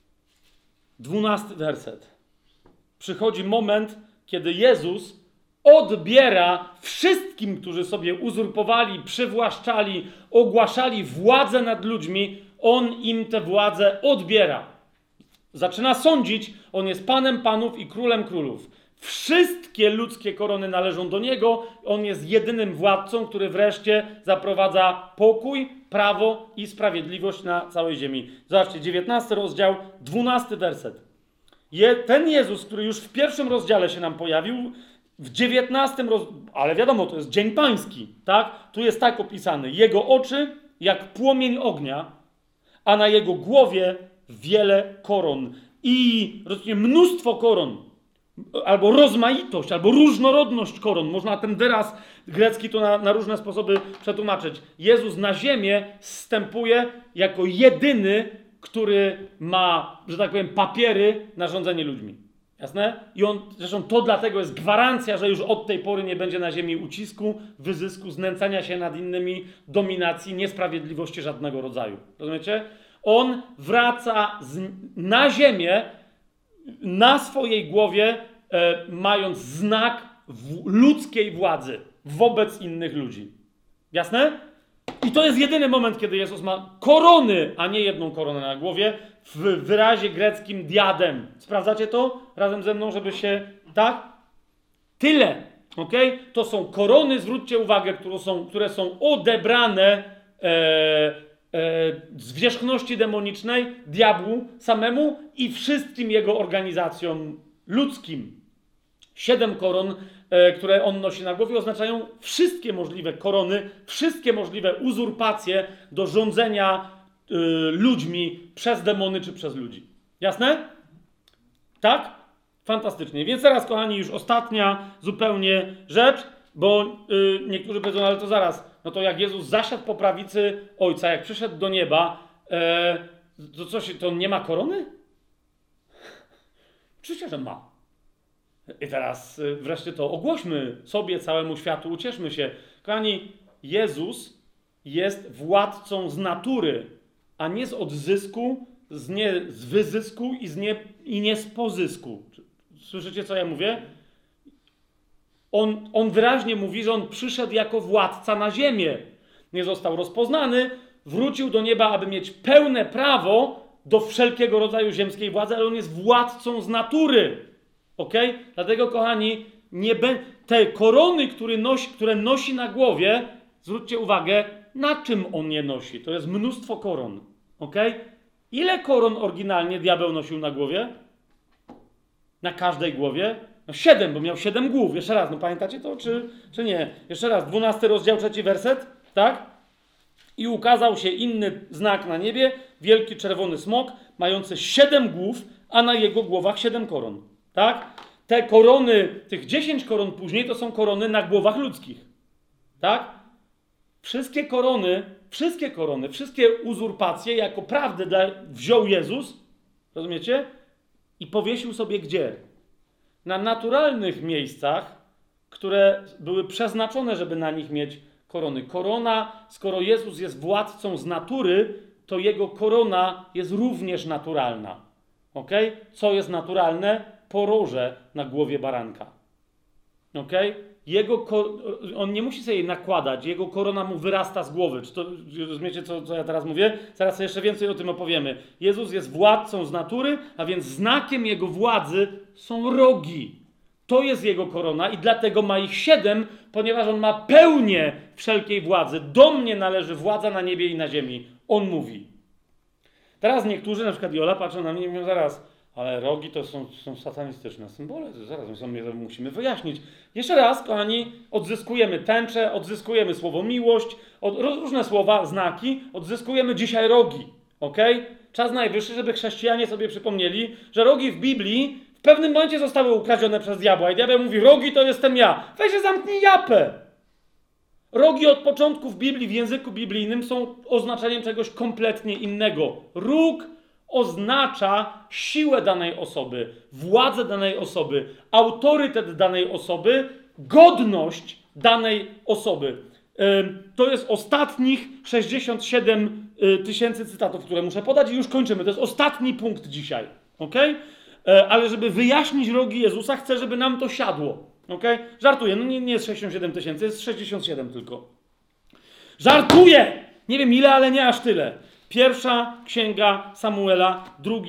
Speaker 1: 12 werset. Przychodzi moment, kiedy Jezus odbiera wszystkim, którzy sobie uzurpowali, przywłaszczali, ogłaszali władzę nad ludźmi, On im tę władzę odbiera. Zaczyna sądzić, On jest Panem Panów i Królem Królów. Wszystkie ludzkie korony należą do Niego. On jest jedynym władcą, który wreszcie zaprowadza pokój, prawo i sprawiedliwość na całej ziemi. Zobaczcie, 19 rozdział, 12 werset. Ten Jezus, który już w pierwszym rozdziale się nam pojawił, w 19 ale wiadomo, to jest Dzień Pański, tak? Tu jest tak opisany. Jego oczy jak płomień ognia, a na Jego głowie wiele koron. I mnóstwo koron. Albo rozmaitość, albo różnorodność koron. Można ten wyraz grecki to na różne sposoby przetłumaczyć. Jezus na ziemię zstępuje jako jedyny, który ma, że tak powiem, papiery na rządzenie ludźmi. Jasne? I zresztą to dlatego jest gwarancja, że już od tej pory nie będzie na ziemi ucisku, wyzysku, znęcania się nad innymi, dominacji, niesprawiedliwości żadnego rodzaju. Rozumiecie? On wraca na ziemię, na swojej głowie, mając znak ludzkiej władzy wobec innych ludzi. Jasne? I to jest jedyny moment, kiedy Jezus ma korony, a nie jedną koronę na głowie, w wyrazie greckim diadem. Sprawdzacie to razem ze mną, żeby się... Tak? Tyle. Okay? To są korony, zwróćcie uwagę, które są odebrane z wierzchności demonicznej, diabłu samemu i wszystkim jego organizacjom ludzkim. 7 koron, które on nosi na głowie, oznaczają wszystkie możliwe korony, wszystkie możliwe uzurpacje do rządzenia ludźmi przez demony czy przez ludzi. Jasne? Tak? Fantastycznie. Więc teraz, kochani, już ostatnia zupełnie rzecz, bo niektórzy powiedzą, ale to zaraz, no to jak Jezus zasiadł po prawicy Ojca, jak przyszedł do nieba, to coś, to on nie ma korony? Oczywiście, że ma. I teraz wreszcie to ogłośmy sobie, całemu światu, ucieszmy się. Kochani, Jezus jest władcą z natury, a nie z odzysku, z wyzysku i nie z pozysku. Słyszycie, co ja mówię? On wyraźnie mówi, że on przyszedł jako władca na ziemię. Nie został rozpoznany, wrócił do nieba, aby mieć pełne prawo do wszelkiego rodzaju ziemskiej władzy, ale on jest władcą z natury. Okay? Dlatego, kochani, te korony, które nosi na głowie, zwróćcie uwagę, na czym on je nosi. To jest mnóstwo koron. Okay? Ile koron oryginalnie diabeł nosił na głowie? Na każdej głowie? No 7, bo miał 7 głów. Jeszcze raz, no pamiętacie to, czy nie? Jeszcze raz, 12 rozdział, 3 werset, tak? I ukazał się inny znak na niebie, wielki czerwony smok, mający 7 głów, a na jego głowach 7 koron. Tak? Te korony, tych 10 koron później, to są korony na głowach ludzkich. Tak? Wszystkie korony, wszystkie uzurpacje jako prawdę wziął Jezus, rozumiecie? I powiesił sobie gdzie? Na naturalnych miejscach, które były przeznaczone, żeby na nich mieć korony. Korona, skoro Jezus jest władcą z natury, to jego korona jest również naturalna. Okay? Co jest naturalne? Poroże na głowie baranka. Okay? On nie musi sobie jej nakładać, jego korona mu wyrasta z głowy. Czy to, rozumiecie, co ja teraz mówię? Zaraz jeszcze więcej o tym opowiemy. Jezus jest władcą z natury, a więc znakiem jego władzy są rogi. To jest jego korona i dlatego ma ich 7, ponieważ on ma pełnię wszelkiej władzy. Do mnie należy władza na niebie i na ziemi. On mówi. Teraz niektórzy, na przykład Jola, patrzą na mnie i mówią zaraz, ale rogi to są satanistyczne symbole. Zaraz my musimy wyjaśnić. Jeszcze raz, kochani, odzyskujemy tęczę, odzyskujemy słowo miłość, różne słowa, znaki, odzyskujemy dzisiaj rogi. Okay? Czas najwyższy, żeby chrześcijanie sobie przypomnieli, że rogi w Biblii w pewnym momencie zostały ukradzione przez diabła. I diabeł mówi, rogi to jestem ja. Weź się zamknij japę. Rogi od początku w Biblii, w języku biblijnym są oznaczeniem czegoś kompletnie innego. Róg oznacza siłę danej osoby, władzę danej osoby, autorytet danej osoby, godność danej osoby. To jest ostatnich 67 tysięcy cytatów, które muszę podać i już kończymy. To jest ostatni punkt dzisiaj. Okay? Ale żeby wyjaśnić rogi Jezusa, chcę, żeby nam to siadło. Okay? Żartuję, no nie jest 67 tysięcy, jest 67 tylko. Żartuję! Nie wiem ile, ale nie aż tyle. Pierwsza księga Samuela,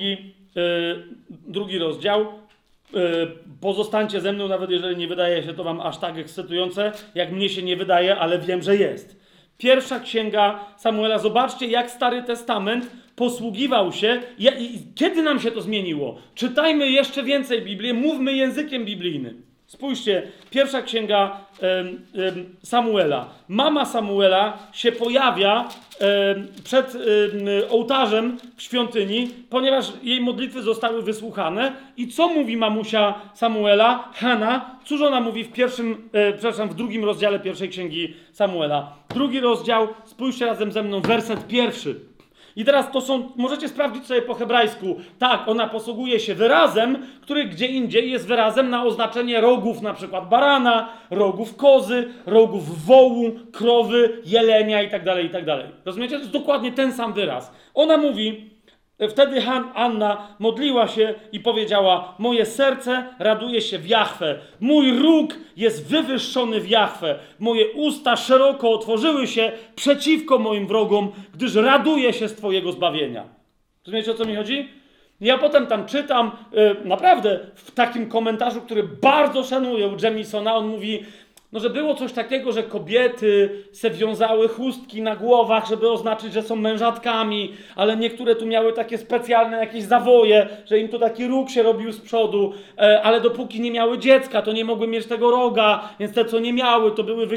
Speaker 1: drugi rozdział. Pozostańcie ze mną, nawet jeżeli nie wydaje się to wam aż tak ekscytujące, jak mnie się nie wydaje, ale wiem, że jest. Pierwsza księga Samuela. Zobaczcie, jak Stary Testament posługiwał się. Kiedy nam się to zmieniło? Czytajmy jeszcze więcej Biblię, mówmy językiem biblijnym. Spójrzcie, pierwsza księga Samuela. Mama Samuela się pojawia przed ołtarzem w świątyni, ponieważ jej modlitwy zostały wysłuchane. I co mówi mamusia Samuela? Hanna. Cóż ona mówi w drugim rozdziale pierwszej księgi Samuela? Drugi rozdział, spójrzcie razem ze mną, werset 1. I teraz możecie sprawdzić sobie po hebrajsku. Tak, ona posługuje się wyrazem, który gdzie indziej jest wyrazem na oznaczenie rogów, na przykład barana, rogów kozy, rogów wołu, krowy, jelenia itd., itd. Rozumiecie? To jest dokładnie ten sam wyraz. Ona mówi, wtedy Anna modliła się i powiedziała: moje serce raduje się w Jahwe, mój róg jest wywyższony w Jahwe, moje usta szeroko otworzyły się przeciwko moim wrogom, gdyż raduję się z Twojego zbawienia. Rozumiecie, o co mi chodzi? Ja potem tam czytam, naprawdę w takim komentarzu, który bardzo szanuję u Jemisona, on mówi, że było coś takiego, że kobiety se wiązały chustki na głowach, żeby oznaczyć, że są mężatkami, ale niektóre tu miały takie specjalne jakieś zawoje, że im tu taki róg się robił z przodu, ale dopóki nie miały dziecka, to nie mogły mieć tego roga, więc te, co nie miały, to były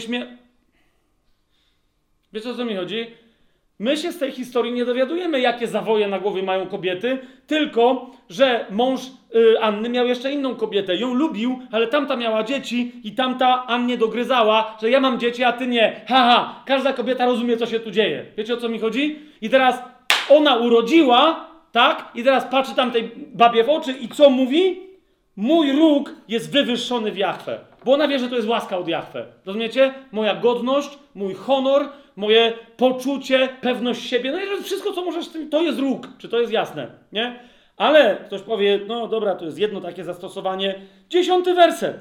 Speaker 1: Wiecie, o co mi chodzi? My się z tej historii nie dowiadujemy, jakie zawoje na głowie mają kobiety, tylko, że mąż Anny miał jeszcze inną kobietę. Ją lubił, ale tamta miała dzieci i tamta Annie dogryzała, że ja mam dzieci, a ty nie. Haha, każda kobieta rozumie, co się tu dzieje. Wiecie, o co mi chodzi? I teraz ona urodziła, tak? I teraz patrzy tamtej babie w oczy i co mówi? Mój róg jest wywyższony w Jahwe. Bo ona wie, że to jest łaska od Jahwe. Rozumiecie? Moja godność, mój honor, moje poczucie, pewność siebie. No i wszystko, co możesz, to jest róg. Czy to jest jasne? Nie? Ale ktoś powie, no dobra, to jest jedno takie zastosowanie. 10 werset.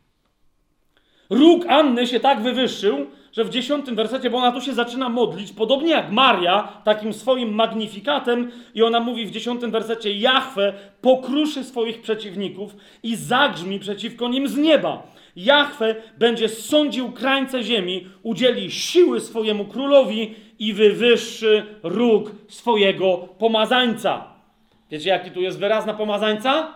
Speaker 1: Róg Anny się tak wywyższył, że w 10 wersecie, bo ona tu się zaczyna modlić, podobnie jak Maria, takim swoim magnifikatem, i ona mówi w 10 wersecie: Jahwe pokruszy swoich przeciwników i zagrzmi przeciwko nim z nieba. Jahwe będzie sądził krańce ziemi, udzieli siły swojemu królowi i wywyższy róg swojego pomazańca. Wiecie, jaki tu jest wyraz na pomazańca?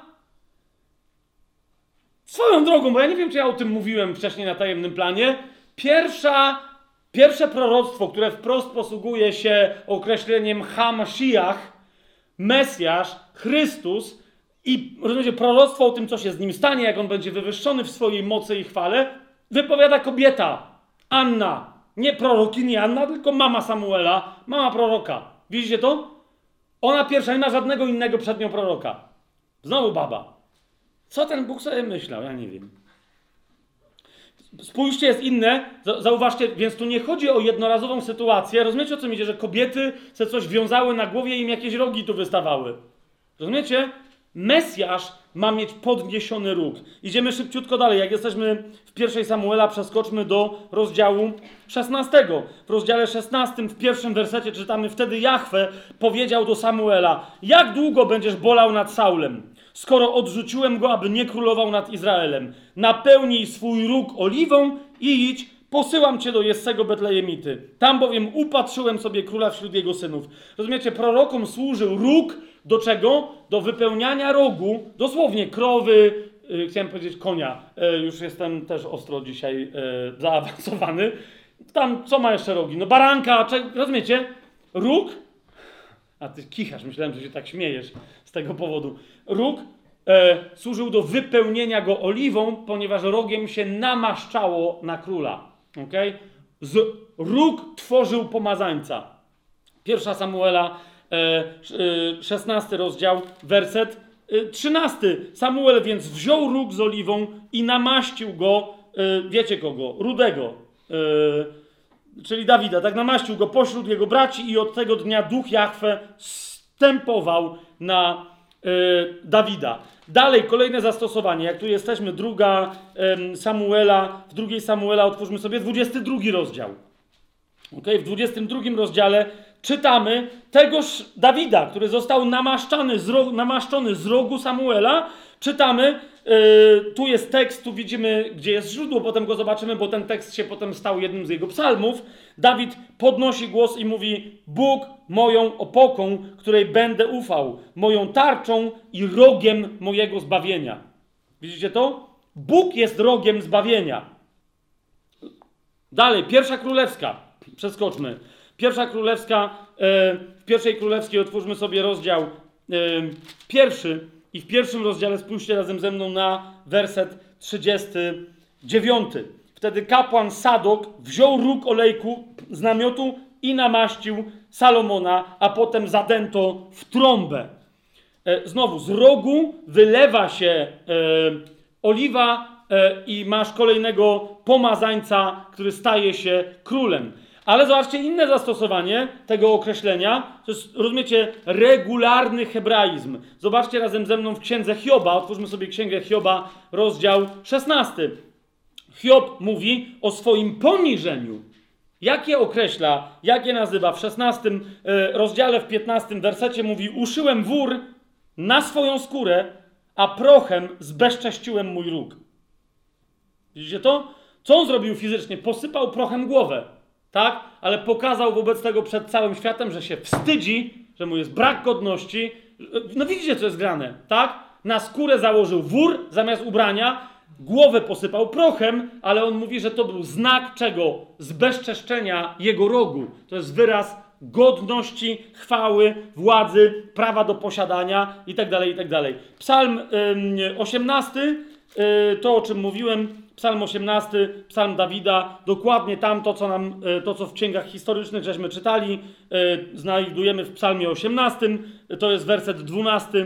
Speaker 1: Swoją drogą, bo ja nie wiem, czy ja o tym mówiłem wcześniej na tajemnym planie. Pierwsze proroctwo, które wprost posługuje się określeniem HaMashiach, Mesjasz, Chrystus, i rozumiecie, proroctwo o tym, co się z nim stanie, jak on będzie wywyższony w swojej mocy i chwale, wypowiada kobieta, Anna. Nie prorokini Anna, tylko mama Samuela, mama proroka. Widzicie to? Ona pierwsza, nie ma żadnego innego przed nią proroka. Znowu baba. Co ten Bóg sobie myślał? Ja nie wiem. Spójrzcie, jest inne. Zauważcie, więc tu nie chodzi o jednorazową sytuację. Rozumiecie, o co mi idzie? Że kobiety se coś wiązały na głowie i im jakieś rogi tu wystawały. Rozumiecie? Mesjasz ma mieć podniesiony róg. Idziemy szybciutko dalej. Jak jesteśmy w 1 Samuela, przeskoczmy do rozdziału 16. W rozdziale 16, w pierwszym wersecie czytamy: wtedy Jahwe powiedział do Samuela: jak długo będziesz bolał nad Saulem, skoro odrzuciłem go, aby nie królował nad Izraelem? Napełnij swój róg oliwą i idź, posyłam cię do Jessego Betlejemity. Tam bowiem upatrzyłem sobie króla wśród jego synów. Rozumiecie, prorokom służył róg do czego? Do wypełniania rogu, dosłownie krowy, chciałem powiedzieć konia. Już jestem też ostro dzisiaj zaawansowany. Tam, co ma jeszcze rogi? No baranka, rozumiecie? Róg, a ty kichasz, myślałem, że się tak śmiejesz z tego powodu. Róg służył do wypełnienia go oliwą, ponieważ rogiem się namaszczało na króla. Okay? Róg tworzył pomazańca. 1 Samuela, 16 rozdział, werset 13. Samuel więc wziął róg z oliwą i namaścił go, wiecie kogo? Rudego. czyli Dawida, tak namaścił go pośród jego braci i od tego dnia duch Jahwe stępował na Dawida. Dalej, kolejne zastosowanie, jak tu jesteśmy, w drugiej Samuela otwórzmy sobie 22 rozdział. Okay? W 22 rozdziale czytamy tegoż Dawida, który został namaszczony z rogu Samuela. Czytamy, tu jest tekst, tu widzimy, gdzie jest źródło, potem go zobaczymy, bo ten tekst się potem stał jednym z jego psalmów. Dawid podnosi głos i mówi: Bóg moją opoką, której będę ufał, moją tarczą i rogiem mojego zbawienia. Widzicie to? Bóg jest rogiem zbawienia. Dalej, Pierwsza Królewska. Przeskoczmy. Pierwsza Królewska, w Pierwszej Królewskiej otwórzmy sobie rozdział 1 i w pierwszym rozdziale spójrzcie razem ze mną na werset 39. Wtedy kapłan Sadok wziął róg olejku z namiotu i namaścił Salomona, a potem zadęto w trąbę. Znowu, z rogu wylewa się oliwa i masz kolejnego pomazańca, który staje się królem. Ale zobaczcie inne zastosowanie tego określenia. To jest, rozumiecie, regularny hebraizm. Zobaczcie razem ze mną w Księdze Hioba. Otwórzmy sobie Księgę Hioba, rozdział 16. Hiob mówi o swoim poniżeniu. Jak je określa, jak je nazywa? W 16 rozdziale, w 15 wersecie mówi: uszyłem wór na swoją skórę, a prochem zbezcześciłem mój róg. Widzicie to? Co on zrobił fizycznie? Posypał prochem głowę. Tak? Ale pokazał wobec tego przed całym światem, że się wstydzi, że mu jest brak godności. No widzicie, co jest grane, tak? Na skórę założył wór zamiast ubrania, głowę posypał prochem, ale on mówi, że to był znak czego? Zbezczeszczenia jego rogu. To jest wyraz godności, chwały, władzy, prawa do posiadania itd., itd. Psalm 18, to o czym mówiłem, Psalm 18, Psalm Dawida, dokładnie tam to co w księgach historycznych żeśmy czytali, znajdujemy w Psalmie 18, to jest werset 12,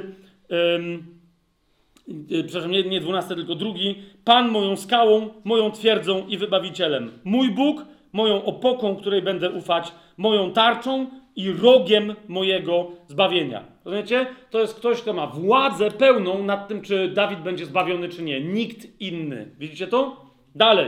Speaker 1: przepraszam, nie 12, tylko drugi. Pan moją skałą, moją twierdzą i wybawicielem. Mój Bóg, moją opoką, której będę ufać, moją tarczą i rogiem mojego zbawienia. Rozumiecie? To jest ktoś, kto ma władzę pełną nad tym, czy Dawid będzie zbawiony, czy nie. Nikt inny. Widzicie to? Dalej.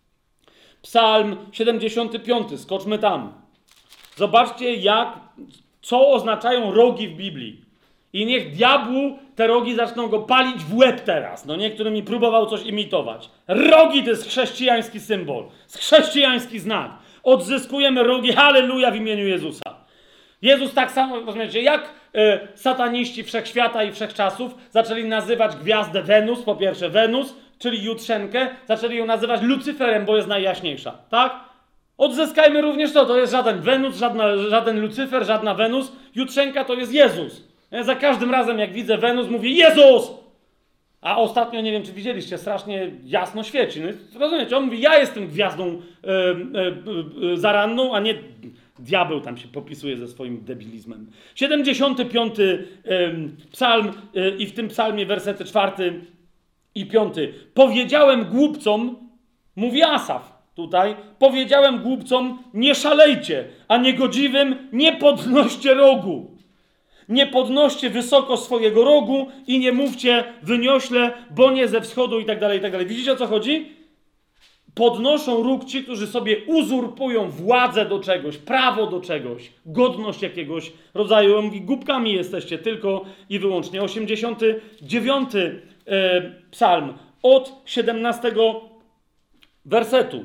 Speaker 1: Psalm 75. Skoczmy tam. Zobaczcie, co oznaczają rogi w Biblii. I niech diabłu te rogi zaczną go palić w łeb teraz. No niektóry mi próbował coś imitować. Rogi to jest chrześcijański symbol. Chrześcijański znak. Odzyskujemy rogi, halleluja, w imieniu Jezusa. Jezus tak samo, rozumiecie, jak sataniści wszechświata i wszechczasów zaczęli nazywać gwiazdę Wenus, po pierwsze Wenus, czyli jutrzenkę, zaczęli ją nazywać Lucyferem, bo jest najjaśniejsza, tak? Odzyskajmy również to jest żaden Wenus, żaden Lucyfer, żadna Wenus, jutrzenka to jest Jezus. Ja za każdym razem, jak widzę Wenus, mówię Jezus! A ostatnio, nie wiem, czy widzieliście, strasznie jasno świeci. No, rozumiecie, on mówi, ja jestem gwiazdą zaranną, a nie diabeł tam się popisuje ze swoim debilizmem. 75. Psalm i w tym psalmie wersety 4 i 5. Powiedziałem głupcom, mówi Asaf tutaj, powiedziałem głupcom, nie szalejcie, a niegodziwym nie podnoście rogu. Nie podnoście wysoko swojego rogu i nie mówcie wyniośle, bo nie ze wschodu i tak dalej, i tak dalej. Widzicie, o co chodzi? Podnoszą róg ci, którzy sobie uzurpują władzę do czegoś, prawo do czegoś, godność jakiegoś rodzaju. On mówi, głupkami jesteście tylko i wyłącznie. 89. Psalm od 17 wersetu.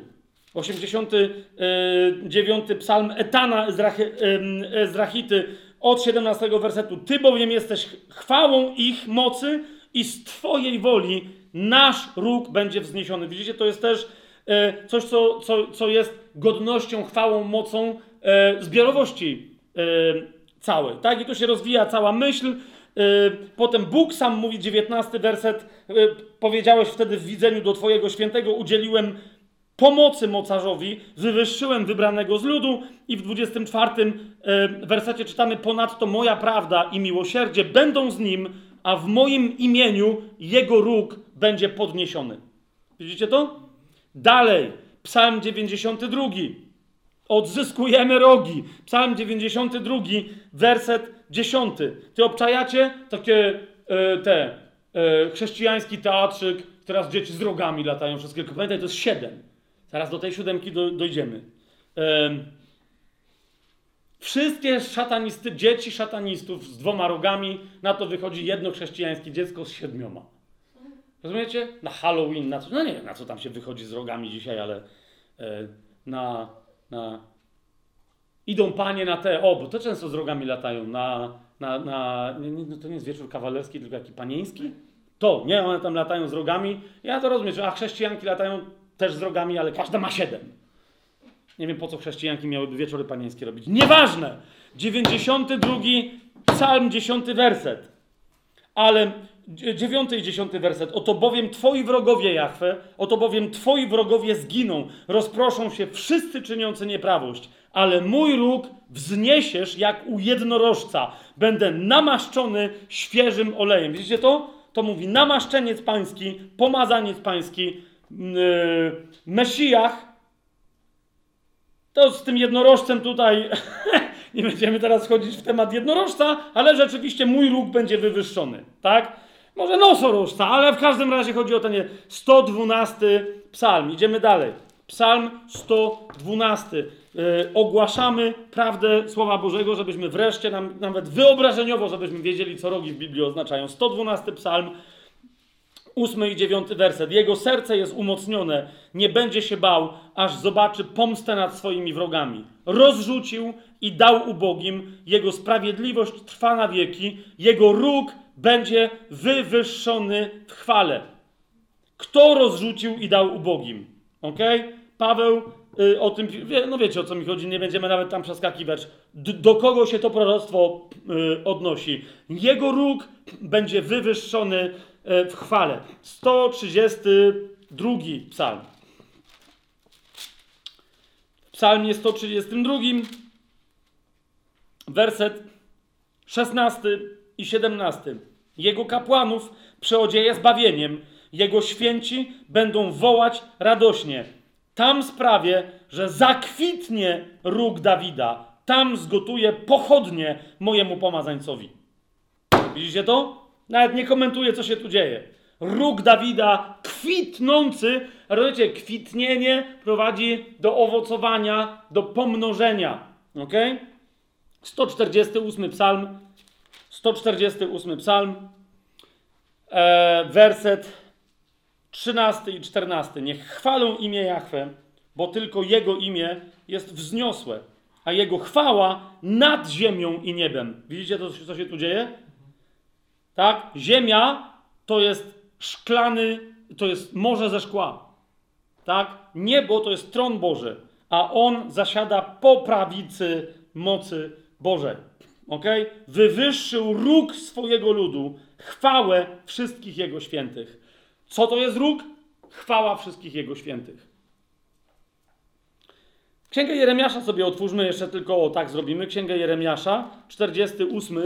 Speaker 1: 89. Psalm Etana Ezrachity od 17 wersetu. Ty bowiem jesteś chwałą ich mocy i z Twojej woli nasz róg będzie wzniesiony. Widzicie, to jest też coś, co jest godnością, chwałą, mocą zbiorowości całej. Tak? I tu się rozwija cała myśl. Potem Bóg sam mówi, 19 werset, powiedziałeś wtedy w widzeniu do Twojego świętego, udzieliłem pomocy mocarzowi, wywyższyłem wybranego z ludu i w 24 wersecie czytamy, ponadto moja prawda i miłosierdzie będą z nim, a w moim imieniu jego róg będzie podniesiony. Widzicie to? Dalej, Psalm 92. Odzyskujemy rogi. Psalm 92, werset 10. Ty obczajacie takie chrześcijański teatrzyk, teraz dzieci z rogami latają wszystkie. Pamiętaj, to jest 7. Zaraz do tej 7 dojdziemy. Wszystkie dzieci szatanistów z 2 rogami, na to wychodzi jedno chrześcijańskie dziecko z 7. Rozumiecie? Na Halloween, na co? No nie wiem, na co tam się wychodzi z rogami dzisiaj, ale idą panie na bo to często z rogami latają, to nie jest wieczór kawalerski, tylko jaki panieński? Nie, one tam latają z rogami. Ja to rozumiem, a chrześcijanki latają też z rogami, ale każda ma 7. Nie wiem, po co chrześcijanki miałyby wieczory panieńskie robić. Nieważne! 92 psalm, 10 werset. Ale 9 i 10 werset. Oto bowiem twoi wrogowie, Jahwe, oto bowiem twoi wrogowie zginą. Rozproszą się wszyscy czyniący nieprawość. Ale mój róg wzniesiesz jak u jednorożca. Będę namaszczony świeżym olejem. Widzicie to? To mówi namaszczeniec pański, pomazaniec pański, Mesjach. To z tym jednorożcem tutaj nie będziemy teraz wchodzić w temat jednorożca, ale rzeczywiście mój róg będzie wywyższony, tak? Może nosorożca, ale w każdym razie chodzi o ten 112 psalm. Idziemy dalej. Psalm 112. Ogłaszamy prawdę Słowa Bożego, żebyśmy wreszcie nawet wyobrażeniowo, żebyśmy wiedzieli, co rogi w Biblii oznaczają. 112 psalm. 8 i 9 werset. Jego serce jest umocnione, nie będzie się bał, aż zobaczy pomstę nad swoimi wrogami. Rozrzucił i dał ubogim, jego sprawiedliwość trwa na wieki, jego róg będzie wywyższony w chwale. Kto rozrzucił i dał ubogim? Okej? Paweł o tym, no wiecie, o co mi chodzi, nie będziemy nawet tam przeskakiwać. Do kogo się to proroctwo odnosi? Jego róg będzie wywyższony w chwale. 132 psalm. W psalmie 132 werset 16 i 17. Jego kapłanów przeodzieje zbawieniem, jego święci będą wołać radośnie. Tam sprawię, że zakwitnie róg Dawida. Tam zgotuję pochodnie mojemu pomazańcowi. Widzicie to? Nawet nie komentuję, co się tu dzieje. Róg Dawida kwitnący, rozumiecie, kwitnienie prowadzi do owocowania, do pomnożenia. Ok? 148 psalm. 148 psalm. Werset 13 i 14. Niech chwalą imię Jahwe, bo tylko Jego imię jest wzniosłe, a Jego chwała nad ziemią i niebem. Widzicie to, co się tu dzieje? Tak? Ziemia to jest to jest morze ze szkła. Tak? Niebo to jest tron Boży, a On zasiada po prawicy mocy Bożej. Okay? Wywyższył róg swojego ludu, chwałę wszystkich Jego świętych. Co to jest róg? Chwała wszystkich Jego świętych. Księgę Jeremiasza sobie otwórzmy, jeszcze tylko tak zrobimy. Księgę Jeremiasza, 48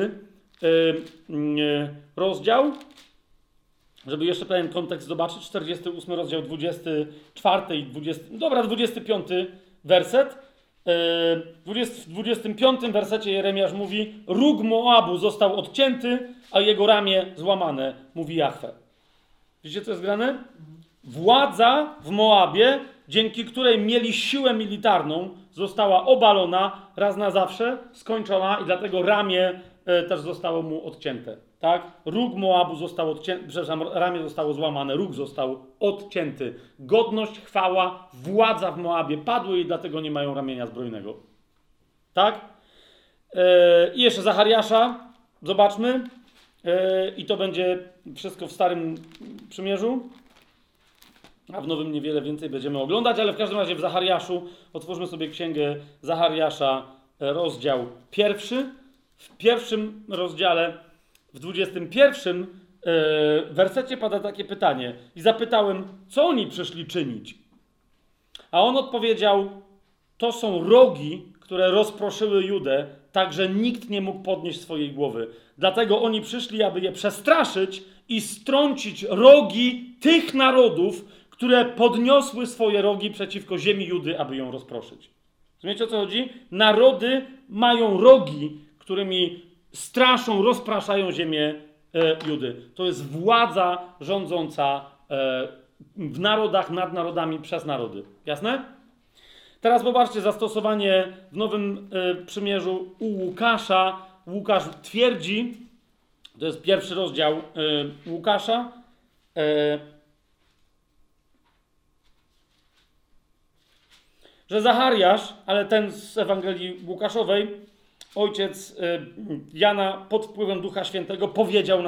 Speaker 1: rozdział. Żeby jeszcze pewien kontekst zobaczyć, 48 rozdział, 24 i 25 werset. W 25 wersecie Jeremiasz mówi: róg Moabu został odcięty, a jego ramię złamane, mówi Jahwe. Widzicie, co jest grane? Władza w Moabie, dzięki której mieli siłę militarną, została obalona raz na zawsze, skończona i dlatego ramię też zostało mu odcięte. Tak? Róg Moabu został odcięty, przepraszam, ramię zostało złamane, róg został odcięty. Godność, chwała, władza w Moabie padły i dlatego nie mają ramienia zbrojnego. Tak? I jeszcze Zachariasza, zobaczmy. I to będzie wszystko w Starym Przymierzu. A w Nowym niewiele więcej będziemy oglądać, ale w każdym razie w Zachariaszu otwórzmy sobie księgę Zachariasza, rozdział 1. W pierwszym rozdziale, w 21 wersecie pada takie pytanie. I zapytałem, co oni przyszli czynić? A on odpowiedział, to są rogi, które rozproszyły Judę, tak że nikt nie mógł podnieść swojej głowy. Dlatego oni przyszli, aby je przestraszyć i strącić rogi tych narodów, które podniosły swoje rogi przeciwko ziemi Judy, aby ją rozproszyć. Rozumiecie, o co chodzi? Narody mają rogi, którymi straszą, rozpraszają ziemię Judy. To jest władza rządząca w narodach, nad narodami, przez narody. Jasne? Teraz popatrzcie, zastosowanie w Nowym Przymierzu u Łukasza. Łukasz twierdzi, to jest 1 rozdział Łukasza, że Zachariasz, ale ten z Ewangelii Łukaszowej, ojciec Jana pod wpływem Ducha Świętego powiedział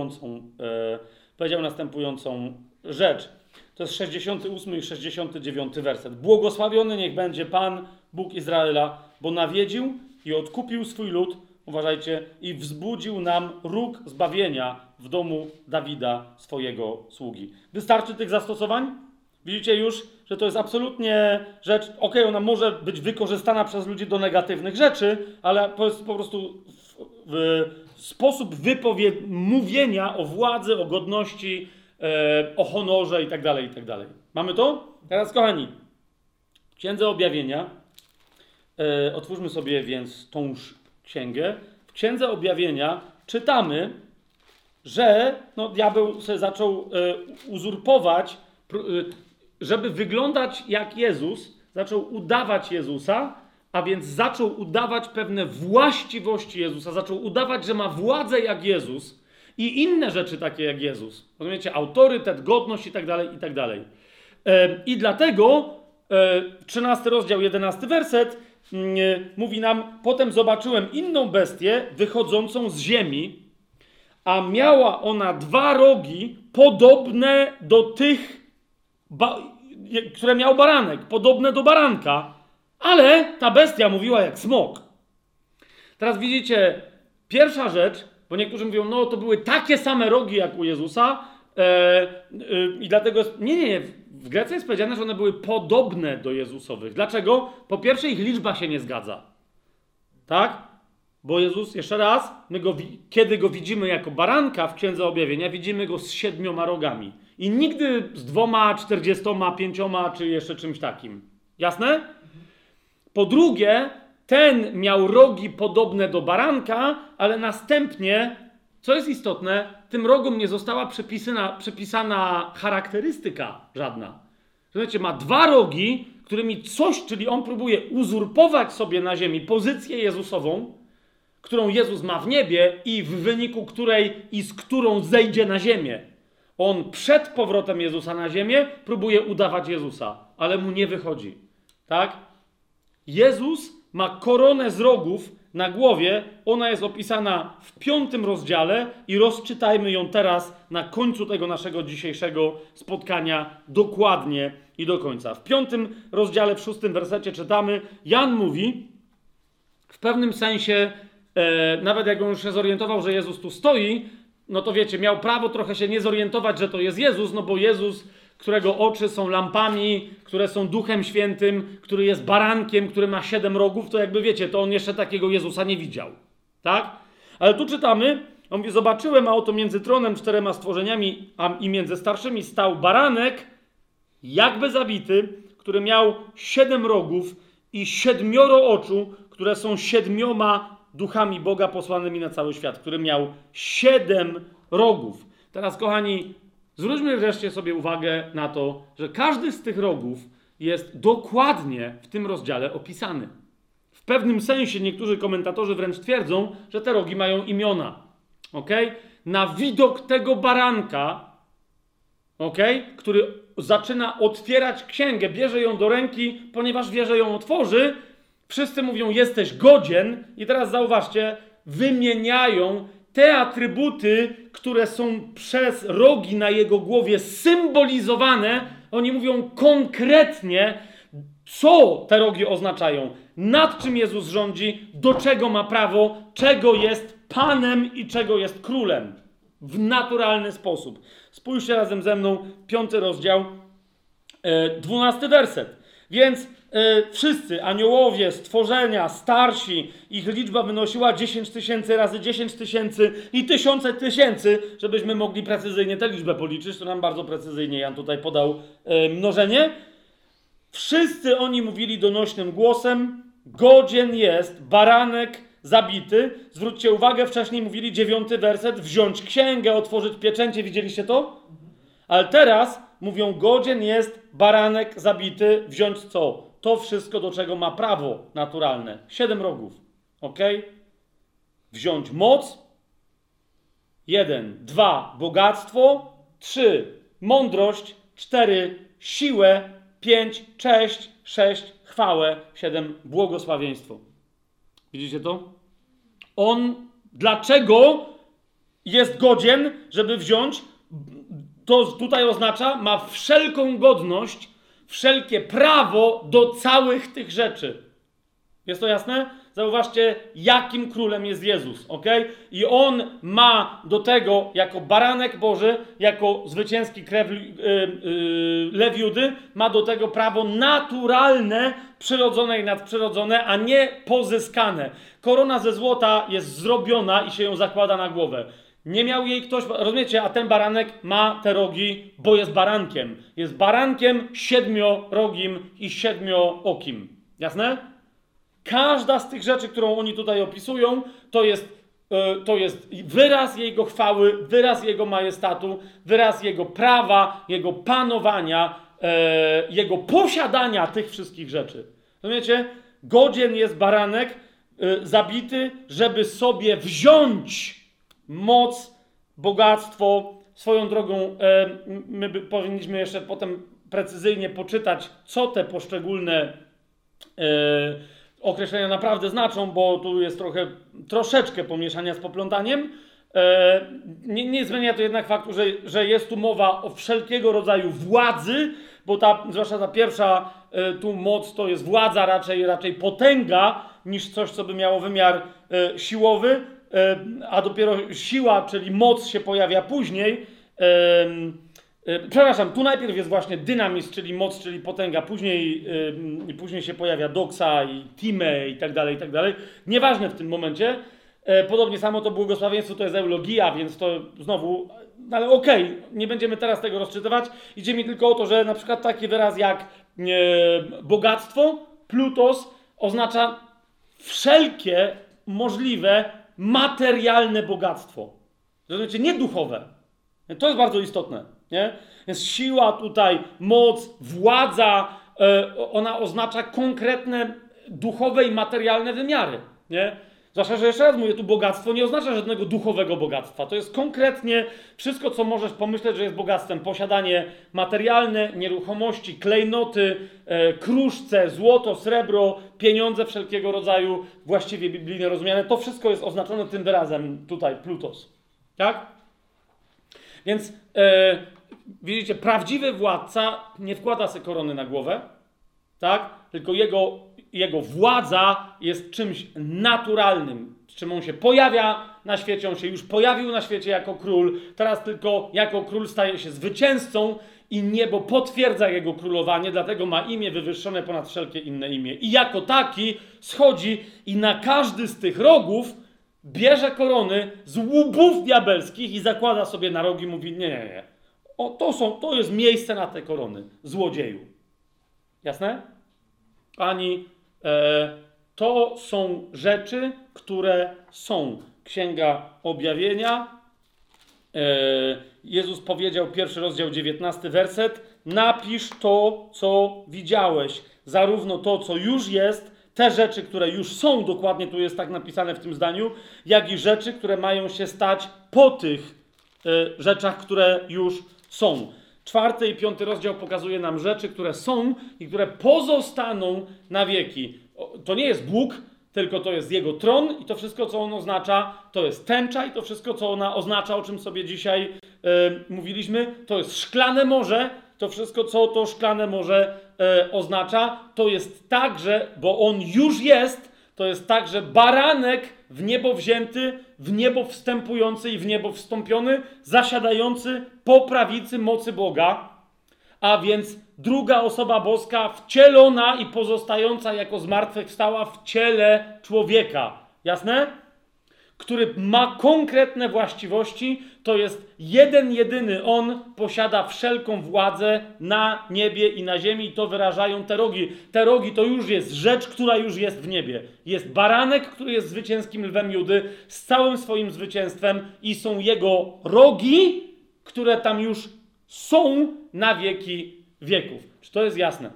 Speaker 1: następującą rzecz. To jest 68 i 69 werset. Błogosławiony niech będzie Pan, Bóg Izraela, bo nawiedził i odkupił swój lud, uważajcie, i wzbudził nam róg zbawienia w domu Dawida, swojego sługi. Wystarczy tych zastosowań? Widzicie już, że to jest absolutnie rzecz, ona może być wykorzystana przez ludzi do negatywnych rzeczy, ale to jest po prostu sposób mówienia o władzy, o godności, o honorze i tak dalej. Mamy to? Teraz, kochani, w Księdze Objawienia, otwórzmy sobie więc tąż księgę. W Księdze Objawienia czytamy, że diabeł sobie zaczął uzurpować, żeby wyglądać jak Jezus, zaczął udawać Jezusa, a więc zaczął udawać pewne właściwości Jezusa, zaczął udawać, że ma władzę jak Jezus i inne rzeczy takie jak Jezus. Rozumiecie? Autorytet, godność i tak dalej. I dlatego 13 rozdział, 11 werset mówi nam: potem zobaczyłem inną bestię wychodzącą z ziemi, a miała ona 2 rogi podobne do tych, które miał baranek, podobne do baranka, ale ta bestia mówiła jak smok. Teraz widzicie, pierwsza rzecz, bo niektórzy mówią, to były takie same rogi jak u Jezusa i dlatego nie, w Grece jest powiedziane, że one były podobne do Jezusowych. Dlaczego? Po pierwsze, ich liczba się nie zgadza. Tak? Bo Jezus, jeszcze raz, kiedy go widzimy jako baranka w Księdze Objawienia, widzimy go z 7 rogami. I nigdy z 2, 45 czy jeszcze czymś takim. Jasne? Po drugie, ten miał rogi podobne do baranka, ale następnie, co jest istotne, tym rogom nie została przypisana charakterystyka żadna. Słuchajcie, ma 2 rogi, którymi czyli on próbuje uzurpować sobie na ziemi pozycję Jezusową, którą Jezus ma w niebie i w wyniku której i z którą zejdzie na ziemię. On przed powrotem Jezusa na ziemię próbuje udawać Jezusa, ale mu nie wychodzi. Tak? Jezus ma koronę z rogów na głowie. Ona jest opisana w 5 rozdziale i rozczytajmy ją teraz na końcu tego naszego dzisiejszego spotkania dokładnie i do końca. W 5 rozdziale, w 6 wersecie czytamy, Jan mówi, w pewnym sensie, nawet jak on już się zorientował, że Jezus tu stoi, to wiecie, miał prawo trochę się nie zorientować, że to jest Jezus, bo Jezus, którego oczy są lampami, które są Duchem Świętym, który jest barankiem, który ma 7 rogów, to jakby wiecie, to on jeszcze takiego Jezusa nie widział. Tak? Ale tu czytamy, on mówi, zobaczyłem, a oto między tronem 4 stworzeniami i między starszymi stał baranek, jakby zabity, który miał 7 rogów i 7 oczu, które są 7 duchami Boga posłanymi na cały świat, który miał 7 rogów. Teraz, kochani, zwróćmy wreszcie sobie uwagę na to, że każdy z tych rogów jest dokładnie w tym rozdziale opisany. W pewnym sensie niektórzy komentatorzy wręcz twierdzą, że te rogi mają imiona. Okay? Na widok tego baranka, który zaczyna otwierać księgę, bierze ją do ręki, ponieważ wie, że ją otworzy, wszyscy mówią, jesteś godzien. I teraz zauważcie, wymieniają te atrybuty, które są przez rogi na jego głowie symbolizowane. Oni mówią konkretnie, co te rogi oznaczają, nad czym Jezus rządzi, do czego ma prawo, czego jest Panem i czego jest Królem. W naturalny sposób. Spójrzcie razem ze mną, 5 rozdział, 12 werset. Więc wszyscy, aniołowie, stworzenia, starsi, ich liczba wynosiła 10 000 razy 10 000 i tysiące tysięcy, żebyśmy mogli precyzyjnie tę liczbę policzyć, to nam bardzo precyzyjnie Jan tutaj podał mnożenie. Wszyscy oni mówili donośnym głosem, godzien jest baranek zabity. Zwróćcie uwagę, wcześniej mówili 9 werset, wziąć księgę, otworzyć pieczęcie, widzieliście to? Ale teraz mówią, godzien jest baranek zabity, wziąć co? To wszystko, do czego ma prawo naturalne. 7 rogów, ok? Wziąć moc, 1, 2, bogactwo, 3, mądrość, 4, siłę, 5, cześć, 6, chwałę, 7, błogosławieństwo. Widzicie to? On dlaczego jest godzien, żeby wziąć? To tutaj oznacza, ma wszelką godność, wszelkie prawo do całych tych rzeczy. Jest to jasne? Zauważcie, jakim królem jest Jezus, ok? I On ma do tego, jako baranek Boży, jako zwycięski krew lew Judy, ma do tego prawo naturalne, przyrodzone i nadprzyrodzone, a nie pozyskane. Korona ze złota jest zrobiona i się ją zakłada na głowę. Nie miał jej ktoś, rozumiecie, a ten baranek ma te rogi, bo jest barankiem. Jest barankiem 7-rogim i 7-okim. Jasne? Każda z tych rzeczy, którą oni tutaj opisują, to jest wyraz Jego chwały, wyraz Jego majestatu, wyraz Jego prawa, Jego panowania, Jego posiadania tych wszystkich rzeczy. Rozumiecie? Godzien jest baranek zabity, żeby sobie wziąć moc, bogactwo. Swoją drogą my powinniśmy jeszcze potem precyzyjnie poczytać, co te poszczególne określenia naprawdę znaczą, bo tu jest troszeczkę pomieszania z poplątaniem. Nie zmienia to jednak faktu, że jest tu mowa o wszelkiego rodzaju władzy, bo zwłaszcza ta pierwsza tu moc to jest władza, raczej potęga, niż coś, co by miało wymiar siłowy, a dopiero siła, czyli moc się pojawia później. Przepraszam, tu najpierw jest właśnie dynamizm, czyli moc, czyli potęga, później się pojawia doksa i time i tak dalej, i tak dalej. Nieważne w tym momencie. Podobnie samo to błogosławieństwo to jest eulogia, więc to znowu, ale okej, nie będziemy teraz tego rozczytywać. Idzie mi tylko o to, że na przykład taki wyraz jak bogactwo, plutos, oznacza wszelkie możliwe materialne bogactwo. Rozumiecie? Nie duchowe. To jest bardzo istotne. Nie? Więc siła tutaj, moc, władza, ona oznacza konkretne duchowe i materialne wymiary. Nie? Zwłaszcza, że jeszcze raz mówię, tu bogactwo nie oznacza żadnego duchowego bogactwa. To jest konkretnie wszystko, co możesz pomyśleć, że jest bogactwem. Posiadanie materialne, nieruchomości, klejnoty, kruszce, złoto, srebro, pieniądze wszelkiego rodzaju, właściwie biblijnie rozumiane. To wszystko jest oznaczone tym wyrazem tutaj, plutos. Tak? Więc widzicie, prawdziwy władca nie wkłada sobie korony na głowę, tak? Tylko jego władza jest czymś naturalnym, z czym on się pojawia na świecie, on się już pojawił na świecie jako król, teraz tylko jako król staje się zwycięzcą i niebo potwierdza jego królowanie, dlatego ma imię wywyższone ponad wszelkie inne imię. I jako taki schodzi i na każdy z tych rogów bierze korony z łubów diabelskich i zakłada sobie na rogi i mówi nie. To jest miejsce na te korony, złodzieju. Jasne? To są rzeczy, które są. Księga Objawienia. Jezus powiedział, 1 rozdział, 19 werset. Napisz to, co widziałeś. Zarówno to, co już jest, te rzeczy, które już są, dokładnie tu jest tak napisane w tym zdaniu, jak i rzeczy, które mają się stać po tych rzeczach, które już są. 4 i 5 rozdział pokazuje nam rzeczy, które są i które pozostaną na wieki. To nie jest Bóg, tylko to jest Jego tron i to wszystko, co On oznacza, to jest tęcza i to wszystko, co ona oznacza, o czym sobie dzisiaj mówiliśmy, to jest szklane morze, to wszystko, co to szklane morze oznacza, to jest także, bo On już jest, to jest także baranek w niebo wzięty, w niebo wstępujący i w niebo wstąpiony, zasiadający po prawicy mocy Boga, a więc druga osoba boska wcielona i pozostająca jako zmartwychwstała w ciele człowieka. Jasne? który ma konkretne właściwości, to jest jeden, jedyny On posiada wszelką władzę na niebie i na ziemi i to wyrażają te rogi. Te rogi to już jest rzecz, która już jest w niebie. Jest baranek, który jest zwycięskim lwem Judy z całym swoim zwycięstwem i są jego rogi, które tam już są na wieki wieków. Czy to jest jasne?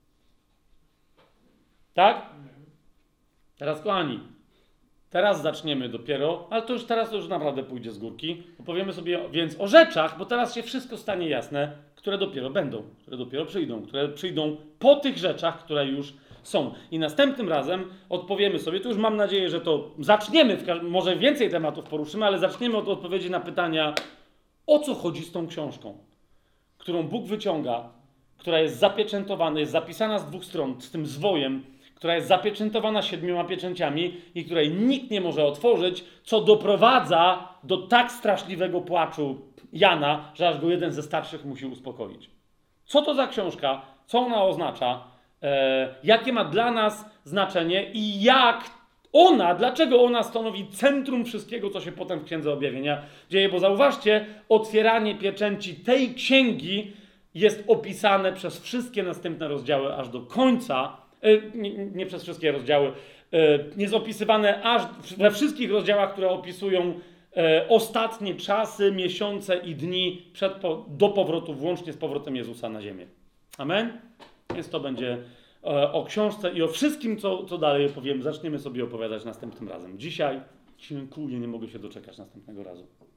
Speaker 1: Tak? Teraz, kochani, teraz zaczniemy dopiero, ale to już naprawdę pójdzie z górki. Opowiemy sobie więc o rzeczach, bo teraz się wszystko stanie jasne, które dopiero będą, które dopiero przyjdą, które przyjdą po tych rzeczach, które już są. I następnym razem odpowiemy sobie, tu już mam nadzieję, że to zaczniemy, może więcej tematów poruszymy, ale zaczniemy od odpowiedzi na pytania, o co chodzi z tą książką, którą Bóg wyciąga, która jest zapieczętowana, jest zapisana z 2 stron, z tym zwojem, która jest zapieczętowana 7 pieczęciami i której nikt nie może otworzyć, co doprowadza do tak straszliwego płaczu Jana, że aż go jeden ze starszych musi uspokoić. Co to za książka? Co ona oznacza? Jakie ma dla nas znaczenie i dlaczego ona stanowi centrum wszystkiego, co się potem w Księdze Objawienia dzieje? Bo zauważcie, otwieranie pieczęci tej księgi jest opisane przez wszystkie następne rozdziały aż do końca. Nie przez wszystkie rozdziały. Jest opisywane aż we wszystkich rozdziałach, które opisują ostatnie czasy, miesiące i dni do powrotu, włącznie z powrotem Jezusa na ziemię. Amen? Więc to będzie o książce i o wszystkim, co dalej opowiem. Zaczniemy sobie opowiadać następnym razem. Dzisiaj dziękuję, nie mogę się doczekać następnego razu.